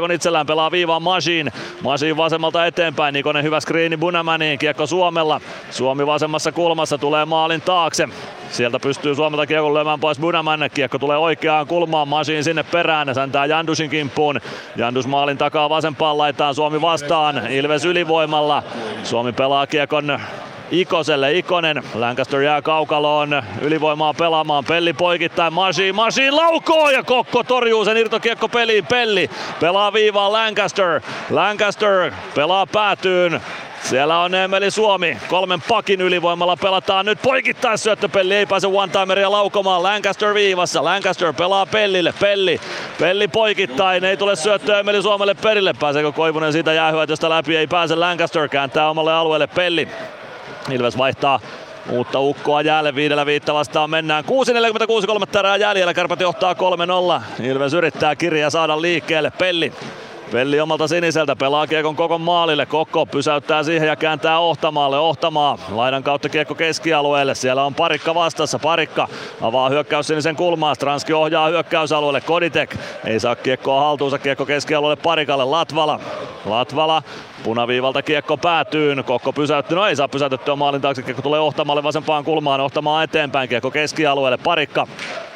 eteenpäin, pelaa viivaan Masin. Masin vasemmalta eteenpäin, Nikonen hyvä screeni Bunamaniin, kiekko Suomella. Suomi vasemmassa kulmassa tulee maalin taakse. Sieltä pystyy Suomelta kiekon lyömään pois Bunaman, kiekko tulee oikeaan kulmaan, Masin sinne perään, säntää Jandusin kimppuun. Jandus maalin takaa vasempaan laitaan, Suomi vastaan, Ilves ylivoimalla. Suomi pelaa kiekon Ikoselle, Ikonen, Lancaster jää kaukaloon, ylivoimaa pelaamaan, Pelli poikittain, Masin, Masin laukoo ja Kokko torjuu sen irtokiekko peliin, Pelli pelaa viivaan Lancaster, Lancaster pelaa päätyyn. Siellä on Eemeli Suomi, kolmen pakin ylivoimalla pelataan nyt poikittais syöttö, Pelli ei pääse one-timeria laukomaan, Lancaster viivassa, Lancaster pelaa Pellille, Pelli, Pelli poikittain, ei tule syöttöä Eemeli Suomelle perille, pääseekö Koivunen siitä jäähyötystä läpi, ei pääse, Lancaster kääntää omalle alueelle, Pelli. Ilves vaihtaa uutta ukkoa jäälle, viidellä viittä vastaan mennään. kuusi neljäkymmentäkuusi, kolme erää jäljellä, Kärpät johtaa kolme nolla. Ilves yrittää kirjaa saada liikkeelle, Pelli. Pelli omalta siniseltä pelaa kiekon Kokon maalille, Kokko pysäyttää siihen ja kääntää Ohtamaalle, Ohtamaa laidan kautta kiekko keskialueelle, siellä on Parikka vastassa, Parikka avaa hyökkäys sinisen kulmaan, Stranski ohjaa hyökkäysalueelle, Koditek ei saa kiekkoa haltuunsa, kiekko keskialueelle Parikalle, Latvala, Latvala punaviivalta kiekko päätyyn, Kokko pysäytti, no ei saa pysäytettyä maalin taakse, kiekko tulee Ohtamaalle vasempaan kulmaan, Ohtamaa eteenpäin, kiekko keskialueelle, Parikka,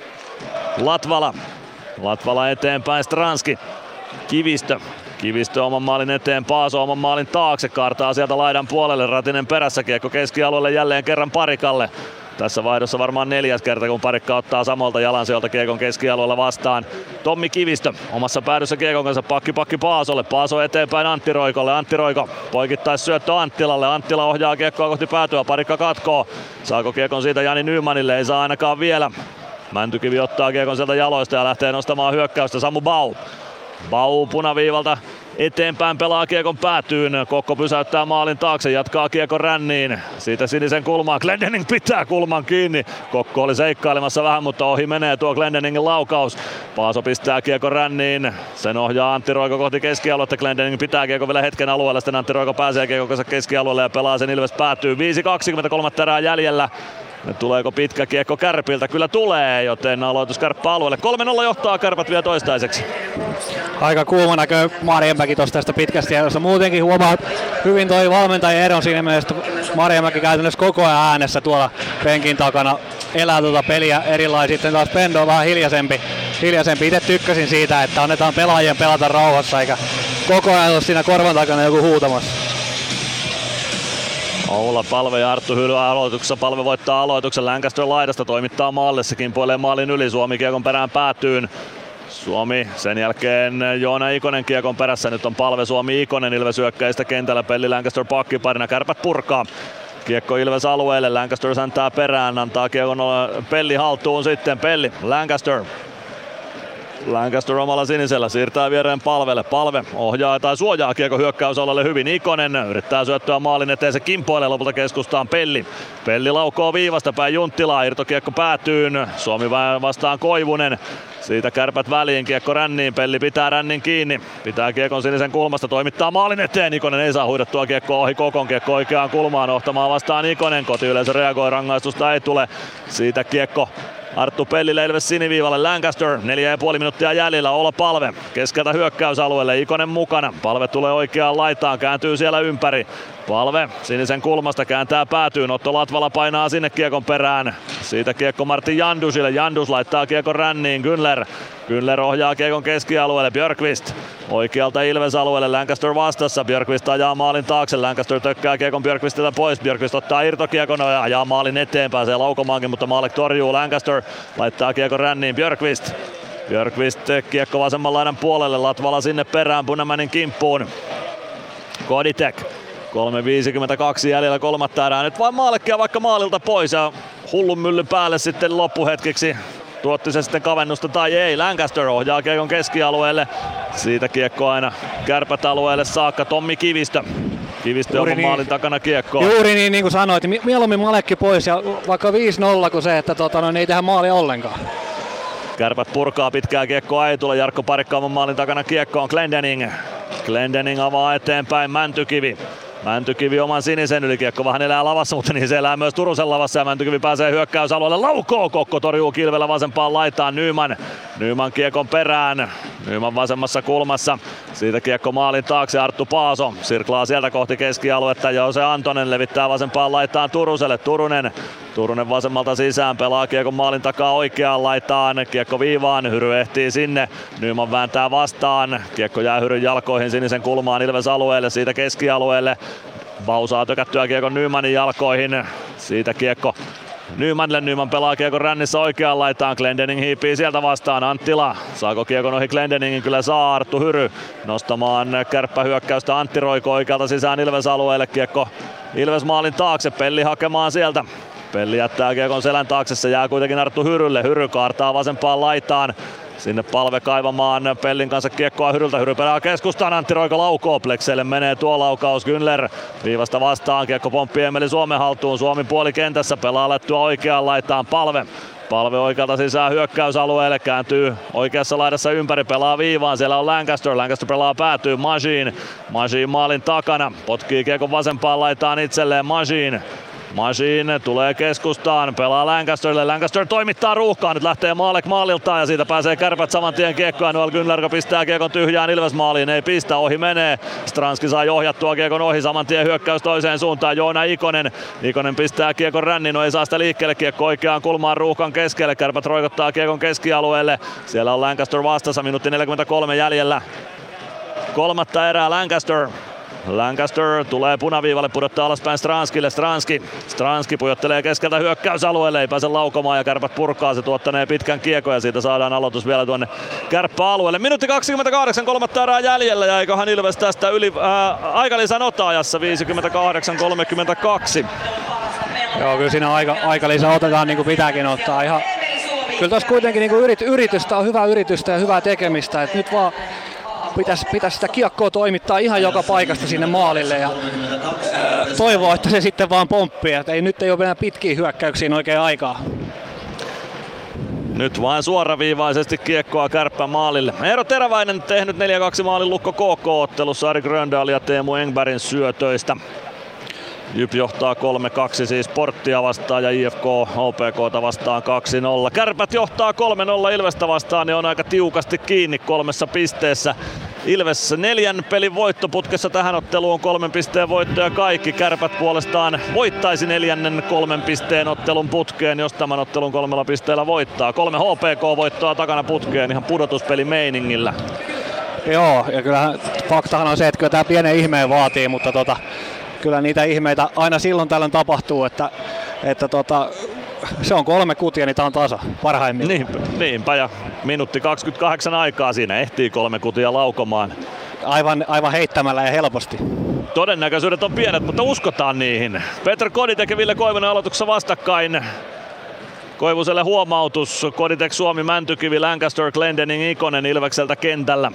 Latvala, Latvala eteenpäin, Stranski. Kivistö. Kivistö oman maalin eteen, Paaso oman maalin taakse, kaartaa sieltä laidan puolelle, Ratinen perässä, kiekko keskialueelle jälleen kerran Parikalle. Tässä vaihdossa varmaan neljäs kerta, kun Parikka ottaa samalta jalansijoilta kiekon keskialueella vastaan. Tommi Kivistö omassa päädyssä kiekon kanssa, pakki pakki Paasolle, Paaso eteenpäin Antti Roikolle, Antti Roiko poikittais syöttö Anttilalle, Anttila ohjaa kiekkoa kohti päätyä, Parikka katkoo. Saako kiekon siitä Jani Nymanille, ei saa ainakaan vielä. Mäntykivi ottaa kiekon sieltä jaloista ja lähtee nostamaan hyökkäystä, Samu Bau. Bau punaviivalta eteenpäin pelaa kiekon päätyyn, Kokko pysäyttää maalin taakse, jatkaa kiekon ränniin, siitä sinisen kulmaan, Glendening pitää kulman kiinni, Kokko oli seikkailemassa vähän, mutta ohi menee tuo Glendeningin laukaus, Paaso pistää kiekon ränniin, sen ohjaa Antti Roiko kohti keskialuetta, Glendening pitää kiekon vielä hetken alueella, sitten Antti Roiko pääsee kiekon kanssa keskialueelle ja pelaa sen, Ilves päätyy, viisi kaksikymmentäkolme erää jäljellä. Tuleeko pitkä kiekko Kärpiltä? Kyllä tulee, joten aloitus Kärppä-alueelle. kolme nolla johtaa Kärpät vielä toistaiseksi. Aika kuuma näkö Marjamäki tuosta tästä pitkästä tiedosta. Muutenkin huomaa hyvin toi valmentajien eron siinä mielessä, että Marjamäki käytännössä koko ajan äänessä tuolla penkin takana elää tuota peliä erilaisia. Sitten taas Pendo on vähän hiljaisempi. hiljaisempi. Itse tykkäsin siitä, että annetaan pelaajien pelata rauhassa eikä koko ajan ole siinä korvan takana joku huutamassa. Oula Palve ja Arttu Hylä aloituksessa. Palve voittaa aloituksen, Lancaster laidasta toimittaa maalle, se kimpoilee maalin yli, Suomi kiekon perään päätyyn. Suomi, sen jälkeen Joona Ikonen kiekon perässä, nyt on Palve, Suomi, Ikonen, Ilves hyökkäistä kentällä, Pelli Lancaster pakkiparina, Kärpät purkaa. Kiekko Ilves alueelle, Lancaster säntää perään, antaa kiekon Pelli haltuun sitten, Pelli, Lancaster. Lancaster omalla sinisellä siirtää viereen Palvelle. Palve ohjaa tai suojaa kiekko hyökkäysalalle hyvin. Ikonen yrittää syöttöä maalin eteen, se kimpoilee lopulta keskustaan Pelli. Pelli laukoo viivasta päin Junttilaa, irtokiekko päätyyn. Suomi vastaan Koivunen. Siitä Kärpät väliin, kiekko ränniin, Pelli pitää rännin kiinni. Pitää kiekon sinisen kulmasta, toimittaa maalin eteen. Ikonen ei saa huidettua kiekkoa ohi, Kokon kiekko oikeaan kulmaan, Ohtamaa vastaan Ikonen. Kotiyleisö reagoi, rangaistusta ei tule. Siitä kiekko Arttu Pellille, Ilves siniviivalle, Lancaster, neljä ja puoli minuuttia jäljellä, Oula Palve keskeltä hyökkäysalueelle, Ikonen mukana, Palve tulee oikeaan laitaan, kääntyy siellä ympäri, Palve sinisen kulmasta kääntää päätyyn, Otto Latvala painaa sinne kiekon perään, siitä kiekko Martin Jandusille, Jandus laittaa kiekon ränniin, Günler, Günler ohjaa kiekon keskialueelle, Björkqvist oikealta Ilves alueelle, Lancaster vastassa, Björkqvist ajaa maalin taakse, Lancaster tökkää kiekon Björkqvistilta pois, Björkqvist ottaa irtokiekon ja ajaa maalin eteen, pääsee laukomaankin, mutta Maalek torjuu, Lancaster laittaa kiekon ränniin, Björkqvist. Björkqvist kiekko vasemman laidan puolelle, Latvala sinne perään Bunamanin kimppuun. Koditek. kolme viisikymmentäkaksi jäljellä kolmatta erää, nyt vain Maalekkia vaikka maalilta pois ja hullun myllyn päälle sitten loppuhetkiksi. Tuotti se sitten kavennusta tai ei. Lancaster ohjaa kiekon keskialueelle. Siitä kiekko aina Kärpät alueelle saakka. Tommi Kivistö. Kivistö on niin, maalin takana kiekkoon. Juuri niin, niin kuin sanoit. Mieluummin Malekki pois ja vaikka viisi nolla kuin se, että tota, no, ei tehdä maalia ollenkaan. Kärpät purkaa pitkää kiekkoa, ei tule. Jarkko Parikka on maalin takana kiekkoon. Glendening. Glendening avaa eteenpäin. Mäntykivi. Mäntykivi oman sinisen yli, kiekko vähän elää lavassa, mutta niin se elää myös Turusen lavassa ja Mäntykivi pääsee hyökkäysalueelle, laukoo, Kokko torjuu kilvellä vasempaan laitaan, Nyman. Nyman kiekon perään. Nyman vasemmassa kulmassa. Siitä kiekko maalin taakse. Arttu Paaso sirklaa sieltä kohti keskialuetta. Joose Antonen levittää vasempaan laitaan Turuselle. Turunen. Turunen vasemmalta sisään. Pelaa kiekon maalin takaa oikeaan laitaan. Kiekko viivaan. Hyry ehtii sinne. Nyman vääntää vastaan. Kiekko jää Hyryn jalkoihin sinisen kulmaan Ilves alueelle. Siitä keskialueelle. Vau saa tökättyä kiekon Nymanin jalkoihin. Siitä kiekko Nymanille. Nyman pelaa kiekon rännissä oikeaan laitaan. Glendening hiipii sieltä vastaan. Anttila. Saako kiekon ohi Glendeningin? Kyllä saa. Arttu Hyry nostamaan kärppähyökkäystä. Antti Roiko oikealta sisään Ilves alueelle. Kiekko Ilves maalin taakse. Pelli hakemaan sieltä. Pelli jättää kiekon selän taakse. Se jää kuitenkin Arttu Hyrylle. Hyry kaartaa vasempaan laitaan. Sinne Palve kaivamaan Pellin kanssa kiekkoa Hyryltä. Hyry pelaa keskustaan. Antti Roiko laukoo. Plexeille menee tuo laukaus. Günler viivasta vastaan. Kiekko pomppii Emeli Suomen haltuun. Suomi puolikentässä. Pelaa lättyä oikeaan laitaan. Palve. Palve oikealta sisään hyökkäysalueelle. Kääntyy oikeassa laidassa ympäri. Pelaa viivaan. Siellä on Lancaster. Lancaster pelaa päätyy. Majin. Majin maalin takana. Potkii kiekon vasempaan laitaan itselleen. Majin. Majin tulee keskustaan, pelaa Lancasterille, Lancaster toimittaa ruuhkaan, nyt lähtee Maalek maaliltaan ja siitä pääsee Kärpät saman tien kiekkoon. Noel Günler pistää kiekon tyhjään Ilves maaliin, ei pistä, ohi menee. Stranski saa ohjattua kiekon ohi, saman tien hyökkäys toiseen suuntaan, Joona Ikonen. Ikonen pistää kiekon rännin, no ei saa sitä liikkeelle, kiekko oikeaan kulmaan ruuhkan keskelle. Kärpät roikottaa kiekon keskialueelle, siellä on Lancaster vastassa, minuutti neljäkymmentäkolme jäljellä. Kolmatta erää Lancaster. Lancaster tulee punaviivalle, pudottaa alaspäin Stranskille. Stranski. Stranski pujottelee keskeltä hyökkäysalueelle, ei pääse laukomaan ja Kärpät purkaa. Se tuottanee pitkän kiekon ja siitä saadaan aloitus vielä tuonne kärppäalueelle. Minuutti kaksikymmentäkahdeksan, kolmatta erää jäljellä ja eiköhän Ilves tästä yli äh, aikalisän ota-ajassa viisikymmentäkahdeksan kolmekymmentäkaksi. Joo, kyllä siinä aika, aikalisä otetaan niin kuin pitääkin ottaa. Ihan, kyllä tässä kuitenkin niin kuin yrit, yritystä on hyvää yritystä ja hyvää tekemistä. Et nyt vaan Pitäisi, pitäisi sitä kiekkoa toimittaa ihan joka paikasta sinne maalille ja toivoa, että se sitten vaan pomppii. Että ei, nyt ei ole enää pitkiä hyökkäyksiä oikein aikaa. Nyt vain suoraviivaisesti kiekkoa Kärppän maalille. Eero Teräväinen tehnyt neljä kaksi maalin lukko K K-ottelussa Ari Gröndal ja Teemu Engbergin syötöistä. Jyp johtaa kolme kaksi siis Sporttia vastaan ja I F K O P K:ta vastaan kaksi nolla. Kärpät johtaa kolme nolla Ilvestä vastaan ja on aika tiukasti kiinni kolmessa pisteessä. Ilves neljän pelin voittoputkessa tähän otteluun, kolmen pisteen voittoja kaikki. Kärpät puolestaan voittaisi neljännen kolmen pisteen ottelun putkeen, jos tämän ottelun kolmella pisteellä voittaa. Kolme H P K-voittoa takana putkeen ihan pudotuspeli meiningillä. Joo, ja kyllähän faktahan on se, että kyllä tämä pienen ihmeen vaatii, mutta tota, kyllä niitä ihmeitä aina silloin tällöin tapahtuu, että, että tota, se on kolme kutia, niin tää on tasa parhaimmillaan. Niinpä, niinpä ja minuutti kaksikymmentäkahdeksan aikaa siinä ehtii kolme kutia laukomaan. Aivan, aivan heittämällä ja helposti. Todennäköisyydet on pienet, mutta uskotaan niihin. Petr Koditek ja Ville Koivunen aloituksessa vastakkain. Koivuselle huomautus. Koditek, Suomi, Mäntykivi, Lancaster, Glendening, Ikonen Ilvekseltä kentällä.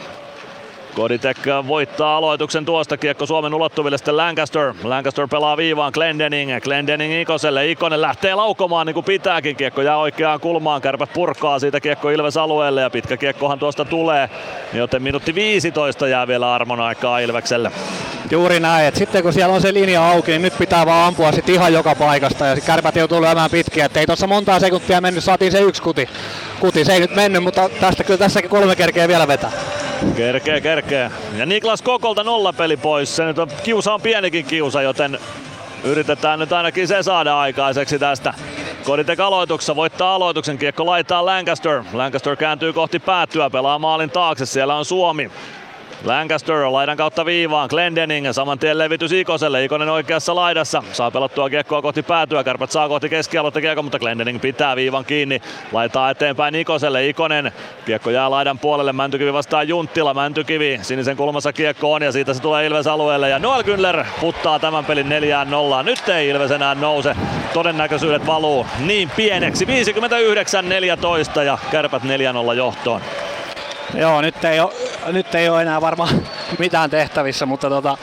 Koditek voittaa aloituksen tuosta, kiekko Suomen ulottuville, sitten Lancaster. Lancaster pelaa viivaan, Glendening, Glendening Ikoselle, Ikonen lähtee laukomaan niin kuin pitääkin, kiekko jää oikeaan kulmaan, Kärpät purkaa siitä kiekko Ilves alueelle ja pitkä kiekkohan tuosta tulee, joten minuutti viisitoista jää vielä armon aikaa Ilvekselle. Juuri näin, että sitten kun siellä on se linja auki, niin nyt pitää vaan ampua sit ihan joka paikasta ja Kärpät joutuu lyömään pitkiä, ettei tuossa montaa sekuntia mennyt, saatiin se yksi kuti. kuti. Se ei nyt mennyt, mutta tästä kyllä tässäkin kolme kerkeä vielä vetää. Kerkee, kerkee. Ja Niklas Kokolta nollapeli pois. Se nyt on, kiusa on pienikin kiusa, joten yritetään nyt ainakin se saada aikaiseksi tästä. Koditek aloituksessa voittaa aloituksen, kiekko laittaa Lancaster. Lancaster kääntyy kohti päätyä, pelaa maalin taakse, siellä on Suomi. Lancaster laidan kautta viivaan, Glendening saman tien levitys Ikoselle, Ikonen oikeassa laidassa, saa pelattua kiekkoa kohti päätyä, Kärpät saa kohti keskialuetta kiekko, mutta Glendening pitää viivan kiinni, laittaa eteenpäin Ikoselle, Ikonen, kiekko jää laidan puolelle, Mäntykivi vastaan Junttila, Mäntykivi sinisen kulmassa kiekko on ja siitä se tulee Ilves alueelle ja Noel Günler puttaa tämän pelin neljään nollaan, nyt ei Ilves enää nouse, todennäköisyydet valuu niin pieneksi, viisikymmentäyhdeksän neljätoista ja Kärpät neljä nolla johtoon. Joo, nyt ei ole, nyt ei ole enää varmaan mitään tehtävissä, mutta tota,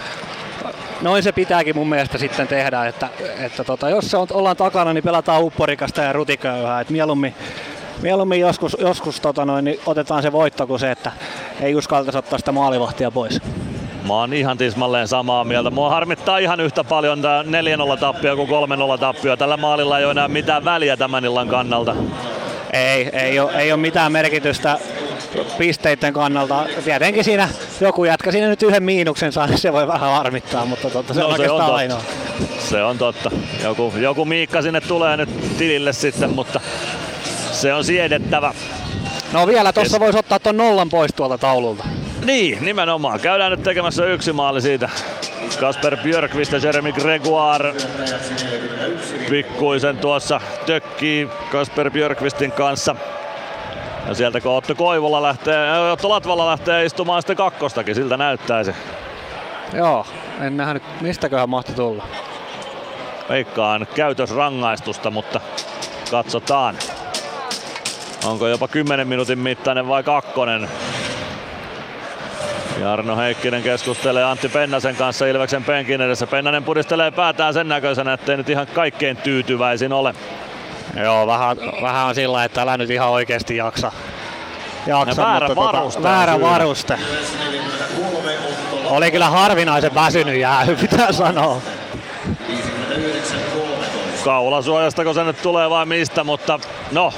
noin se pitääkin mun mielestä sitten tehdä, että, että tota, jos se on, ollaan takana, niin pelataan upporikasta ja rutiköyhää. Et mieluummin, mieluummin joskus, joskus tota noin, niin otetaan se voitto kuin se, että ei uskaltaisi ottaa sitä maalivahtia pois. Mä oon ihan tismalleen samaa mieltä. Mua harmittaa ihan yhtä paljon tää neljä nolla tappio kuin kolme nolla tappio. Tällä maalilla ei ole enää mitään väliä tämän illan kannalta. Ei, ei ole, ei ole mitään merkitystä pisteiden kannalta. Tietenkin siinä joku jätkä siinä nyt yhden miinuksen saa, niin se voi vähän harmittaa, mutta totta, se no, on se oikeastaan on ainoa. Se on totta. Joku, joku Miikka sinne tulee nyt tilille sitten, mutta se on siedettävä. No vielä tuossa voisi ottaa ton nollan pois tuolta taululta. Niin, nimenomaan. Käydään nyt tekemässä yksi maali siitä. Kasper Björkqvist ja Jeremy Gregoire pikkuisen tuossa tökkii Kasper Björkqvistin kanssa. Ja sieltä kun Otto Koivola lähtee, Otto Latvala lähtee istumaan sitten kakkostakin, siltä näyttäisi. Joo, en nähnyt mistäköhän mahti tulla. Veikkaan käytösrangaistusta, mutta katsotaan. Onko jopa kymmenen minuutin mittainen vai kakkonen? Jarno Heikkinen keskustelee Antti Pennasen kanssa Ilveksen penkin edessä. Pennanen pudistelee päätään sen näköisenä, ettei nyt ihan kaikkein tyytyväisin ole. Joo, vähän, vähän on sillä, että älä nyt ihan oikeasti jaksa. jaksa väärä mutta varuste. Tota, väärä varuste. Oli kyllä harvinaisen väsynyt jäähy, pitää sanoa. Kaulasuojastako se nyt tulee vai mistä, mutta no.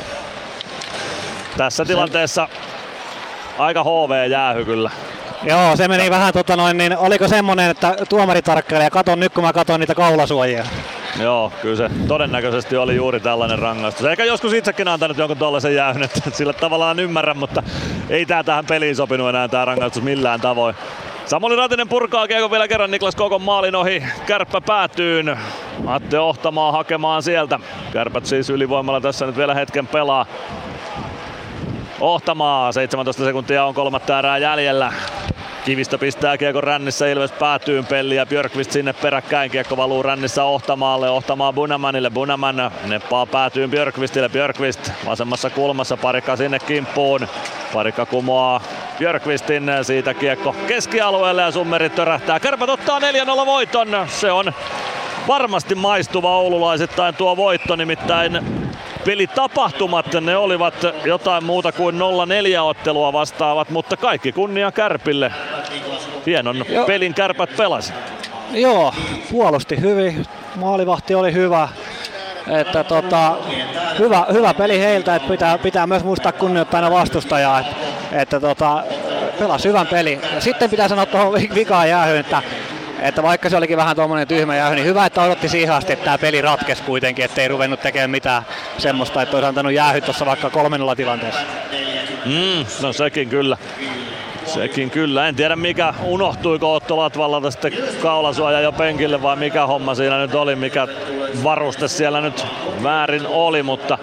Tässä tilanteessa aika H V-jäähy kyllä. Joo, se meni vähän tota noin, niin oliko semmonen, että tuomari tarkkailee ja katon nyt kun mä katon niitä kaulasuojia. Joo, kyllä se todennäköisesti oli juuri tällainen rangaistus. Eikä joskus itsekin antanut jonkun tollasen jäähyn, että sillä tavallaan ymmärrän, mutta ei tää tähän peliin sopinut enää tää rangaistus millään tavoin. Samuli Ratinen purkaa kiekon vielä kerran Niklas Kokon maalin ohi. Kärppä päätyyn. Atte Ohtamaa hakemaan sieltä. Kärpät siis ylivoimalla tässä nyt vielä hetken pelaa. Ohtamaa, seitsemäntoista sekuntia on kolmatta erää jäljellä. Kivistö pistää kiekon rännissä, Ilves päätyyn, Pelli ja Björkqvist sinne peräkkäin. Kiekko valuu rännissä Ohtamaalle, Ohtamaa Bunamanille, Bunaman neppaa päätyyn Björkqvistille, Björkqvist vasemmassa kulmassa, Parikka sinne kimppuun. Parikka kumoaa Björkqvistin, siitä kiekko keskialueelle ja summerit törähtää. Kärpät ottaa neljä nolla voiton, se on varmasti maistuva oululaisittain tuo voitto, nimittäin pelitapahtumat ne olivat jotain muuta kuin nolla neljä ottelua vastaavat, mutta kaikki kunnia Kärpille. Hienon Joo. pelin Kärpät pelasi. Joo, puolusti hyvin, maalivahti oli hyvä. Että tota, hyvä, hyvä peli heiltä, että pitää, pitää myös muistaa kunnioittaa aina vastustajaa, että, että tota, pelasi hyvän pelin. Ja sitten pitää sanoa tuohon vikaan jäähyyn, että Että vaikka se olikin vähän tuommoinen tyhmä jäähy, niin hyvä, että odotti siihen asti, että tämä peli ratkesi kuitenkin, ettei ruvennut tekemään mitään semmoista, että olisi antanut jäähy tuossa vaikka kolme nolla tilanteessa. Mm, no sekin kyllä. Sekin kyllä. En tiedä mikä, unohtuiko Otto Latvallalta sitten kaulasuoja jo penkille vai mikä homma siinä nyt oli, mikä varuste siellä nyt väärin oli, mutta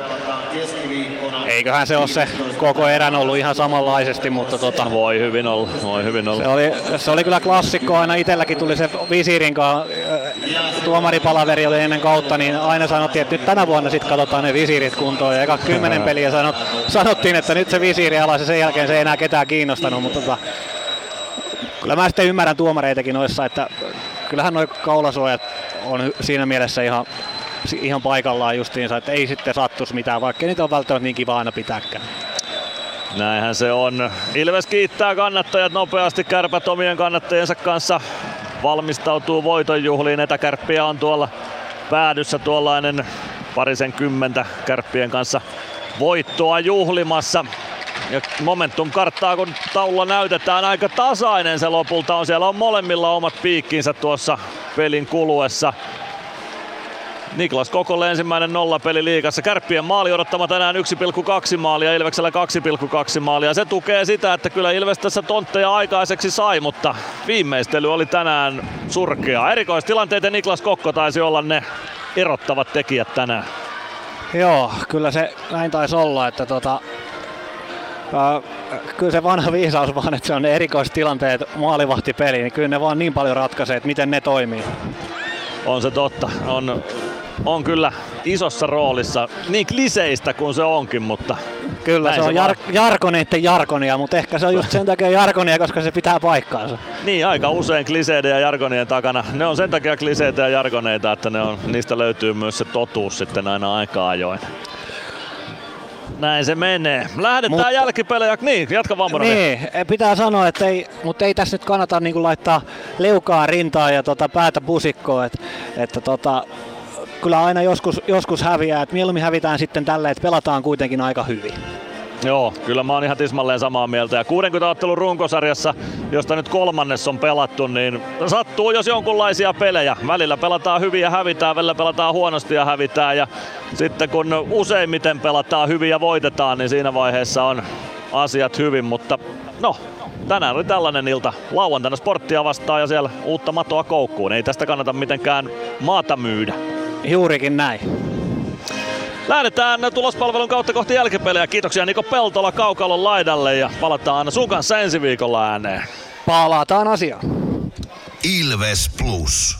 eiköhän se ole se koko erän ollut ihan samanlaisesti, mutta tota, voi hyvin olla, voi hyvin olla. Se oli, se oli kyllä klassikko, aina itselläkin tuli se visiirin kanssa, tuomaripalaveri oli ennen kautta, niin aina sanottiin, että nyt tänä vuonna sitten katsotaan ne visiirit kuntoon, ja eka kymmenen peliä sanot, sanottiin, että nyt se visiiri alas ja sen jälkeen se ei enää ketään kiinnostanut, mutta tota, kyllä mä sitten ymmärrän tuomareitakin noissa, että kyllähän nuo kaulasuojat on siinä mielessä ihan ihan paikallaan justiinsa, että ei sitten sattuisi mitään, vaikka niitä on välttämättä niin kiva aina pitääkään. Näinhän se on. Ilves kiittää kannattajat nopeasti, Kärpät omien kannattajiensa kanssa valmistautuu voitonjuhliin. Etäkärppiä on tuolla päädyssä tuollainen parisen kymmentä Kärppien kanssa voittoa juhlimassa. Ja Momentum-karttaa kun taululla näytetään, aika tasainen se lopulta on. Siellä on molemmilla omat piikkinsä tuossa pelin kuluessa. Niklas Kokolle ensimmäinen nollapeli liigassa. Kärppien maali odottama tänään yksi pilkku kaksi maalia, Ilveksellä kaksi pilkku kaksi maalia. Se tukee sitä, että kyllä Ilves tässä tontteja aikaiseksi sai, mutta viimeistely oli tänään surkea. Erikoistilanteet ja Niklas Kokko taisi olla ne erottavat tekijät tänään. Joo, kyllä se näin taisi olla, että tota, äh, kyllä se vanha viisaus vaan, että se on ne erikoistilanteet maalivahtipeli, niin kyllä ne vaan niin paljon ratkaisee, että miten ne toimii. On se totta. On, on kyllä isossa roolissa, niin kliseistä kuin se onkin, mutta kyllä se on jar- jarkoneiden jarkonia, mutta ehkä se on just sen takia jarkonia, koska se pitää paikkaansa. Niin, aika usein kliseiden ja jargonien takana. Ne on sen takia kliseitä ja jargoneita, että ne on, niistä löytyy myös se totuus sitten aina aika ajoin. Näin se menee. Lähdetään Mut, jälkipelejä. Niin, jatka vaan Moravi. Niin, pitää sanoa, että ei, mutta ei tässä nyt kannata niinku laittaa leukaa rintaan ja tota päätä pusikkoon. Et, että tota, kyllä aina joskus, joskus häviää, että mieluummin hävitään sitten tälleen, että pelataan kuitenkin aika hyvin. Joo, kyllä mä oon ihan tismalleen samaa mieltä. Ja kuudenkymmenen ottelun runkosarjassa, josta nyt kolmannes on pelattu, niin sattuu jos jonkunlaisia pelejä. Välillä pelataan hyvin ja hävitään, välillä pelataan huonosti ja hävitään. Ja sitten kun useimmiten pelataan hyvin ja voitetaan, niin siinä vaiheessa on asiat hyvin. Mutta no, tänään oli tällainen ilta. Lauantaina Sporttia vastaan ja siellä uutta matoa koukkuun. Ei tästä kannata mitenkään maata myydä. Juurikin näin. Lähdetään tulospalvelun kautta kohti jälkipelejä. Kiitoksia Niko Peltola kaukalon laidalle ja palataan sun kanssa ensi viikolla ääneen. Palataan asiaan. Ilves Plus.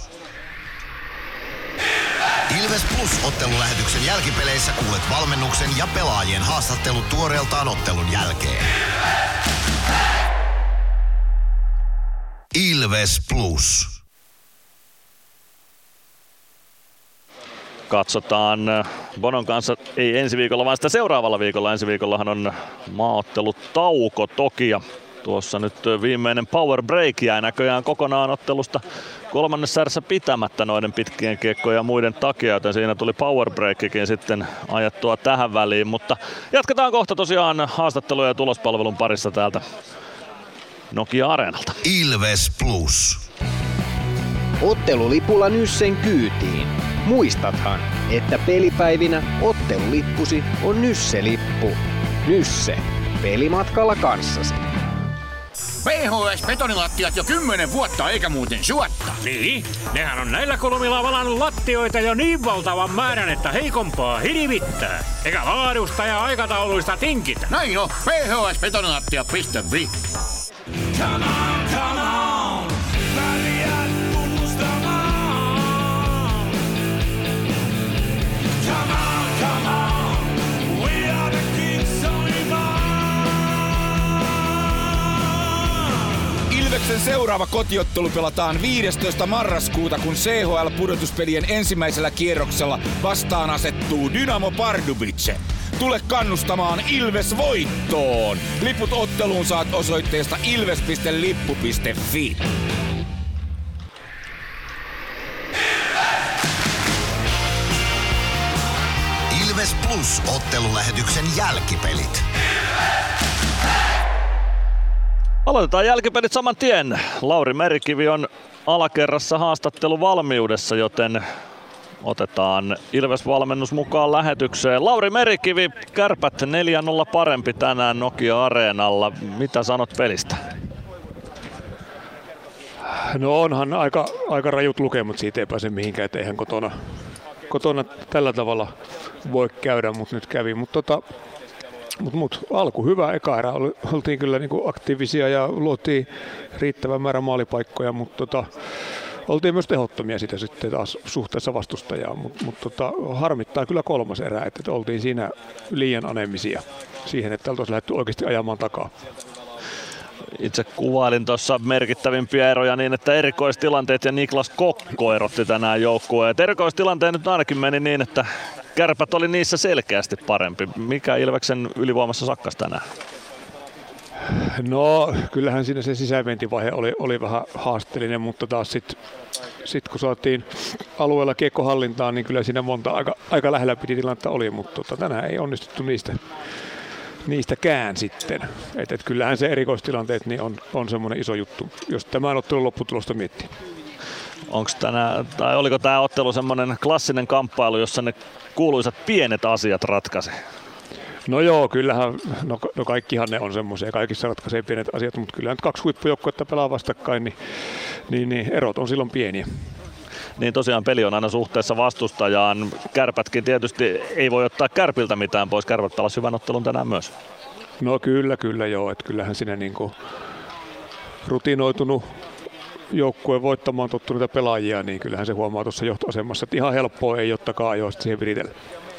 Ilves Plus -ottelulähetyksen jälkipeleissä kuulet valmennuksen ja pelaajien haastattelut tuoreeltaan ottelun jälkeen. Ilves Plus. Katsotaan Bonon kanssa, ei ensi viikolla, vaan sitä seuraavalla viikolla. Ensi viikollahan on maaottelutauko toki. Ja tuossa nyt viimeinen power break jäi näköjään kokonaan ottelusta kolmannessa erässä pitämättä noiden pitkien kiekkojen ja muiden takia, joten siinä tuli power breakikin sitten ajettua tähän väliin. Mutta jatketaan kohta tosiaan haastatteluja ja tulospalvelun parissa täältä Nokia-areenalta. Ilves Plus. Ottelulipulla Nyssen kyytiin. Muistathan, että pelipäivinä ottelulippusi on Nysse-lippu. Nysse. Pelimatkalla kanssasi. P H S-betonilattiat jo kymmenen vuotta eikä muuten suotta. Niin, nehän on näillä kolmilla valannut lattioita jo niin valtavan määrän, että heikompaa hirvittää. Eikä laadusta ja aikatauluista tinkitä. Näin on, P H S betonilattia piste fi. Come on, come on, väliät tunnustamaan. Come on, come on, we are the kings of Ilveksen seuraava kotiottelu pelataan viidestoista marraskuuta, kun C H L-pudotuspelien ensimmäisellä kierroksella vastaan asettuu Dynamo Pardubice. Tule kannustamaan Ilves voittoon! Liput otteluun saat osoitteesta ilves piste lippu piste fi. Ilves Plus -ottelulähetyksen jälkipelit. Aloitetaan jälkipelit saman tien. Lauri Merikivi on alakerrassa haastatteluvalmiudessa, joten otetaan Ilves-valmennus mukaan lähetykseen. Lauri Merikivi, Kärpät neljä nolla parempi tänään Nokia-areenalla. Mitä sanot pelistä? No onhan aika, aika rajut lukemat, siitä ei pääse mihinkään, että eihän kotona, kotona tällä tavalla voi käydä, mutta nyt kävi. Mutta tota, mut, mut, alku hyvä, eka erä oltiin kyllä niinku aktiivisia ja luotiin riittävän määrän maalipaikkoja, mutta tota, oltiin myös tehottomia sitä sitten taas suhteessa vastustajaan, mutta mut tota, harmittaa kyllä kolmas erä, että, että oltiin siinä liian anemisia siihen, että oltaisiin lähdetty oikeasti ajamaan takaa. Itse kuvailin tuossa merkittävimpiä eroja niin, että erikoistilanteet ja Niklas Kokko erotti tänään joukkueet. Erikoistilanteet nyt ainakin meni niin, että Kärpät oli niissä selkeästi parempi. Mikä Ilveksen ylivoimassa sakkas tänään? No kyllähän siinä se sisäänventivaihe oli, oli vähän haasteellinen, mutta taas sitten sit kun saatiin alueella kiekkohallintaan, niin kyllä siinä monta aika, aika lähellä piti tilannetta oli, mutta tota, tänään ei onnistuttu niistä, niistäkään sitten. Et, et kyllähän se erikoistilanteet niin on, on semmoinen iso juttu, jos tämän ottelun lopputulosta miettii. Onko tänään, tai oliko tämä ottelu semmoinen klassinen kamppailu, jossa ne kuuluisat pienet asiat ratkaisi? No joo, kyllähän, no, no kaikkihan ne on semmoisia, kaikissa ratkaisee pienet asiat, mutta kyllähän kaksi huippujoukkuetta pelaa vastakkain, niin, niin, niin erot on silloin pieniä. Niin tosiaan peli on aina suhteessa vastustajaan. Kärpätkin tietysti ei voi ottaa Kärpiltä mitään pois. Kärpät pelasi hyvän ottelun tänään myös. No kyllä, kyllä joo. Että kyllähän siinä niinku rutinoitunut joukkue voittamaan tottuneita pelaajia, niin kyllähän se huomaa tuossa johtoasemassa, että ihan helppoa ei ottakaan ajoista siihen viritellä.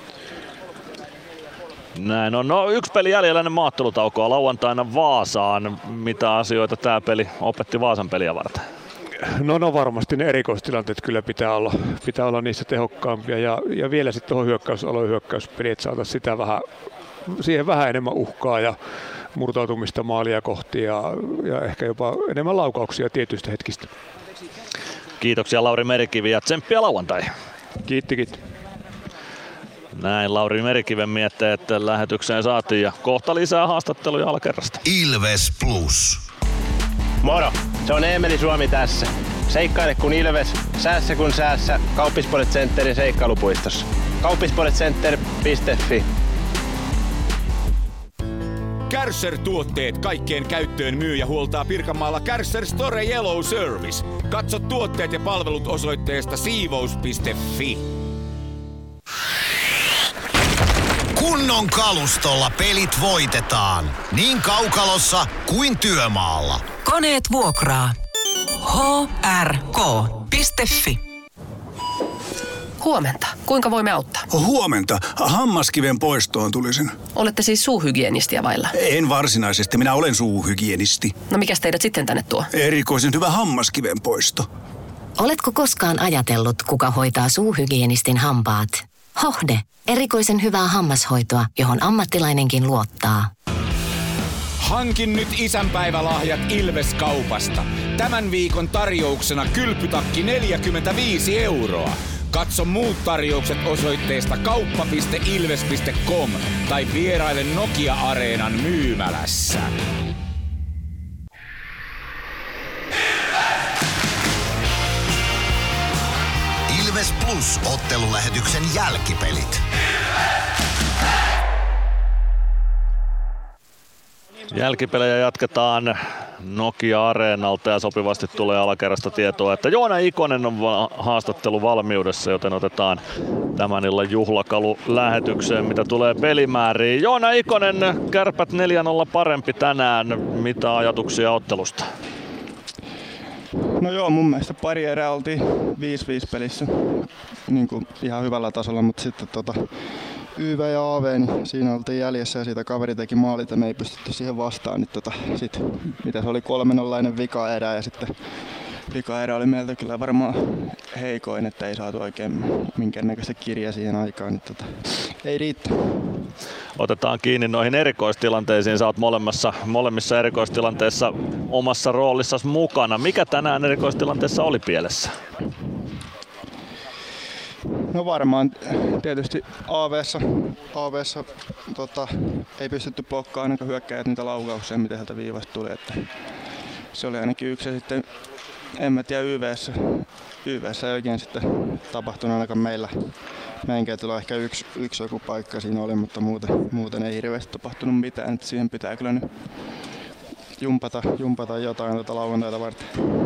Näin on. No yksi peli jäljellä ennen maattelutaukoa lauantaina Vaasaan. Mitä asioita tämä peli opetti Vaasan peliä varten? No, no varmasti ne erikoistilanteet kyllä pitää olla, pitää olla niissä tehokkaampia ja, ja vielä sitten tuohon hyökkäysalojen hyökkäyspeliin, että saataisiin sitä vähän, siihen vähän enemmän uhkaa ja murtautumista maalia kohti ja, ja ehkä jopa enemmän laukauksia tietyistä hetkistä. Kiitoksia Lauri Merikivi ja tsemppiä lauantaihin. Kiitti, kiitti. Näin Lauri Merikiven miettii, että lähetykseen saatiin ja kohta lisää haastatteluja alakerrasta. Ilves Plus. Moro, se on Eemeli Suomi tässä. Seikkaile kun Ilves, säässä kun säässä. Kauppisports Centerin seikkailupuistossa. kauppisportscenter piste fi. Kärcher-tuotteet kaikkeen käyttöön myy ja huoltaa Pirkanmaalla Kärcher Store Yellow Service. Katso tuotteet ja palvelut osoitteesta siivous piste fi. Kunnon kalustolla pelit voitetaan. Niin kaukalossa kuin työmaalla. Koneet vuokraa. h r k piste f i. Huomenta. Kuinka voimme auttaa? Huomenta. Hammaskiven poistoon tulisin. Olette siis suuhygienistiä vailla? En varsinaisesti. Minä olen suuhygienisti. No mikäs teidät sitten tänne tuo? Erikoisen hyvä hammaskiven poisto. Oletko koskaan ajatellut, kuka hoitaa suuhygienistin hampaat? Hohde. Erikoisen hyvää hammashoitoa, johon ammattilainenkin luottaa. Hankin nyt isänpäivälahjat Ilves-kaupasta. Tämän viikon tarjouksena kylpytakki neljäkymmentäviisi euroa. Katso muut tarjoukset osoitteesta kauppa piste ilves piste com tai vieraile Nokia-areenan myymälässä. Ilves Plus -ottelulähetyksen jälkipelit. Jälkipelejä jatketaan Nokia-areenalta ja sopivasti tulee alakerrasta tietoa, että Joona Ikonen on haastattelu valmiudessa, joten otetaan tämän illan juhlakalu lähetykseen, mitä tulee pelimääriin. Joona Ikonen, Kärpät neljä nolla parempi tänään. Mitä ajatuksia ottelusta? No joo, mun mielestä pari erää oltiin viisi viisi pelissä niin kuin ihan hyvällä tasolla, mutta sitten tota, Y V ja A V, niin siinä oltiin jäljessä ja siitä kaveri teki maalit ja me ei pystytty siihen vastaan. Niin tota, sit, mitä se oli kolme nolla vika erä ja sitten vika erä oli meiltä kyllä varmaan heikoin, että ei saatu oikein minkäännäköistä kirjaa siihen aikaan. Niin tota, ei riittä. Otetaan kiinni noihin erikoistilanteisiin. Sä oot molemmissa, molemmissa erikoistilanteissa omassa roolissasi mukana. Mikä tänään erikoistilanteessa oli pielessä? No varmaan tietysti A V:ssä, A V:ssä tota, ei pystytty blokkaamaan ainakaan hyökkäjät niitä laukauksia, mitä sieltä viivasta tuli. Että se oli ainakin yksi ja sitten en mä tiedä Y V:ssä. Y V:ssä ei oikein sitten tapahtunut ainakaan meillä. Meidän ketjulla ehkä yksi, yksi joku paikka siinä oli, mutta muuten, muuten ei hirveästi tapahtunut mitään. Että siihen pitää kyllä nyt jumpata, jumpata jotain tuota lauantaita varten.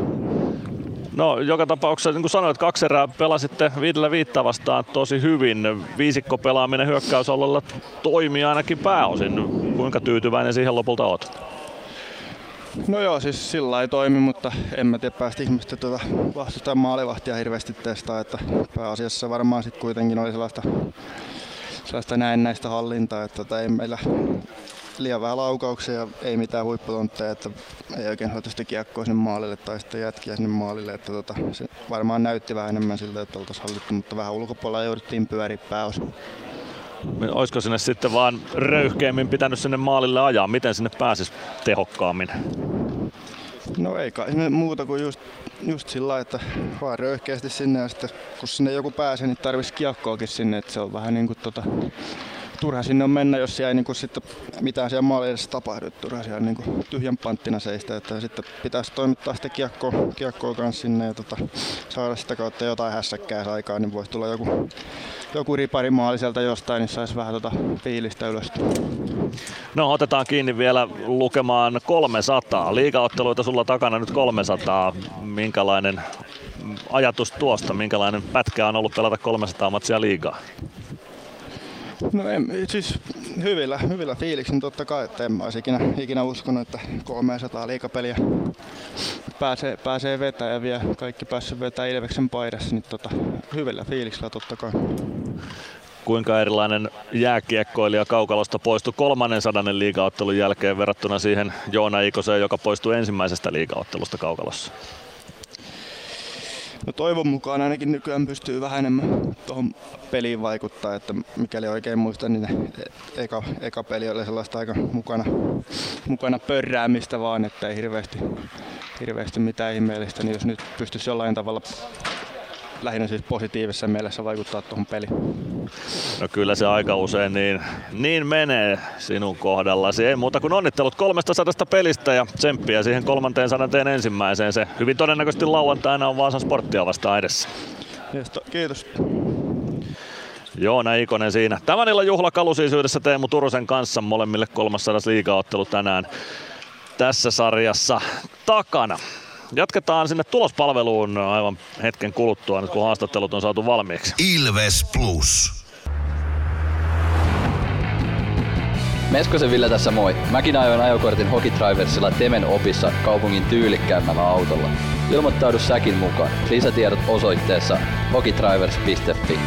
No joka tapauksessa, niin kuin sanoit, kaksi erää pelasitte viidellä viittä vastaan tosi hyvin. Viisikko pelaaminen hyökkäysalueella toimii ainakin pääosin. Kuinka tyytyväinen siihen lopulta oot? No joo, siis sillä ei toimi, mutta en mä tiedä päästä ihmistä tuota vastustajan maalivahtia hirveästi testaa, että pääasiassa varmaan sitten kuitenkin oli sellaista, sellaista näennäistä hallintaa, että tota ei meillä liian vähän laukauksia, ei mitään huipputontteja, että ei oikein hoita sitä kiekkoa sinne maalille tai sitten jätkiä sinne maalille, että tota, se varmaan näytti vähän enemmän siltä, että oltaisiin hallittu, mutta vähän ulkopuolella jouduttiin pyöriä pääosin. Olisiko sinne sitten vaan röyhkeämmin pitänyt sinne maalille ajaa? Miten sinne pääsisi tehokkaammin? No ei kai sinne muuta kuin just, just sillä lailla, että vaan röyhkeästi sinne ja sitten kun sinne joku pääsee, niin tarvitsisi kiekkoakin sinne, että se on vähän niin kuin tota, turha sinne on mennä, jos siellä ei niin kuin sitten mitään siellä maalin edessä tapahdu, turha siellä niin kuin tyhjän panttina seistä, että sitten pitäisi toimittaa sitä kiekkoa, kiekkoa kanssa sinne ja tota, saada sitä kautta jotain hässäkkää aikaan, niin voisi tulla joku, joku riparimaali sieltä jostain, niin saisi vähän tota fiilistä ylös. No otetaan kiinni vielä lukemaan kolmesataa. Liigaotteluita sulla takana nyt kolmesataa. Minkälainen ajatus tuosta, minkälainen pätkä on ollut pelata kolmesataa matsia liigaa? No en, siis hyvillä, hyvillä fiiliksin totta kai, että en mä olisi ikinä, ikinä uskonut, että kolmesataa liigapeliä pääsee, pääsee vetämään ja vielä kaikki päässyt vetämään Ilveksen paidassa, niin tota, hyvillä fiiliksillä totta kai. Kuinka erilainen jääkiekkoilija kaukalosta poistui kolmannen sadannen liigaottelun jälkeen verrattuna siihen Joona Ikoseen, joka poistui ensimmäisestä liigaottelusta kaukalossa? No toivon mukaan ainakin nykyään pystyy vähän enemmän tuohon peliin vaikuttaa, että mikäli oikein muistan, niin eka, eka peli oli sellaista aika mukana, mukana pörräämistä vaan, että ei hirveästi, hirveästi mitään ihmeellistä, niin jos nyt pystyisi jollain tavalla lähinnä siis positiivisessa mielessä vaikuttaa tuohon peliin. No kyllä se aika usein niin, niin menee sinun kohdallasi. Ei muuta kuin onnittelut kolmestasadasta pelistä ja tsemppiä siihen kolmanteen sadanteen ensimmäiseen. Se hyvin todennäköisesti lauantaina on Vaasan Sporttia vastaan edessä. Kiitos. Joona Ikonen siinä. Tämän illan juhlakalu siis yhdessä Teemu Turusen kanssa. Molemmille kolmassadas liigaottelu tänään tässä sarjassa takana. Jatketaan sinne tulospalveluun aivan hetken kuluttua, nyt kun haastattelut on saatu valmiiksi. Ilves Plus. Meskosen Ville tässä moi. Mäkin ajoin ajokortin Hokitriversilla Temen opissa kaupungin tyylikkäämmällä autolla. Ilmoittaudu säkin mukaan. Lisätiedot osoitteessa hokitrivers piste fi.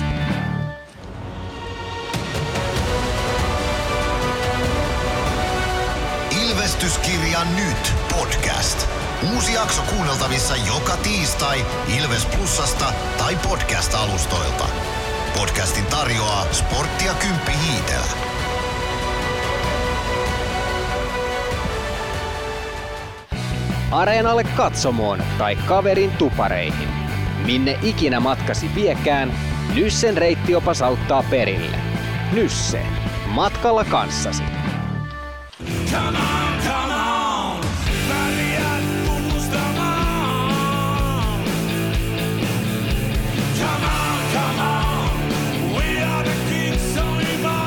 Ilvestyskirja nyt podcast. Uusi jakso kuunneltavissa joka tiistai Ilves Plusasta tai podcast-alustoilta. Podcastin tarjoaa Sporttia Kymppi Hiitelä. Areenalle katsomoon tai kaverin tupareihin. Minne ikinä matkasi viekään, Nyssen reittiopas auttaa perille. Nysse. Matkalla kanssasi. Come on, come on, väliät tunnustamaan. Come on, come on, we are the kings of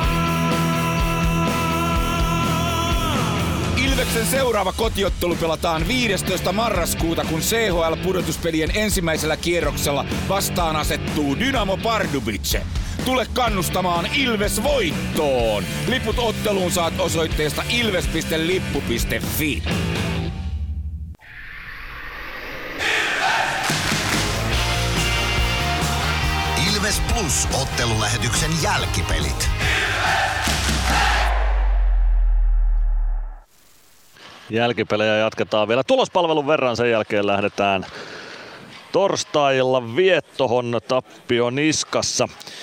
Ilveksen seuraava kotiottelu pelataan viidestoista marraskuuta, kun C H L-pudotuspelien ensimmäisellä kierroksella vastaan asettuu Dynamo Pardubice. Tule kannustamaan Ilves voittoon! Liput otteluun saat osoitteesta ilves piste lippu piste fi. Ilves Plus -ottelulähetyksen jälkipelit. Jälkipelejä jatketaan vielä tulospalvelun verran, sen jälkeen lähdetään torstailla Viettohon tappio niskassa.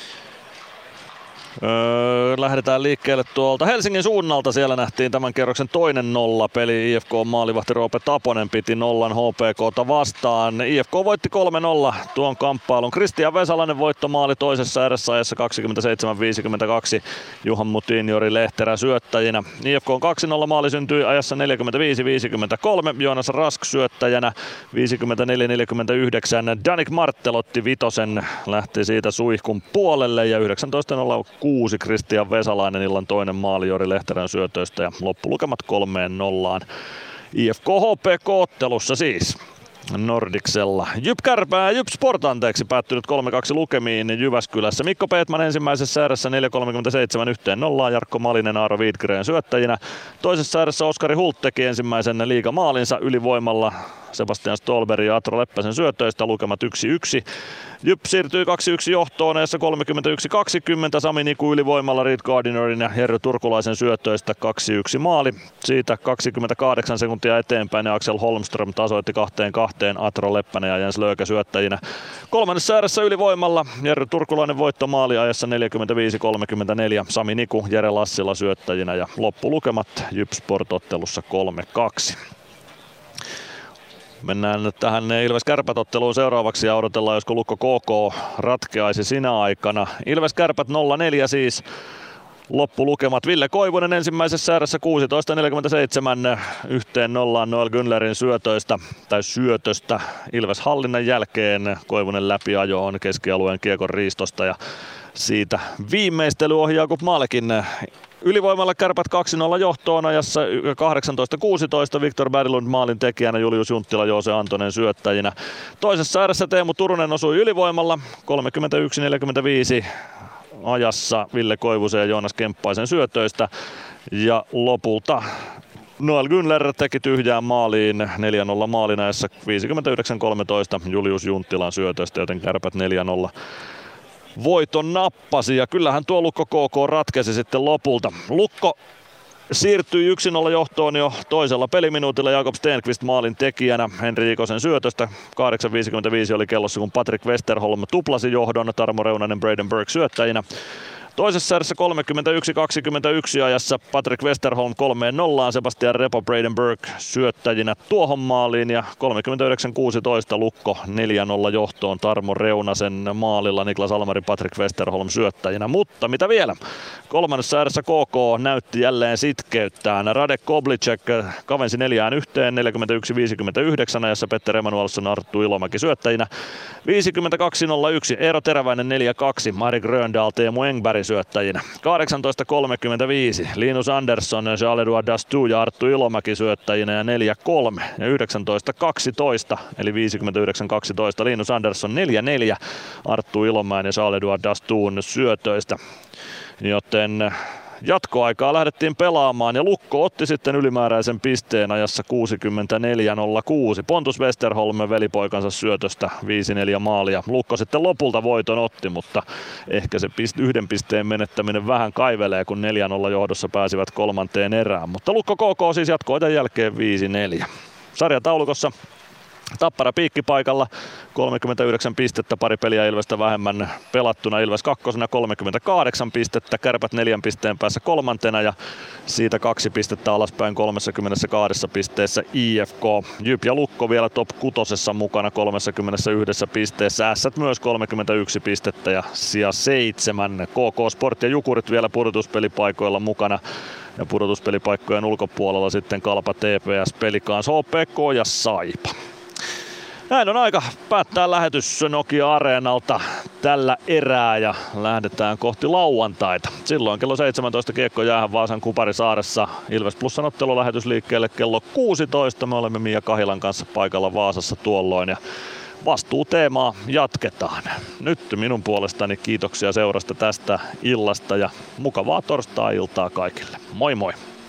Öö, lähdetään liikkeelle tuolta Helsingin suunnalta. Siellä nähtiin tämän kerroksen toinen nollapeli. I F K-maalivahti Roope Taponen piti nollan H P K:ta vastaan. I F K voitti kolme nolla tuon kamppailun. Kristian Vesalainen voittomaali toisessa erässä ajassa kaksikymmentäseitsemän viisikymmentäkaksi. Juhan Mutin, Jori Lehterä syöttäjinä. I F K:n kaksi nolla maali syntyi ajassa neljäkymmentäviisi viisikymmentäkolme. Joonas Rask syöttäjänä viisikymmentäneljä neljäkymmentäyhdeksän. Danik Marttelotti vitosen, lähti siitä suihkun puolelle ja yhdeksäntoista nolla kuusi Kristian Vesalainen illan toinen maali Jori Lehterän syötöistä ja loppulukemat kolmeen nollaan. I F K H P K-ottelussa siis Nordicsella. Jyp Kärpää ja Jyp Sport anteeksi päättynyt kolme kaksi lukemiin Jyväskylässä. Mikko Peetman ensimmäisessä erässä neljä kolmekymmentäseitsemän yhteen nollaan. Jarkko Malinen, Aaro Widgren syöttäjinä. Toisessa erässä Oskari Hult teki ensimmäisen liigamaalinsa ylivoimalla Sebastian Stolberg ja Atro Leppäsen syötöistä, lukemat yksi yksi. Jyp siirtyi kaksi yksi johtoon ajassa kolmekymmentäyksi kaksikymmentä. Sami Niku ylivoimalla Reed Gardinerin ja Jerry Turkulaisen syötöistä kaksi yksi maali. Siitä kaksikymmentäkahdeksan sekuntia eteenpäin ja Axel Holmström tasoitti kahteen kahteen Atro Leppänen ja Jens Löökä syöttäjinä. Kolmannessa erässä ylivoimalla Jerry Turkulainen voittomaali ajassa neljäkymmentäviisi kolmekymmentäneljä. Sami Niku, Jere Lassila syöttäjinä ja loppulukemat Jyp Sport-ottelussa kolme kaksi. Mennään nyt tähän Ilves Kärpät-otteluun seuraavaksi ja odotellaan, josko Lukko K K ratkeaisi sinä aikana. Ilves Kärpät nolla neljä siis. Loppulukemat Ville Koivunen ensimmäisessä erässä kuusitoista neljäkymmentäseitsemän yhteen nollaan Noel Günlerin syötöistä tai syötöstä. Ilves hallinnan jälkeen Koivunen läpiajo on keskialueen kiekon riistosta ja siitä viimeistely ohi Jakub Malekin. Ylivoimalla Kärpät kaksi nolla johtoon ajassa kahdeksantoista kuusitoista. Viktor Berglund maalin tekijänä, Julius Junttila, Joose Antonen syöttäjinä. Toisessa erässä Teemu Turunen osui ylivoimalla kolmekymmentäyksi neljäkymmentäviisi ajassa Ville Koivusen ja Joonas Kemppaisen syötöistä. Ja lopulta Noel Günler teki tyhjään maaliin neljä nolla maalin ajassa viisikymmentäyhdeksän kolmetoista Julius Junttilan syötöistä, joten Kärpät neljä nolla voiton nappasi ja kyllähän tuo Lukko K K ratkesi sitten lopulta. Lukko siirtyi yksi nolla johtoon jo toisella peliminuutilla Jakob Stenqvist maalin tekijänä. Henri Ikosen syötöstä kahdeksan viisikymmentäviisi oli kellossa, kun Patrick Westerholm tuplasi johdon. Tarmo Reunanen, Braden Burke syöttäjinä. Toisessa erässä kolmekymmentäyksi kaksikymmentäyksi ajassa Patrick Westerholm kolmeen nollaan, Sebastian Repo Bradenburg syöttäjinä tuohon maaliin ja kolmekymmentäyhdeksän kuusitoista Lukko neljä nolla johtoon Tarmo Reunasen maalilla, Niklas Almari, Patrick Westerholm syöttäjinä. Mutta mitä vielä? Kolmannessa erässä K K näytti jälleen sitkeyttään. Radek Koblicek kavensi neljään yhteen neljäkymmentäyksi viisikymmentäyhdeksän ajassa, Petter Emanuelsson, Arttu Ilomäki syöttäjinä. viisikymmentäkaksi nolla yksi Eero Teräväinen neljä kaksi, Mari Gröndahl, Teemu Engberg syöttäjinä. kahdeksantoista kolmekymmentäviisi Linus Andersson, Charles-Edouard Dastou ja Arttu Ilomäki syöttäjinä ja neljä kolme ja yhdeksäntoista kaksitoista eli viisikymmentäyhdeksän kaksitoista Linus Andersson neljä neljä Arttu Ilomäen ja Charles-Edouard Dastoun syötöistä. Joten jatkoaikaa lähdettiin pelaamaan ja Lukko otti sitten ylimääräisen pisteen ajassa kuusikymmentäneljä nolla kuusi. Pontus Westerholm velipoikansa syötöstä viisi neljä maalia. Lukko sitten lopulta voiton otti, mutta ehkä se pist- yhden pisteen menettäminen vähän kaivelee, kun neljä nolla johdossa pääsivät kolmanteen erään. Mutta Lukko K K siis jatkoaitan jälkeen viisi neljä. Sarjataulukossa Tappara piikkipaikalla kolmekymmentäyhdeksän pistettä, pari peliä Ilvestä vähemmän pelattuna. Ilves kakkosena kolmekymmentäkahdeksan pistettä, Kärpät neljän pisteen päässä kolmantena ja siitä kaksi pistettä alaspäin kolmekymmentäkaksi pisteessä I F K. Jyp ja Lukko vielä top kutosessa mukana kolmekymmentäyksi pisteessä, Ässät myös kolmekymmentäyksi pistettä ja sija seitsemän. K K Sport ja Jukurit vielä pudotuspelipaikoilla mukana. Ja pudotuspelipaikkojen ulkopuolella sitten Kalpa, T P S, Pelikans, H P K ja Saipa. Näin on aika päättää lähetys Nokia-areenalta tällä erää ja lähdetään kohti lauantaita. Silloin kello seitsemäntoista kiekko jäähän Vaasan Kuparisaaressa. Ilves Plusan ottelulähetys liikkeelle kello kuusitoista. Me olemme Mia Kahilan kanssa paikalla Vaasassa tuolloin ja vastuuteemaa jatketaan. Nyt minun puolestani kiitoksia seurasta tästä illasta ja mukavaa torstai-iltaa kaikille. Moi moi!